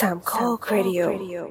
สามข้อครดิโอ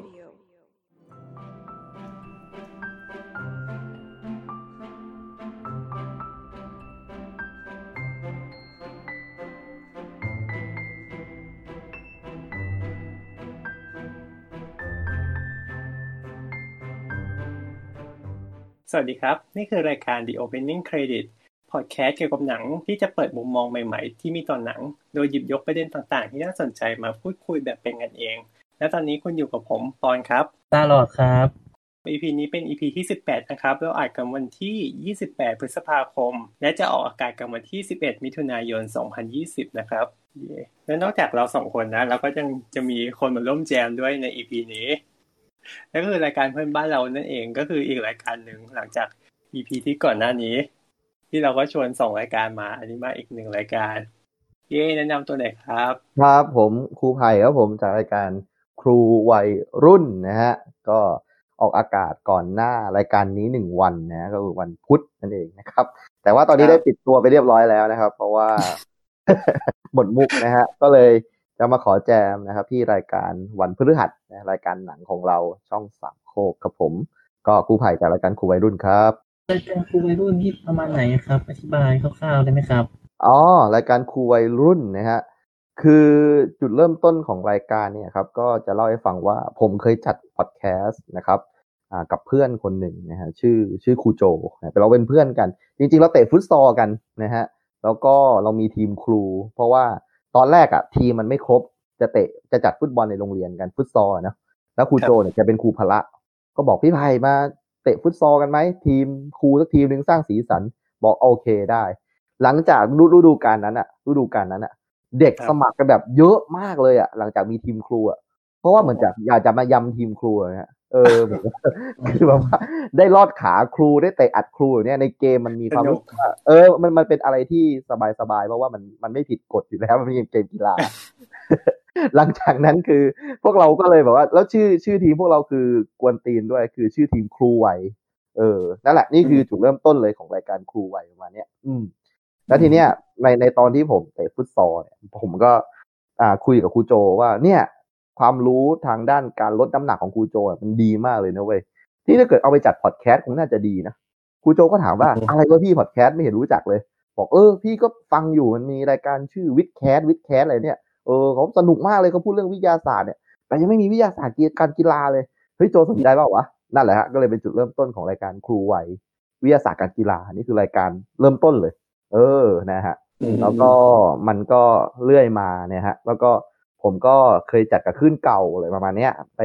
สวัสดีครับนี่คือรายการ The Opening Credit พอดแคสต์เกี่ยวกับหนังที่จะเปิดมุมมองใหม่ๆที่มีต่อหนังโดยหยิบยกประเด็นต่างๆที่น่าสนใจมาพูดคุยแบบเป็นกันเองและตอนนี้คุณอยู่กับผมปอนครับตลอดครับ EP นี้เป็น EP ที่18นะครับเราอัดกันวันที่28พฤษภาคมและจะออกอากาศกันวันที่11มิถุนายน2020นะครับและนอกจากเรา2คนนะเราก็จะมีคนมาร่วมแจมด้วยใน EP นี้นั่นก็คือรายการเพื่อนบ้านเรานั่นเองก็คืออีกรายการหนึ่งหลังจาก EP ที่ก่อนหน้านี้ที่เราก็ชวน2รายการมาอันนี้มาอีก1รายการแนะนำตัวหน่อยครับครับผมครูไผ่ครับผมจากรายการครูวัยรุ่นนะฮะก็ออกอากาศก่อนหน้ารายการนี้1วันนะก็คือวันพุธนั่นเองนะครับแต่ว่าตอนนี้ได้ปิดตัวไปเรียบร้อยแล้วนะครับเพราะว่า หมดมุกนะฮะก็เลยจะมาขอแจมนะครับที่รายการวันพฤหัสนะรายการหนังของเราช่องสามโคกครับผมก็ครูไผ่จากรายการครูวัยรุ่นครับรายการครูวัยรุ่นที่ประมาณไหนครับอธิบายคร่าวๆได้ไหมครับรายการครูวัยรุ่นนะฮะคือจุดเริ่มต้นของรายการเนี่ยครับก็จะเล่าให้ฟังว่าผมเคยจัดพอดแคสต์นะครับกับเพื่อนคนหนึ่งนะฮะชื่อครูโจเราเป็นเพื่อนกันจริงๆเราเตะฟุตซอลกันนะฮะแล้วก็เรามีทีมครูเพราะว่าตอนแรกทีมมันไม่ครบจะจัดฟุตบอลในโรงเรียนกันฟุตซอลนะแล้วครูโจเนี่ยจะเป็นครูพละก็บอกพี่ไผ่มาเตะฟุตซอลกันไหมทีมครูสักทีมนึงสร้างสีสันบอกโอเคได้หลังจากฤดูกาลนั้นเด็กสมัครกันแบบเยอะมากเลยหลังจากมีทีมครูเพราะว่าเหมือนอยากจะมายำทีมครูนะเหมือนคือแบบว่าได้ลอดขาครูได้เตะอัดครูเนี่ยในเกมมันมีความรู้สึกว่ามันเป็นอะไรที่สบายๆเพราะว่ามันไม่ผิดกฎอยู่แล้วมันเป็นเกมกีฬา หลังจากนั้นคือพวกเราก็เลยแบบว่าแล้วชื่อทีมพวกเราคือกวนตีนด้วยคือชื่อทีมครูไวนั่นแหละนี่คือจุดเริ่มต้นเลยของรายการครูไวประมาณเนี้ยแล้วทีเนี้ยในตอนที่ผมเตะฟุตซอลเนี่ยผมก็คุยกับครูโจว่าเนี่ยความรู้ทางด้านการลดน้ำหนักของครูโจมันดีมากเลยนะเว้ยที่ถ้าเกิดเอาไปจัดพอดแคสต์คงน่าจะดีนะครูโจก็ถามว่าอะไรวะพี่พอดแคสต์ไม่เห็นรู้จักเลยบอกพี่ก็ฟังอยู่มันมีรายการชื่อวิดแคสอะไรเนี่ยเขาสนุกมากเลยเขาพูดเรื่องวิทยาศาสตร์เนี่ยแต่ยังไม่มีวิทยาศาสตร์การกีฬาเลยเฮ้ยโจสนใจเปล่าวะนั่นแหละฮะก็เลยเป็นจุดเริ่มต้นของรายการครูไววิทยาศาสตร์การกีฬานี่คือรายการเริ่มต้นเลยนะฮะแล้วก็มันก็เลื่อยมาเนี่ยฮะแล้วก็ผมก็เคยจัดกับคลื่นเก่าอะไรประมาณเนี้ยไป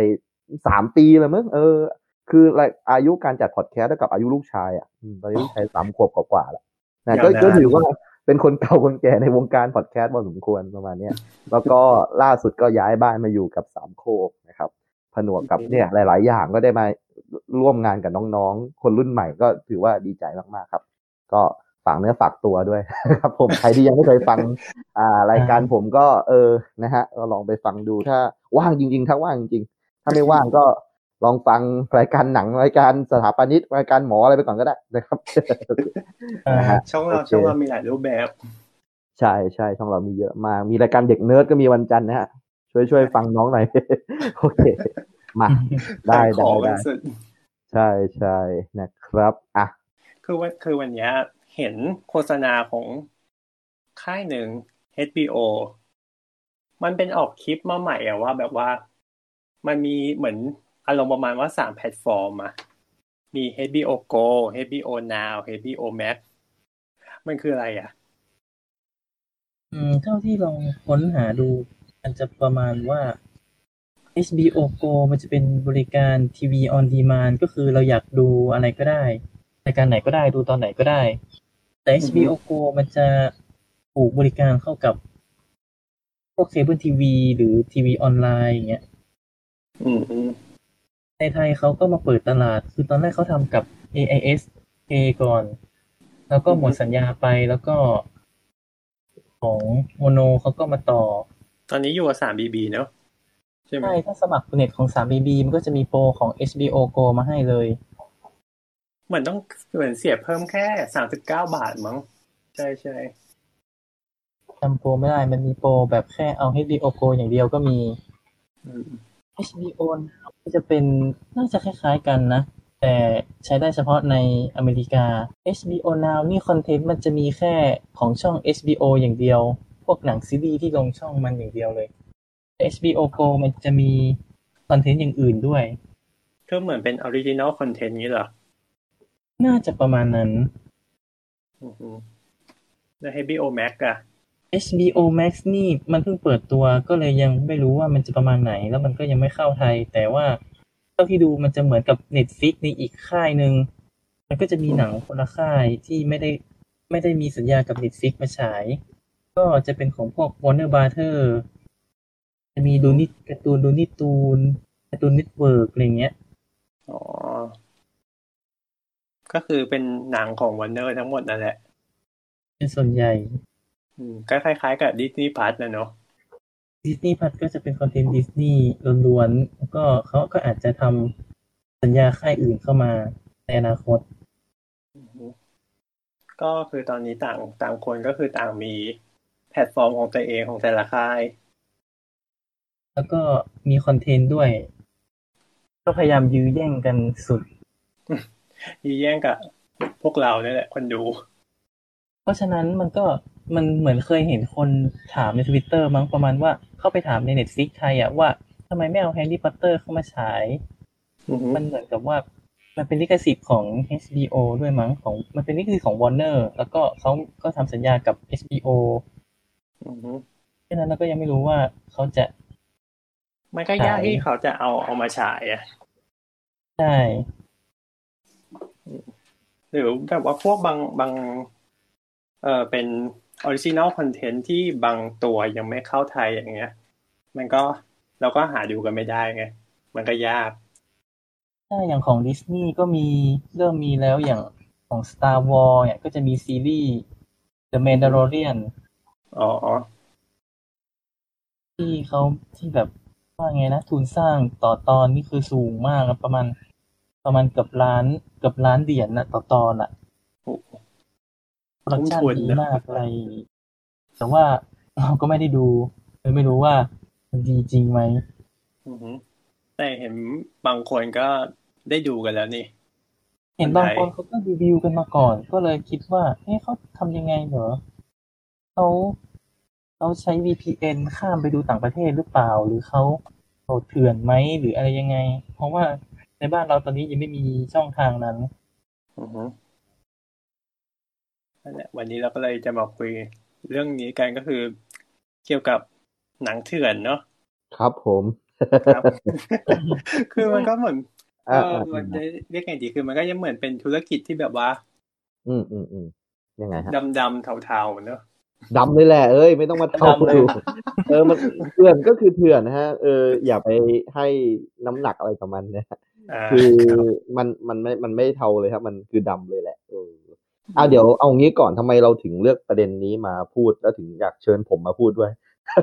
3 ปีเลยมั้งคืออายุการจัดพอดแคสต์เท่ากับอายุลูกชายตอนนี้ลูกชาย3 ขวบกว่าๆแล้วนะก็ถือว่าเป็นคนเก่าคนแก่ในวงการพอดแคสต์พอสมควรประมาณนี้แล้วก็ล่าสุดก็ย้ายบ้านมาอยู่กับสามโคกนะครับผนวกกับเนี่ยหลายๆอย่างก็ได้มาร่วมงานกับน้องๆคนรุ่นใหม่ก็ถือว่าดีใจมากๆครับก็ฝากเนื้อฝากตัวด้วยครับผมใครที่ยังไม่เคยฟังรายการผมก็นะฮะลองไปฟังดูถ้าว่างจริงๆถ้าว่างจริงๆถ้าไม่ว่างก็ลองฟังรายการหนังรายการสถาปนิกรายการหมออะไรไปก่อนก็ได้นะครับช่องเรามีหลายรูปแบบใช่ช่องเรามีเยอะมากมีรายการเด็กเนิร์ดก็มีวันจันทร์นะฮะช่วยฟังน้องหน่อยโอเคมาได้ใช่นะครับคือวันนี้เห็นโฆษณาของค่ายหนึ่ง HBO มันเป็นออกคลิปมาใหม่ว่าแบบว่ามันมีเหมือนอารมณ์ประมาณว่า3แพลตฟอร์มมี HBO Go HBO Now HBO Max มันคืออะไรเท่าที่ลองค้นหาดูมันจะประมาณว่า HBO Go มันจะเป็นบริการทีวีออนดีมานด์ก็คือเราอยากดูอะไรก็ได้รายการไหนก็ได้ดูตอนไหนก็ได้แต่ HBO Go มันจะผูกบริการเข้ากับพวกเคเบิลทีวีหรือทีวีออนไลน์อย่างเงี้ยในไทยเขาก็มาเปิดตลาดคือตอนแรกเขาทำกับ AIS ก่อนแล้วก็หมดสัญญาไปแล้วก็ของโมโนเขาก็มาต่อตอนนี้อยู่กับ 3BB เนอะใช่ไหมใช่ถ้าสมัครเน็ตของ 3BB มันก็จะมีโปรของ HBO Go มาให้เลยเหมือนเสียเพิ่มแค่39 บาทมั้งใช่จำโปรไม่ได้มันมีโปรแบบแค่เอา HBO Go อย่างเดียวก็มีอืม HBO Now ก็จะเป็นน่าจะคล้ายๆกันนะ แต่ใช้ได้เฉพาะในอเมริกา HBO Now นี่คอนเทนต์มันจะมีแค่ของช่อง HBO อย่างเดียว พวกหนังซีรีส์ที่ลงช่องมันอย่างเดียวเลย HBO Go มันจะมีคอนเทนต์อย่างอื่นด้วยก็เหมือนเป็นออริจินอลคอนเทนต์นี้เหรอน่าจะประมาณนั้นอืมแล้ว HBO Max อ่ะ HBO Max นี่มันเพิ่งเปิดตัวก็เลยยังไม่รู้ว่ามันจะประมาณไหน แล้วมันก็ยังไม่เข้าไทย แต่ว่าเท่าที่ดูมันจะเหมือนกับ Netflix ในอีกค่ายหนึ่งมันก็จะมีหนังคนละค่ายที่ไม่ได้มีสัญญากับ Netflix มาฉาย ก็จะเป็นของพวก Warner Brother จะมีดูนิการ์ตูนดูนิตูนการ์ตูนเน็ตเวิร์กอะไรเงี้ยอ๋อ ก็คือเป็นหนังของ Warner ทั้งหมดนั่นแหละเป็นส่วนใหญ่ก็คล้ายๆกับ Disney Plus นะเนาะ Disney Plus ก็จะเป็นคอนเทนต์ดิสนีย์ล้วนๆแล้วก็เขาก็อาจจะทำสัญญาค่ายอื่นเข้ามาในอนาคตก็คือตอนนี้ต่างคนก็คือต่างมีแพลตฟอร์มของตัวเองของแต่ละค่ายแล้วก็มีคอนเทนต์ด้วย ก็พยายามยื้อแย่งกันสุดยื้อแย่งกับพวกเราเนี่ยแหละคนดูเพราะฉะนั้นมันเหมือนเคยเห็นคนถามใน Twitter มั้งประมาณว่าเข้าไปถามใน Netflix ไทยอะว่าทำไมไม่เอา Harry Potter เข้ามาฉาย มันเหมือนกับว่ามันเป็นลิขสิทธิ์ของ HBO ด้วยมั้งมันเป็นลิขสิทธิ์ของ Warner แล้วก็เขาก็ทำสัญญากับ HBO ฉะนั้นเราก็ยังไม่รู้ว่าเขาจะมันก็ยากที่เขาจะเอามาฉายอ่ะใช่หรือแบบว่าพวกบางเป็นออริจินอลคอนเทนต์ที่บางตัวยังไม่เข้าไทยอย่างเงี้ย มันก็เราก็หาดูกันไม่ได้ไง มันก็ยากใช่อย่างของดิสนีย์ก็เริ่มมีแล้วอย่างของ Star Wars เนี่ยก็จะมีซีรีส์ The Mandalorian อ๋อที่แบบว่าไงนะทุนสร้างต่อตอนนี่คือสูงมากประมาณเกือบล้านเหรียญนะต่อตอนอ่ะโปรดักชั่นดีมากอะไรแต่ว่าเราก็ไม่ได้ดูเลยไม่รู้ว่ามันดีจริงไหมแต่เห็นบางคนก็ได้ดูกันแล้วนี่เห็นบางคนเขาก็รีวิวกันมาก่อนก็เลยคิดว่าเขาทำยังไงเหรอเขาใช้ VPN ข้ามไปดูต่างประเทศหรือเปล่าหรือเขาโหลดเถื่อนไหมหรืออะไรยังไงเพราะว่าในบ้านเราตอนนี้ยังไม่มีช่องทางนั้นนั่นแหละวันนี้เราก็เลยจะมาคุยเรื่องนี้กันก็คือเกี่ยวกับหนังเถื่อนเนาะครับผมครับ คือมันก็เหมือนมันจะเรียกไงดีคือมันก็ยังเหมือนเป็นธุรกิจที่แบบว่ายังไงฮะดำเทาๆเนอะดำเลยแหละไม่ต้องมาเทาเลยมันเถื่อนก็คือเถื่อนนะฮะอย่าไปให้น้ำหนักอะไรกับมันนะคือมันไม่เทาเลยครับมันคือดำเลยแหละเดี๋ยวเอางี้ก่อนทำไมเราถึงเลือกประเด็นนี้มาพูดแล้วถึงอยากเชิญผมมาพูดด้วย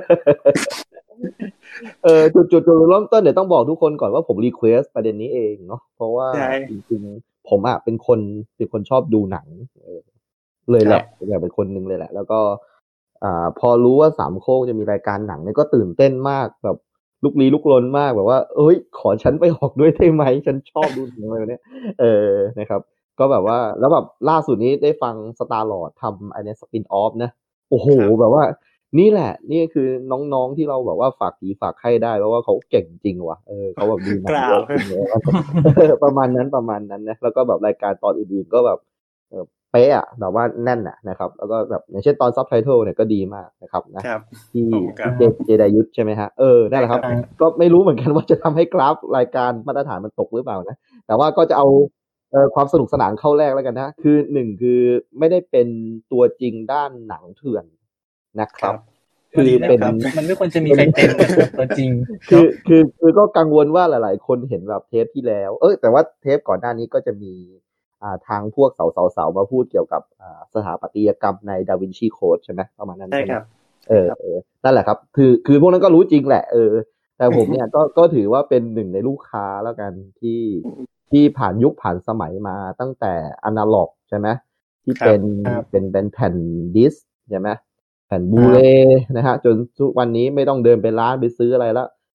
จุดเริ่มต้นเดี๋ยวต้องบอกทุกคนก่อนว่าผมรีเควสประเด็นนี้เองเนาะเพราะว่าจริงๆผมเป็นคนชอบดูหนังเลยแหละอยากเป็นคนนึงเลยแหละแล้วก็พอรู้ว่าสามโคกจะมีรายการหนังเนี่ยก็ตื่นเต้นมากแบบลุกลี้ลุกลนมากแบบว่าขอฉันไปออกด้วยได้ไหมฉันชอบดูหนังอะไรเนี่ยนะครับก็แบบว่าแล้วแบบล่าสุดนี้ได้ฟัง Star Lord ทำอันนี้สปินออฟนะโอ้โหแบบว่านี่แหละนี่คือน้องๆที่เราแบบว่าฝากผีฝากไข้ได้เพราะว่าเขาเก่งจริงว่ะเขาแบบดูหนังเยอะจริงเลยประมาณนั้นนะแล้วก็แบบรายการตอนอื่นๆก็แบบเป๊ะแบบว่าแน่นนะครับแล้วก็แบบอย่างเช่นตอนซับไตเติลเนี่ยก็ดีมากนะครับนะที่เจไดยุทธใช่ไหมฮะนั่นแหละครับก็ไม่รู้เหมือนกันว่าจะทำให้กราฟรายการมาตรฐานมันตกหรือเปล่านะแต่ว่าก็จะเอาความสนุกสนานเข้าแรกแล้วกันนะคือ1คือไม่ได้เป็นตัวจริงด้านหนังเถื่อนนะครับคือเป็นมันไม่ควรจะมีใครเป็นตัวจริงคือก็กังวลว่าหลายๆคนเห็นแบบเทปที่แล้วแต่ว่าเทปก่อนหน้านี้ก็จะมีทางพวกสาวๆมาพูดเกี่ยวกับสถาปัตยกรรมในดาวินชีโค้ดใช่ไหมประมาณนั้นใช่ครับนั่นแหละครับคือพวกนั้นก็รู้จริงแหละแต่ผมเนี่ยก็ถือว่าเป็นหนึ่งในลูกค้าแล้วกันที่ผ่านยุคผ่านสมัยมาตั้งแต่อนาล็อกใช่ไหมที่เป็นแผ่นดิสใช่ไหมแผ่นบูเรนะฮะจนทุกวันนี้ไม่ต้องเดินไปร้านไปซื้ออะไรแล้ว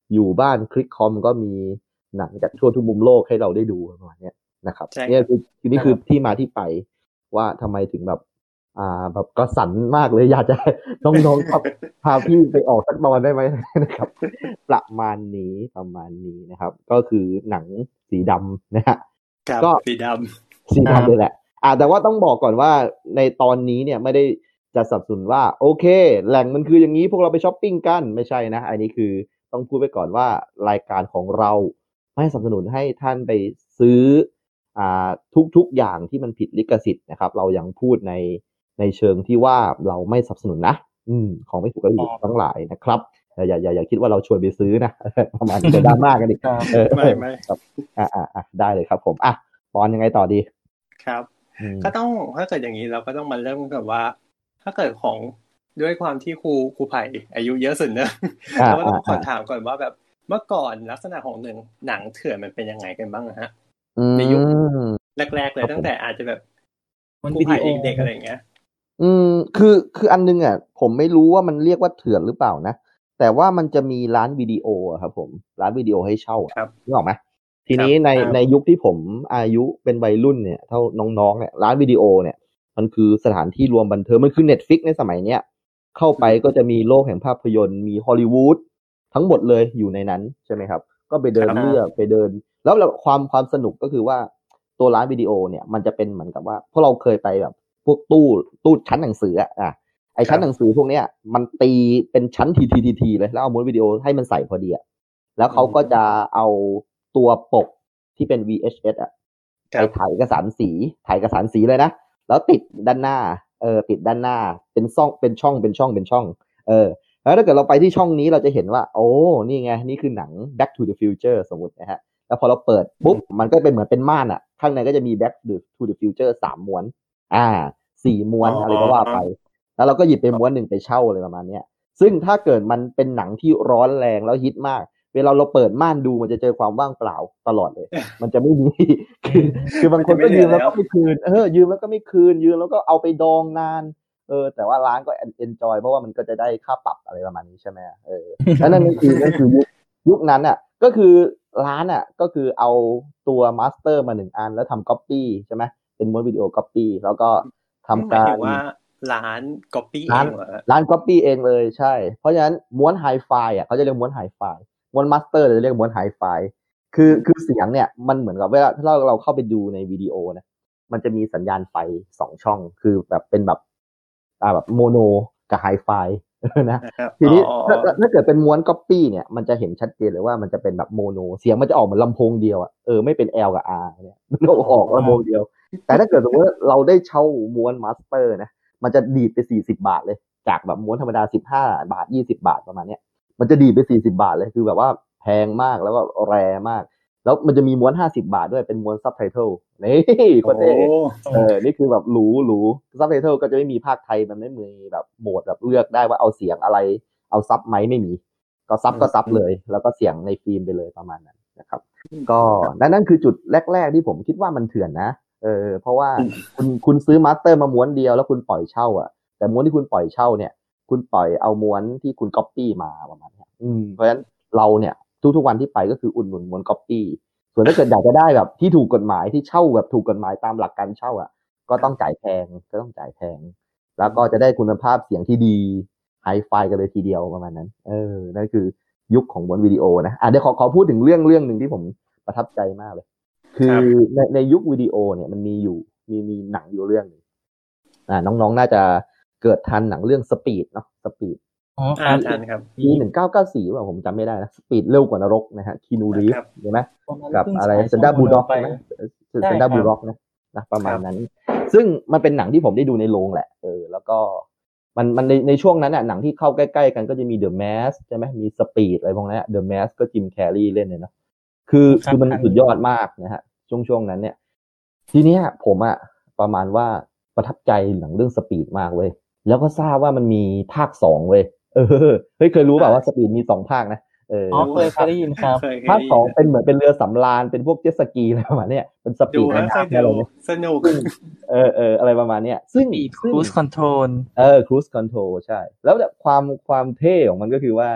อยู่บ้านคลิกคอมก็มีหนังจากทั่วทุกมุมโลกให้เราได้ดูประมาณนี้นะครับเนี่ยคือนี่คือที่มาที่ไปว่าทำไมถึงแบบแบบกระสันมากเลยอยากจะน้องๆครับพาพี่ไปออกสักตอนได้ไหมนะครับประมาณนี้นะครับก็คือหนังสีดำนะฮะก็สีดำเลยแหละแต่ว่าต้องบอกก่อนว่าในตอนนี้เนี่ยไม่ได้จะสนับสนุนว่าโอเคแหล่งมันคืออย่างนี้พวกเราไปช้อปปิ้งกันไม่ใช่นะอันนี้คือต้องพูดไว้ก่อนว่ารายการของเราไม่สนับสนุนให้ท่านไปซื้อทุกอย่างที่มันผิดลิขสิทธิ์นะครับเรายังพูดในเชิงที่ว่าเราไม่สนับสนุนนะของไม่ถูกกับถูกทั้งหลายนะครับอย่าคิดว่าเราชวนไปซื้อนะประมาณนี้จะดราม่ากันอีกไม่ครับได้เลยครับผมปอนยังไงต่อดีครับก็ต้องถ้าเกิดอย่างนี้เราก็ต้องมาเริ่มกับว่าถ้าเกิดของด้วยความที่ครูไผ่อายุเยอะสุดเนอะเราก็ต้องขอถามก่อนว่าแบบเมื่อก่อนลักษณะของหนังเถื่อนมันเป็นยังไงกันบ้างนะฮะในยุคแรกๆเลยตั้งแต่อาจจะแบบครูไผ่เด็กๆอะไรอย่างเงี้ยคืออันนึงผมไม่รู้ว่ามันเรียกว่าเถื่อนหรือเปล่านะแต่ว่ามันจะมีร้านวิดีโอครับผมร้านวิดีโอให้เช่านึกออกไหมทีนี้ในยุคที่ผมอายุเป็นวัยรุ่นเนี่ยเท่าน้องๆเนี่ยร้านวิดีโอเนี่ยมันคือสถานที่รวมบันเทิงมันคือ Netflix ในสมัยเนี้ยเข้าไปก็จะมีโลกแห่งภาพยนตร์มีฮอลลีวูดทั้งหมดเลยอยู่ในนั้นใช่ไหมครับก็ไปเดินเลือกไปเดินแล้วความสนุกก็คือว่าตัวร้านวิดีโอเนี่ยมันจะเป็นเหมือนกับว่าพวกเราเคยไปแบบพวกตู้ชั้นหนังสือไอชั้นหนังสือพวกเนี้ยมันตีเป็นชั้นทีเลยแล้วเอาม้วนวิดีโอให้มันใส่พอดีแล้วเขาก็จะเอาตัวปกที่เป็น VHS ไปถ่ายเอกสารสีเลยนะแล้วติดด้านหน้าติดด้านหน้าเป็นช่องแล้วถ้าเกิดเราไปที่ช่องนี้เราจะเห็นว่าโอ้นี่ไงนี่คือหนัง Back to the Future สมมตินะฮะแล้วพอเราเปิดปุ๊บมันก็เป็นเหมือนเป็นม่านข้างในก็จะมี Back to the Future 3 ม้วน4 ม้วนอะไรก็ว่าไปแล้วเราก็หยิบไปม้วนหนึ่งไปเช่าอะไรประมาณนี้ซึ่งถ้าเกิดมันเป็นหนังที่ร้อนแรงแล้วฮิตมากเวลาเราเปิดม่านดูมันจะเจอความว่างเปล่าตลอดเลยมันจะไม่มีคือบางคนก็ยืมแล้วก็ไม่คืนยืมแล้วก็ไม่คืนยืมแล้วก็เอาไปดองนานแต่ว่าร้านก็เอนจอยเพราะว่ามันก็จะได้ค่าปรับอะไรประมาณนี้ใช่ไหมแล้วนั่นคือยุคนั้นก็คือร้านก็คือเอาตัวมาสเตอร์มา1 อันแล้วทำก๊อปปี้ใช่ไหมเป็นม้วนวิดีโอก๊อปปี้แล้วก็ทำการว่าร้านก๊อปปี้เองเหรอร้านก๊อปปี้เองเลยใช่เพราะฉะนั้นม้วนไฮไฟเขาจะเรียกม้วนไฮไฟม้วนมาสเตอร์จะเรียกม้วนไฮไฟคือเสียงเนี่ยมันเหมือนกับเวลาถ้าเราเข้าไปดูในวิดีโอนะมันจะมีสัญญาณไฟ2 ช่องคือแบบเป็นแบบโมโนกับไฮไฟนะทีนี้ถ้าเกิดเป็นม้วนก๊อปปี้เนี่ยมันจะเห็นชัดเจนเลยว่ามันจะเป็นแบบโมโนเสียงมันจะออกเหมือนลำโพงเดียวไม่เป็น L กับ R เนี่ยมันออกลำโพงเดียวแต่ถ้าเกิดสมมติว่าเราได้เช่าม้วนมาสเตอร์นะมันจะดีดไป40 บาทเลยจากแบบม้วนธรรมดา15 บาท20 บาทประมาณเนี้ยมันจะดีดไป40 บาทเลยคือแบบว่าแพงมากแล้วก็แรมากแล้วมันจะมีม้วน50 บาทด้วยเป็นม้วนซับไตเติลนี่คนนี่คือแบบหรูซับไตเติลก็จะไม่มีภาคไทยมันไม่มีแบบโหมดแบบเลือกได้ว่าเอาเสียงอะไรเอาซับไหมไม่มีก็ซับเลยแล้วก็เสียงในฟิล์มไปเลยประมาณนั้นนะครับก็นั่นคือจุดแรกๆที่ผมคิดว่ามันเถื่อนนะเพราะว่าคุณซื้อมาสเตอร์มาม้วนเดียวแล้วคุณปล่อยเช่าแต่ม้วนที่คุณปล่อยเช่าเนี่ยคุณปล่อยเอาม้วนที่คุณก๊อปปี้มาประมาณนี้เพราะฉะนั้นเราเนี่ยทุกวันที่ไปก็คืออุดหนุนม้วนก๊อปปี้ส่วนถ้าเกิดอยากจะได้แบบที่ถูกกฎหมายที่เช่าแบบถูกกฎหมายตามหลักการเช่าก็ต้องจ่ายแพงแล้วก็จะได้คุณภาพเสียงที่ดีไฮไฟกันเลยทีเดียวประมาณนั้นนั่นคือยุคของม้วนวิดีโอนะเดี๋ยวขอพูดถึงเรื่องนึงที่ผมประทับใจมากเลยคือในยุควิดีโอเนี่ยมันมีหนังอยู่เรื่องนึงน้องๆน่าจะเกิดทันหนังเรื่องสปีดเนาะสปีดทันครับปี1994ว่าผมจำไม่ได้นะสปีดเร็วกว่านรกนะฮะคีนูรีฟใช่ไหมกับอะไรเซนด้าบูลด็อกใช่ไหมเซนด้าบูลด็อกนะประมาณนั้นซึ่งมันเป็นหนังที่ผมได้ดูในโรงแหละแล้วก็มันในช่วงนั้นหนังที่เข้าใกล้ๆกันก็จะมีเดอะแมสใช่ไหมมีสปีดอะไรพวกนี้เดอะแมสก็จิมแคร์รีเล่นเลยนะคือมันสุดยอดมากนะฮะช่วงนั้นเนี่ยทีนี้ผมประมาณว่าประทับใจหนังเรื่องสปีดมากเว้ยแล้วก็ทราบว่ามันมีภาค2เว้ยเฮ้ยเคยรู้เปล่าว่าสปีดมี2 ภาคนะเคยได้ยินครับภาค2เป็นเหมือนเป็นเรือสำราญเป็นพวกเจ็ตสกีอะไรประมาณนี้เป็นสปีดอะไรสนุกอะไรประมาณนี้ซึ่ง cruise control cruise control ใช่แล้วความเท่ของมันก็คือว่า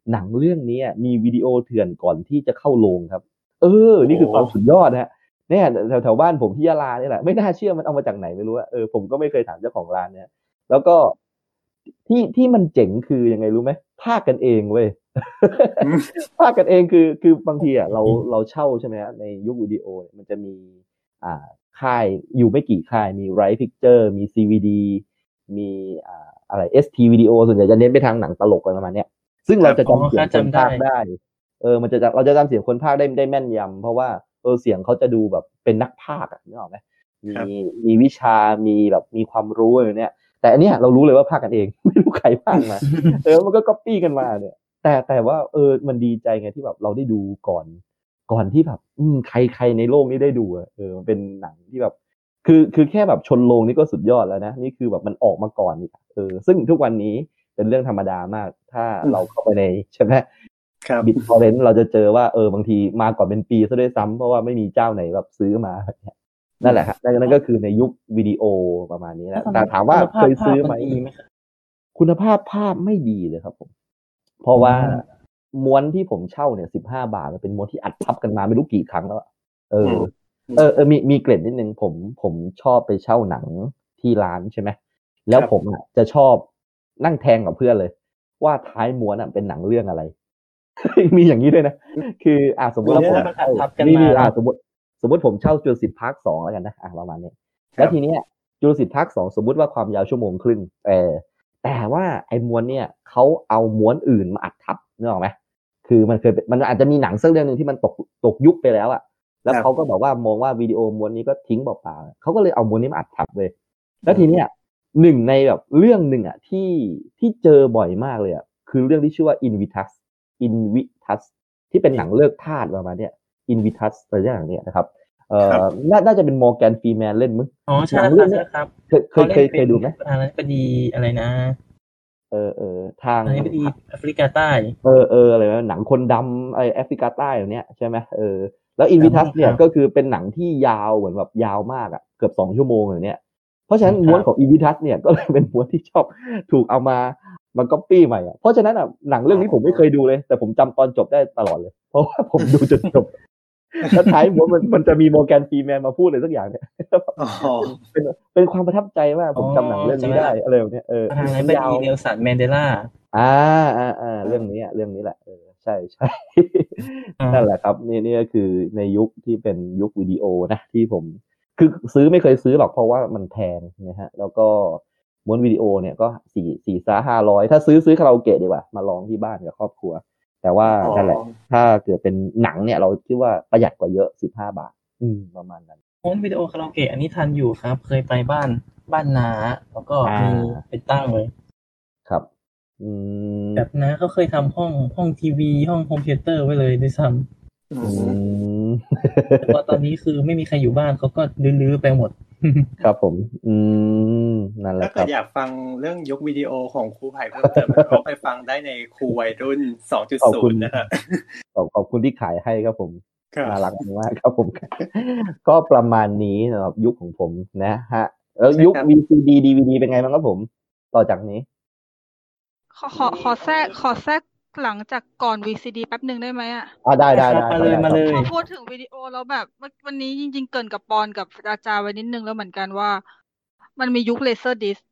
หนังเรื่องนี้มีวิดีโอเถื่อนก่อนที่จะเข้าโรงครับนี่คือความสุดยอดนะฮะเนี่ยแถวบ้านผมที่ยะลานี่แหละไม่น่าเชื่อมันเอามาจากไหนไม่รู้ผมก็ไม่เคยถามเจ้าของร้านเนี่ยแล้วก็ที่มันเจ๋งคือยังไงรู้ไหมพากกันเองเว้ย พากกันเองคือบางทีเราเช่าใช่ไหมฮะในยุควิดีโอเนี่ยมันจะมีค่ายอยู่ไม่กี่ค่ายมี Right Picture มี CVD มีอะไร ST Video ส่วนใหญ่จะเน้นไปทางหนังตลกอะไรประมาณเนี้ยซึ่งเราจะจำเสียงคนพากย์ได้เราจะจำเสียงคนพากย์ได้แม่นยำเพราะว่าเสียงเขาจะดูแบบเป็นนักพากย์นึกออกไหมมีวิชามีแบบมีความรู้อะไรเนี้ยแต่อันเนี้ยเรารู้เลยว่าพากย์กันเอง ไม่รู้ใครพากย์มา มันก็ก๊อปปี้กันมาเนี่ยแต่ว่ามันดีใจไงที่แบบเราได้ดูก่อนที่แบบใครในโลกนี้ได้ดูมันเป็นหนังที่แบบคือแค่แบบชนโลงนี่ก็สุดยอดแล้วนะนี่คือแบบมันออกมาก่อนซึ่งทุกวันนี้เป็นเรื่องธรรมดามากถ้าเราเข้าไปในใช่ไหมบิตทอร์เรนต์เราจะเจอว่าบางทีมาก่อนเป็นปีซะด้วยซ้ำเพราะว่าไม่มีเจ้าไหนแบบซื้อมานั่นแหละครับนั่นก็คือในยุควิดีโอประมาณนี้แหละแต่ถามว่าเคยซื้อไหมคุณภาพภาพไม่ดีเลยครับผมเพราะว่าม้วนที่ผมเช่าเนี่ย15 บาทมันเป็นม้วนที่อัดทับกันมาไม่รู้กี่ครั้งแล้วมีเกร็ดนิดนึงผมชอบไปเช่าหนังที่ร้านใช่ไหมแล้วผมจะชอบนั่งแทงกับเพื่อนเลยว่าท้ายม้วนเป็นหนังเรื่องอะไร มีอย่างนี้ด้วยนะคือสมมติว่าผมนี่สมมติผมเช่าจูราสสิคพาร์ค 2แล้วกันนะประมาณนี้แล้วทีเนี้ยจูราสสิคพาร์ค 2สมมติว่าความยาว1.5 ชั่วโมงแต่ว่าไอ้ม้วนเนี่ยเขาเอาม้วนอื่นมาอัดทับนึกออกไหมคือมันอาจจะมีหนังสักเรื่องนึงที่มันตกยุคไปแล้วแล้วเขาก็บอกว่ามองว่าวิดีโอม้วนนี้ก็ทิ้งเปล่าๆเขาก็เลยเอาม้วนนี้มาอัดทับเลยแล้วทีเนี้ยหนึ่งในแบบเรื่องนึงที่เจอบ่อยมากเลยคือเรื่องที่ชื่อว่าInvitus ที่เป็นหนังเลิกทาสประมาณเนี้ยInvitus อะไรอย่างเนี้ยนะครับน่าจะเป็นมอร์แกนฟรีแมนเล่นมั้งใช่ครับเคยดูไหมพอดีอะไรนะทางพอดีแอฟริกาใต้อะไรนะหนังคนดำแอฟริกาใต้อย่างเนี้ยใช่ไหมแล้วInvitusเนี่ยก็คือเป็นหนังที่ยาวเหมือนแบบยาวมากเกือบ2 ชั่วโมงอย่างเนี้ยเพราะฉะนั้นม้วนของ Invitus เนี่ยก็เลยเป็นม้วนที่ชอบถูกเอามาก๊อปปี้ใหม่เพราะฉะนั้นหนังเรื่องนี้ผมไม่เคยดูเลยแต่ผมจำตอนจบได้ตลอดเลยเพราะว่าผมดูจนจบแล้วท้ายมันจะมีมอร์แกนฟรีแมนมาพูดอะไรสักอย่างเนี่ยเป็นความประทับใจมากผมจำหนังเรื่องนี้ได้อะไรแบบนี้เป็นอีเนลสันแมนเดลาเรื่องนี้แหละใช่นั่นแหละครับนี่ก็คือในยุคที่เป็นยุควิดีโอนะที่ผมคือซื้อไม่เคยซื้อหรอกเพราะว่ามันแพงนะฮะแล้วก็ม้วนวิดีโอเนี่ยก็400-500ถ้าซื้อคาราโอเกะดีกว่ามาลองที่บ้านกับครอบครัวแต่ว่านั่นแหละถ้าเกิดเป็นหนังเนี่ยเราคิดว่าประหยัดกว่าเยอะ15 บาทประมาณนั้นม้วนวิดีโอคาราโอเกะอันนี้ทันอยู่ครับเคยไปบ้านน้าแล้วก็มีไปตั้งเลยครับแบบน้าเขาเคยทำห้องทีวีห้องโฮมเธียเตอร์ไว้เลยด้วยซ้ำแต่ว่าตอนนี้คือไม่มีใครอยู่บ้านเขาก็ลื้อไปหมดครับผมนั่นแหละครับถ้าเกิดอยากฟังเรื่องยกวิดีโอของครูไผ่เพิ่มเติมก็ไปฟังได้ในครูวัยรุ่น 2.0 นะครับขอบคุณที่ขายให้ครับผมน่ารักมากครับผมก็ประมาณนี้สำหรับยุคของผมนะฮะแล้วยุค VCD DVD เป็นไงบ้างครับผมต่อจากนี้ขอแทรกหลังจากก่อน VCD แป๊บนึงได้ไหมได้มาเลยพอพูดถึงวิดีโอแล้วแบบวันนี้จริงๆเกินกับปอนกับอาจารย์ไว้นิดนึงแล้วเหมือนกันว่ามันมียุคเลเซอร์ดิส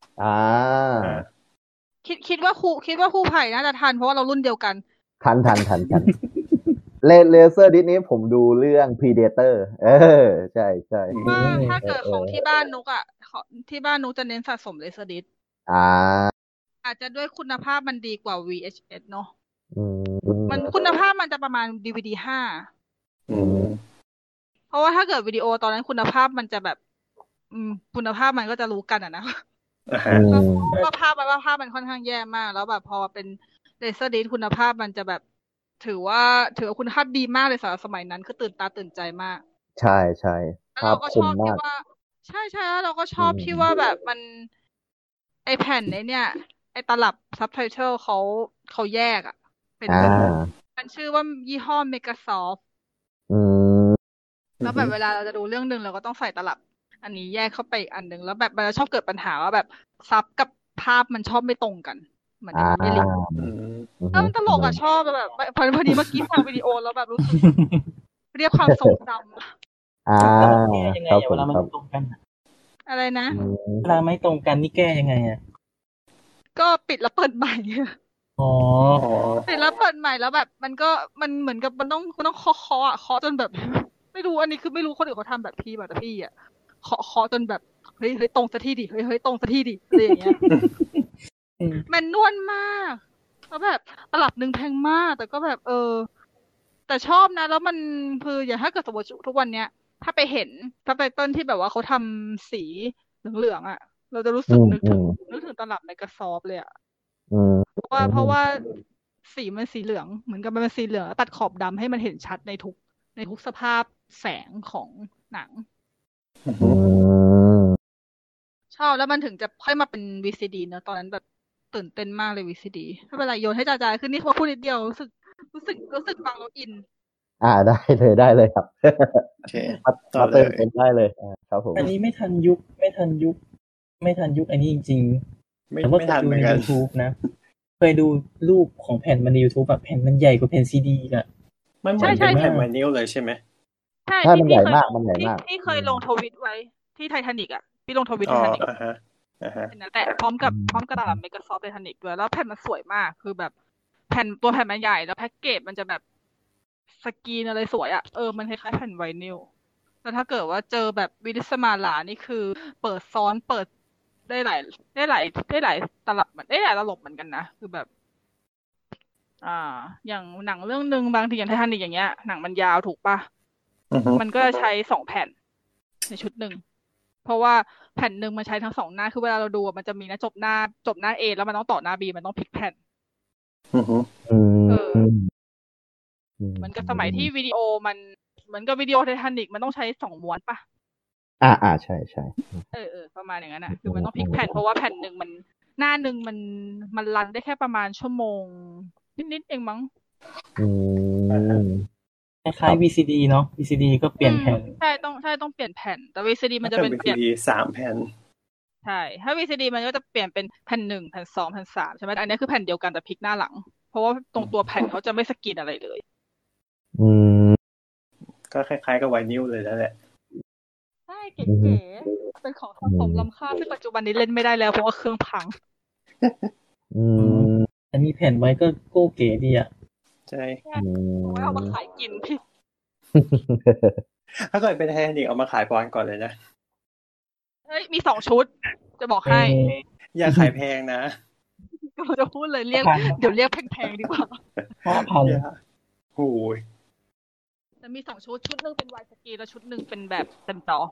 คิดว่าครูไผ่น่าจะทันเพราะว่าเรารุ่นเดียวกันทันเลเซอร์ดิสนี้ผมดูเรื่อง Predator ใช่ถ้าเกิดของที่บ้านนุกที่บ้านนุกจะเน้นสะสมเลเซอร์ดิสอาจจะด้วยคุณภาพมันดีกว่า VHS เนาะมันคุณภาพมันจะประมาณ DVD 5เพราะว่าถ้าเกิดวิดีโอตอนนั้นคุณภาพมันจะแบบคุณภาพมันก็จะรู้กันนะว่าภาพมันค่อนข้างแย่มากแล้วแบบพอเป็นเลเซอร์ดิสคุณภาพมันจะแบบถือว่าคุณภาพดีมากเลยสำหรับสมัยนั้นคือตื่นตาตื่นใจมากใช่แล้วเราก็ชอบที่ว่าใช่แล้วเราก็ชอบที่ว่าแบบมันไอแผ่นเนี่ยไอตลับซับไตเติลเขาแยกเป็นมันชื่อว่ายี่ห้อ Megasoft แล้วแบบเวลาเราจะดูเรื่องนึงเราก็ต้องใส่ตลับอันนี้แยกเข้าไปอีกอันนึงแล้วแบบมันชอบเกิดปัญหาว่าแบบซับกับภาพมันชอบไม่ตรงกันเหมือนในลิงก์มันตลกอ่ะชอบแบบพอดีเมื่อกี้ฟังวิดีโอแล้วแบบรู้สึกเรียกความทรงจำแก้ยังไงเวลามันตรงกันอะไรนะเวลาไม่ตรงกันนี่แก้ยังไงอ่ะก็ปิดแล้วเปิดใหม่ปิดแล้วเปิดใหม่แล้วแบบมันเหมือนกับมันต้องเคาะอ่ะเคาะจนแบบไม่รู้อันนี้คือไม่รู้คนอื่นเขาทำแบบพี่แบบแต่พี่อ่ะเคาะจนแบบเฮ้ยตรงสักทีดิเฮ้ยตรงสักทีดิอะไรอย่างเงี้ยมันนวลมากแล้วแบบตลับนึงแพงมากแต่ก็แบบแต่ชอบนะแล้วมันคืออย่างถ้าเกิดสมมติทุกวันเนี้ยถ้าไปเห็นซับไตเติลที่แบบว่าเขาทำสีเหลืองๆอ่ะเราจะรู้สึกนึกถึงตลับ Microsoft เลยอ่ะเพราะว่าสีมันสีเหลืองเหมือนกับมันเป็นสีเหลืองตัดขอบดำให้มันเห็นชัดในทุกสภาพแสงของหนังชอบแล้วมันถึงจะค่อยมาเป็น VCD เนอะตอนนั้นแบบตื่นเต้นมากเลย VCD ไม่เป็นไรโยนให้จ่าคือนี่พอพูดนิดเดียวรู้สึกฟังแล้วอินได้เลยครับมาเติมเต็มได้เลยครับผมอันนี้ไม่ทันยุคอันนี้จริงๆแต่ว่าเคยดูใน YouTube นะเคยดูรูปของแผ่นมันใน YouTube แบบแผ่นมันใหญ่กว่าแผ่นซีดีอ่ะมันเหมือนเป็นแผ่นไวนิลเลยใช่ไหมใช่มันใหญ่มากที่เคยลงทวิตไว้ที่ไททานิกอ่ะพี่ลงทวิตไททานิกแต่พร้อมกับตลับ Microsoft ไททานิกด้วยแล้วแผ่นมันสวยมากคือแบบแผ่นมันใหญ่แล้วแพ็กเกจมันจะแบบสกรีนอะไรสวยอ่ะมันคล้ายๆแผ่นไวนิลแล้วถ้าเกิดว่าเจอแบบวิลิสมาลานี่คือเปิดซ้อนเปิดได้หลายตลับได้หลายตลบเหมือนกันนะคือแบบอย่างหนังเรื่องนึงบางทีอย่างไททานิกอย่างเงี้ยหนังมันยาวถูกป่ะมันก็ใช้2แผ่นในชุดหนึ่งเพราะว่าแผ่นหนึ่งมันใช้ทั้ง2หน้าคือเวลาเราดูมันจะมีนะจบหน้า A แล้วมันต้องต่อหน้า B มันต้องพลิกแผ่นเหมือนกับสมัยที่วิดีโอมันเหมือนกับวิดีโอไททานิกมันต้องใช้2ม้วนป่ะใช่ประมาณอย่างนั้นคือมันต้องพลิกแผ่นเพราะว่าแผ่นหนึ่งมันหน้าหนึ่งมันรันได้แค่ประมาณชั่วโมงนิดเองมั้งคล้ายๆ VCD เนาะ VCD ก็เปลี่ยนแผ่นใช่ต้องเปลี่ยนแผ่นแต่ VCD มันจะเป็นเปลี่ยน VCD 3แผ่นใช่ถ้า VCD มันก็จะเปลี่ยนเป็นแผ่น1แผ่น2แผ่น3ใช่ไหมอันนี้คือแผ่นเดียวกันแต่พลิกหน้าหลังเพราะว่าตรงตัวแผ่นเขาจะไม่สกรีนอะไรเลยก็คล้ายๆกับไวนิลเลยนั่นแหละใช่เก๋ๆเป็นของสะสมล้ำค่าที่ปัจจุบันนี้เล่นไม่ได้แล้วเพราะว่าเครื่องพังแต่มีแผ่นไว้ก็โก้เก๋ดีอ่ะใช่เอามาขายกินพี่ถ้าเกิดเป็นไททานิกเอามาขายก่อนเลยนะเฮ้ยมี2ชุดจะบอกให้อย่าขายแพงนะก็จะพูดเลยเดี๋ยวเรียกแพงๆดีกว่า 5,000โอ้ยแต่มี2ชุดนึงเป็นไวด์สกรีนแล้วชุดนึงเป็นแบบเต็มจอ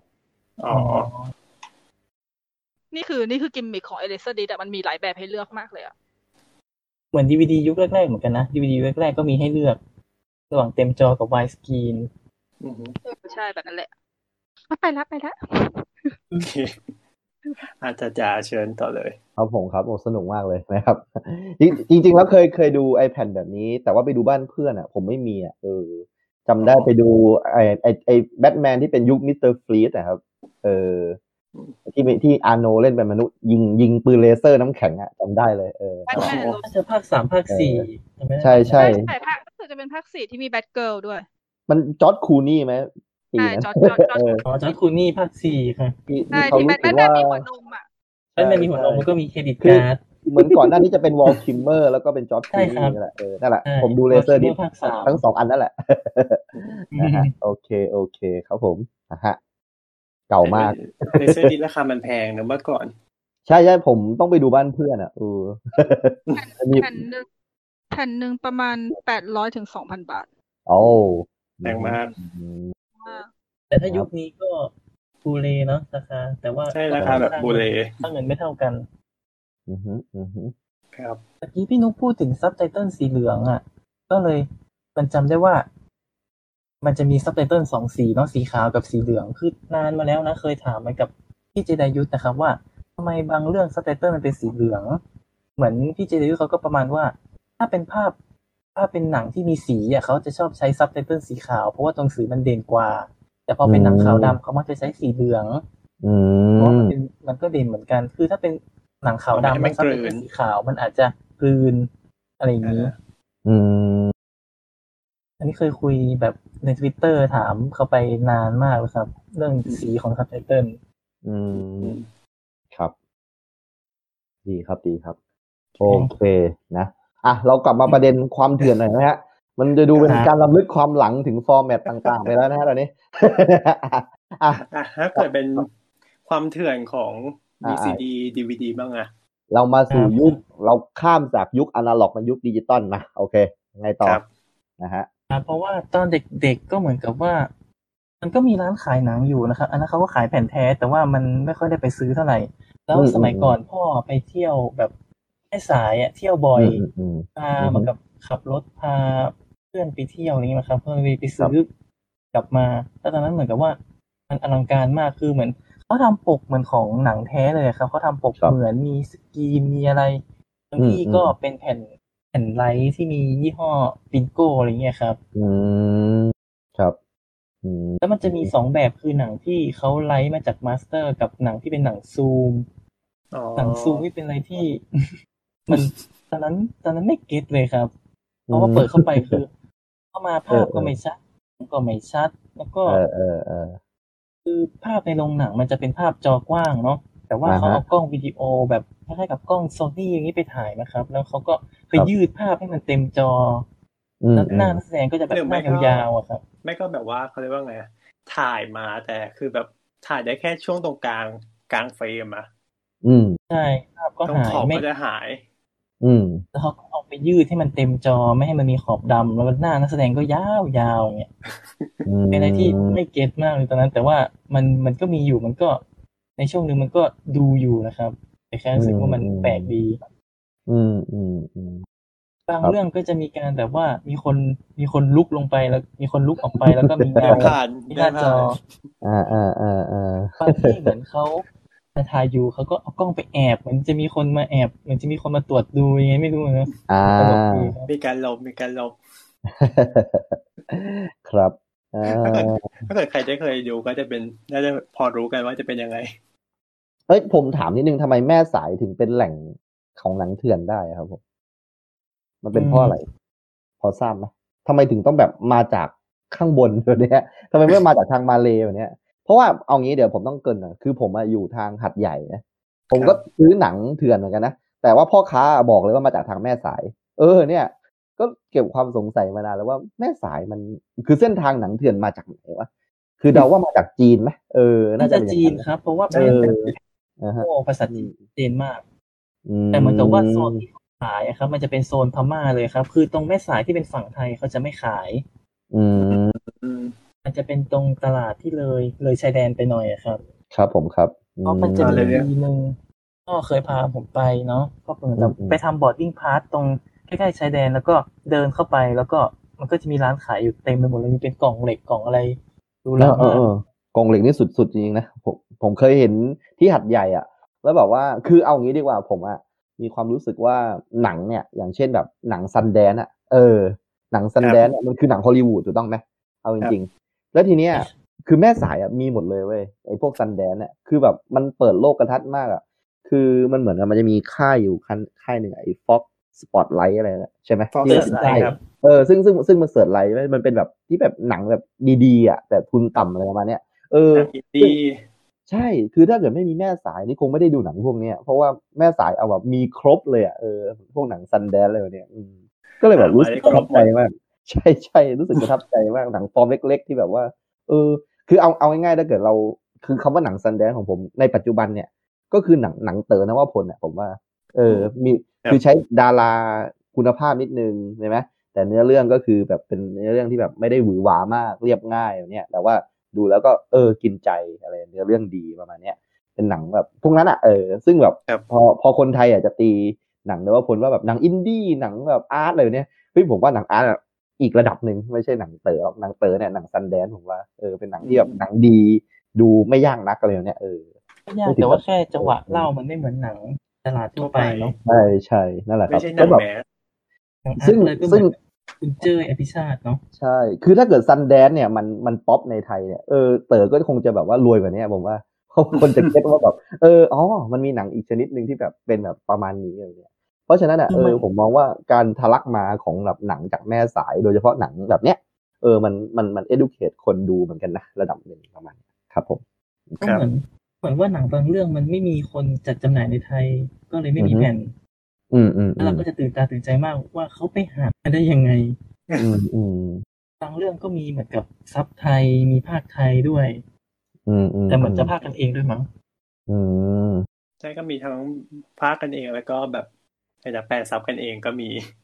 นี่คือกิมมิคของ Laserdisc มันมีหลายแบบให้เลือกมากเลยอ่ะเหมือน DVD ยุคแรกๆเหมือนกันนะ DVD ยุคแรกๆก็มีให้เลือกระหว่างเต็มจอกับไวด์สกรีนใช่แบบนั้นแหละไปละโอเคอาจารย์เชิญต่อเลยครับผมครับสนุกมากเลยนะครับจริงแล้วเคยดู iPad แบบนี้แต่ว่าไปดูบ้านเพื่อนอ่ะผมไม่มีจำได้ไปดูไอแบทแมนที่เป็นยุคมิสเตอร์ฟลีดนะครับที่อาร์โนเล่นเป็นมนุษย์ยิงปืนเลเซอร์น้ำแข็งอ่ะจำได้เลยจะภาค3ภาค4 ใช่ภาคก็จะเป็นภาค4ที่มีแบทเกิร์ลด้วยมันจอร์จคูนี่ไหมใช่จอร์จคูนี่ภาค4ค่ะที่แบทแมนมีหัวนมอ่ะแบทแมนมีหัวนมมันก็มีเครดิตการ์ดเหมือนก่อนหน้านี้จะเป็นวอลคิมเมอร์แล้วก็เป็นจอร์จคูนี่นั่นแหละนั่นแหละผมดูเลเซอร์ดิทั้ง2อันนั่นแหละนะฮะโอเคครับผมนะฮะเก่ามากเลเซอร์ดิสราคามันแพงนะเมื่อก่อนใช่ผมต้องไปดูบ้านเพื่อนแผ่นนึงประมาณ800ถึง 2,000 บาทโอ้แพงมากแต่ถ้ายุคนี้ก็บูเลเนาะราคาแต่ว่าใช่ราคาแบบบูเลค่าเงินไม่เท่ากันครับเมื่อกี้พี่นุ๊กพูดถึงซับไตเติลสีเหลืองอ่ะก็เลยมันจำได้ว่ามันจะมีซับไตเติล2สีเนาะสีขาวกับสีเหลืองคือนานมาแล้วนะเคยถามไปกับพี่เจไดยุทธนะครับว่าทำไมบางเรื่องซับไตเติลมันเป็นสีเหลืองเหมือนพี่เจไดยุทธเขาก็ประมาณว่าถ้าเป็นภาพเป็นหนังที่มีสีอ่ะเขาจะชอบใช้ซับไตเติลสีขาวเพราะว่าตรงสีมันเด่นกว่าแต่พอเป็นหนังขาวดำเขามักจะใช้สีเหลืองเพราะมันก็เด่นเหมือนกันคือถ้าเป็นหนังขาวดำมันซับไตเติลสีขาวมันอาจจะกลืนอะไรอย่างนี้อันนี้เคยคุยแบบใน Twitter ถามเขาไปนานมากเลยครับเรื่องสีของซับไตเติลครับดีครับดีครับโอเคนะเรากลับมาประเด็นความเถื่อนหน่อยนะฮะมันจะดูเป็นการรำลึกความหลังถึงฟอร์แมตต่างๆไปแล้วนะฮะตอนนี้ถ้าเกิดเป็นความเถื่อนของ VCD DVD บ้างเรามาสู่ยุคเราข้ามจากยุคอนาล็อกมายุคดิจิตอลมาโอเคไงต่อนะฮะเพราะว่าตอนเด็กๆก็เหมือนกับว่ามันก็มีร้านขายหนังอยู่นะครับอันนั้นเขาก็ขายแผ่นแท้แต่ว่ามันไม่ค่อยได้ไปซื้อเท่าไหร่แล้วสมัยก่อนพ่อไปเที่ยวแบบไอ้สายเที่ยวบ่อยพาเหมือนกับขับรถพาเพื่อนไปเที่ยวอะไรเงี้ยครับเพื่อนไปซื้อกลับมาแล้วตอนนั้นเหมือนกับว่ามันอลังการมากคือเหมือนเขาทำปกเหมือนของหนังแท้เลยครับเขาทำปกเหมือนมีสกรีนมีอะไรบางที่ก็เป็นแผ่นไลท์ที่มียี่ห้อปินโก้อะไรเงี้ยครับครับแล้วมันจะมี2แบบคือหนังที่เขาไลท์มาจากมาสเตอร์กับหนังที่เป็นหนังซูมหนังซูมนี่เป็นอะไรที่ มันตอนนั้นไม่เก็ตเลยครับเพราะว่าเปิดเข้าไปคือเข้ามาภาพก็ไม่ชัดก็ไม่ชัดแล้วก็คือภาพในโรงหนังมันจะเป็นภาพจอกว้างเนาะแต่ว่าเขาเอากล้องวิดีโอแบบคล้ายๆกับกล้องโซนี่อย่างนี้ไปถ่ายนะครับแล้วเขาก็ไปยืดภาพให้มันเต็มจอแล้วหน้านักแสดงก็จะแบบหน้ายาวๆครับไม่ก็แบบว่าเขาเรียกว่าไงถ่ายมาแต่คือแบบถ่ายได้แค่ช่วงตรงกลางเฟรมใช่ภาพก็หายไม่จะหายแล้วเขาก็เอาไปยืดให้มันเต็มจอไม่ให้มันมีขอบดำแล้วหน้านักแสดงก็ยาวๆอย่างเงี้ยเป็นอะไรที่ไม่เก็ตมากเลยตอนนั้นแต่ว่ามันก็มีอยู่มันก็ในช่วงนึงมันก็ดูอยู่นะครับแต่แค่รู้สึกว่ามันแปลกดีบางเรื่องก็จะมีการแบบว่ามีคนลุกลงไปแล้วมีคนลุกออกไปแล้วก็มีเงาที่หน้าจอบางที่เหมือนเขาถ่ายอยู่เขาก็เอากล้องไปแอบเหมือนจะมีคนมาแอบเหมือนจะมีคนมาตรวจดูยังไงไม่รู้นะมีการลบครับถ้าเกิดใครจะเคยดูก็จะเป็นน่าจะพอรู้กันว่าจะเป็นยังไงผมถามนิดนึงทำไมแม่สายถึงเป็นแหล่งของหนังเถื่อนได้ครับผมมันเป็นเพราะอะไรพอทราบไหมทำไมถึงต้องแบบมาจากข้างบนแบบนี้ทำไมไม่มาจากทางมาเลแบบนี้เพราะว่าเอางี้เดี๋ยวผมต้องเกริ่นหน่อยคือผมอยู่ทางหัดใหญ่นะผมก็ซื้อหนังเถื่อนเหมือนกันนะแต่ว่าพ่อค้าบอกเลยว่ามาจากทางแม่สายเนี่ยก็เก็บความสงสัยมานานแล้วว่าแม่สายมันคือเส้นทางหนังเถื่อนมาจากไหนวะคือเดาว่ามาจากจีนไหมน่าจะจีนครับเพราะว่าเป็นภาษาจีนมากแต่เหมือนกับว่าโซนที่ขายครับมันจะเป็นโซนพม่าเลยครับคือตรงแม่สายที่เป็นฝั่งไทยเขาจะไม่ขายมันจะเป็นตรงตลาดที่เลยชายแดนไปหน่อยครับครับผมครับเพราะมันจะมีทีนึงก็เคยพาผมไปเนาะก็เหมือนกับไปทำบอร์ดดิ้งพาสตรงใกล้ๆชายแดนแล้วก็เดินเข้าไปแล้วก็มันก็จะมีร้านขายอยู่เต็มไปหมดเลยมีเป็นกล่องเหล็กกล่องอะไรดูแล้วกล่องเหล็กนี่สุดๆจริงๆนะผมเคยเห็นที่หัดใหญ่อ่ะแล้วแบบว่าคือเอางี้ดีกว่าผมมีความรู้สึกว่าหนังเนี่ยอย่างเช่นแบบหนังซันแดนหนังซันแดนมันคือหนังฮอลลีวูดถูกต้องไหมเอาจริงๆแล้วทีเนี้ยคือแม่สายมีหมดเลยเว้ยไอ้พวกซันแดนเนี่ยคือแบบมันเปิดโลกกระทัดมากคือมันเหมือนกับมันจะมีค่ายอยู่ค่ายหนึ่งไอ้ Fox Spotlight อะไรนะใช่ไหมที่ใช่ครับซึ่งมันเสิร์ชไลท์มันเป็นแบบที่แบบหนังแบบดีๆแต่ทุนต่ำอะไรประมาณเนี้ยดีใช่คือถ้าเกิดไม่มีแม่สายนี่คงไม่ได้ดูหนังพวกนี้เพราะว่าแม่สายเอาแบบมีครบเลยพวกหนังซันแดนอะไรแบบเนี้ยก็เลยแบบรู้สึกประทับใจมากใช่รู้สึกประทับใจมากหนังฟอร์มเล็กๆที่แบบว่าคือเอาง่ายๆถ้าเกิดเราคือคำว่าหนังซันแดนของผมในปัจจุบันเนี่ยก็คือหนังเต๋อนวพลผมว่ามีคือใช้ดาราคุณภาพนิดนึงใช่ไหมแต่เนื้อเรื่องก็คือแบบเป็นเนื้อเรื่องที่แบบไม่ได้หวือหวามากเรียบง่ายแบบเนี้ยแต่ว่าดูแล้วก็กินใจอะไรเนื้อเรื่องดีประมาณเนี้ยเป็นหนังแบบพวกนั้นซึ่งแบบพอคนไทยจะตีหนังนวพลว่าแบบหนังอินดี้หนังแบบอาร์ตอะไรเนี่ยผมว่าหนังอาร์ตอีกระดับหนึ่งไม่ใช่หนังเต๋อหรอกหนังเต๋อเนี่ยหนังซันแดนผมว่าเป็นหนังที่แบบหนังดีดูไม่ยากนักอะไรเนี่ยไม่ยากแต่ว่าแค่จังหวะเล่ามันไม่เหมือนหนังตลาดทั่วไปเนาะใช่นั่นแหละครับไม่ใช่หนังแมสซึ่งคุณเจออภิชาติเนาะใช่คือถ้าเกิดซันแดนเนี่ยมันป๊อปในไทยเนี่ยเต๋อก็คงจะแบบว่ารวยกว่านี้ผมว่าเพราะคนจะเก็ตว่าแบบอ๋อมันมีหนังอีกชนิดนึงที่แบบเป็นแบบประมาณนี้อะไรเนี่ยราะฉะนั้นอ่ะผมมองว่าการทะลักมาของแบบหนังจากแม่สายโดยเฉพาะหนังแบบเนี้ยมัน educate คนดูเหมือนกันนะระดับหนึ่งประมาณครับผมก็เหมือนว่าหนังบางเรื่องมันไม่มีคนจัดจำหน่ายในไทยก็เลยไม่มีแผ่นแล้วเราก็จะตื่นตาตื่นใจมากว่าเขาไปหาได้ยังไงบางเรื่องก็มีเหมือนกับซับไทยมีภาคไทยด้วยแต่เหมือนจะภาคกันเองด้วยมั้งใช่ก็มีทั้งภาคกันเองแล้วก็แบบแปลซับกันเองก็มี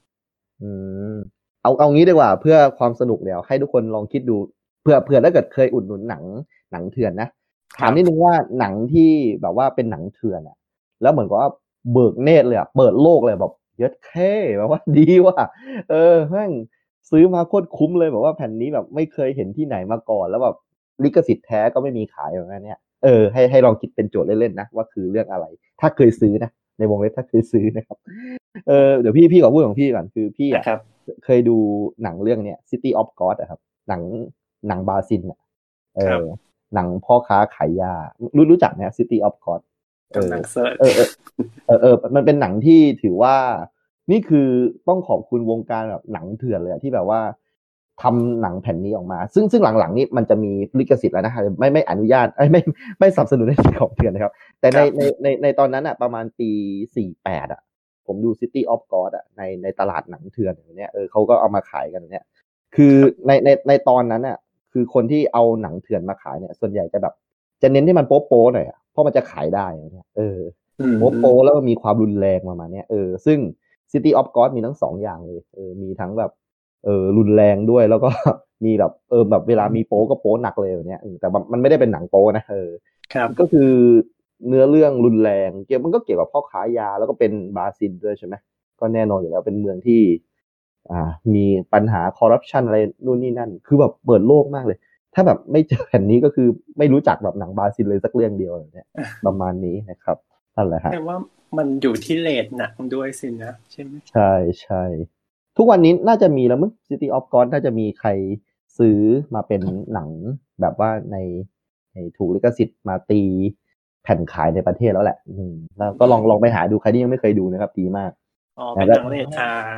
เอางี้ดีกว่าเพื่อความสนุกเดี๋ยวให้ทุกคนลองคิดดูเผื่อถ้าเกิดเคยอุดหนุนหนังเถื่อนนะถามนิดนึงว่าหนังที่แบบว่าเป็นหนังเถื่อนอะแล้วเหมือนกับว่าเบิกเนตรเลยอะเปิดโลกเลยแบบเย็ดแค่แบบว่าดีว่ะแม่งซื้อมาโคตรคุ้มเลยแบบว่าแผ่นนี้แบบไม่เคยเห็นที่ไหนมาก่อนแล้วแบบลิขสิทธิ์แท้ก็ไม่มีขายแบบนี้ให้ลองคิดเป็นโจทย์เล่นๆนะว่าคือเรื่องอะไรถ้าเคยซื้อนะในวงเล็บถ้าเคยซื้อนะครับเดี๋ยวพี่ขอพูดของพี่ก่อนคือพี่อะเคยดูหนังเรื่องเนี้ย City of God อะครับหนังบราซิลอะหนังพ่อค้าขายยารู้จักไหม City of God กำลังเสิร์ชมันเป็นหนังที่ถือว่านี่คือต้องขอบคุณวงการแบบหนังเถื่อนเลยที่แบบว่าทำหนังแผ่นนี้ออกมาซึ่งหลังๆนี้มันจะมีลิขสิทธิ์แล้วนะไม่อนุญาตไม่สนับสนุนในของเถื่อนนะครับแต่ในตอนนั้นอะประมาณปี48อะผมดู City of God อ่ะในตลาดหนังเถื่อนอย่างเนี้ยเขาก็เอามาขายกันอย่างเนี้ยคือในตอนนั้นอ่ะคือคนที่เอาหนังเถื่อนมาขายเนี่ยส่วนใหญ่จะแบบจะเน้นที่มันโป๊ะๆหน่อยอ่ะเพราะมันจะขายได้อย่างเนี้ยโป๊ะแล้วก็มีความรุนแรงประมาณเนี้ยซึ่ง City of God มีทั้ง2อย่างเลยมีทั้งแบบรุนแรงด้วยแล้วก็มีแบบแบบเวลามีโป๊ก็โป๊หนักเลยอย่างเนี้ยแต่มันไม่ได้เป็นหนังโป๊นะก็คือเนื้อเรื่องรุนแรงมันก็เกี่ยวกับพ่อค้ายาแล้วก็เป็นบราซิลด้วยใช่ไหมก็แน่นอนอยู่แล้วเป็นเมืองที่มีปัญหาคอร์รัปชันอะไรนู่นนี่นั่นคือแบบเปิดโลกมากเลยถ้าแบบไม่เจอแผ่นนี้ก็คือไม่รู้จักแบบหนังบราซิลเลยสักเรื่องเดียวเนี่ยประมาณนี้นะครับนั่นแหละฮะแต่ว่ามันอยู่ที่เรทหนังด้วยสินะใช่ไหมใช่ทุกวันนี้น่าจะมีแล้วมั้ง City of God น่าจะมีใครซื้อมาเป็นหนังแบบว่าในถูกลิขสิทธิ์มาตีแผ่นขายในประเทศแล้วแหละแล้วก็ลองไปหาดูใครที่ยังไม่เคยดูนะครับดีมากเป็นหนังเรท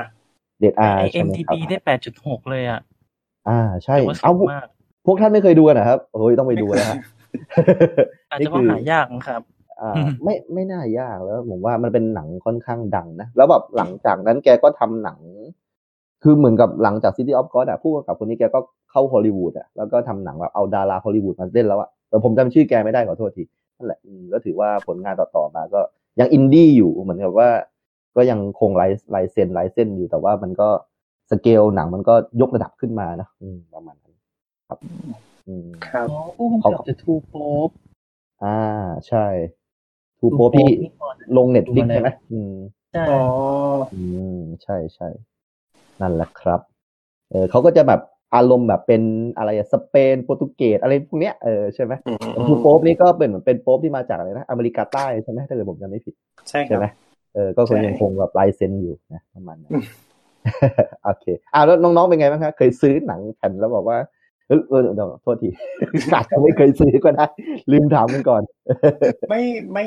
R ใช่ไหมครับ MDB ได้ 8.6 เลยอ่ะใช่เอาพวกท่านไม่เคยดูกันนะครับโอ้ยต้องไปดูนะฮะอาจจะว่าหายากครับไม่น่ายากแล้วผมว่ามันเป็นหนังค่อนข้างดังนะแล้วแบบหลังจากนั้นแกก็ทำหนังคือเหมือนกับหลังจาก City of God ผู้กำกับคนนี้แกก็เข้าฮอลลีวูดแล้วก็ทำหนังแบบเอาดาราฮอลลีวูดมาเล่นแล้วแต่ผมจำชื่อแกไม่ได้ขอโทษทีนั่นแหละก็ถือว่าผลงานต่อมาก็ยังอินดี้อยู่เหมือนกับว่าก็ยังคงลายเส้นอยู่แต่ว่ามันก็สเกลหนังมันก็ยกระดับขึ้นมานะประมาณนั้นครับผู้กำกับจะทูโป๊ปใช่ทูโป๊ปที่ลง Netflix ใช่ไหมใช่ใช่นั่นแหละครับเขาก็จะแบบอารมณ์แบบเป็นอะไรสเปนโปรตุเกสอะไรพวกเนี้ยใช่ไหมทูโป๊ปนี่ก็เป็นโป๊ปที่มาจากอะไรนะอเมริกาใต้ใช่ไหมถ้าเกิดผมจำไม่ผิดใช่ไหมก็คงยังคงแบบลายเซ็นอยู่นะประมาณนั้นโอเคแล้วน้องๆเป็นไงบ้างครับเคยซื้อหนังแผ่นแล้วบอกว่าเดี๋ยวโทษทีอาจจะไม่เคยซื้อก็ได้ลืมถามกันก่อนไม่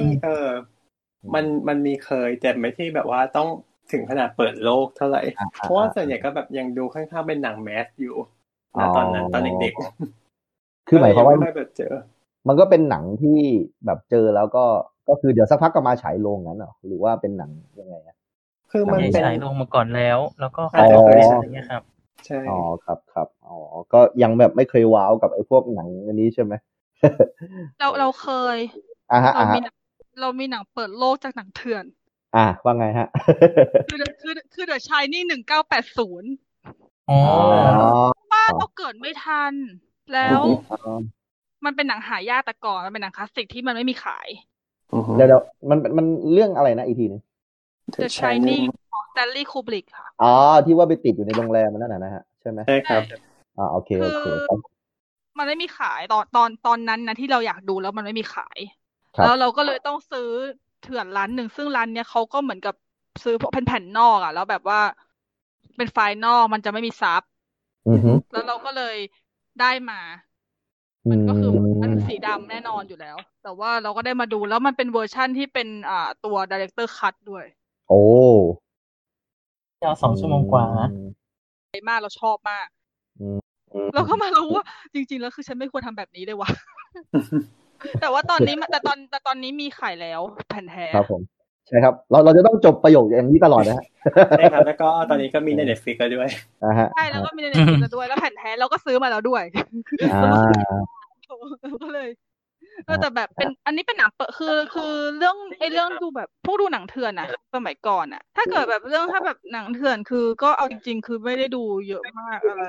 มันมีเคยแต่ไม่ที่แบบว่าต้องถึงขนาดเปิดโลกเท่าไหร่เพราะว่าส่วนใหญ่ก็แบบยังดูค่อนข้างเป็นหนังแมสอยู่ตอนนั้นตอนเด็กๆคือหมายความว่าแบบเจอมันก็เป็นหนังที่แบบเจอแล้วก็คือเดี๋ยวสักพักก็มาฉายโรงงั้นเหรอหรือว่าเป็นหนังยังไงคือมันฉายโรงมาก่อนแล้วก็อาจจะเคยฉายเนี่ยครับใช่ครับก็ยังแบบไม่เคยว้าวกับไอ้พวกหนังอันนี้ใช่ไหมเราเคยเรามีหนังเปิดโลกจากหนังเถื่อนว่าไงฮะคือ The Shining 1980ว่าเราเกิดไม่ทันแล้วมันเป็นหนังหายากแต่ก่อนมันเป็นหนังคลาสสิกที่มันไม่มีขายเดี๋ยวมันเรื่องอะไรนะอีกทีนึง The Shining ของ Stanley Kubrick ค่ะที่ว่าไปติดอยู่ในโรงแรมนั่นนะฮะใช่ไหมใช่ครับโอเคมันไม่มีขายตอนนั้นนะที่เราอยากดูแล้วมันไม่มีขายแล้วเราก็เลยต้องซื้อเถื่อนร้านหนึ่งซึ่งร้านเนี้ยเขาก็เหมือนกับซื้อพวกแผ่นนอกแล้วแบบว่าเป็นไฟล์นอกมันจะไม่มีซับแล้วเราก็เลยได้มามันก็คือมันสีดำแน่นอนอยู่แล้วแต่ว่าเราก็ได้มาดูแล้วมันเป็นเวอร์ชั่นที่เป็นตัว Director Cut ด้วยยาว2 ชั่วโมงกว่ามากเราชอบมากเราก็มารู้ว่าจริงๆแล้วคือฉันไม่ควรทำแบบนี้เลยว่ะ แต่ว่าตอนนี้แต่ตอนนี้มีขายแล้วแผ่นแท้ครับผมใช่ครับเราจะต้องจบประโยคอย่างนี้ตลอดนะฮะใช่ครับแล้วก็ตอนนี้ก็มีใน Netflix แล้วด้วยใช่แล้วก็มีใน Netflix แล้วด้วยแล้วแผ่นแท้เราก็ซื้อมาแล้วด้วยก็เลยแต่แบบเป็นอันนี้เป็นหนังคือเรื่องดูแบบพวกดูหนังเถื่อนอะสมัยก่อนอะถ้าเกิดแบบถ้าแบบหนังเถื่อนคือก็เอาจริงๆคือไม่ได้ดูเยอะมากอะไร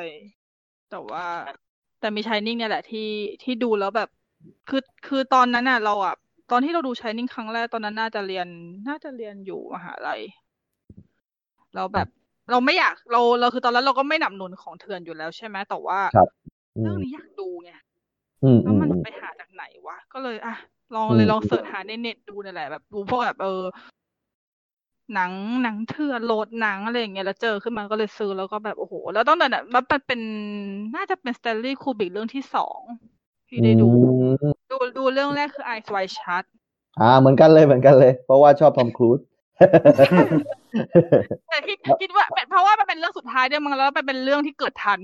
แต่มี Shining เนี่ยแหละที่ดูแล้วแบบคือตอนนั้นน่ะเราอ่ะตอนที่เราดู Shining ครั้งแรกตอนนั้นน่าจะเรียนอยู่มหาลัยเราแบบเราไม่อยากเราคือตอนนั้นเราก็ไม่หนับหนุนของเถื่อนอยู่แล้วใช่ไหมแต่ว่าเรื่องนี้อยากดูไงแล้วมันไปหาจากไหนวะก็เลยอ่ะลองเสิร์ชหาในเน็ตดูนั่นแหละแบบดูพวกแบบหนังเถื่อนโหลดหนังอะไรอย่างเงี้ยแล้วเจอขึ้นมาก็เลยซื้อแล้วก็แบบโอ้โหแล้วตั้งแต่นั้นมันเป็นน่าจะเป็น Stanley Kubrick เรื่องที่2ที่ได้ดูเรื่องแรกคือ Eyes Wide Shut เหมือนกันเลยเพราะว่าชอบทอมครูซแต่คิดว่าเพราะว่ามันเป็นเรื่องสุดท้ายด้วยมั้งแล้วมันเป็นเรื่องที่เกิดทัน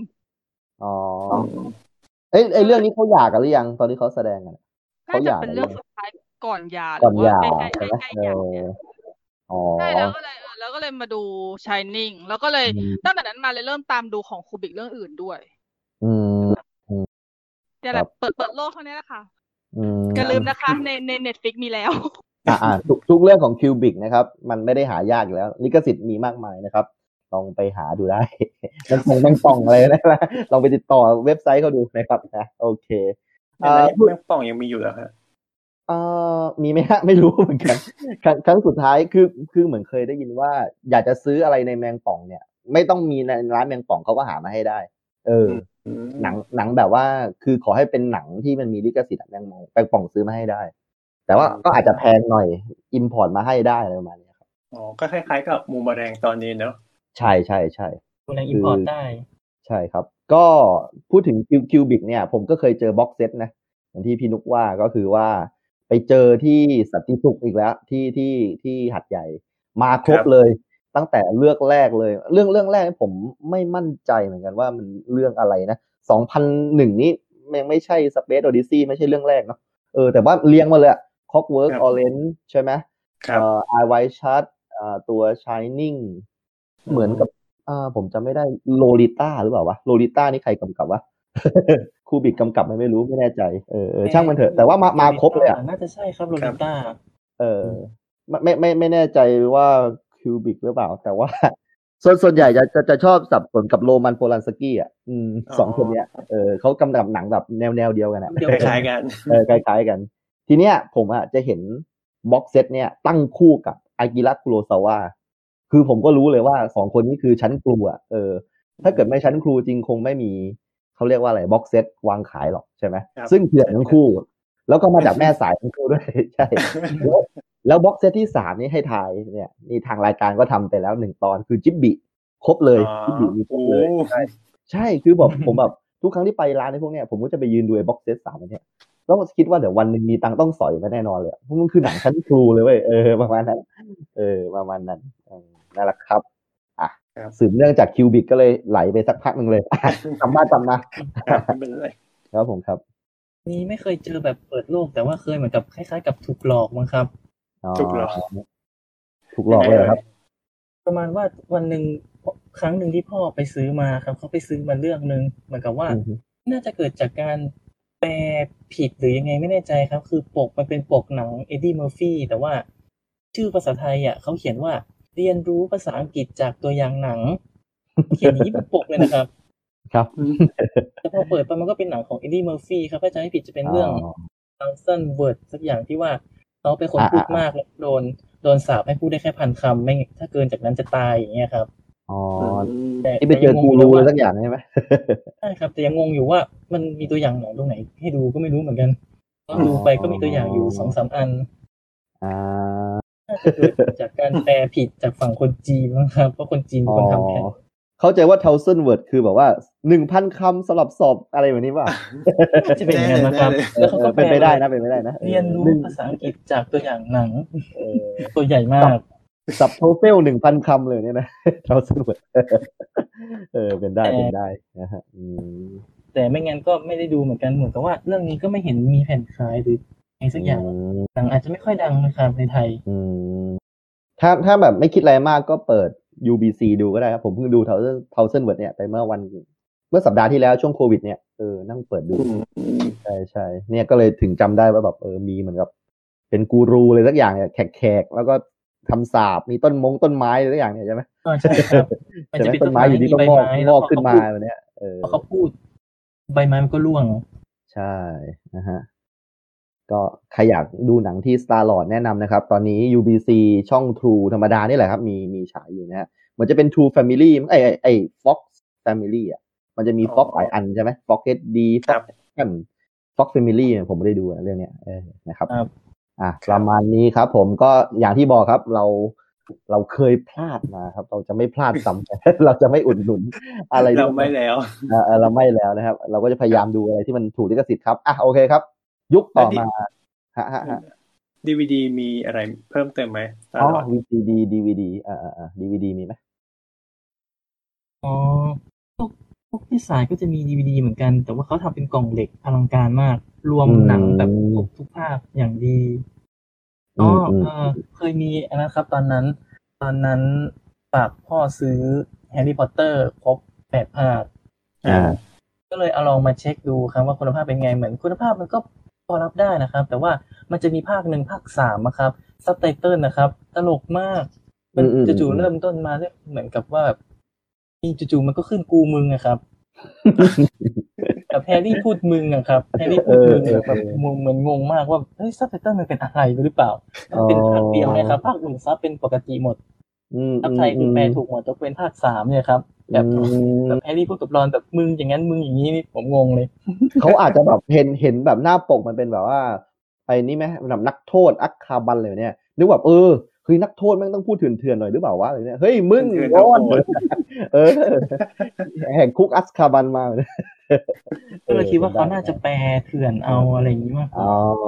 ไอเรื่องนี้เขาหย่ากันหรือยังตอนที่เขาแสดงกันเขาหย่าเป็นเรื่องสุดท้ายก่อนหย่าหรือว่าใกล้หย่าใช่แล้วก็เลยมาดู Shining แล้วก็เลยตั้งแต่นั้นมาเลยเริ่มตามดูของคูบิกเรื่องอื่นด้วยจะแบบเปิดโลกเท่านี้แหละค่ะอย่าลืมนะคะใน Netflix มีแล้วทุกเรื่องของคิวบิกนะครับมันไม่ได้หายากอยู่แล้วลิขสิทธิ์มีมากมายนะครับลองไปหาดูได้มันป่องอะไรนะลองไปติดต่อเว็บไซต์เขาดูนะครับนะโอเคแม่งป่องยังมีอยู่แล้วฮะมีไหมฮะไม่รู้เหมือนกันครั้งสุดท้ายคือเหมือนเคยได้ยินว่าอยากจะซื้ออะไรในแมงป่องเนี่ยไม่ต้องมีในร้านแมงป่องเขาก็หามาให้ได้หนังแบบว่าคือขอให้เป็นหนังที่มันมีลิขสิทธิ์แมงป่องซื้อมาให้ได้แต่ว่าก็อาจจะแพงหน่อยอิมพอร์ตมาให้ได้อะไรประมาณนี้ครับก็คล้ายๆกับมูมแมลงตอนนี้เนาะใช่มูมแมลงอิมพอร์ตได้ใช่ครับก็พูดถึงคิวบิกเนี่ยผมก็เคยเจอบ็อกเซตนะอย่างที่พี่นุกว่าก็คือว่าไปเจอที่สันติสุขอีกแล้วที่หัดใหญ่มาครบเลยตั้งแต่เลือกแรกเลยเรื่องแรกผมไม่มั่นใจเหมือนกันว่ามันเรื่องอะไรนะ2001นี้ยังไม่ใช่ Space Odyssey ไม่ใช่เรื่องแรกเนาะแต่ว่าเรียงมาเลยClockwork Orange ใช่ไหมEyes Wide Shut ตัว Shining เหมือนกับผมจำไม่ได้โลลิต้าหรือเปล่าวะโลลิต้านี่ใครกำกับวะ คูบิกกำกับไม่รู้ไม่แน่ใจช่างมันเถอะแต่ว่ามาครบเลยน่าจะใช่ครับโลลิต้าไม่แน่ใจว่าคิวบิกหรือเปล่าแต่ว่าส่วนใหญ่จะชอบสับสนกับโรมันโพลันสกี้สองคนเนี้ยเขากำกับหนังแบบแนวเดียวกันคล้ายๆกันคล้ายๆกันทีเนี้ยผมจะเห็นบ็อกเซตเนี่ยตั้งคู่กับอากิระคุโรซาวะคือผมก็รู้เลยว่า2คนนี้คือชั้นครูถ้าเกิดไม่ชั้นครูจริงคงไม่มีเขาเรียกว่าอะไรบ็อกเซตวางขายหรอกใช่ไหมซึ่งเถื่อนทั้งคู่แล้วก็มาจากแม่สายทั้งคู่ด้วยใช่แล้วบ็อกเซตที่3นี่ให้ทายเนี่ยนี่ทางรายการก็ทำไปแล้ว1ตอนคือจิบบิครบเลยจิบบิมีครบเลยใช่คือผมแบบทุกครั้งที่ไปร้านในพวกเนี้ยผมก็จะไปยืนดูไอ้บ็อกเซต3อันเนี้ยแล้วคิดว่าเดี๋ยววันนึงมีตังค์ต้องสอยมาแน่นอนเลยเพราะมันคือหนังชั้นครูเลยเว้ยประมาณนั้นประมาณนั้นนั่นแหละครับสืบเนื่องจากคิวบิกก็เลยไหลไปสักพักนึงเลยจำมาครับผมครับนี่ไม่เคยเจอแบบเปิดโลกแต่ว่าเคยเหมือนกับคล้ายๆกับถูกหลอกมั้งครับถูกหลอกเลยครับประมาณว่าวันนึงครั้งนึงที่พ่อไปซื้อมาครับเขาไปซื้อมาเรื่องนึงเหมือนกับว่าน่าจะเกิดจากการแปลผิดหรือยังไงไม่แน่ใจครับคือปกมันเป็นปกหนังเอ็ดดี้เมอร์ฟี่แต่ว่าชื่อภาษาไทยเขาเขียนว่าเรียนรู้ภาษาอังกฤษจากตัวอย่างหนังเขียนอย่างนี้เป็นปกเลยนะครับครับแต่พอเปิดไปมันก็เป็นหนังของเอ็ดดี้เมอร์ฟี่ครับถ้าจะไม่ผิดจะเป็นเรื่องThousand Words สักอย่างที่ว่าเขาเป็นคนพูดมากแล้วโดนสาปให้พูดได้แค่1,000 คำไม่ถ้าเกินจากนั้นจะตายอย่างเงี้ยครับที่ไปเจอกูรูอะไรสักอย่างใช่ไหมใช่ครับแต่ยังงงอยู่ว่ามันมีตัวอย่างหนังตรงไหนให้ดูก็ไม่รู้เหมือนกันก็ดูไปก็มีตัวอย่างอยู่ 2-3 อันน่าจะเกิดจากการแปลผิดจากฝั่งคนจีนนะครับเพราะคนจีนเป็นคนทำแผ่นเข้าใจว่า Thousand Word คือแบบว่า 1,000 คำสำหรับสอบอะไรแบบนี้ป่ะจะเป็นอย่างนั้นนะครับแล้วเขาก็เป็นไปได้นะเรียนรู้ภาษาอังกฤษจากตัวอย่างหนังตัวใหญ่มากสับโทเฟล 1,000 คำเลยเนี่ยนะเราสนุกเป็นได้นะฮะแต่ไม่งั้นก็ไม่ได้ดูเหมือนกันเหมือนกับว่าเรื่องนี้ก็ไม่เห็นมีแผ่นขายหรืออะไรสักอย่างหนังอาจจะไม่ค่อยดังนะครับในไทยถ้าแบบไม่คิดอะไรมากก็เปิด UBC ดูก็ได้ครับผมเพิ่งดูThousand Words เนี่ยไปเมื่อสัปดาห์ที่แล้วช่วงโควิดเนี่ยนั่งเปิดดูใช่เนี่ยก็เลยถึงจำได้ว่าแบบมีเหมือนกับเป็นกูรูเลยสักอย่างเนี่ยแขกแล้วก็ทำสาบมีต้นไม้อะไรสักอย่างเนี่ยใช่ไหมใช่ครับมันจะเป็นต้นไม้อยู่ดีก็งอกขึ้นมาแบบเนี้ยพอเขาพูดใบไม้มันก็ร่วงใช่นะฮะก็ใครอยากดูหนังที่ Starlord แนะนำนะครับตอนนี้ UBC ช่อง True ธรรมดานี่แหละครับมีฉายอยู่นะฮะมันจะเป็น True Family ไอ้ Fox Family อ่ะมันจะมี Fox หลายอันใช่ไหม Fox HD Fox Fox Family ผมไม่ได้ดูเรื่องเนี้ยนะครับประมาณนี้ครับผมก็อย่างที่บอกครับเราเคยพลาดมาครับเราจะไม่พลาดซ้ำเราจะไม่อุดหนุนอะไรเราไม่แล้วเราไม่แล้วนะครับเราก็จะพยายามดูอะไรที่มันถูกลิขสิทธิ์ครับโอเคครับยุคต่อมา DVD มีอะไรเพิ่มเติมไหม VCD DVD DVD มีไหมพวกที่สายก็จะมี DVD เหมือนกันแต่ว่าเขาทำเป็นกล่องเหล็กอลังการมากรวมหนังแบบทุกภาคอย่างดีเคยมีอันนั้นครับตอนนั้นฝากพ่อซื้อแฮร์รี่พอตเตอร์ครบ8 ภาคก็เลยเอาลองมาเช็คดูครับว่าคุณภาพเป็นไงเหมือนคุณภาพมันก็พอรับได้นะครับแต่ว่ามันจะมีภาค1ภาค3นะครับซับไตเติลนะครับตลกมากมันจู่ๆเริ่มต้นมาเหมือนกับว่าแบบจู่ๆมันก็ขึ้นกูมึงนะครับกับแฮร์รี่พูดมึงครับแฮร์รี่พูดมึงแบบเหมือนงงมากว่าเฮ้ยซับไตเติลมันเป็นอะไรหรือเปล่าเป็นภาคเดียวนะครับภาค1ซับเป็นปกติหมดซับไทยคือแปลถูกหมดยกเว้นภาค3เนี่ยครับแบบแฮร์รี่พูดกับรอนแบบมึงอย่างนั้นมึงอย่างนี้นี่ผมงงเลยเขาอาจจะแบบเห็นแบบหน้าปกมันเป็นแบบว่าไอ้นี่ไหมแบบนักโทษอัคคาบันเลยเนี่ยนึกแบบคือนักโทษแม่งต้องพูดเถื่อนๆหน่อยหรือเปล่าวะอะไรเนี่ยเฮ้ยมึงร้อนแห่งคุกอัคคาบันมาก็เลยคิดว่าเขาน่าจะแปลเถื่อนเอาอะไรอย่างนี้มาก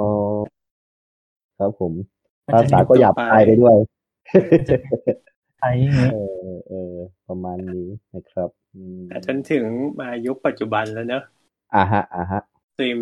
ครับผมภาษาก็หยาบคายไปด้วยไอ้อย่างนี้ประมาณนี้นะครับจนถึงมายุคปัจจุบันแล้วเนอะสตรีม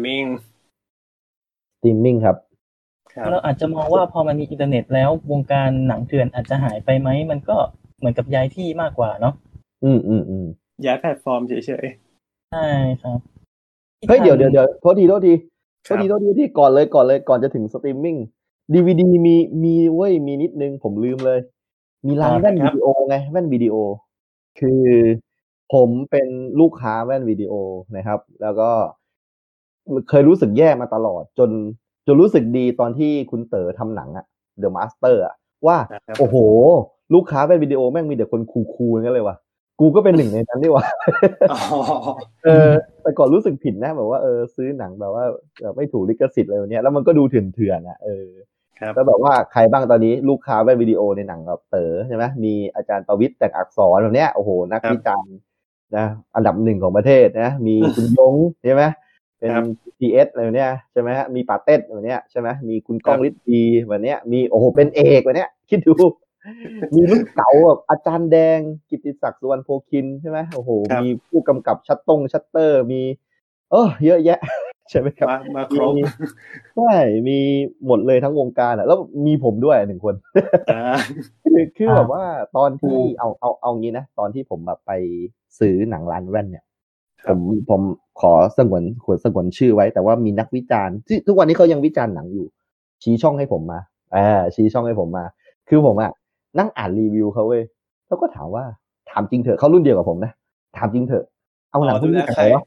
มิ่งครับเราอาจจะมองว่าพอมันมีอินเทอร์เน็ตแล้ววงการหนังเถื่อนอาจจะหายไปไหมมันก็เหมือนกับย้ายที่มากกว่าเนาะย้ายแพลตฟอร์มเฉยๆใช่ครับเฮ้ยเดี๋ยวโทษทีที่ก่อนจะถึงสตรีมมิ่ง DVD มีเว้ยมีนิดนึงผมลืมเลยมีร้านแว่นวิดีโอไงแว่นวิดีโอคือผมเป็นลูกค้าแว่นวิดีโอนะครับแล้วก็เคยรู้สึกแย่มาตลอดจนรู้สึกดีตอนที่คุณเต๋อทำหนังThe Master ว่าโอ้โหลูกค้าแว่นวิดีโอแม่งมีแต่คนคูลๆงั้นเลยว่ะกูก็เป็นหนึ่งในนั้นนี่ว่ะแต่ก่อนรู้สึกผิดนะแบบว่าซื้อหนังแบบว่าแบบไม่ถูกลิขสิทธิ์อะไรแบบนี้แล้วมันก็ดูเถื่อนแล้วแบบว่าใครบ้างตอนนี้ลูกค้าแว่นวิดีโอในหนังแบบเต๋อใช่ไหมมีอาจารย์ประวิตรแต่งอักษรแบบเนี้ยโอ้โหนักวิจารณ์นะอันดับ1ของประเทศนะมีคุณยงใช่ไหมเป็น PS อะไรแบบเนี้ยใช่ไหมมีปาเต้แบบเนี้ยใช่ไหมมีคุณก้องฤทธิ์ดีแบบเนี้ยมีโอ้โหเป็นเอกแบบเนี้ยคิดดูมีรุ่นเก่าแบบอาจารย์แดงกิตติศักดิ์สุวรรณโพคินใช่ไหมโอ้โหมีผู้กำกับชัตเตอร์มีเยอะแยะใช่ไหมครับมาครบใช่มีหมดเลยทั้งวงการแล้วมีผมด้วย1 คนคือแบบว่าตอนที่เอางี้นะตอนที่ผมแบบไปซื้อหนังร้านแว่นเนี่ยผมขอสงวนชื่อไว้แต่ว่ามีนักวิจารณ์ทุกวันนี้เขายังวิจารณ์หนังอยู่ชี้ช่องให้ผมมาชี้ช่องให้ผมมาคือผมนั่งอ่านรีวิวเขาเว้ยแล้วก็ถามว่าถามจริงเถอะเขารุ่นเดียวกับผมนะถามจริงเถอะเอาหนังพวกนี้จากไหนวะ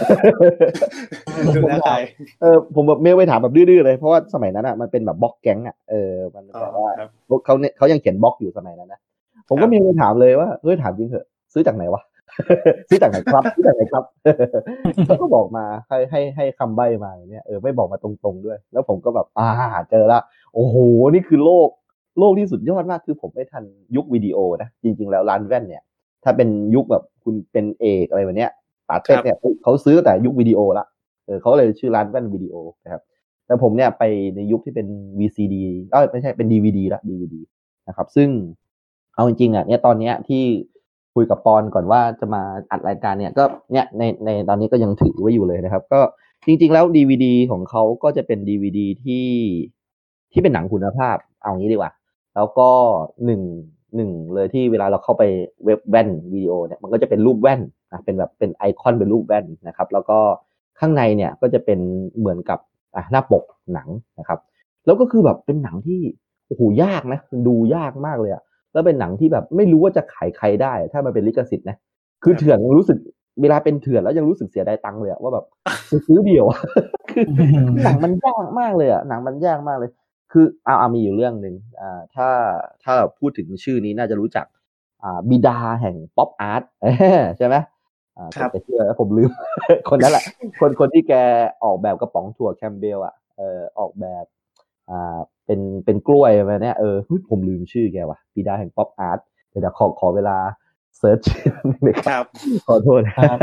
ผมแบบเมลไปถามแบบดื้อๆเลยเพราะว่าสมัยนั้นมันเป็นแบบบล็อกแก๊งมันแบบว่าเขายังเขียนบล็อกอยู่สมัยนั้นนะผมก็เมลไปถามเลยว่าเฮ้ยถามจริงเถอะซื้อจากไหนวะซื้อจากไหนครับเขาก็บอกมาให้คำใบ้มาเนี่ยไม่บอกมาตรงๆด้วยแล้วผมก็แบบเจอละโอ้โหนี่คือโลกที่สุดยอดมากคือผมไม่ทันยุควิดีโอนะจริงๆแล้วร้านแว่นเนี่ยถ้าเป็นยุคแบบคุณเป็นเอกอะไรแบบเนี้ยปาเต้เนี่ยเขาซื้อแต่ยุควิดีโอละเขาเลยชื่อร้านแว่นวิดีโอนะครับแต่ผมเนี่ยไปในยุคที่เป็น VCD ไม่ใช่เป็น DVD ละ DVD นะครับซึ่งเอาจริงๆอ่ะเนี่ยตอนเนี้ยที่คุยกับปอนก่อนว่าจะมาอัดรายการเนี่ยก็เนี่ยในตอนนี้ก็ยังถือไว้อยู่เลยนะครับก็จริงๆแล้วดีวีดีของเขาก็จะเป็นดีวีดีที่เป็นหนังคุณภาพเอางี้ดีกว่าแล้วก็หนึ่งหนึ่งเลยที่เวลาเราเข้าไปเว็บแว่นวิดีโอเนี่ยมันก็จะเป็นรูปแว่นเป็นแบบเป็นไอคอนเป็นรูปแว่นนะครับแล้วก็ข้างในเนี่ยก็จะเป็นเหมือนกับหน้าปกหนังนะครับแล้วก็คือแบบเป็นหนังที่โอ้โหยากนะดูยากมากเลยอะแล้วเป็นหนังที่แบบไม่รู้ว่าจะขายใครได้ถ้ามันเป็นลิขสิทธิ์นะคือเถื่อนรู้สึกเวลาเป็นเถื่อนแล้วยังรู้สึกเสียดายตังค์เลยว่าแบบซื้อเดียวคือหนังมันยากมากเลยอะหนังมันยากมากเลยคือเอามีอยู่เรื่องหนึ่งถ้าพูดถึงชื่อนี้น่าจะรู้จักบิดาแห่งป๊อปอาร์ตใช่ไหมแต่เชื่อผมลืม คนนั้นแหละคนที่แกออกแบบกระป๋องถั่วแคมเบลออกแบบเป็นกล้วยมาเนี่ยผมลืมชื่อแกว่ะบิดาแห่งป๊อปอาร์ตเดี๋ยวขอเวลาเซิร์ชครับขอโทษครับ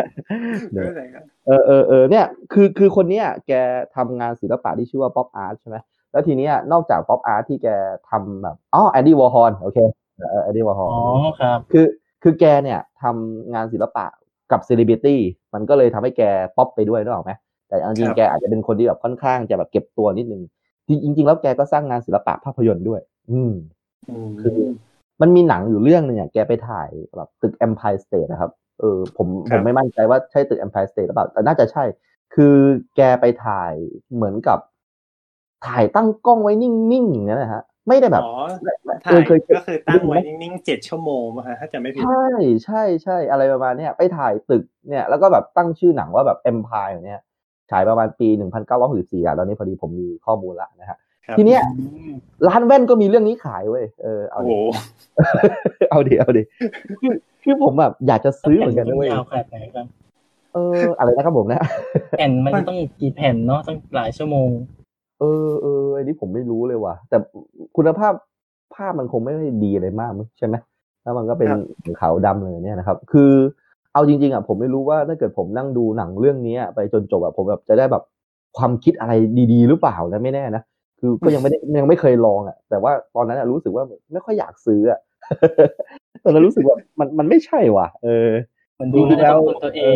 เนี่ยคือคนเนี้ยแกทำงานศิลปะที่ชื่อว่าป๊อปอาร์ตใช่ไหมแล้วทีเนี้ยนอกจากป๊อปอาร์ตที่แกทำแบบแอนดี้วอร์ฮอลโอเคแอนดี้วอร์ฮอลครับคือแกเนี่ยทำงานศิลปะกับเซเลบริตี้มันก็เลยทำให้แกป๊อปไปด้วยนึกออกไหมแต่จริงๆแกอาจจะเป็นคนที่แบบค่อนข้างจะแบบเก็บตัวนิดนึงจริงๆแล้วแกก็สร้างงานศิลปะภาพยนตร์ด้วยคือมันมีหนังอยู่เรื่องนึงอ่ะแกไปถ่ายแบบตึก Empire State นะครับผมไม่มั่นใจว่าใช่ตึก Empire State หรือเปล่าแต่น่าจะใช่คือแกไปถ่ายเหมือนกับถ่ายตั้งกล้องไว้นิ่งๆอย่างนั้นนะฮะไม่ได้แบบถ่ายก็คือตั้งไว้นิ่งๆ7 ชั่วโมงป่ะฮะถ้าจะไม่ผิดใช่อะไรประมาณเนี้ยไปถ่ายตึกเนี่ยแล้วก็แบบตั้งชื่อหนังว่าแบบ Empire เนี่ยฉายประมาณปี1964ตอนนี้พอดีผมมีข้อมูลละนะฮะทีเนี้ยร้านแว่นก็มีเรื่องนี้ขายเว้ยเอาดิคือผมแบบอยากจะซื้อเหมือนกันด้วยยาวขนาดไหนครับอะไรนะครับผมนะแผ่นมันจะต้องกี่แผ่นเนาะตั้งหลายชั่วโมงอันนี้ผมไม่รู้เลยว่ะแต่คุณภาพภาพมันคงไม่ได้ดีอะไรมากใช่ไหมแล้วมันก็เป็นขาวดำเลยเนี่ยนะครับคือเอาจริงๆอ่ะผมไม่รู้ว่าถ้าเกิดผมนั่งดูหนังเรื่องนี้ไปจนจบผมแบบจะได้แบบความคิดอะไรดีๆหรือเปล่านะไม่แน่นะคือก็ยังไม่เคยลองอ่ะแต่ว่าตอนนั้นรู้สึกว่าไม่ค่อยอยากซื้ออ่ะตอนนั้นรู้สึกว่ามันไม่ใช่ว่ะมันดูแล้วตัวเอง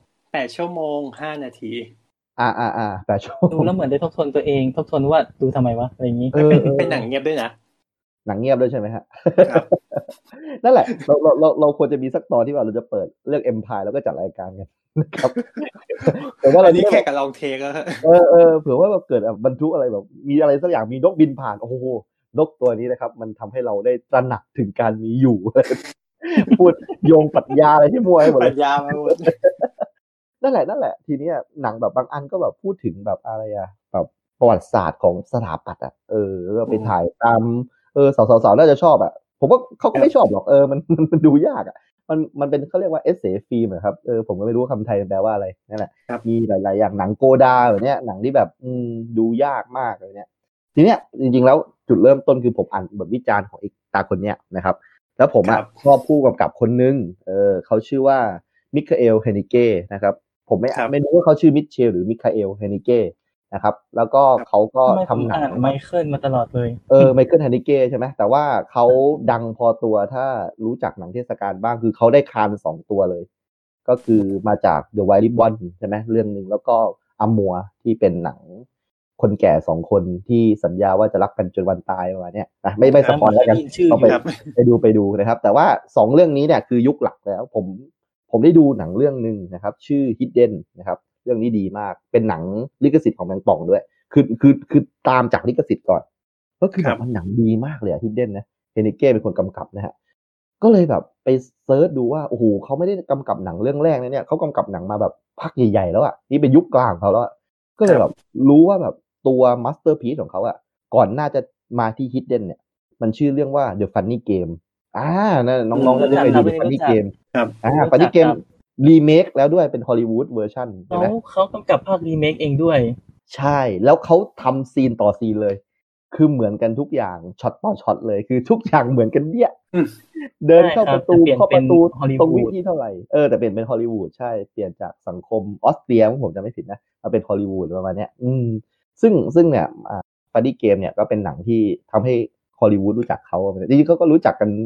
8 ชั่วโมง 5 นาที 8 ชั่วโมงดูแล้วเหมือนได้ทบทวนตัวเองทบทวนว่าดูทำไมวะอะไรอย่างนี้เป็นหนังเงียบด้วยนะหนังเงียบด้วยใช่ไหมฮะนั่นแหละเราควรจะมีสักตอนที่ว่าเราจะเปิดเรื่อง Empire แล้วก็จัดรายการกันนะครับแต่ว่าเรานี่แค่กับลองเทคแล้วเผื่อว่าเกิดบรรทุกอะไรแบบมีอะไรสักอย่างมีนกบินผ่านโอ้โหนกตัวนี้นะครับมันทำให้เราได้ตระหนักถึงการมีอยู่พูดโยงปรัชญาอะไรที่มัวให้หมดเลยปรัชญามาหมดนั่นแหละทีนี้หนังแบบบางอันก็แบบพูดถึงแบบอะไรแบบประวัติศาสตร์ของสถาปัตย์เราไปถ่ายตามสาวๆน่าจะชอบผมว่าเขาก็ไม่ชอบหรอกมันดูยากมันเป็นเขาเรียกว่าเอเซฟิล์มครับผมก็ไม่รู้คำไทยแปลว่าอะไรนั่นแหละมีหลายๆอย่างหนังโกดาแบบเนี้ยหนังที่แบบดูยากมากเลยเนี่ยทีเนี้ยจริงๆแล้วจุดเริ่มต้นคือผมอ่านบทวิจารณ์ของอีกตาคนเนี้ยนะครับแล้วผมชอบผู้กำกับคนนึงเขาชื่อว่ามิคาเอลเฮนิเก้นะครับผมไม่รู้ว่าเขาชื่อมิเชลหรือมิคาเอลเฮนิเก้นะครับแล้วก็เขาก็ทำหนังไมเคิลมาตลอดเลยไมเคิลเฮนิเก้ใช่ไหมแต่ว่าเขาดังพอตัวถ้ารู้จักหนังเทศกาลบ้างคือเขาได้คาน2 ตัวเลยก็คือมาจาก The White Ribbon ใช่ไหมเรื่องนึงแล้วก็อัมมัวที่เป็นหนังคนแก่2 คนที่สัญญาว่าจะรักกันจนวันตายประมาณนี้นะไม่สปอยแล้วกันต้องไปดูนะครับแต่ว่า2 เรื่องนี้เนี่ยคือยุคหลักแล้วผมได้ดูหนังเรื่องนึงนะครับชื่อ Hidden นะครับเรื่องนี้ดีมากเป็นหนังลิขสิทธิ์ของแมงป่องด้วยคือตามจากลิขสิทธิ์ก่อนก็คือแบบมันหนังดีมากเลยHiddenนะเฮนิเก้เป็นคนกำกับนะฮะก็เลยแบบไปเซิร์ชดูว่าโอ้โหเขาไม่ได้กำกับหนังเรื่องแรกนะเนี่ยเขากำกับหนังมาแบบพักใหญ่ๆแล้วนี่เป็นยุคกลางเขาแล้วก็เลยแบบรู้ว่าแบบตัวมาสเตอร์พีซของเขาก่อนน่าจะมาที่ Hidden เนี่ยมันชื่อเรื่องว่า The Funny Game น้องๆก็จะไปดู The Funny Game Funny Game รีเมคแล้วด้วยเป็นฮอลลีวูดเวอร์ชันใช่ไหมเขากำกับภาครีเมคเองด้วยใช่แล้วเขาทำซีนต่อซีนเลยคือเหมือนกันทุกอย่างช็อตต่อช็อตเลยคือทุกอย่างเหมือนกันเนี่ยเดินเข้าประตูตรงวิธีเท่าไหร่แต่เปลี่ยนเป็นฮอลลีวูดใช่เปลี่ยนจากสังคมออสเตรียผมจะไม่ผิดนะมาเป็นฮอลลีวูดประมาณเนี้ยซึ่งเนี่ยFunny Game เนี่ยก็เป็นหนังที่ทำให้ฮอลลีวูดรู้จักเขาจริงๆเขาก็รู้จักกัน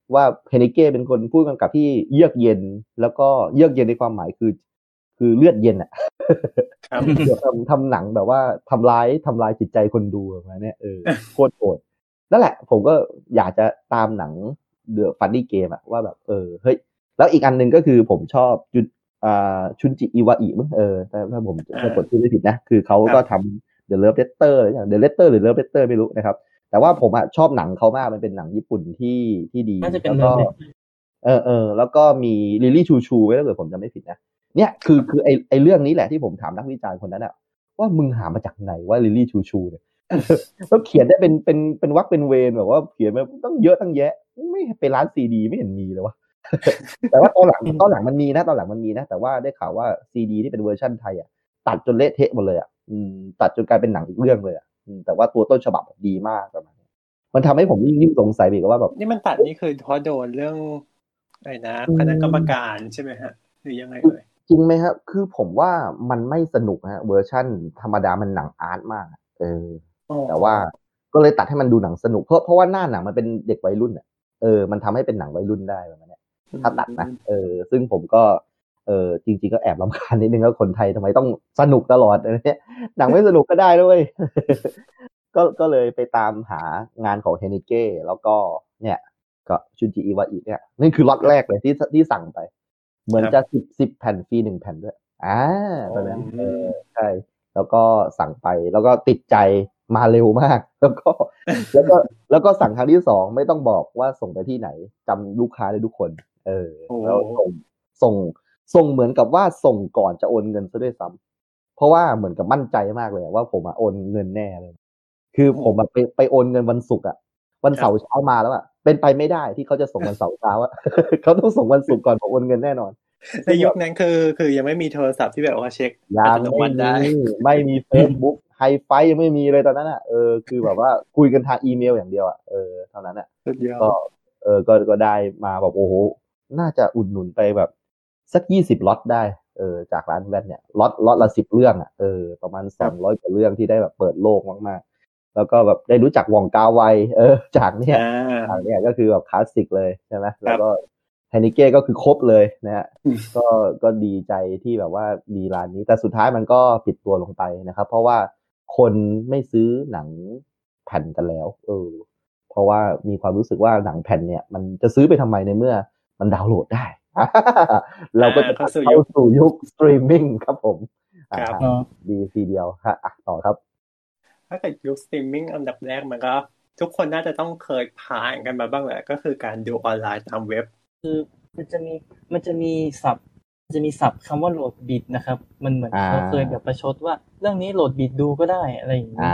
ว่าเฮนิเก้เป็นคนผู้กำกับที่เยือกเย็นแล้วก็เยือกเย็นในความหมายคือเลือดเย็นอ่ะเดี๋ยวทำหนังแบบว่าทำร้ายจิตใจคนดูแบบนี้โคตรโหดนั่นแหละผมก็อยากจะตามหนังเดอะฟันนี่เกมอะว่าแบบเฮ้ยแล้วอีกอันนึงก็คือผมชอบชุนจิอิวาอิมั้งถ้าผมจะกดชื่อไม่ผิดนะคือเขาก็ทำ The Love Letter หรืออย่าง The Letter หรือ Love Letter ไม่รู้นะครับแต่ว่าผมชอบหนังเขามากมันเป็นหนังญี่ปุ่นที่ดีแล้วก็แล้วก็มีลิลลี่ชูชูไว้ถ้าเกิดผมจำไม่ผิดนะเนี่ยคือไอเรื่องนี้แหละที่ผมถามนักวิจารณ์คนนั้นอะว่ามึงหามาจากไหนว่าลิลลี่ชูชูเนี่ยแล้วเขียนได้เป็นวรรคเป็นเวรแบบว่าเขียนมาต้องเยอะตั้งแยะไม่ไปร้านซีดีไม่เห็นมีเลยวะแต่ว่าตอนหลังมันมีนะแต่ว่าได้ข่าวว่าซีดีที่เป็นเวอร์ชั่นไทยอ่ะตัดจนเละเทะหมดเลยอ่ะตัดจนกลายเป็นหนังอีกเรื่องเลยอ่ะแต่ว่าตัวต้นฉบับดีมากประมาณนี้มันทำให้ผมยิ่งสงสัยอีกว่าแบบนี่มันตัดนี่คือเพราะโดนเรื่องอะไรนะคณะกรรมการใช่ไหมฮะหรือยังไงเลยจริงไหมครับคือผมว่ามันไม่สนุกฮะเวอร์ชั่นธรรมดามันหนังอาร์ตมากแต่ว่าก็เลยตัดให้มันดูหนังสนุกเพราะว่าหน้าหนังมันเป็นเด็กวัยรุ่นอ่ะมันทำให้เป็นหนังวัยรุ่นได้ประมาณนี้ถ้าตัดนะซึ่งผมก็จริงๆก็แอบรำคาญนิดนึงว่าคนไทยทำไมต้องสนุกตลอดเนี่ยหนังไม่สนุกก็ได้ด้วย ก็เลยไปตามหางานของเฮนิเก้แล้วก็เนี่ยก็ชุนจิอิวาอิเนี่ยนี่คือล็อตแรกเลยที่สั่งไปเหมือนจะ10แผ่นฟรี1แผ่นด้วยตอนนั้นใช่แล้วก็สั่งไปแล้วก็ติดใจมาเร็วมากแล้วก็สั่งครั้งที่2ไม่ต้องบอกว่าส่งไปที่ไหนจำลูกค้าได้ทุกคนแล้วส่งเหมือนกับว่าส่งก่อนจะโอนเงินซะด้วยซ้ำเพราะว่าเหมือนกับมั่นใจมากเลยว่าผมโอนเงินแน่เลยคือผมไปโอนเงินวันศุกร์วันเสาร์เช้ามาแล้วเป็นไปไม่ได้ที่เขาจะส่งวันเสาร์เช้าเขาต้องส่งวันศุกร์ก่อนผมโอนเงินแน่นอนในยุคนั้นคือยังไม่มีโทรศัพท์ที่แบบว่าเช็คยังไม่มี Facebook ไฮไฟยังไม่มีเลยตอนนั้นคือแบบว่าคุยกันทางอีเมลอย่างเดียวเท่านั้นก็ได้มาแบบโอ้โหน่าจะอุดหนุนไปแบบสัก20ล็อตได้จากร้านแว่นเนี่ยล็อตละ10เรื่องประมาณ200กว่าเรื่องที่ได้แบบเปิดโลกมากๆแล้วก็แบบได้รู้จักวองกาไวจากเนี่ยก็คือแบบคลาสสิกเลยใช่ไหมแล้วก็เฮนิเก้ก็คือครบเลยนะฮะก็ดีใจที่แบบว่ามีร้านนี้แต่สุดท้ายมันก็ปิดตัวลงไปนะครับเพราะว่าคนไม่ซื้อหนังแผ่นกันแล้วเพราะว่ามีความรู้สึกว่าหนังแผ่นเนี่ยมันจะซื้อไปทำไมในเมื่อมันดาวน์โหลดได้ เราก็จะเข้าสู่ยุคสตรีมมิ่งครับผมดีทีเดียวฮะต่อครับถ้าเกิดยุคสตรีมมิ่งอันดับแรกมันก็ทุกคนน่าจะต้องเคยผ่านกันมาบ้างแหละก็คือการดูออนไลน์ตามเว็บคือมันจะมีศัพท์คำว่าโหลดบิตนะครับมันเหมือนเราเคยแบบประชดว่าเรื่องนี้โหลดบิตดูก็ได้อะไรอย่างนี้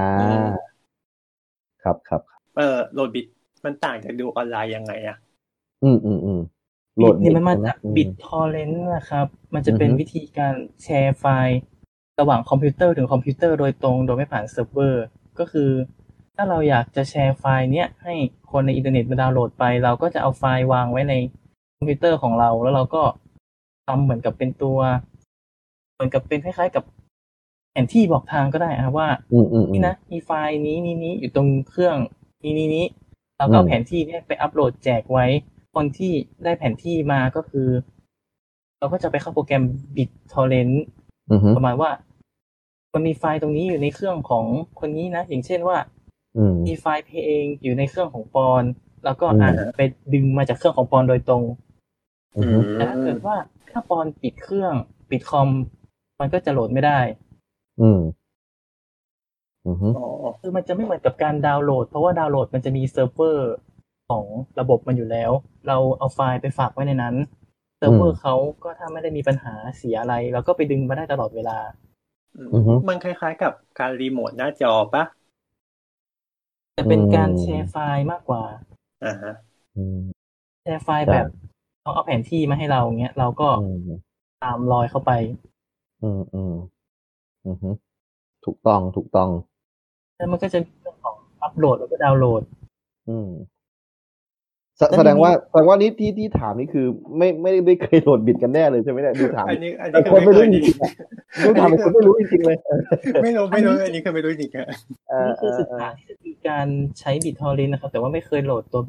ครับโหลดบิตมันต่างจากดูออนไลน์ยังไงโหลดนี่มันมาจากบิตทอร์เรนต์นะครับมันจะเป็นวิธีการแชร์ไฟล์ระหว่างคอมพิวเตอร์ถึงคอมพิวเตอร์โดยตรงโดยไม่ผ่านเซิร์ฟเวอร์ก็คือถ้าเราอยากจะแชร์ไฟล์เนี้ยให้คนในอินเทอร์เน็ตมาดาวน์โหลดไปเราก็จะเอาไฟล์วางไว้ในคอมพิวเตอร์ของเราแล้วเราก็ทำเหมือนกับเป็นตัวเหมือนกับเป็นคล้ายๆกับแผนที่บอกทางก็ได้ครับว่านี่นะมีไฟล์นี้อยู่ตรงเครื่องนี้เราก็เอาแผนที่นี้ไปอัปโหลดแจกไว้คนที่ได้แผนที่มาก็คือเราก็จะไปเข้าโปรแกรม BitTorrent ประมาณว่ามันมีไฟล์ตรงนี้อยู่ในเครื่องของคนนี้นะอย่างเช่นว่ามีไฟล์เพลงอยู่ในเครื่องของปอนแล้วก็ไปดึงมาจากเครื่องของปอนโดยตรงแต่ถ้าเกิดว่าถ้าปอนปิดเครื่องปิดคอมมันก็จะโหลดไม่ได้คือมันจะไม่เหมือนกับการดาวน์โหลดเพราะว่าดาวน์โหลดมันจะมีเซิร์ฟเวอร์ของระบบมันอยู่แล้วเราเอาไฟล์ไปฝากไว้ในนั้นเซิร์ฟเวอร์เขาก็ถ้าไม่ได้มีปัญหาเสียอะไรเราก็ไปดึงมาได้ตลอดเวลามันคล้ายๆกับการรีโมทหน้าจอปะจะเป็นการแชร์ไฟล์มากกว่าแชร์ไฟล์แบบเขาเอาแผนที่มาให้เราเงี้ยเราก็ตามรอยเข้าไปถูกต้องแล้วมันก็จะมีเรื่องของอัปโหลดแล้วก็ดาวน์โหลดแสดงว่านี่ที่ถามนี่คือไม่ได้เคยโหลดบิตกันแน่เลยใช่ไหมเนี่ยดูถามอันนี้คนไม่รู้จริงๆดูถามคนไม่รู้จริงๆเลยไม่รู้อันนี้คือไม่รู้จริงๆนี่คือศึกษาที่จะมีการใช้บิตทอร์เรนต์นะครับแต่ว่าไม่เคยโหลดตัวบิต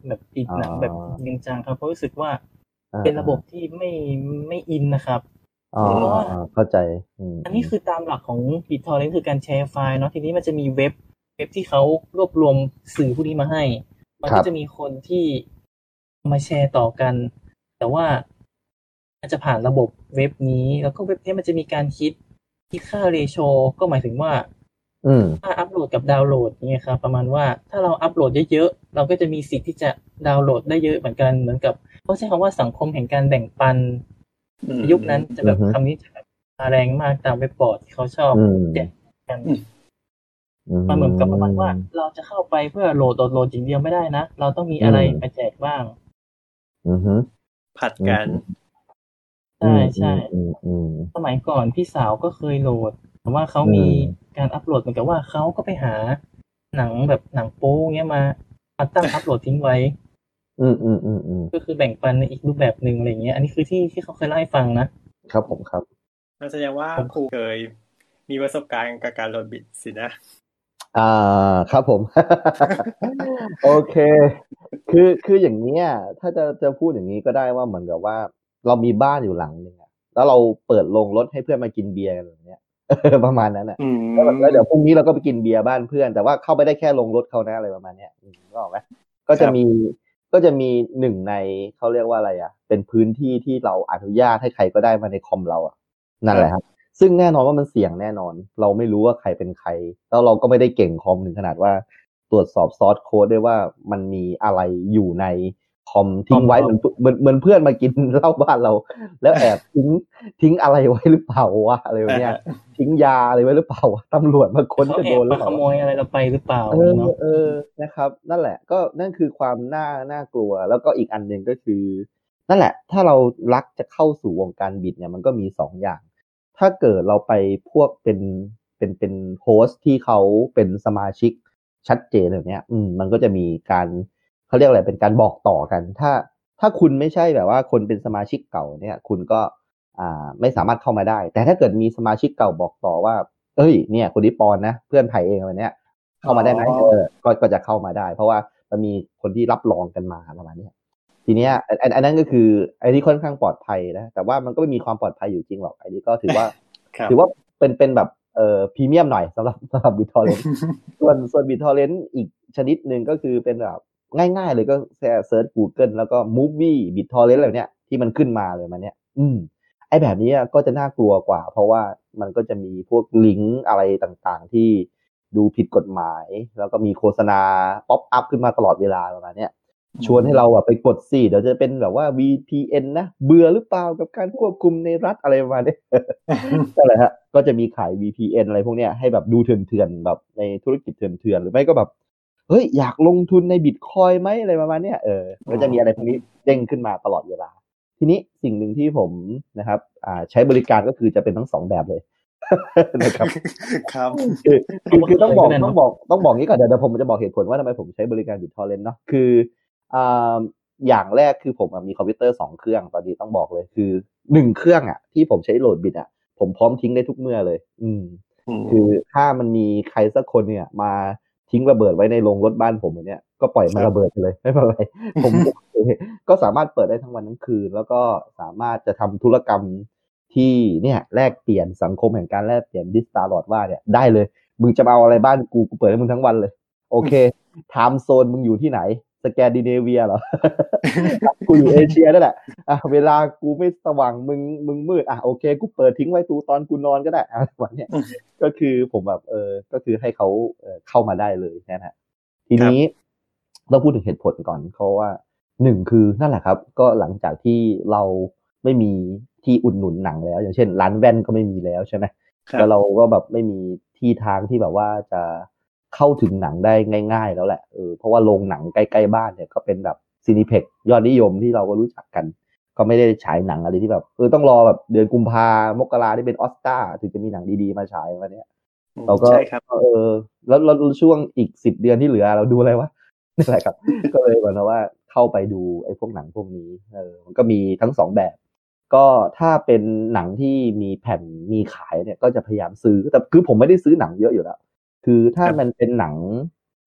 แบบติดหนังแบบจริงจังครับเพราะรู้สึกว่าเป็นระบบที่ไม่อินนะครับเพราะว่าเข้าใจอันนี้คือตามหลักของ BitTorrent คือการแชร์ไฟล์เนาะทีนี้มันจะมีเว็บที่เขารวบรวมสื่อพวกนี้มาให้มันก็จะมีคนที่มาแชร์ต่อกันแต่ว่ามันจะผ่านระบบเว็บนี้แล้วก็เว็บนี้มันจะมีการคิดค่าเรโชก็หมายถึงว่าถ้าอัปโหลดกับดาวน์โหลดเนี่ยครับประมาณว่าถ้าเราอัปโหลดเยอะๆเราก็จะมีสิทธิ์ที่จะดาวน์โหลดได้เยอะเหมือนกันเหมือนกับเขาใช้คำว่าสังคมแห่งการแบ่งปันยุคนั้นจะแบบคำนี้จะแบบแรงมากตามเว็บบอร์ดที่เขาชอบแจกกันมันเหมือนกับประมาณว่าเราจะเข้าไปเพื่อโหลดอย่างเดียวไม่ได้นะเราต้องมีอะไรมาแจกบ้างผัดกันใช่สมัยก่อนพี่สาวก็เคยโหลดแต่ว่าเขามีการอัปโหลดเหมือนกับว่าเขาก็ไปหาหนังแบบหนังโป๊เงี้ยมาตั้งอัปโหลดทิ้งไว้ก็คือแบ่งปันในอีกรูปแบบนึงอะไรเงี้ยอันนี้คือที่เขาเคยเล่าให้ฟังนะครับผมครับแสดงว่าครูเคยมีประสบการณ์กับการโหลดบิตสินะครับผม โอเคคืออย่างนี้ถ้าจะพูดอย่างนี้ก็ได้ว่าเหมือนกับว่าเรามีบ้านอยู่หลังนึงแล้วเราเปิดโรงรถให้เพื่อนมากินเบียร์กันอย่างเงี้ยประมาณนั้นแล้วเดี๋ยวพรุ่งนี้เราก็ไปกินเบียร์บ้านเพื่อนแต่ว่าเข้าไปได้แค่โรงรถเขานะอะไรประมาณเนี้ยก็ออกไหมก็จะมีหนึ่งในเขาเรียกว่าอะไรเป็นพื้นที่ที่เราอนุญาตให้ใครก็ได้มาในคอมเรานั่นแหละครับซึ่งแน่นอนว่ามันเสี่ยงแน่นอนเราไม่รู้ว่าใครเป็นใครแล้วเราก็ไม่ได้เก่งคอมถึงขนาดว่าตรวจสอบซอร์สโค้ดได้ว่ามันมีอะไรอยู่ในคอมทิ้งไว้เหมือนเพื่อนมากินเหล้าบ้านเราแล้วแอบทิ้งอะไรไว้หรือเปล่าวะอะไรแบบเนี้ยทิ้งยาอะไรไว้หรือเปล่าวะตำรวจมาค้นจะโดนหรือเปล่าขโมยอะไรเราไปหรือเปล่านะครับนั่นแหละก็นั่นคือความน่ากลัวแล้วก็อีกอันนึงก็คือนั่นแหละถ้าเรารักจะเข้าสู่วงการบิตเนี่ยมันก็มี2อย่างถ้าเกิดเราไปพวกเป็นโฮสต์ที่เขาเป็นสมาชิกชัดเจนแบบเนี้ยมันก็จะมีการเขาเรียกอะไรเป็นการบอกต่อกันถ้าคุณไม่ใช่แบบว่าคนเป็นสมาชิกเก่าเนี่ยคุณก็ไม่สามารถเข้ามาได้แต่ถ้าเกิดมีสมาชิกเก่าบอกต่อว่าเอ้ยเนี่ยคนนี้ปอนนะเพื่อนไผ่เองอะไรเนี้ยเข้ามาได้ไหมก็จะเข้ามาได้เพราะว่ามันมีคนที่รับรองกันมาประมาณนี้ทีเนี้ยอันนั้นก็คือไอ้นี่ค่อนข้างปลอดภัยนะแต่ว่ามันก็ไม่มีความปลอดภัยอยู่จริงหรอกไอ้นี่ก็ถือว่าเป็นแบบพรีเมียมหน่อยสำหรับ BitTorrent ส่วน BitTorrent อีกชนิดนึงก็คือเป็นแบบง่ายๆเลยก็แค่เซิร์ช Google แล้วก็ Movie BitTorrent อะไรเนี้ยที่มันขึ้นมาเลยมันเนี้ยไอ้แบบนี้ก็จะน่ากลัวกว่าเพราะว่ามันก็จะมีพวกลิงก์อะไรต่างๆที่ดูผิดกฎหมายแล้วก็มีโฆษณาป๊อปอัพขึ้นมาตลอดเวลาประมาณนี้ชวนให้เราไปกดสิเดี๋ยวจะเป็นแบบว่า VPN นะเบื่อหรือเปล่ากับการควบคุมในรัฐอะไรประมาณนี้นั่นแหละฮะก็จะมีขาย VPN อะไรพวกเนี้ยให้แบบดูเถื่อนๆแบบในธุรกิจเถื่อนๆหรือไม่ก็แบบเฮ้ยอยากลงทุนใน Bitcoin ไหมอะไรประมาณนี้ก็จะมีอะไรพวกนี้เด้งขึ้นมาตลอดเวลาทีนี้สิ่งหนึ่งที่ผมนะครับใช้บริการก็คือจะเป็นทั้ง2แบบเลยนะครับครับคือต้องบอกนี้ก่อนเดี๋ยวผมจะบอกเหตุผลว่าทำไมผมใช้บริการ BitTorrent เนาะคืออย่างแรกคือผมมีคอมพิวเตอร์2เครื่องตอนนี้ต้องบอกเลยคือ1เครื่องที่ผมใช้โหลดบิตผมพร้อมทิ้งได้ทุกเมื่อเลยคือถ้ามันมีใครสักคนเนี่ยมาทิ้งระเบิดไว้ในโรงรถบ้านผมเนี่ยก็ปล่อยมันระเบิดไปเลยไม่เป็นไรผมก็สามารถเปิดได้ทั้งวันทั้งคืนแล้วก็สามารถจะทำธุรกรรมที่เนี่ยแลกเปลี่ยนสังคมแห่งการแลกเปลี่ยนดิสตาร์ลอดว่าเนี่ยได้เลยมึงจะเอาอะไรบ้านกูเปิดให้มึงทั้งวันเลยโอเคไทม์โซนมึงอยู่ที่ไหนสแกนดิเนเวียเหรอ กูอยู่เอเชียนั่นแหละเวลากูไม่สว่างมึงมืดโอเคกูเปิดทิ้งไว้ตูตอนกูนอนก็ได้วันเนี้ยก็คือผมแบบก็คือให้เขาเข้ามาได้เลยนะฮะทีนี้เราพูดถึงเหตุผลก่อนเพราะว่า1คือนั่นแหละครับก็หลังจากที่เราไม่มีที่อุดหนุนหนังแล้วอย่างเช่นร้านแว่นก็ไม่มีแล้วใช่ไหมแล้วเราก็แบบไม่มีที่ทางที่แบบว่าจะเข้าถึงหนังได้ง่ายๆแล้วแหละเพราะว่าโรงหนังใกล้ๆบ้านเนี่ยก็เป็นแบบซินิเพ็กยอดนิยมที่เราก็รู้จักกันก็ไม่ได้ฉายหนังอะไรที่แบบต้องรอแบบเดือนกุมภามกราที่เป็นออสการ์ถึงจะมีหนังดีๆมาฉายวันนี้เราก็แล้วช่วงอีก10เดือนที่เหลือเราดูอะไรวะนี่แหละครับก็เลยเหมือนว่าเข้าไปดูไอ้พวกหนังพวกนี้มันก็มีทั้ง2แบบก็ถ้าเป็นหนังที่มีแผ่นมีขายเนี่ยก็จะพยายามซื้อแต่คือผมไม่ได้ซื้อหนังเยอะอยู่แล้วคือถ้ามันเป็นหนัง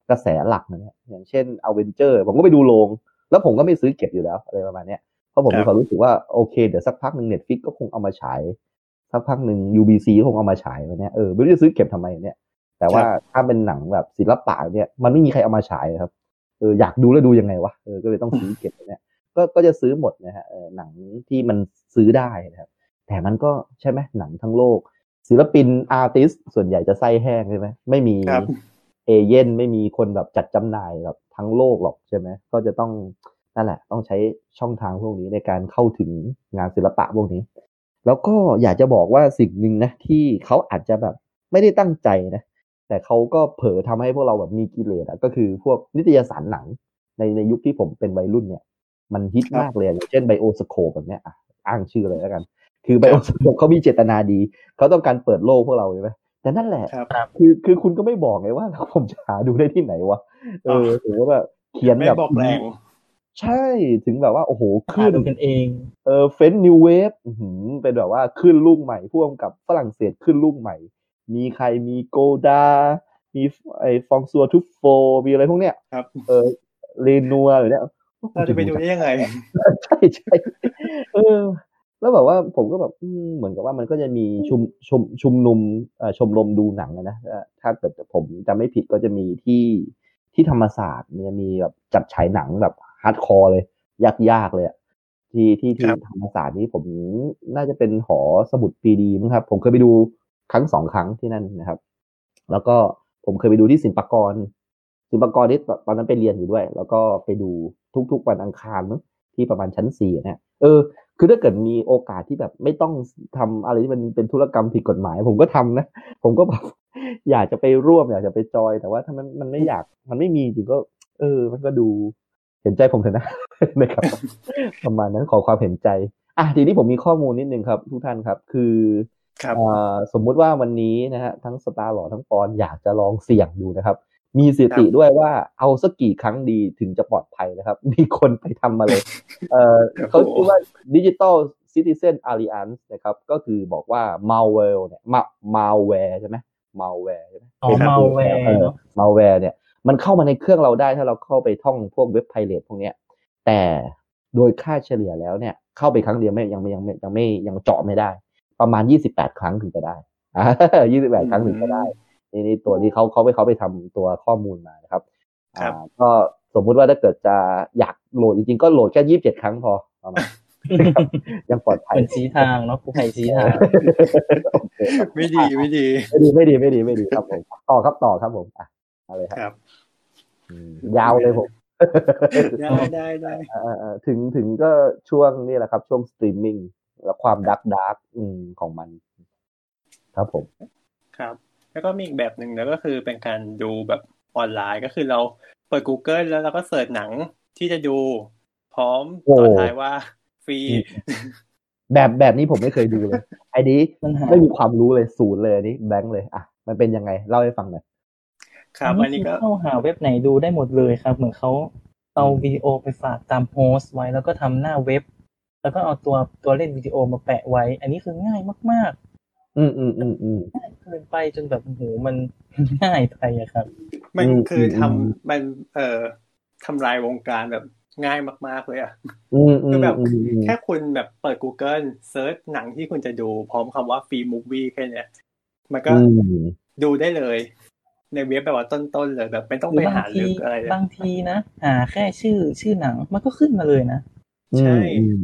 กระแสหลักนะเนี่ยอย่างเช่น Avenger ผมก็ไปดูโรงแล้วผมก็ไม่ซื้อเก็บอยู่แล้วอะไรประมาณเนี้ยเพราะผมมีความรู้สึกว่าโอเคเดี๋ยวสักพักนึง Netflix ก็คงเอามาฉายสักพักนึง UBC ก็คงเอามาฉายวันเนี้ยไม่รู้จะซื้อเก็บทำไมเนี่ยแต่ว่าถ้าเป็นหนังแบบศิลปะเนี่ยมันไม่มีใครเอามาฉายครับอยากดูแล้วดูยังไงวะก็เลยต้องซื้อเก็บเนี่ยก็จะซื้อหมดนะฮะหนังที่มันซื้อได้นะครับแต่มันก็ใช่ไหมหนังทั้งโลกศิลปินอาร์ติสส่วนใหญ่จะไส้แห้งใช่ไหมไม่มีเอเย่นไม่มีคนแบบจัดจำหน่ายแบบทั้งโลกหรอกใช่ไหมก็จะต้องนั่นแหละต้องใช้ช่องทางพวกนี้ในการเข้าถึงงานศิลปะพวกนี้แล้วก็อยากจะบอกว่าสิ่งหนึ่งนะที่เขาอาจจะแบบไม่ได้ตั้งใจนะแต่เขาก็เผลอทำให้พวกเราแบบมีกิเลสก็คือพวกนิตยสารหนังในยุคที่ผมเป็นวัยรุ่นเนี่ยมันฮิตมากเลยอย่างเช่นไบโอสโคปแบบเนี้ยอ้างชื่อเลยแล้วกันคือไบโอสโคปเขามีเจตนาดีเขาต้องการเปิดโลกพวกเราใช่ไหมแต่นั่นแหละคือคุณก็ไม่บอกไงว่าผมจะหาดูได้ที่ไหนวะถือว่าแบบเขียนแบบบอกแรงใช่ถึงแบบว่าโอ้โหขึ้นกันเองเฟนนิวเวฟเป็นแบบว่าขึ้นลูกใหม่พ่วงกับฝรั่งเศสขึ้นลูกใหม่มีใครมีโกดามีไอฟองซัวทุฟโฟมีอะไรพวกเนี้ยเรนัวหรือเนี้ยเราจะไปดูได้ยังไงใช่ใช่แล้วแบบว่าผมก็แบบเหมือนกับว่ามันก็จะมีชุมนุมชมรมดูหนังนะถ้าเกิดผมจำไม่ผิดก็จะมีที่ธรรมศาสตร์จะมีแบบจัดฉายหนังแบบฮาร์ดคอร์เลยยากเลยที่ธรรมศาสตร์นี้ผมน่าจะเป็นหอสมุดปรีดีมั้งครับผมเคยไปดูครั้ง2 ครั้งที่นั่นนะครับแล้วก็ผมเคยไปดูที่ศิลปากรนี่ตอนนั้นไปเรียนอยู่ด้วยแล้วก็ไปดูทุกวันอังคารมั้งที่ประมาณชั้น4เนี่ยคือถ้าเกิดมีโอกาสที่แบบไม่ต้องทำอะไรที่มันเป็นธุรกรรมผิดกฎหมายผมก็ทำนะผมก็แบบอยากจะไปร่วมอยากจะไปจอยแต่ว่าถ้ามันไม่อยากมันไม่มีจริงก็มันก็ดูเห็นใจผมเถอะนะนะครับประมาณนั้นขอความเห็นใจทีนี้ผมมีข้อมูลนิดนึงครับทุกท่านครับคือสมมุติว่าวันนี้นะฮะทั้งสตาร์หล่อทั้งปอนอยากจะลองเสี่ยงดูนะครับมีสถิติด้วยว่าเอาสักกี่ครั้งดีถึงจะปลอดภัยนะครับมีคนไปทำมาเลยเขาชื่อว่า Digital Citizen Alliance นะครับก็คือบอกว่า malware เนี่ย malware ใช่ไหม malware ใช่ไหม malware เนาะ malware เนี่ยมันเข้ามาในเครื่องเราได้ถ้าเราเข้าไปท่องพวกเว็บไพเรตพวกเนี้ยแต่โดยค่าเฉลี่ยแล้วเนี่ยเข้าไปครั้งเดียวยังเจาะไม่ได้ประมาณ28 ครั้งถึงจะได้28 ครั้งถึงจะได้นี่ตัวที่เขาไปทำตัวข้อมูลมานะครับก็สมมุติว่าถ้าเกิดจะอยากโหลดจริงๆก็โหลดแค่27 ครั้งพอประมาณยังปลอดภัยเป็นชี้ทางเนาะผู้ภัยชี้ทางไม่ดีครับผมต่อครับผมอะไรครับยาวเลยผมได้ถึงก็ช่วงนี่แหละครับช่วงสตรีมมิ่งแล้วความดาร์กของมันครับผมครับแล้วก็มีอีกแบบหนึ่งแล้วก็คือเป็นการดูแบบออนไลน์ก็คือเราเปิด Google แล้วเราก็เสิร์ชหนังที่จะดูพร้อมต่อท้ายว่าฟรีแบบนี้ผมไม่เคยดูเลยไอ้นี้ไม่มีความรู้เลยศูนย์เลยอันนี้แบงค์เลยมันเป็นยังไงเล่าให้ฟังหน่อยครับอันนี้ก็เข้าหาเว็บไหนดูได้หมดเลยครับเหมือนเขาเอาวิดีโอไปฝากตามโฮสต์ไว้แล้วก็ทำหน้าเว็บแล้วก็เอาตัวเล่นวิดีโอมาแปะไว้อันนี้คือง่ายมากๆง่ายเกินไปจนแบบโหมันง่ายไปอะครับมันคือมันทำลายวงการแบบง่ายมากๆเลยคือแบบแค่คุณแบบเปิด Google เซิร์ชหนังที่คุณจะดูพร้อมคำว่าฟรีมูฟวี่แค่นี้มันก็ดูได้เลยในเว็บแบบว่าต้นๆเลยแบบไม่ต้องไปหาลึกอะไรเลยบางทีนะหาแค่ชื่อหนังมันก็ขึ้นมาเลยนะใช่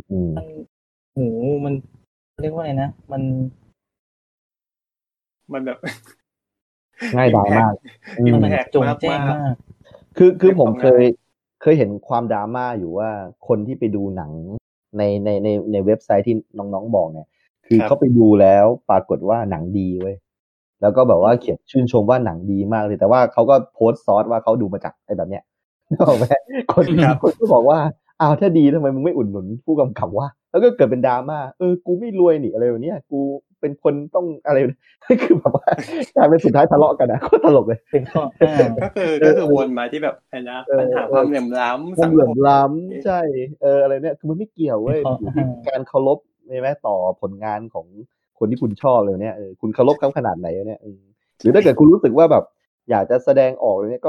มันเรียกว่าอะไรนะมันแบบง่ายดายมากมันจงแจ้งมากคือผมเคยเห็นความดราม่าอยู่ว่าคนที่ไปดูหนังในเว็บไซต์ที่น้องๆบอกเนี่ยคือเขาไปดูแล้วปรากฏว่าหนังดีเว้ยแล้วก็แบบว่าเขียนชื่นชมว่าหนังดีมากเลยแต่ว่าเขาก็โพสต์ซอสว่าเขาดูมาจากไอ้แบบเนี้ยบอกไหมคนก็บอกว่าถ้าดีทำไมมึงไม่อุดหนุนผู้กำกับวะแล้วก็เกิดเป็นดราม่ากูไม่รวยนี่อะไรแบบนี้กูเป็นคนต้องอะไรคือแบบว่ากลายเป็นสุดท้ายทะเลาะกันนะโคตรตลกเลยเป็นข้อก็คือวนมาที่แบบอะไรนะปัญหาความเหลื่อมล้ำสังคมใช่อะไรเนี่ยคือมันไม่เกี่ยวเว้ยอยู่ที่การเคารพใช่ไหมต่อผลงานของคนที่คุณชอบเลยเนี่ยคุณเคารพเขาขนาดไหนเนี่ยหรือถ้าเกิดคุณรู้สึกว่าแบบอยากจะแสดงออกเลยเนี่ยก็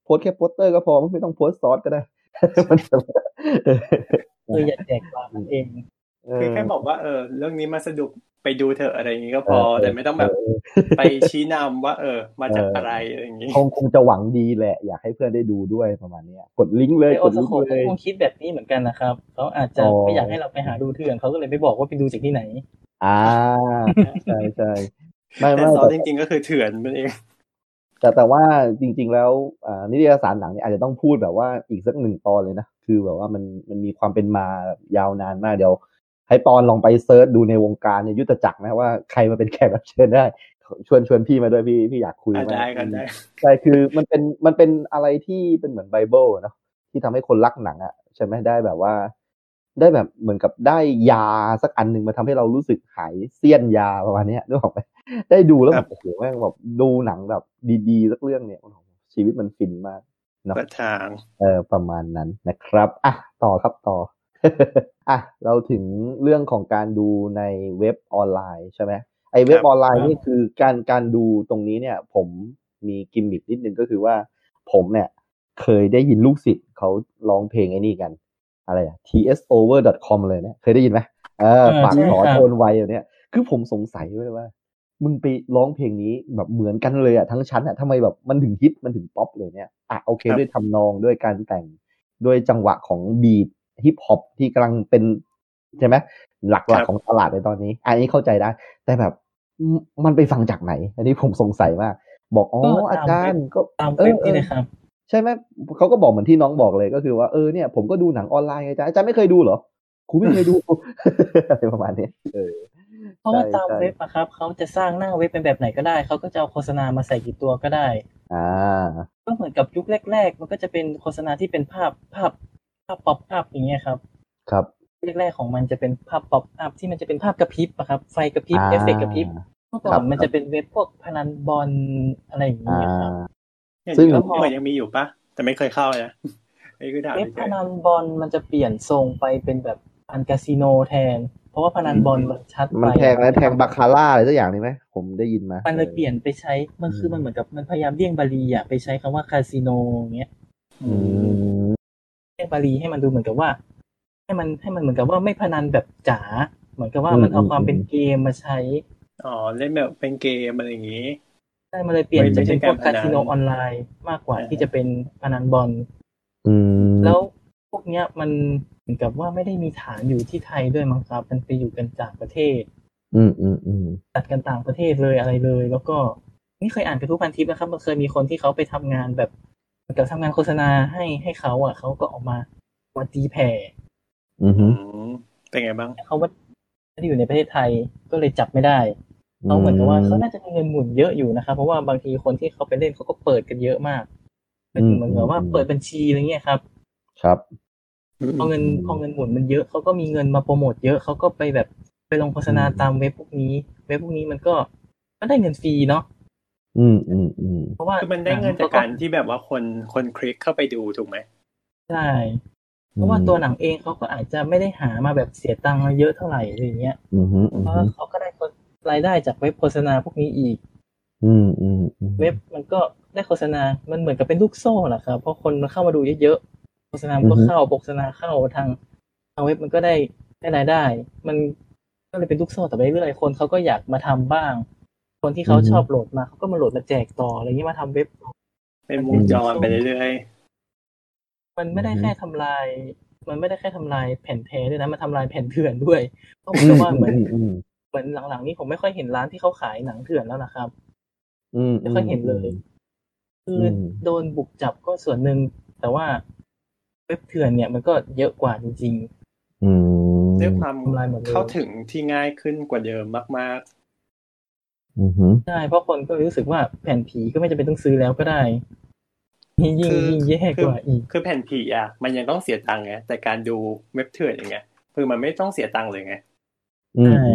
โพสต์แค่โปสเตอร์ก็พอไม่ต้องโพสต์ซอสก็ได้ มันจะอยากแจกความเองคือแค่บอกว่าเรื่องนี้มาสนุกไปดูเถอะอะไรอย่างนี้ก็พอแต่ไม่ต้องแบบไปชี้นำว่ามาจากอะไรอะไรอย่างนี้คงจะหวังดีแหละอยากให้เพื่อนได้ดูด้วยประมาณนี้กดลิงก์เลยกดลิงก์เลยคงคิดแบบนี้เหมือนกันนะครับเขาอาจจะไม่อยากให้เราไปหาดูเถื่อนเขาก็เลยไม่บอกว่าไปดูจากที่ไหนใช่ใช่แต่ซอสจริงๆก็คือเถื่อนมันเองแต่ว่าจริงๆแล้วนิตยสารหนังเนี่ยอาจจะต้องพูดแบบว่าอีกสัก1 ตอนเลยนะคือแบบว่ามันมีความเป็นมายาวนานมากเดี๋ยวให้ปอนลองไปเซิร์ชดูในวงการในยุทธจักรนะว่าใครมาเป็นแขกรับเชิญได้ชวนพี่มาด้วยพี่อยากคุยได้กันได้ใช่คือมันเป็นอะไรที่เป็นเหมือนไบเบิลเนาะที่ทำให้คนรักหนังอ่ะใช่ไหมได้แบบว่าได้แบบเหมือนกับได้ยาสักอันหนึ่งมาทำให้เรารู้สึกหายเสี้ยนยาประมาณนี้นึกออกไหมได้ดูแล้วแบบโอ้โหแม่งแบบดูหนังแบบดีๆสักเรื่องเนี่ยชีวิตมันฟินมากเนาะทางประมาณนั้นนะครับอ่ะต่อครับต่อ อ่ะเราถึงเรื่องของการดูในเว็บออนไลน์ใช่ไหมไอ้เว็บออนไลน์นี่คือการดูตรงนี้เนี่ยผมมีกิมมิคนิดนึงก็คือว่าผมเนี่ยเคยได้ยินลูกศิษย์เขาร้องเพลงไอ้นี่กันอะไรอ่ะ tsover.com เลยเนี่ยเคยได้ยินไหมฝากขอโทนไว้อย่างเนี้ยคือผมสงสัยด้วยว่ามึงไปร้องเพลงนี้แบบเหมือนกันเลยอ่ะทั้งชั้นอ่ะทำไมแบบมันถึงฮิตมันถึงป๊อปเลยเนี่ยโอเคด้วยทำนองด้วยการแต่งด้วยจังหวะของบีทฮิปฮอปที่กำลังเป็นใช่ไหมหลักๆของตลาดในตอนนี้อันนี้เข้าใจได้แต่แบบมันไปฟังจากไหนอันนี้ผมสงสัยมากบอกอาจารย์ก็ตามเว็บนี่นะครับใช่ไหมเขาก็บอกเหมือนที่น้องบอกเลยก็คือว่าเนี่ยผมก็ดูหนังออนไลน์อาจารย์ไม่เคยดูเหรอครูไม่เคยดูอะไรประมาณนี้เพราะว่าตามเว็บอะครับเขาจะสร้างหน้าเว็บเป็นแบบไหนก็ได้เขาก็จะเอาโฆษณามาใส่กี่ตัวก็ได้ก็เหมือนกับยุคแรกๆมันก็จะเป็นโฆษณาที่เป็นภาพป๊อปอัพอย่างเงี้ยครับครับแรกๆของมันจะเป็นภาพป๊อปอัพที่มันจะเป็นภาพกระพริบอะครับไฟกระพริบเอฟเฟกต์กระพริบเมื่อก่อนมันจะเป็นเว็บพวกพนันบอลอะไรอย่างเงี้ยครับซึ่งเหมือนยังมีอยู่ปะแต่ไม่เคยเข้าเลยนะเว็บพนันบอลมันจะเปลี่ยนทรงไปเป็นแบบอันคาสิโนแทนเพราะว่าพนันบอลมันชัดไปมันแทงแล้วแทงบาคาร่าอะไรสักอย่างนี้ไหมผมได้ยินมามันเลยเปลี่ยนไปใช้มันคือมันเหมือนกับมันพยายามเลี่ยงบาลีอ่ะไปใช้คำว่าคาสิโนอย่างเงี้ยเลี่ยงบาลีให้มันดูเหมือนกับว่าให้มันเหมือนกับว่าไม่พนันแบบจ๋าเหมือนกับว่ามันเอาความเป็นเกมมาใช้เล่นแบบเป็นเกมอะไรอย่างงี้ใช่มันเลยเปลี่ยนจะเป็นพวกคาสิโนออนไลน์มากกว่าที่จะเป็นพนันบอลแล้วพวกเนี้ยมันเหมือนกับว่าไม่ได้มีฐานอยู่ที่ไทยด้วยมั้งครับมันไปอยู่กันจากประเทศตัดกันต่างประเทศเลยอะไรเลยแล้วก็นี่เคยอ่านกระทู้พันทิปนะครับมันเคยมีคนที่เขาไปทำงานแบบเหมือนกับทำงานโฆษณาให้เขาอ่ะเขาก็ออกมาตีแผ่เป็นไงบ้างเขาว่าไม่ได้อยู่ในประเทศไทยก็เลยจับไม่ได้เขาเหมือนกับว่าเขาน่าจะมีเงินหมุนเยอะอยู่นะครับเพราะว่าบางทีคนที่เขาไปเล่นเขาก็เปิดกันเยอะมากเหมือนกับว่าเปิดบัญชีอะไรเงี้ยครับพอเงินหมุนมันเยอะเขาก็มีเงินมาโปรโมทเยอะเขาก็ไปแบบไปลงโฆษณาตามเว็บพวกนี้มันก็ได้เงินฟรีเนาะเพราะว่าคือมันได้เงินจากการที่แบบว่าคนคลิกเข้าไปดูถูกไหมใช่เพราะว่าตัวหนังเองเขาก็อาจจะไม่ได้หามาแบบเสียตังค์เยอะเท่าไหร่อะไรอย่างเงี้ยเพราะเขาก็ได้รายได้จากเว็บโฆษณาพวกนี้อีกเว็บมันก็ได้โฆษณามันเหมือนกับเป็นลูกโซ่แหละครับเพราะคนมันเข้ามาดูเยอะๆโฆษณาก็เข้าโฆษณาเข้าทางเว็บมันก็ได้รายได้มันก็เลยเป็นลูกโซ่ต่อไปเรื่อยๆคนเขาก็อยากมาทำบ้างคนที่เขาชอบโหลดมาเขาก็มาโหลดมาแจกต่ออะไรอย่างนี้มาทำเว็บเป็นวงจรไปเรื่อยๆมันไม่ได้แค่ทำลายแผ่นแท้ด้วยนะมันทำลายแผ่นเถื่อนด้วยเพราะผมว่าเหมือนหลังๆนี้ผมไม่ค่อยเห็นร้านที่เขาขายหนังเถื่อนแล้วนะครับไม่ค่อยเห็นเลยคือโดนบุกจับก็ส่วนหนึ่งแต่ว่าเว็บเถื่อนเนี่ยมันก็เยอะกว่าจริงๆด้วยความเข้าถึงที่ง่ายขึ้นกว่าเดิมมากๆใช่เพราะคนก็รู้สึกว่าแผ่นผีก็ไม่จำเป็นต้องซื้อแล้วก็ได้ยิ่งแย่กว่าอีกคือแผ่นผีอ่ะมันยังต้องเสียตังค์ไงแต่การดูเว็บเถื่อนอย่างเงี้ยคือมันไม่ต้องเสียตังค์เลยไงใช่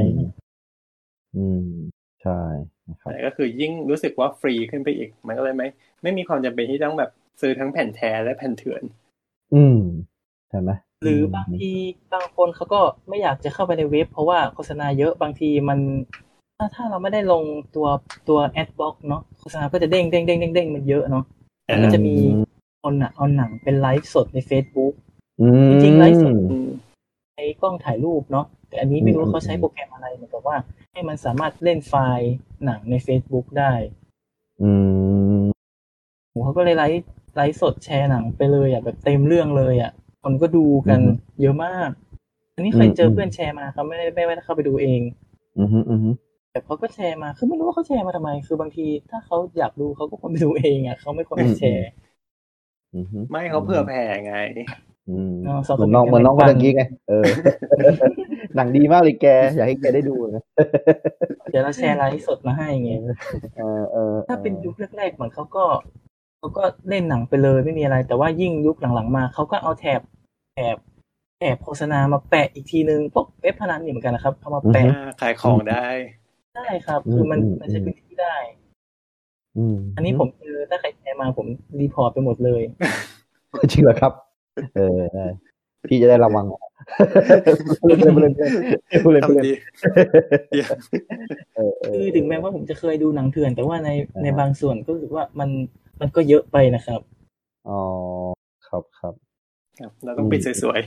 ใช่แต่ก็คือยิ่งรู้สึกว่าฟรีขึ้นไปอีกมันก็เลยไม่มีความจำเป็นที่ต้องแบบซื้อทั้งแผ่นแท้และแผ่นเถื่อนใช่ไหมหรือบางทีบางคนเขาก็ไม่อยากจะเข้าไปในเว็บเพราะว่าโฆษณาเยอะบางทีมันถ้าเราไม่ได้ลงตัวแอดบล็อกเนาะโฆษณาก็จะเด้งมันเยอะเนาะมันจะมีคนอ่ะเอาหนังเป็นไลฟ์สดใน Facebook อืมจริงๆไลฟ์สดอืมใช้กล้องถ่ายรูปเนาะแต่อันนี้ไม่รู้ว่าเขาใช้โปรแกรมอะไรเหมือนกับว่าให้มันสามารถเล่นไฟล์หนังใน Facebook ได้อืมเขาก็เลยไลฟ์สดแชร์หนังไปเลยอ่ะแบบเต็มเรื่องเลยอ่ะคนก็ดูกันเยอะมาก อันนี้เคยเจอเพื่อนแชร์มาเขาไม่ได้เข้าไปดูเอง แต่เขาก็แชร์มาคือไม่รู้ว่าเขาแชร์มาทำไมคือบางทีถ้าเขาอยากดูเขาก็ควรไปดูเองอ่ะเขาไม่ควรไปแชร์ไม่เขาเผื่อแผ่ไงเหมือนน้องคนตะกี้ไงหนังดีมากเลยแกอยากให้แกได้ดูนะเดี๋ยวเราแชร์ไลฟ์สดมาให้ไงถ้าเป็นยุคแรกๆเหมือนเขาก็เล่นหนังไปเลยไม่มีอะไรแต่ว่ายิ่งยุคหลังๆมาเขาก็เอาแถบโฆษณามาแปะอีกทีนึงพวกเว็บพนันนี่เหมือนกันนะครับเอามาแปะขายของได้ได้ครับคือมันใช้พื้นที่ได้อันนี้ผมเจอถ้าใครแชร์มาผมรีพอร์ตไปหมดเลยจริงเหรอครับพี่จะได้ระวังทำดีคือถึงแม้ว่าผมจะเคยดูหนังเถื่อนแต่ว่าในบางส่วนก็รู้สึกว่ามันก็เยอะไปนะครับอ๋อครับเราต้องปิดสวย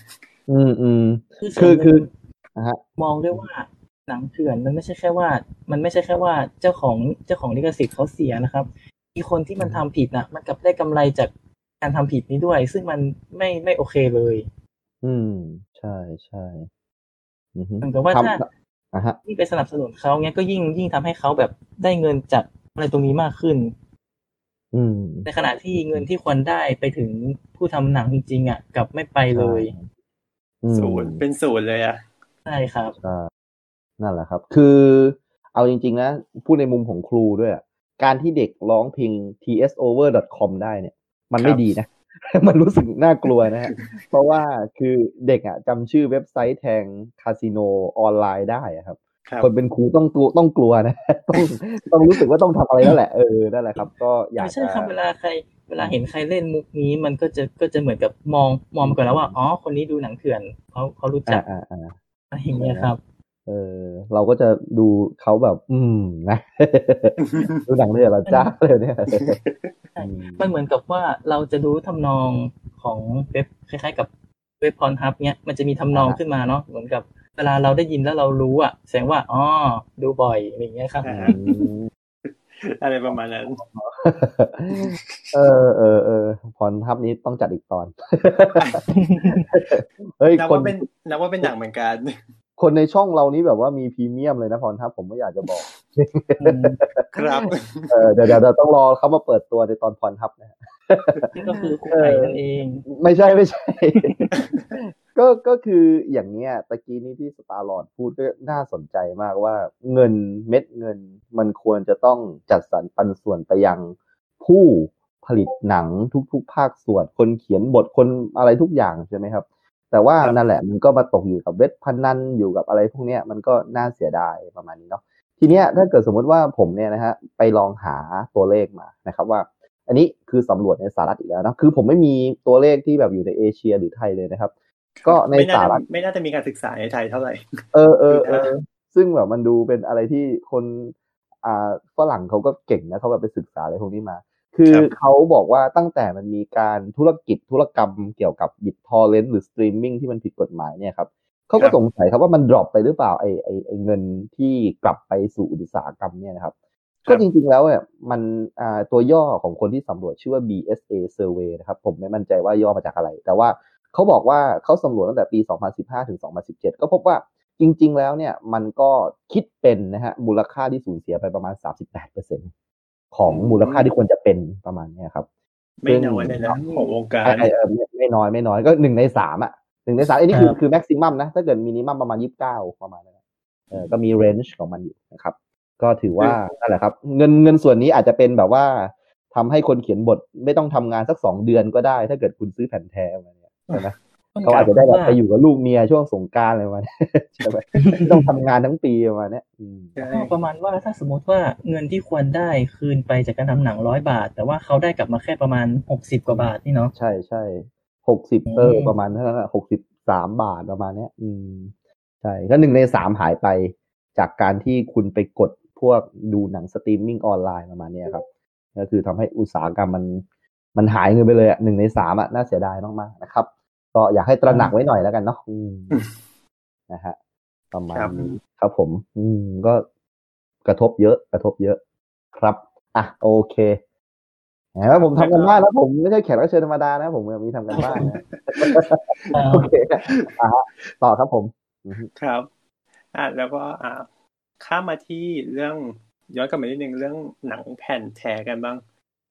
ๆคือมองด้วยว่าหนังเถื่อนมันไม่ใช่แค่ว่าเจ้าของลิขสิทธิ์เขาเสียนะครับมีคนที่มันทำผิดนะมันกลับได้กำไรจากการทำผิดนี้ด้วยซึ่งมันไม่โอเคเลยใช่เหมือนกับว่าถ้าที่ไปสนับสนุนเขาเงี้ยก็ยิ่งทำให้เขาแบบได้เงินจากอะไรตรงนี้มากขึ้นในขณะที่เงินที่ควรได้ไปถึงผู้ทำหนังจริงๆอ่ะกลับไม่ไปเลยเป็นศูนย์เลยอ่ะใช่ครับนั่นแหละครับคือเอาจริงๆนะพูดในมุมของครูด้วยการที่เด็กร้องเพลง tsover.com ได้เนี่ยมันไม่ดีนะ มันรู้สึกน่ากลัวนะฮะเพราะว่าคือเด็กจำชื่อเว็บไซต์แทงคาสิโนออนไลน์ได้ครับคนเป็นครูต้องกลัวนะต้องรู้สึกว่าต้องทำอะไรนั่นแหละนั่นแหละครับก็อยากใช่ครับเวลาเห็นใครเล่นมุกนี้มันก็จะเหมือนกับมองก่อนแล้วว่าอ๋อคนนี้ดูหนังเถื่อนเขารู้จักอะไรอย่างเงี้ยครับเราก็จะดูเขาแบบนะดูหนังเลยเราจ้าเลยเนี่ยมันเหมือนกับว่าเราจะรู้ทำนองของเว็บคล้ายๆกับเว็บพรฮับเนี้ยมันจะมีทำนองขึ้นมาเนาะเหมือนกับเวลาเราได้ยินแล้วเรารู้แสดงว่าอ๋อดูบ่อยอะไรอย่างเงี้ยครับอะไรประมาณนั้นพรฮับนี้ต้องจัดอีกตอนนับว่าเป็นหนังเหมือนกันคนในช่องเรานี้แบบว่ามีพรีเมียมเลยนะพรทับผมไม่อยากจะบอกครับเดี๋ยวต้องรอเขามาเปิดตัวในตอนพรทับนะนี่ก็คือคู่ไข่นั่นเองไม่ใช่ ก็คืออย่างเงี้ยตะกี้นี้ที่สตาร์ลอร์ดพูดก็น่าสนใจมากว่าเงินเม็ดเงินมันควรจะต้องจัดสรรปันส่วนไปยังผู้ผลิตหนังทุกภาคส่วนคนเขียนบทคนอะไรทุกอย่างใช่ไหมครับแต่ว่านั่นแหละมันก็มาตกอยู่กับเว็บพนันอยู่กับอะไรพวกเนี้ยมันก็น่าเสียดายประมาณนี้เนาะทีเนี้ยถ้าเกิดสมมติว่าผมเนี่ยนะฮะไปลองหาตัวเลขมานะครับว่าอันนี้คือสำรวจในสหรัฐอีกแล้วนะคือผมไม่มีตัวเลขที่แบบอยู่ในเอเชียหรือไทยเลยนะครับก็ในสหรัฐไม่น่าจะมีการศึกษาในไทยเท่าไหร่ซึ่งแบบมันดูเป็นอะไรที่คนฝรั่งเขาก็เก่งนะเขาแบบไปศึกษาอะไรพวกนี้มาคือเขาบอกว่าตั้งแต่มันมีการธุรกรรมเกี่ยวกับบิตทอร์เรนต์หรือสตรีมมิ่งที่มันผิดกฎหมายเนี่ยครับเขาก็สงสัยครับว่ามันดรอปไปหรือเปล่าไอเงินที่กลับไปสู่อุตสาหกรรมเนี่ยนะครับก็จริงๆแล้วเนี่ยมันตัวย่อของคนที่สำรวจชื่อว่า BSA Survey นะครับผมไม่มั่นใจว่าย่อมาจากอะไรแต่ว่าเขาบอกว่าเขาสำรวจตั้งแต่ปี 2015 ถึง 2017 ก็พบว่าจริงๆแล้วเนี่ยมันก็คิดเป็นนะฮะมูลค่าที่สูญเสียไปประมาณ 38% ของมูลค่าที่ควรจะเป็นประมาณนี้ครับไม่น้อยเลยนะของวงการไม่น้อยก็1 ใน 3อ่ะ1 ใน 3อันนี้คือแม็กซิมัมนะถ้าเกิดมินิมัมประมาณ29ประมาณนั้นก็มีเรนจ์ของมันอยู่นะครับก็ถือว่านั่นแหละครับเงินส่วนนี้อาจจะเป็นแบบว่าทำให้คนเขียนบทไม่ต้องทำงานสัก2 เดือนก็ได้ถ้าเกิดคุณซื้อแผ่นแท้มาเนี่ยใช่ไหมเขาอาจจะได้แบบไปอยู่กับลูกเมียช่วงสงกรานต์อะไรประมาณนี้ใช่ไหมต้องทำงานทั้งปีประมาณนี้ประมาณว่าถ้าสมมติว่าเงินที่ควรได้คืนไปจากการทำหนัง100 บาทแต่ว่าเขาได้กลับมาแค่ประมาณ60 กว่าบาทนี่เนาะใช่60ประมาณเท่านั้น63 บาทประมาณนี้ใช่ก็1 ใน 3หายไปจากการที่คุณไปกดพวกดูหนังสตรีมมิ่งออนไลน์ประมาณนี้ครับก็คือทำให้อุตสาหกรรมมันหายเงินไปเลยอ่ะ1 ใน 3อ่ะน่าเสียดายมากๆนะครับก็อยากให้ตระหนักไว้หน่อยแล้วกันเนาะนะฮะประมาณนี้ครับผมก็กระทบเยอะครับอ่ะโอเคแล้วผมทำกันบ้านแล้วผมไม่ใช่แขกรับเชิญธรรมดานะผมมีทำกันบ้านนะโอเคต่อครับผมครับแล้วก็ข้ามมาที่เรื่องย้อนกลับมานิดนึงเรื่องหนังแผ่นแท้กันบ้าง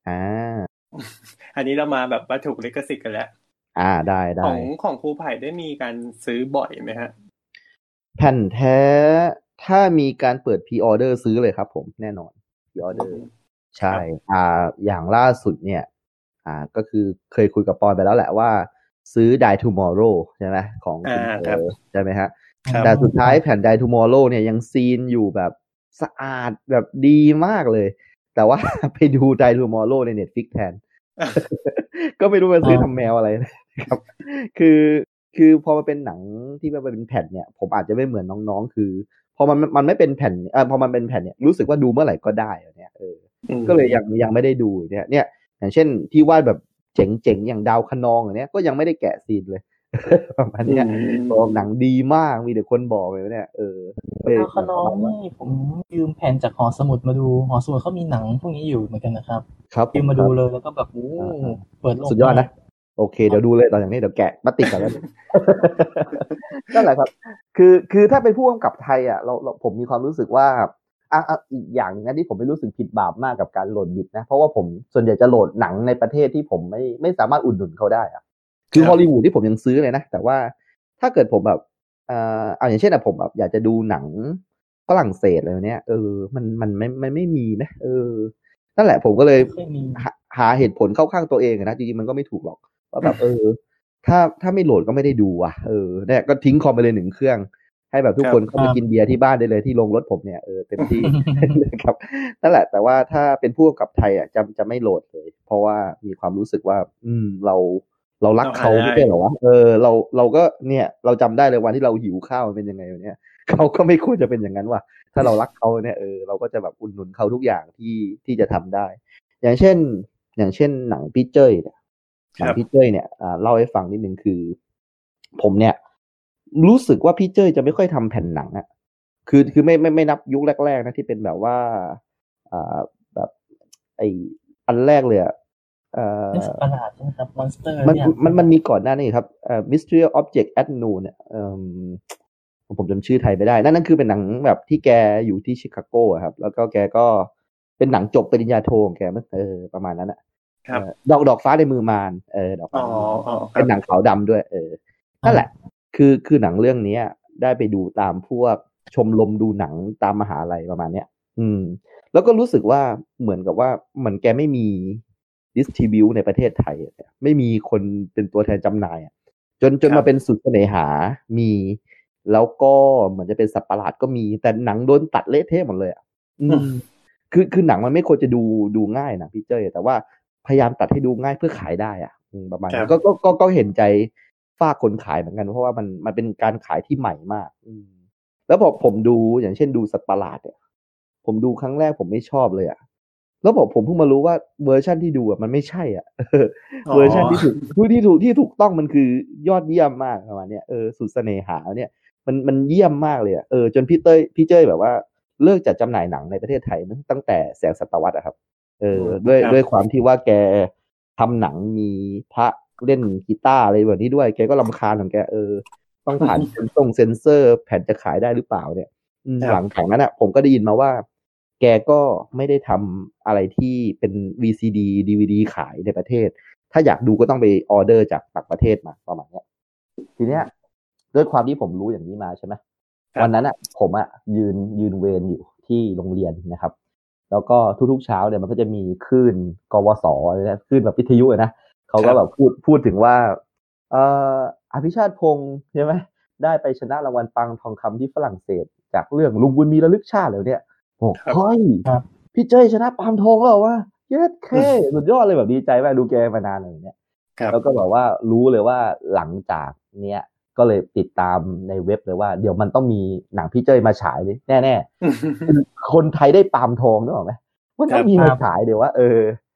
อันนี้เรามาแบบว่าถูกลิขสิทธิ์กันแล้วได้ของครูไผ่ได้มีการซื้อบ่อยไหมฮะแผ่นแท้ถ้ามีการเปิดพรีออเดอร์ซื้อเลยครับผมแน่นอนพรีออเดอร์ใช่อย่างล่าสุดเนี่ยก็คือเคยคุยกับปอนไปแล้วแหละว่าซื้อ Die Tomorrow ใช่ไหมของคุณใช่ไหมฮะแต่สุดท้ายแผ่น Die Tomorrow เนี่ยยังซีนอยู่แบบสะอาดแบบดีมากเลยแต่ว่าไปดู Die Tomorrow ใน Netflix แทน ก็ไม่รู้ว่าซื้อทำแมวอะไรนะครับคือพอมาเป็นหนังที่มันเป็นแผ่นเนี่ยผมอาจจะไม่เหมือนน้องๆคือพอมันไม่เป็นแผ่นพอมันเป็นแผ่นเนี่ยรู้สึกว่าดูเมื่อไหร่ก็ได้เนี่ยก็เลยยังไม่ได้ดูเนี่ยอย่างเช่นที่วาดแบบเจ๋งๆอย่างดาวคะนองอย่างเนี้ยก็ยังไม่ได้แกะซีนเลยประมาณนี้หนังดีมากมีแต่คนบอกเลยเนี่ยดาวคะนองนี่ผมยืมแผ่นจากหอสมุดมาดูหอสมุดเขามีหนังพวกนี้อยู่เหมือนกันนะครับยืมมาดูเลยแล้วก็แบบเปิดโลกสุดยอดนะโอเคเดี๋ยวดูเลยตอนอย่างนี้เดี๋ยวแกะมาติดกันแล้วนั่นแหละครับคือถ้าเป็นผู้กำกับไทยผมมีความรู้สึกว่าอีกอย่างนึงนะที่ผมไม่รู้สึกผิดบาปมากกับการโหลดบิตนะเพราะว่าผมส่วนใหญ่จะโหลดหนังในประเทศที่ผมไม่สามารถอุดหนุนเขาได้คือฮอลลีวูดที่ผมยังซื้อเลยนะแต่ว่าถ้าเกิดผมแบบอย่างเช่นผมแบบอยากจะดูหนังฝรั่งเศสอะไรเนี้ยมันไม่มีนะนั่นแหละผมก็เลยหาเหตุผลเข้าข้างตัวเองนะจริงๆมันก็ไม่ถูกหรอกว่าแบบถ้าไม่โหลดก็ไม่ได้ดูเนี่ยก็ทิ้งคอมไปเลย1 เครื่องให้แบบทุกคนเข้าไปกินเบียร์ที่บ้านได้เลยที่โรงรถผมเนี่ยเต็มที่นะครับนั่นแหละแต่ว่าถ้าเป็นผู้กำกับไทยจะไม่โหลดเลยเพราะว่ามีความรู้สึกว่าเรารักเขาไม่ใช่เหรอวะเราก็เนี่ยเราจำได้เลยวันที่เราหิวข้าวเป็นยังไงเนี่ยเขาก็ไม่ควรจะเป็นอย่างนั้นว่ะถ้าเรารักเขาเนี่ยเราก็จะแบบอุดหนุนเขาทุกอย่างที่จะทำได้อย่างเช่นหนังพี่เจ้ยเนี่ยหนังพี่เจ้ยเนี่ยเล่าให้ฟังนิดนึงคือผมเนี่ยรู้สึกว่าพี่เจ้ยจะไม่ค่อยทำแผ่นหนังคือไม่นับยุคแรกๆนะที่เป็นแบบว่าแบบไออันแรกเลยประหลาดใช่ไหมครับมอนสเตอร์มันมีก่อนหน้านี้ครับMystery Object at Noon เนี่ยผมจำชื่อไทยไม่ได้นั่นคือเป็นหนังแบบที่แกอยู่ที่ชิคาโกครับแล้วก็แกก็เป็นหนังจบปริญญาโทของแกมั้งประมาณนั้นดอกฟ้าในมือมารดอกฟ้าเป็นหนังขาวดำด้วยนั่นแหละคือหนังเรื่องนี้ได้ไปดูตามพวกชมรมดูหนังตามมหาลัยประมาณเนี้ยแล้วก็รู้สึกว่าเหมือนกับว่าเหมือนแกไม่มีดิสทริบิวในประเทศไทยไม่มีคนเป็นตัวแทนจำหน่ายจนมาเป็นสุดเสน่หามีแล้วก็เหมือนจะเป็นสัตว์ประหลาดก็มีแต่หนังโดนตัดเละเทะหมดเลยคือหนังมันไม่ควรจะดูง่ายนะพี่เจ้ยแต่ว่าพยายามตัดให้ดูง่ายเพื่อขายได้ประมาณนั้นก็เห็นใจฝากคนขายเหมือนกันเพราะว่ามันเป็นการขายที่ใหม่มากแล้วพอผมดูอย่างเช่นดูสัตว์ประหลาดเนี่ยผมดูครั้งแรกผมไม่ชอบเลยแล้วบอกผมเพิ่งมารู้ว่าเวอร์ชันที่ดูมันไม่ใช่เวอร์ชันที่ถูกต้องมันคือยอดเยี่ยมมากประมาณนี้สุดเสน่หาเนี่ยมันเยี่ยมมากเลยจนพี่เจ้ยแบบว่าเลิกจัดจำหน่ายหนังในประเทศไทยตั้งแต่แสงศตวรรษครับด้วยความที่ว่าแกทำหนังมีพระเล่นกีตาร์อะไรแบบนี้ด้วยแกก็รำคาญของแกต้องผ่านเซนเซอร์แผ่นจะขายได้หรือเปล่าเนี่ยหลังจากนั้นผมก็ได้ยินมาว่าแกก็ไม่ได้ทำอะไรที่เป็น VCD DVD ขายในประเทศถ้าอยากดูก็ต้องไปออเดอร์จากต่างประเทศมาประมาณนี้ทีเนี้ยด้วยความที่ผมรู้อย่างนี้มาใช่ไหมวันนั้นผมยืนเวรอยู่ที่โรงเรียนนะครับแล้วก็ทุกๆเช้าเนี่ยมันก็จะมีคลื่นกวสนะคลื่นแบบวิทยุนะเขาก็แบบพูดถึงว่าอภิชาติพงษ์ใช่ไหมได้ไปชนะรางวัลปังทองคำที่ฝรั่งเศสจากเรื่องลุงบุญมีระลึกชาติแล้วเนี่ยเฮ้ยพี่เจ้ยชนะปามทองแล้ววะเย้แค่สุดยอดเลยแบบดีใจมากดูแกมานานเลยเนี่ยแล้วก็บอกว่ารู้เลยว่าหลังจากเนี้ยก็เลยติดตามในเว็บเลยว่าเดี๋ยวมันต้องมีหนังพี่เจ้ยมาฉายเลยแน่ๆคนไทยได้ปามทองนึกออกไหมมันต้องมีมาฉายเดี๋ยวว่า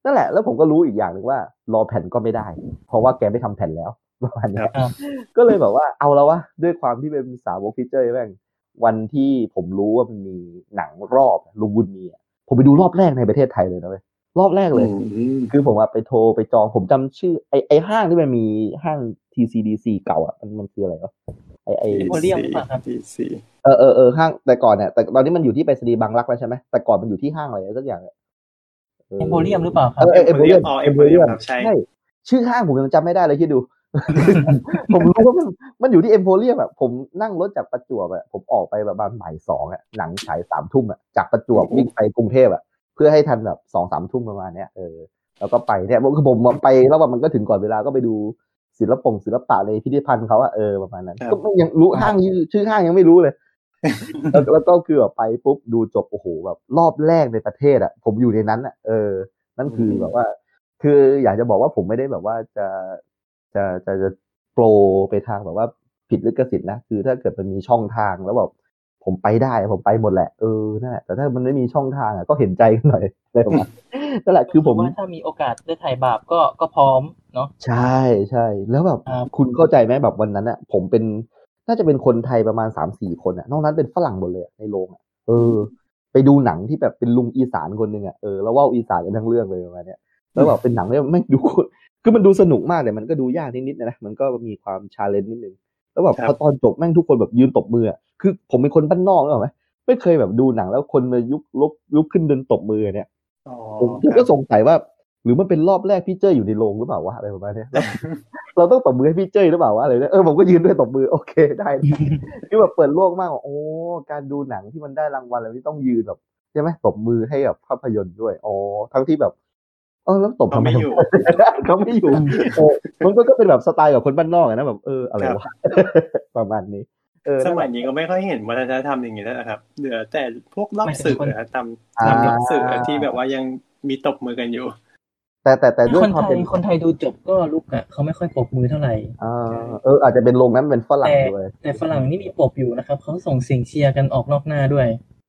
นั่นแหละแล้วผมก็รู้อีกอย่างหนึ่งว่ารอแผ่นก็ไม่ได้เพราะว่าแกไม่ทำแผ่นแล้วประมาณนี้ก็เลยแบบว่าเอาแล้ววะด้วยความที่เป็นสาวกฟีเจอร์แม่งวันที่ผมรู้ว่ามันมีหนังรอบลุงบุญมีผมไปดูรอบแรกในประเทศไทยเลยนะเว้ยรอบแรกเลยคือผมไปโทรไปจองผมจำชื่อไอห้างที่มันมีห้าง TCDC เก่าอ่ะมันคืออะไรวะไอโพเลียมป่ะครับห้างแต่ก่อนเนี่ยแต่ตอนนี้มันอยู่ที่ไปรษณีย์บางรักแล้วใช่ไหมแต่ก่อนมันอยู่ที่ห้างอะไรสักอย่างเอ็มโพเรียมหรือเปล่าครับเอ็มโพเรียมใช่ชื่อห้างผมยังจำไม่ได้เลยคิดดู ผมรู้ว่ามันอยู่ที่เอ็มโพเรียมอ่ะผมนั่งรถจากประจวบอ่ะผมออกไปแบบบ่าย2อ่ะหนังฉาย3 ทุ่มอ่ะจากประจวบวิ่งไปกรุงเทพอ่ะเพื่อให้ทันแบบ2-3 ทุ่มประมาณเนี้ยแล้วก็ไปเนี่ยคือผมไปแล้วว่ามันก็ถึงก่อนเวลาก็ไปดูศิลปะในพิพิธภัณฑ์เขาอ่ะประมาณนั้นก็ยังรู้ห้างชื่อห้างยังไม่รู้เลยแล้วก็คือแบบไปปุ๊บดูจบโอ้โหแบบรอบแรกในประเทศอ่ะผมอยู่ในนั้นอ่ะนั่นคือแบบว่าคืออยากจะบอกว่าผมไม่ได้แบบว่าจะโปรไปทางแบบว่าผิดลิขสิทธิ์นะคือถ้าเกิดมันมีช่องทางแล้วแบบผมไปได้ผมไปหมดแหละนั่นแหละแต่ถ้ามันไม่มีช่องทางก็เห็นใจกันหน่อยอะไรประมาณนั่นแหละคือผมว่าถ้ามีโอกาสได้ถ่ายบาปก็พร้อมเนาะใช่แล้วแบบคุณเข้าใจไหมแบบวันนั้นผมเป็นน่าจะเป็นคนไทยประมาณ 3-4 คนนอกนั้นเป็นฝรั่งหมดเลยในโรงไปดูหนังที่แบบเป็นลุงอีสานคนนึงแล้วว่าอีสานกันทั้งเรื่องเลยประมาณนี้แล้วแบบเป็นหนังที่ไม่ดูคือมันดูสนุกมากแต่มันก็ดูยากนิดๆนะมันก็มีความชาเลนจ์นิดนึงแล้วแบบพอตอนจบแม่งทุกคนแบบยืนตบมือคือผมเป็นคนบ้านนอกหรอไหมไม่เคยแบบดูหนังแล้วคนมาลุกขึ้นเดินตบมือเนี่ยผมก็สงสัยว่าหรือมันเป็นรอบแรกพี่เจ้ยอยู่ในโรงหรือเปล่าวะอะไรประมาณนี้เราต้องตบมือให้พี่เจ้ยหรือเปล่าวะอะไรเนี่ยผมก็ยืนด้วยตบมือโอเคได้ที่แบบเปิดโลกมากโอ้การดูหนังที่มันได้รางวัลอะไรที่ต้องยืนแบบใช่ไหมตบมือให้แบบภาพยนตร์ด้วยทั้งที่แบบแล้วตบทำไมเขาไม่อยู่มันก็เป็นแบบสไตล์กับคนบ้านนอกนะแบบอะไรวะประมาณนี้สมัยนี้ก็ไม่ค่อยเห็นวัฒนธรรมอย่างนี้แล้วนะครับเหลือแต่พวกรอบสื่อตามรอบสื่อที่แบบว่ายังมีตบมือกันอยู่แต่ด้วยความเป็นคนไทยดูจบก็ลุกเขาไม่ค่อยปรบมือเท่าไหร่อาจจะเป็นโรงนั้นเป็นฝรั่งด้วยแต่ฝรั่งนี่มีปรบอยู่นะครับเขาส่งเสียงเชียร์กันออกนอกหน้าด้วย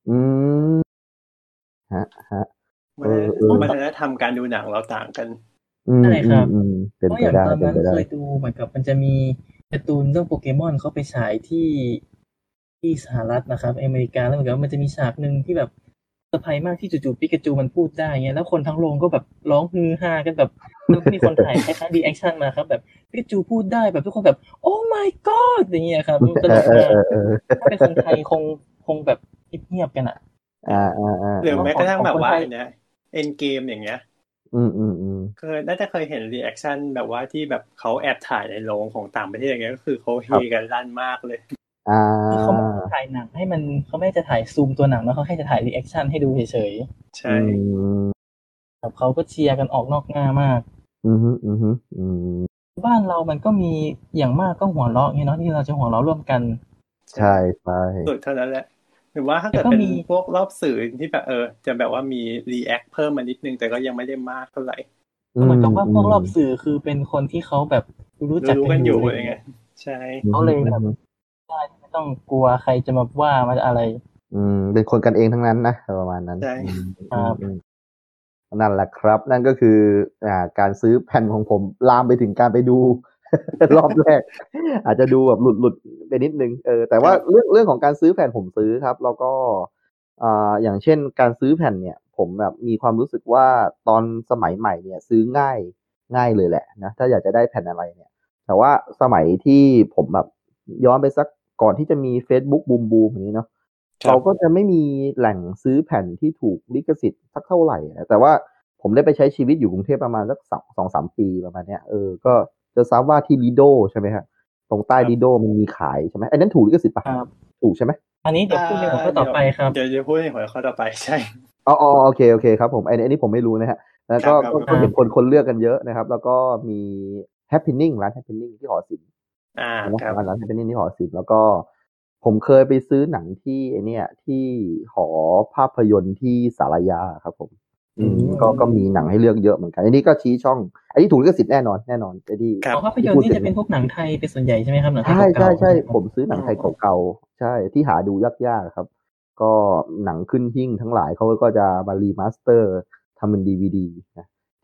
ฮะวัฒนธรรมการดูหนังเราต่างกันใช่ครับเพราะอย่างตอนนั้นเคยดูเหมือนกับมันจะมีการ์ตูนเรื่องโปเกมอนเขาไปฉายที่สหรัฐนะครับอเมริกาแล้วเหมือนกับมันจะมีฉากนึงที่แบบเซอร์ไพรส์มากที่จู่ๆปิกาจูมันพูดได้เงี้ยแล้วคนทั้งโรงก็แบบร้องฮือฮากันแบบแล้วมีคนถ่ายคล้ายๆรีแอคชั่นมาครับแบบปิกาจูพูดได้แบบทุกคนแบบโอ้ my god อย่างเงี้ยครับตลกมากถ้าเป็นคนไทยคงแบบเงียบๆกันหรือแม้กระทั่งแบบว่าเนี่ยเอ็นเกมอย่างเงี้ยน่าจะเคยเห็นรีแอคชั่นแบบว่าที่แบบเขาแอบถ่ายในโรงของต่างประเทศอย่างเงี้ยก็คือเขาเฮกันลั่นมากเลยเขาไม่ถ่ายหนังให้มันเขาไม่จะถ่ายซูมตัวหนังแล้วเขาแค่จะถ่ายรีแอคชั่นให้ดูเฉยๆใช่แบบเขาก็เชียร์กันออกนอกหน้ามากบ้านเรามันก็มีอย่างมากก็หัวเราะเงี้ยเนาะที่เราจะหัวเราะร่วมกันใช่สุดเท่านั้นแหละหรือว่าถ้าเกิดเป็นพวกรอบสื่อที่แบบจะแบบว่ามีรีแอคเพิ่มมานิดนึงแต่ก็ยังไม่ได้มากเท่าไหร่เหมือนกับว่าพวกรอบสื่อคือเป็นคนที่เขาแบบรู้จักกันอยู่อะไรเงี้ยใช่เขาเลยแบบไม่ต้องกลัวใครจะมาว่ามาอะไรเป็นคนกันเองทั้งนั้นนะประมาณนั้นใช่นั่นแหละครับนั่นก็คือการซื้อแผ่นของผมลามไปถึงการไปดูรอบแรกอาจจะดูแบบหลุดไปนิดนึงแต่ว่าเรื่องของการซื้อแผ่นผมซื้อครับแล้วก็อย่างเช่นการซื้อแผ่นเนี่ยผมแบบมีความรู้สึกว่าตอนสมัยใหม่เนี่ยซื้อง่ายเลยแหละนะถ้าอยากจะได้แผ่นอะไรเนี่ยแต่ว่าสมัยที่ผมแบบย้อนไปสักก่อนที่จะมี Facebook บูมอย่างนี้เนาะเราก็จะไม่มีแหล่งซื้อแผ่นที่ถูกลิขสิทธิ์สักเท่าไหร่แต่ว่าผมได้ไปใช้ชีวิตอยู่กรุงเทพประมาณสัก2-3 ปีประมาณเนี้ยก็จะทราบว่าที่ลีโดใช่ไหมครับตรงใต้ลีโดมันมีขายใช่ไหมไอ้นั้นถูกลิขสิทธิ์ปะถูกใช่ไหมอันนี้เดี๋ยวพูดในหัวข้อต่อไปครับเดี๋ยวพูดในหัวข้อต่อไปใช่โอเคครับผมไอ้นี้ผมไม่รู้นะฮะแล้วก็เห็นคนเลือกกันเยอะนะครับแล้วก็มี Happening ร้าน Happening ที่หอศิลป์ร้าน Happening ที่หอศิลป์แล้วก็ผมเคยไปซื้อหนังที่ไอ้นี่ที่หอภาพยนตร์ที่สารยาครับผมก็มีหนังให้เลือกเยอะเหมือนกันอันนี้ก็ชี้ช่องอันนี้ถูกลิขสิทธิ์แน่นอนไอ้ที่ภาพยนตร์นี่จะเป็นพวกหนังไทยเป็นส่วนใหญ่ใช่ไหมครับหนังไทยเก่าใช่ผมซื้อหนังไทยเก่าๆใช่ที่หาดูยากๆครับก็หนังขึ้นหิ้งทั้งหลายเขาก็จะมารีมาสเตอร์ทำเป็น DVD นะ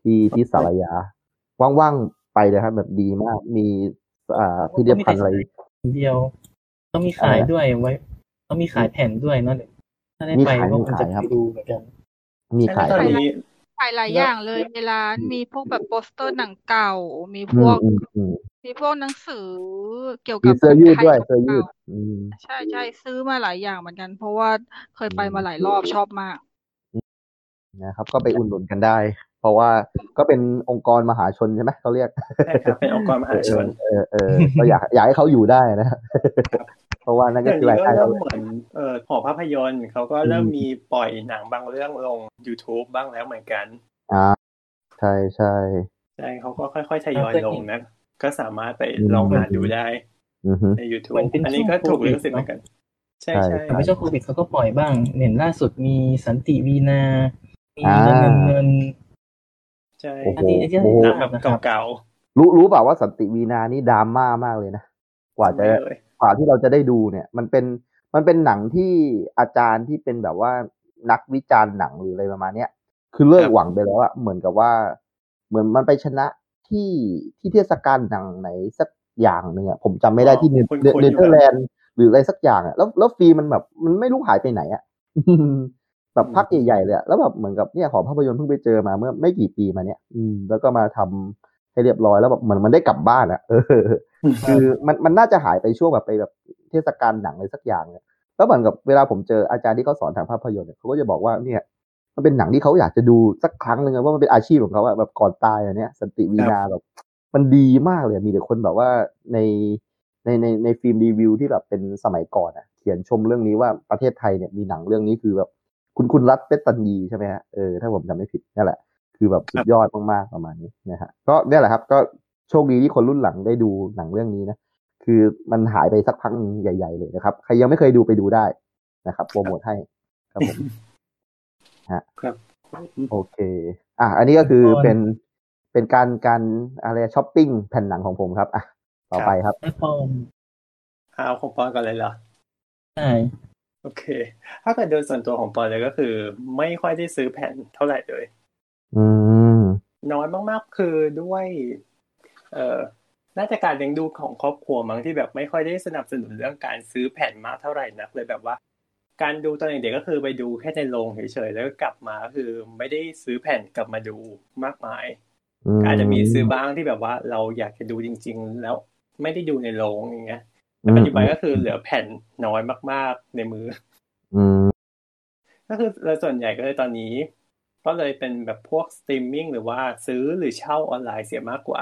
ที่สารยาว่างๆไปเลยครับแบบดีมากมีพิพิธภัณฑ์อะไรเดียวต้องมีขายด้วยไว้ต้องมีขายแผ่นด้วยเนาะถ้าได้ไปก็คงจะไปดูเหมือนกันมีขายตอนนี้ขายหลายอย่างเลยในร้านมีพวกแบบโปสเตอร์หนังเก่ามีพวกหนังสือเกี่ยวกับเสื้อยืดด้วยเสื้อยืดใช่ซื้อมาหลายอย่างเหมือนกันเพราะว่าเคยไปมาหลายรอบชอบมากนะครับก็ไปอุ่นหนุนกันได้เพราะว่าก็เป็นองค์กรมหาชนใช่ไหมเขาเรียกใช่ครับเป็นองค์กรมหาชนก็อยากให้เขาอยู่ได้นะเพราะว่านั่นก็คือรายการเริ่มเหมือนหอภาพยนตร์เขาก็เริ่มมีปล่อยหนังบางเรื่องลง YouTube บ้างแล้วเหมือนกันใช่ใช่ใช่เขาก็ค่อยๆทยอยลงนะก็สามารถไปลองหาดูได้ใน YouTube อันนี้ก็ถูกลิขสิทธิ์เหมือนกันใช่ไม่ใช่โควิดเขาก็ปล่อยบ้างเห็นล่าสุดมีสันติวีนามีเงินใช่หนังแบบเก่าๆรู้เปล่าว่าสันติวีนานี่ดราม่ามากเลยนะกว่าที่เราจะได้ดูเนี่ยมันเป็นหนังที่อาจารย์ที่เป็นแบบว่านักวิจารณ์หนังหรืออะไรประมาณเนี้ยคือเลิกหวังไปแล้วอะเหมือนกับว่าเหมือนมันไปชนะที่เทศกาลหนังไหนสักอย่างนึงอะผมจำไม่ได้ที่เนเธอร์แลนด์หรืออะไรสักอย่างอะแล้วฟรีมันแบบมันไม่รู้หายไปไหนอะแบบพักใหญ่ๆเลยแล้วแบบเหมือนกับเนี่ยหอภาพยนตร์เพิ่งไปเจอมาเมื่อไม่กี่ปีมาเนี้ยแล้วก็มาทำให้เรียบร้อยแล้วแบบเหมือนมันได้กลับบ้านอะคือมันน่าจะหายไปช่วงแบบไปแบบเทศกาลหนังอะไรสักอย่างเนี่ยแล้วเหมือนกับเวลาผมเจออาจารย์ที่เขาสอนทางภาพยนตร์เนี่ยเขาก็จะบอกว่าเนี่ยมันเป็นหนังที่เขาอยากจะดูสักครั้งนึงว่ามันเป็นอาชีพของเขาอะแบบก่อนตายเนี่ยสันติวีนาแบบมันดีมากเลยมีแต่คนแบบว่าในฟิล์มรีวิวที่แบบเป็นสมัยก่อนอ่ะเขียนชมเรื่องนี้ว่าประเทศไทยเนี่ยมีหนังเรื่องนี้คือแบบคุณรัฐเป็ตตันยีใช่ไหมฮะถ้าผมจำไม่ผิดนั่นแหละคือแบบสุดยอดมากๆประมาณนี้นะฮะก็เนี่ยแหละครับก็โชคดีที่คนรุ่นหลังได้ดูหนังเรื่องนี้นะคือมันหายไปสักพักใหญ่ๆเลยนะครับใครยังไม่เคยดูไปดูได้นะครับโปรโมทให้ครับผมฮะครับโอเคอันนี้ก็คือเป็นการอะไรช้อปปิ้งแผ่นหนังของผมครับต่อไปครับเอาของปอนก่อนเลยเหรอใช่โอเคถ้าเกิดโดยส่วนตัวของปอนเลยก็คือไม่ค่อยได้ซื้อแผ่นเท่าไหร่เลยน้อยมากๆคือด้วยน่าจะการเลี้ยงดูของครอบครัวมั้งที่แบบไม่ค่อยได้สนับสนุนเรื่องการซื้อแผ่นมากเท่าไหร่นักเลยแบบว่าการดูตอนเด็กๆก็คือไปดูแค่ในโรงเฉยๆแล้วก็กลับมาคือไม่ได้ซื้อแผ่นกลับมาดูมากมายอาจจะมีซื้อบ้างที่แบบว่าเราอยากจะดูจริงๆแล้วไม่ได้ดูในโรงอย่างเงี้ยแต่ปัจจุบันก็คือเหลือแผ่นน้อยมากๆในมือก็คือส่วนใหญ่ก็เลยตอนนี้ก็เลยเป็นแบบพวกสตรีมมิ่งหรือว่าซื้อหรือเช่าออนไลน์เสียมากกว่า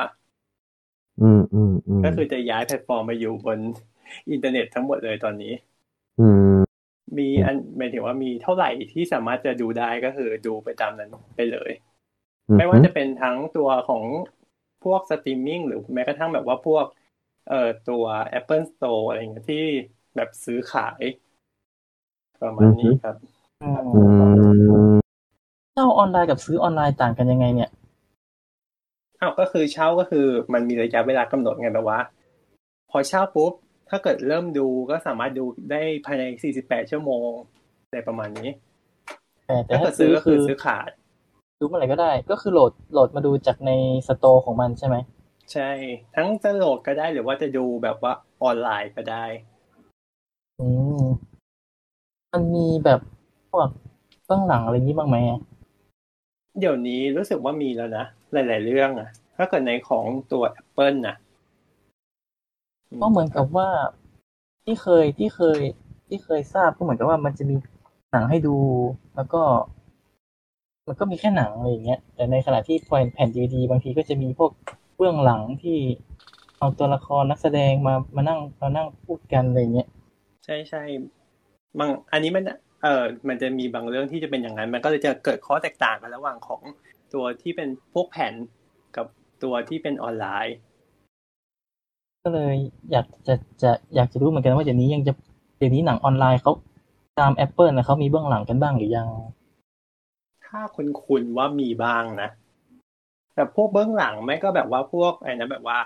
ก็คือจะย้ายแพลตฟอร์มมาอยู่บนอินเทอร์เน็ตทั้งหมดเลยตอนนี้มีหมายถึงว่ามีเท่าไหร่ที่สามารถจะดูได้ก็คือดูไปตามนั้นไปเลยไม่ว่าจะเป็นทั้งตัวของพวกสตรีมมิ่งหรือแม้กระทั่งแบบว่าพวกตัว Apple Store อะไรอย่างเงี้ยที่แบบซื้อขายประมาณนี้ครับเช่าออนไลน์กับซื้อออนไลน์ต่างกันยังไงเนี่ยก็คือเช่าก็คือมันมีระยะเวลากำหนดไงแบบว่าพอเช่าปุ๊บถ้าเกิดเริ่มดูก็สามารถดูได้ภายใน48ชั่วโมงอะไรประมาณนี้แต่ถ้าซื้อก็คือซื้อขาดดูเมื่อไหร่ก็ได้ก็คือโหลดมาดูจากในสโตร์ของมันใช่ไหมใช่ทั้งจะโหลดก็ได้หรือว่าจะดูแบบว่าออนไลน์ก็ได้มันมีแบบพวกเบื้องหลังอะไรนี้บ้างไหมเดี๋ยวนี้รู้สึกว่ามีแล้วนะหลายๆเรื่องถ้าเกิดในของตัว Apple นะก็เหมือนกับว่าที่เคยทราบก็เหมือนกับว่ามันจะมีหนังให้ดูแล้วก็มันก็มีแค่หนังอะไรอย่างเงี้ยแต่ในขณะที่แผ่น DVD บางทีก็จะมีพวกเบื้องหลังที่เอาตัวละครนักแสดงมานั่งพูดกันอะไรเงี้ยใช่ๆบางอันนี้มันจะมีบางเรื่องที่จะเป็นอย่างนั้นมันก็เลยจะเกิดข้อแตกต่างกันระหว่างของตัวที่เป็นพวกแผ่นกับตัวที่เป็นออนไลน์ก็เลยอยากจะรู้เหมือนกันว่าเดี๋ยวนี้หนังออนไลน์เขาตาม Apple นะเขามีเบื้องหลังกันบ้างหรือยังถ้าคุณว่ามีบ้างนะแต่พวกเบื้องหลังไม่ก็แบบว่าพวกอะไรนะแบบว่า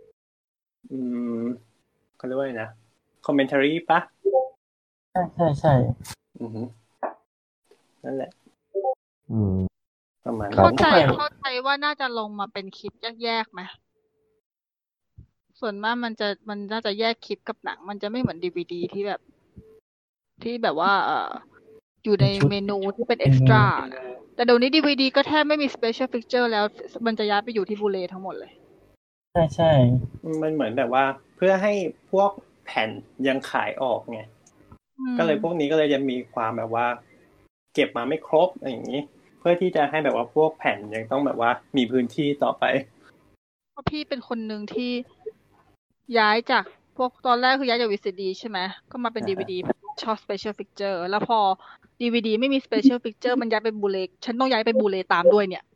เขาเรียกว่าไงนะคอมเมนต์รีปะใช่นั่นแหละประมาณเข้าใจว่าน่าจะลงมาเป็นคลิปแยกๆไหมส่วนมากมันน่าจะแยกคลิปกับหนังมันจะไม่เหมือนดีวีดีที่แบบว่าอยู่ในเมนูที่เป็นเอ็กซ์ตร้าแต่เดี๋ยวนี้ดีวีดีก็แทบไม่มีสเปเชียลฟิกเจอร์แล้วมันจะย้ายไปอยู่ที่บูเลทั้งหมดเลยใช่มันเหมือนแบบว่าเพื่อให้พวกแผ่นยังขายออกไงก็เลยพวกนี้ก็เลยจะมีความแบบว่าเก็บมาไม่ครบอย่างนี้เพื่อที่จะให้แบบว่าพวกแผ่นยังต้องแบบว่ามีพื้นที่ต่อไปเพราะพี่เป็นคนหนึ่งที่ย้ายจากพวกตอนแรกคือย้ายจาก VCD ใช่ไหมก็มาเป็น DVD ชอบ Special Feature แล้วพอ DVD ไม่มี Special Feature มันย้ายไปบูเลฉันต้องย้ายไปบูเลตามด้วยเนี่ย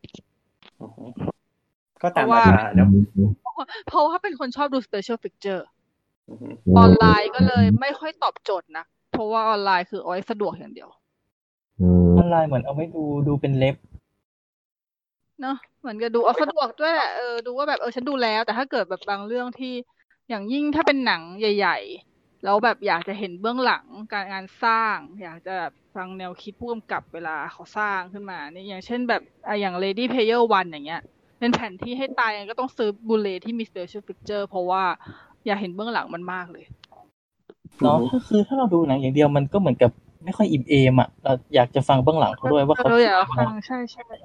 ก็ตามราคาเนาะเพราะว่าเป็นคนชอบดู Special Feature ออนไลน์ก็เลยไม่ค่อยตอบโจทย์นะเพราะว่าออนไลน์คือเอาไว้สะดวกอย่างเดียวออนไลน์เหมือนเอาไว้ดูเป็นเล็บเนาะเหมือนกับดูเอาสะดวกด้วยแหละดูว่าแบบฉันดูแล้วแต่ถ้าเกิดแบบบางเรื่องที่อย่างยิ่งถ้าเป็นหนังใหญ่ๆแล้วแบบอยากจะเห็นเบื้องหลังการงานสร้างอยากจะฟังแนวคิดผู้กำกับเวลาเขาสร้างขึ้นมานี่อย่างเช่นแบบอย่าง Ready Player One อย่างเงี้ยเป็นแผ่นที่ให้ตายก็ต้องซื้อบูเลที่มี Special Picture เพราะว่าอยากเห็นเบื้องหลังมันมากเลยเนาะคือถ้าเราดูหนังอย่างเดียวมันก็เหมือนกับไม่ค่อยอิ่มเอมอ่ะเราอยากจะฟังเบื้องหลังเขาด้วยว่าเขาอยากฟังใช่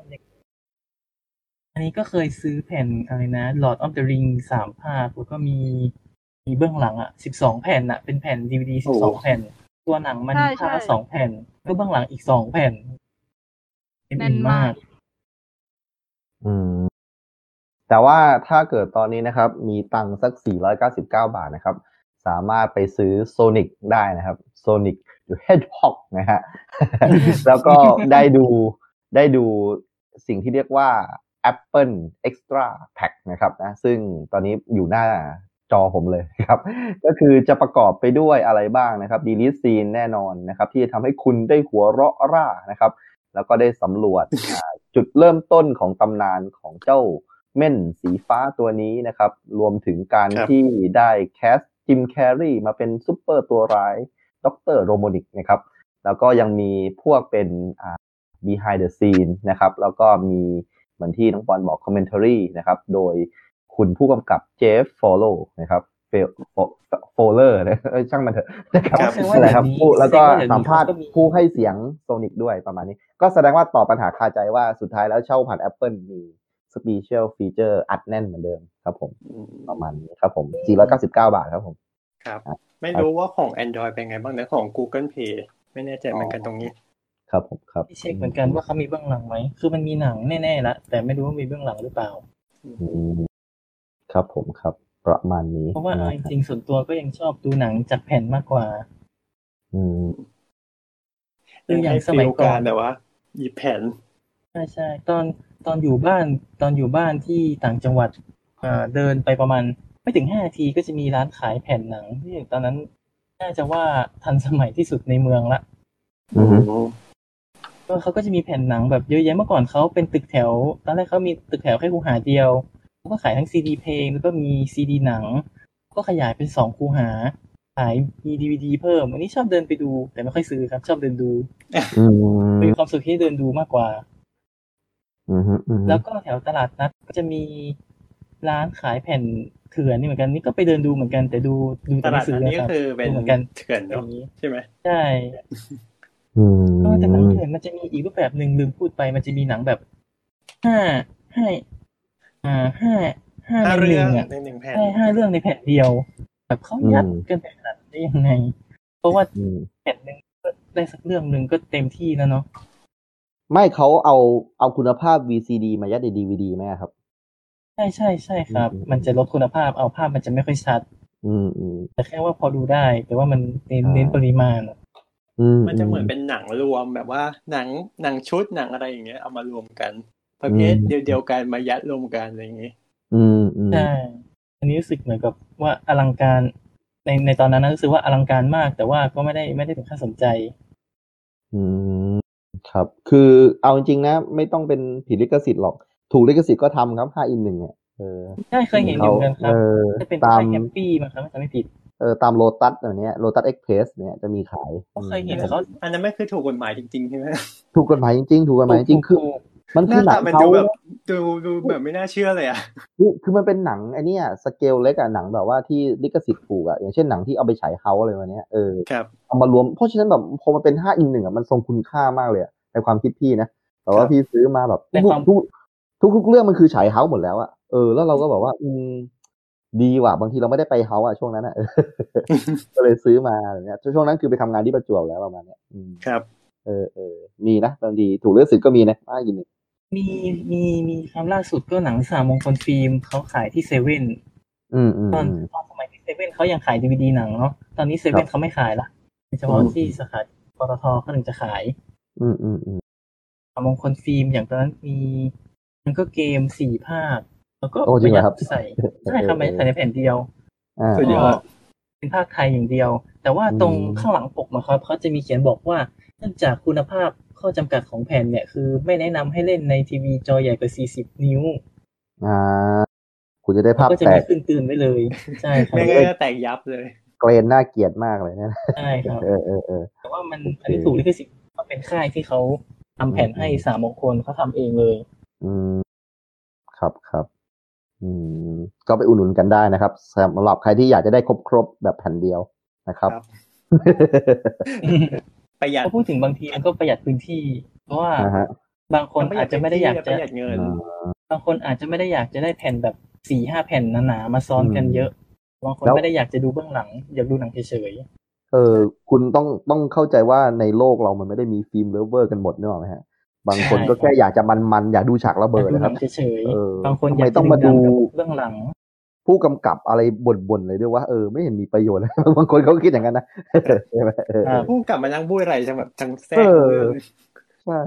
อันนี้ก็เคยซื้อแผ่นอะไรนะ Lord of the Ring 3 ภาคแล้วก็มีเบื้องหลังอ่ะ12แผ่นอ่ะเป็นแผ่น DVD 12แผ่นตัวหนังมันภาคละ2แผ่นก็เบื้องหลังอีก2แผ่นแน่นมากแต่ว่าถ้าเกิดตอนนี้นะครับมีตังค์สัก499 บาทนะครับสามารถไปซื้อ Sonic ได้นะครับ Sonic the Hedgehog นะฮะ แล้วก็ได้ดูสิ่งที่เรียกว่า Apple Extra Pack นะครับนะซึ่งตอนนี้อยู่หน้าจอผมเลยครับก็คือจะประกอบไปด้วยอะไรบ้างนะครับ Delete Scene แน่นอนนะครับที่จะทำให้คุณได้หัวเราะร่านะครับแล้วก็ได้สำรวจจุดเริ่มต้นของตำนานของเจ้าเม่นสีฟ้าตัวนี้นะครับรวมถึงการที่ได้แคสจิมแคร์รีมาเป็นซุปเปอร์ตัวร้ายดร.โรโมนิกนะครับแล้วก็ยังมีพวกเป็นbehind the scene นะครับแล้วก็มีเหมือนที่น้องปอนบอก commentary นะครับโดยคุณผู้กำกับเจฟฟอลโลนะครับโฟลเลอร์นะช่างมันเถอะนะครับอะไรครับแล้วก็สัมภาษณ์ผู้ให้เสียงโซนิกด้วยประมาณนี้ก็แสดงว่าตอบปัญหาคาใจว่าสุดท้ายแล้วเช่าผ่าน Apple มี Special Feature อัดแน่นเหมือนเดิมครับผมประมาณนี้ครับผม499 บาทครับผมครับไม่รู้ว่าของ Android เป็นไงบ้างนะของ Google Play ไม่แน่ใจเหมือนกันตรงนี้ครับผมครับเช็คเหมือนกันว่าเขามีเบื้องหลังไหมคือมันมีหนังแน่ๆละแต่ไม่รู้ว่ามีเบื้องหลังหรือเปล่าครับผมครับประมาณนี้เพราะว่าจริงๆส่วนตัวก็ยังชอบดูหนังจากแผ่นมากกว่าคืออย่างสมัยก่อนแบบว่าหยิบแผ่นใช่ตอนอยู่บ้านที่ต่างจังหวัดเดินไปประมาณไม่ถึง5 นาทีก็จะมีร้านขายแผ่นหนังที่ตอนนั้นน่าจะว่าทันสมัยที่สุดในเมืองละก็เขาก็จะมีแผ่นหนังแบบเยอะแยะเมื่อก่อนเขาเป็นตึกแถวตอนแรกเขามีตึกแถวแค่คูหาเดียวเขาก็ขายทั้งซีดีเพลงแล้วก็มีซีดีหนังก็ขยายเป็น2คูหาขายมี DVD เพิ่มอันนี้ชอบเดินไปดูแต่ไม่ค่อยซื้อครับชอบเดินดูมีความสุขที่เดินดูมากกว่าแล้วก็แถวตลาดนัดก็จะมีร้านขายแผ่นเถื่อนนี่เหมือนกันนี่ก็ไปเดินดูเหมือนกันแต่ดูตลาดนัดนี่คือเป็นเหมือนกันเถื่อนเนาะใช่ไหมใช่แต่หนังเถื่อนมันจะมีอีกรูปแบบนึงลืมพูดไปมันจะมีหนังแบบ5เรื่องใน1แผ่น 5เรื่องในแผ่นเดียวแบบเขายัดกันขนาดได้ยังไงเพราะว่าแผ่นนึงก็ได้สักเรื่องนึงก็เต็มที่แล้วเนาะไม่เขาเอาคุณภาพ VCD มายัดใน DVD ไหมครับใช่ครับมันจะลดคุณภาพเอาภาพมันจะไม่ค่อยชัดแต่แค่ว่าพอดูได้แต่ว่ามันเน้นปริมาณมันจะเหมือนเป็นหนังรวมแบบว่าหนังชุดหนังอะไรอย่างเงี้ยเอามารวมกันประเภทเดียวกันมายัดรวมกันอะไรอย่างเงี้ยใช่อันนี้รู้สึกเหมือนกับว่าอลังการในตอนนั้นรู้สึกว่าอลังการมากแต่ว่าก็ไม่ได้ถึงขั้นสนใจครับคือเอาจริงๆนะไม่ต้องเป็นผิดลิขสิทธิ์หรอกถูกลิขสิทธิ์ก็ทำครับ5 in 1เนี่ยใช่เคยเห็นอยู่กันครับจะเป็นตามแฮปปี้มั้งครับไม่ผิดตามโลตัสแบบนี้โลตัสเอ็กเพรสเนี่ยจะมีขายเคยเห็นเขาอันนั้นไม่คือถูกกฎหมายจริงๆใช่ไหมถูกกฎหมายจริงๆถูกกฎหมายจริงมันหคือน้าหนัตาง มันเขาดูแบบดูแบบไม่น่าเชื่อเลยอ่ะคือมันเป็นหนังไอ้เนี่ยสเกลเล็กอะหนังแบบว่าที่ลิขสิทธิ์ถูกอะอย่างเช่นหนังที่เอาไปฉายเฮาอะไรมาเนี้ยครับเอามารวมเพราะฉะนั้นแบบพอมันเป็น5-1อะมันทรงคุณค่ามากเลยอะในความคิดพี่นะแต่ว่าพี่ซื้อมาแบบในความทุกเรื่องมันคือฉายเฮาหมดแล้วอะแล้วเราก็แบบว่าดีว่ะบางทีเราไม่ได้ไปเฮาอะช่วงนั้นอะ ก็เลยซื้อมาอะไรเงี้ยช่วงนั้นคือไปทำงานที่ประจวบแล้วประมาณเนี้ยครับมีนะบางทีถูกลิขสิทธิ์ก็มีนะ5-1 มีครั้งล่าสุดก็หนังสามมงคลฟิล์มเขาขายที่เซเว่นตอนสมัยที่เซเว่นเขายังขายดีวีดีหนังเนาะตอนนี้เซเว่นเขาไม่ขายละเฉพาะที่สาขาปตทเขาถึงจะขายสามมงคลฟิล์มอย่างตอนนั้นมันก็เกม4 ภาคแล้วก็ประหยัดใส่ใช่ครับใส่ในแผ่นเดียวก็เป็นภาคไทยอย่างเดียวแต่ว่าตรงข้างหลังปกนะครับเขาจะมีเขียนบอกว่าเนื่องจากคุณภาพข้อจำกัดของแผ่นเนี่ยคือไม่แนะนำให้เล่นในทีวีจอใหญ่กว่า40 นิ้วคุณจะได้ภาพก็จะมีขึ้นตื่นไว้เลยใช่ครับไม่ก็แตกยับเลยเกรนน่าเกลียดมากเลยนะใช่ครับแต่ว่ามันอันนี้ถูกลิขสิทธิ์มันเป็นค่ายที่เขาทำแผ่นให้สามมงคลเขาทำเองเลยครับก็ไปอุดหนุนกันได้นะครับสำหรับใครที่อยากจะได้ครบแบบแผ่นเดียวนะครับประหยัดพูดถึงบางทีมันก็ประหยัดพื้นที่เพราะว่าบางคนอาจจะไม่ได้อยากจะเงินบางคนอาจจะไม่ได้อยากจะได้แผ่นแบบ 4-5 แผ่นหนาๆมาซ้อนกันเยอะบางคนไม่ได้อยากจะดูเบื้องหลังอยากดูหนังเฉยๆคุณต้องเข้าใจว่าในโลกเรามันไม่ได้มีฟิล์มเลิฟเวอร์กันหมดเนอะไหมฮะบางคนก็แค่อยากจะมันอยากดูฉากระเบิดนะครับเฉยๆบางคนอยากต้องมาดูเบื้องหลังผู้กำกับอะไรบ่นเลยด้วยว่าไม่เห็นมีประโยชน์เลยบางคนเขาคิดอย่างนั้นนะใช่ไหมผู้กำกับมานั่งพูดอะไรจังแบบจังแซ่ใช่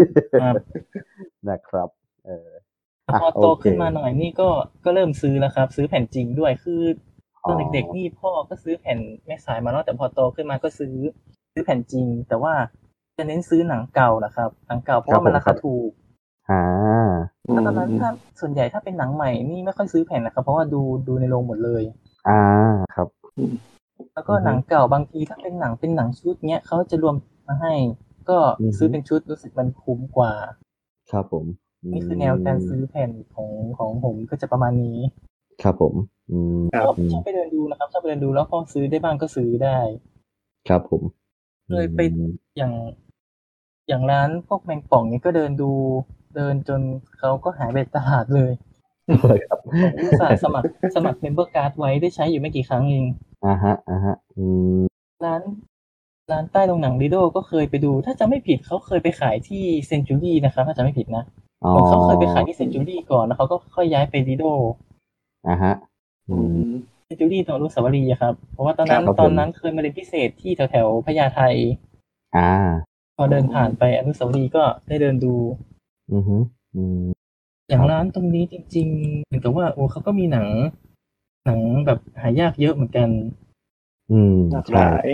นะครับพอโตขึ้นมาหน่อยนี่ก็เริ่มซื้อแล้วครับซื้อแผ่นจริงด้วยคือตอนเด็กๆนี่พ่อก็ซื้อแผ่นแม่สายมาแล้วแต่พอโตขึ้นมาก็ซื้อแผ่นจริงแต่ว่าจะเน้นซื้อหนังเก่านะครับหนังเก่าเพราะว่ามันราคาถูกแล้วตอนนั้นถ้าส่วนใหญ่ถ้าเป็นหนังใหม่นี่ไม่ค่อยซื้อแผ่นนะครับเพราะว่าดูในโรงหมดเลยครับแล้วก็หนังเก่าบางทีถ้าเป็นหนังชุดเนี้ยเขาจะรวมมาให้ก็ซื้อเป็นชุดรู้สึกมันคุ้มกว่าครับผมนี่คือแนวการซื้อแผ่นของผมก็จะประมาณนี้ครับผมชอบไปเดินดูนะครับชอบไปเดินดูแล้วพอซื้อได้บ้างก็ซื้อได้ครับผมเลยไปอย่างร้านพวกแมงป่องนี้ก็เดินจนเขาก็หายไปตลาดเลยครับอุตส่าห์สมัครเมมเบอร์การ์ดไว้ได้ใช้อยู่ไม่กี่ครั้งเองร้านใต้โรงหนังดิโดก็เคยไปดูถ้าจะไม่ผิดเขาเคยไปขายที่เซนจูรี่นะครับถ้าจะไม่ผิดนะเขาเคยไปขายที่เซนจูรี่ก่อนแล้วเขาก็ค่อยย้ายไปดิโดเซนจูรี่ตรงอนุสาวรีย์ครับเพราะว่าตอนนั้นเคยมาเรียนพิเศษที่แถวพญาไทพอเดินผ่านไปอนุสาวรีย์ก็ได้เดินดูอย่างร้านตรงนี้จริงๆเหมือนกับว่าเขาก็มีหนังแบบหายากเยอะเหมือนกันหลากหลาย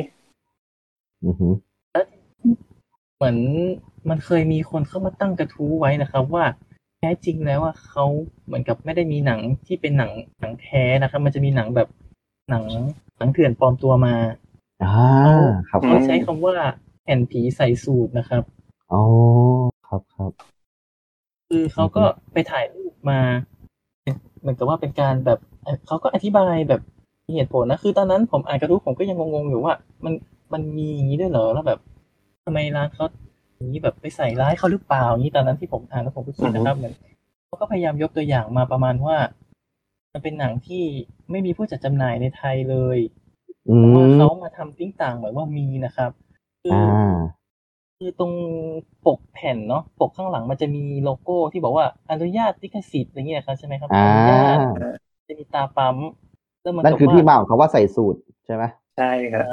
แล้วเหมือนมันเคยมีคนเข้ามาตั้งกระทู้ไว้นะครับว่าแท้จริงแล้วว่าเขาเหมือนกับไม่ได้มีหนังที่เป็นหนังแท้นะครับมันจะมีหนังแบบหนังเถื่อนปลอมตัวมาเขาใช้คำว่าแผ่นผีใส่สูทนะครับครับคือเขาก็ไปถ่ายรูปมาเหมือนกับว่าเป็นการแบบเขาก็อธิบายแบบมีเหตุผลนะคือตอนนั้นผมอ่านกระทู้ผมก็ยังงงๆอยู่ว่ามันมีอย่างนี้ด้วยเหรอแล้วแบบทำไมร้านเขาอย่างนี้แบบไปใส่ร้ายเขาหรือเปล่านี้ตอนนั้นที่ผมอ่านแล้วผมก็คิดนะครับเหมือนเขาก็พยายามยกตัวอย่างมาประมาณว่ามันเป็นหนังที่ไม่มีผู้จัดจำหน่ายในไทยเลยแต่ว่าเขามาทำติ้งต่างเหมือนว่ามีนะครับคือตรงปกแผ่นเนาะปกข้างหลังมันจะมีโลโก้ที่บอกว่าอนุญาตลิขสิทธิ์อะไรเงี้ยครับใช่ไหมครับอนุญาตจะมีตาปั๊มนั่นคือที่มาของเขาว่าใส่สูทใช่ไหมใช่ครับ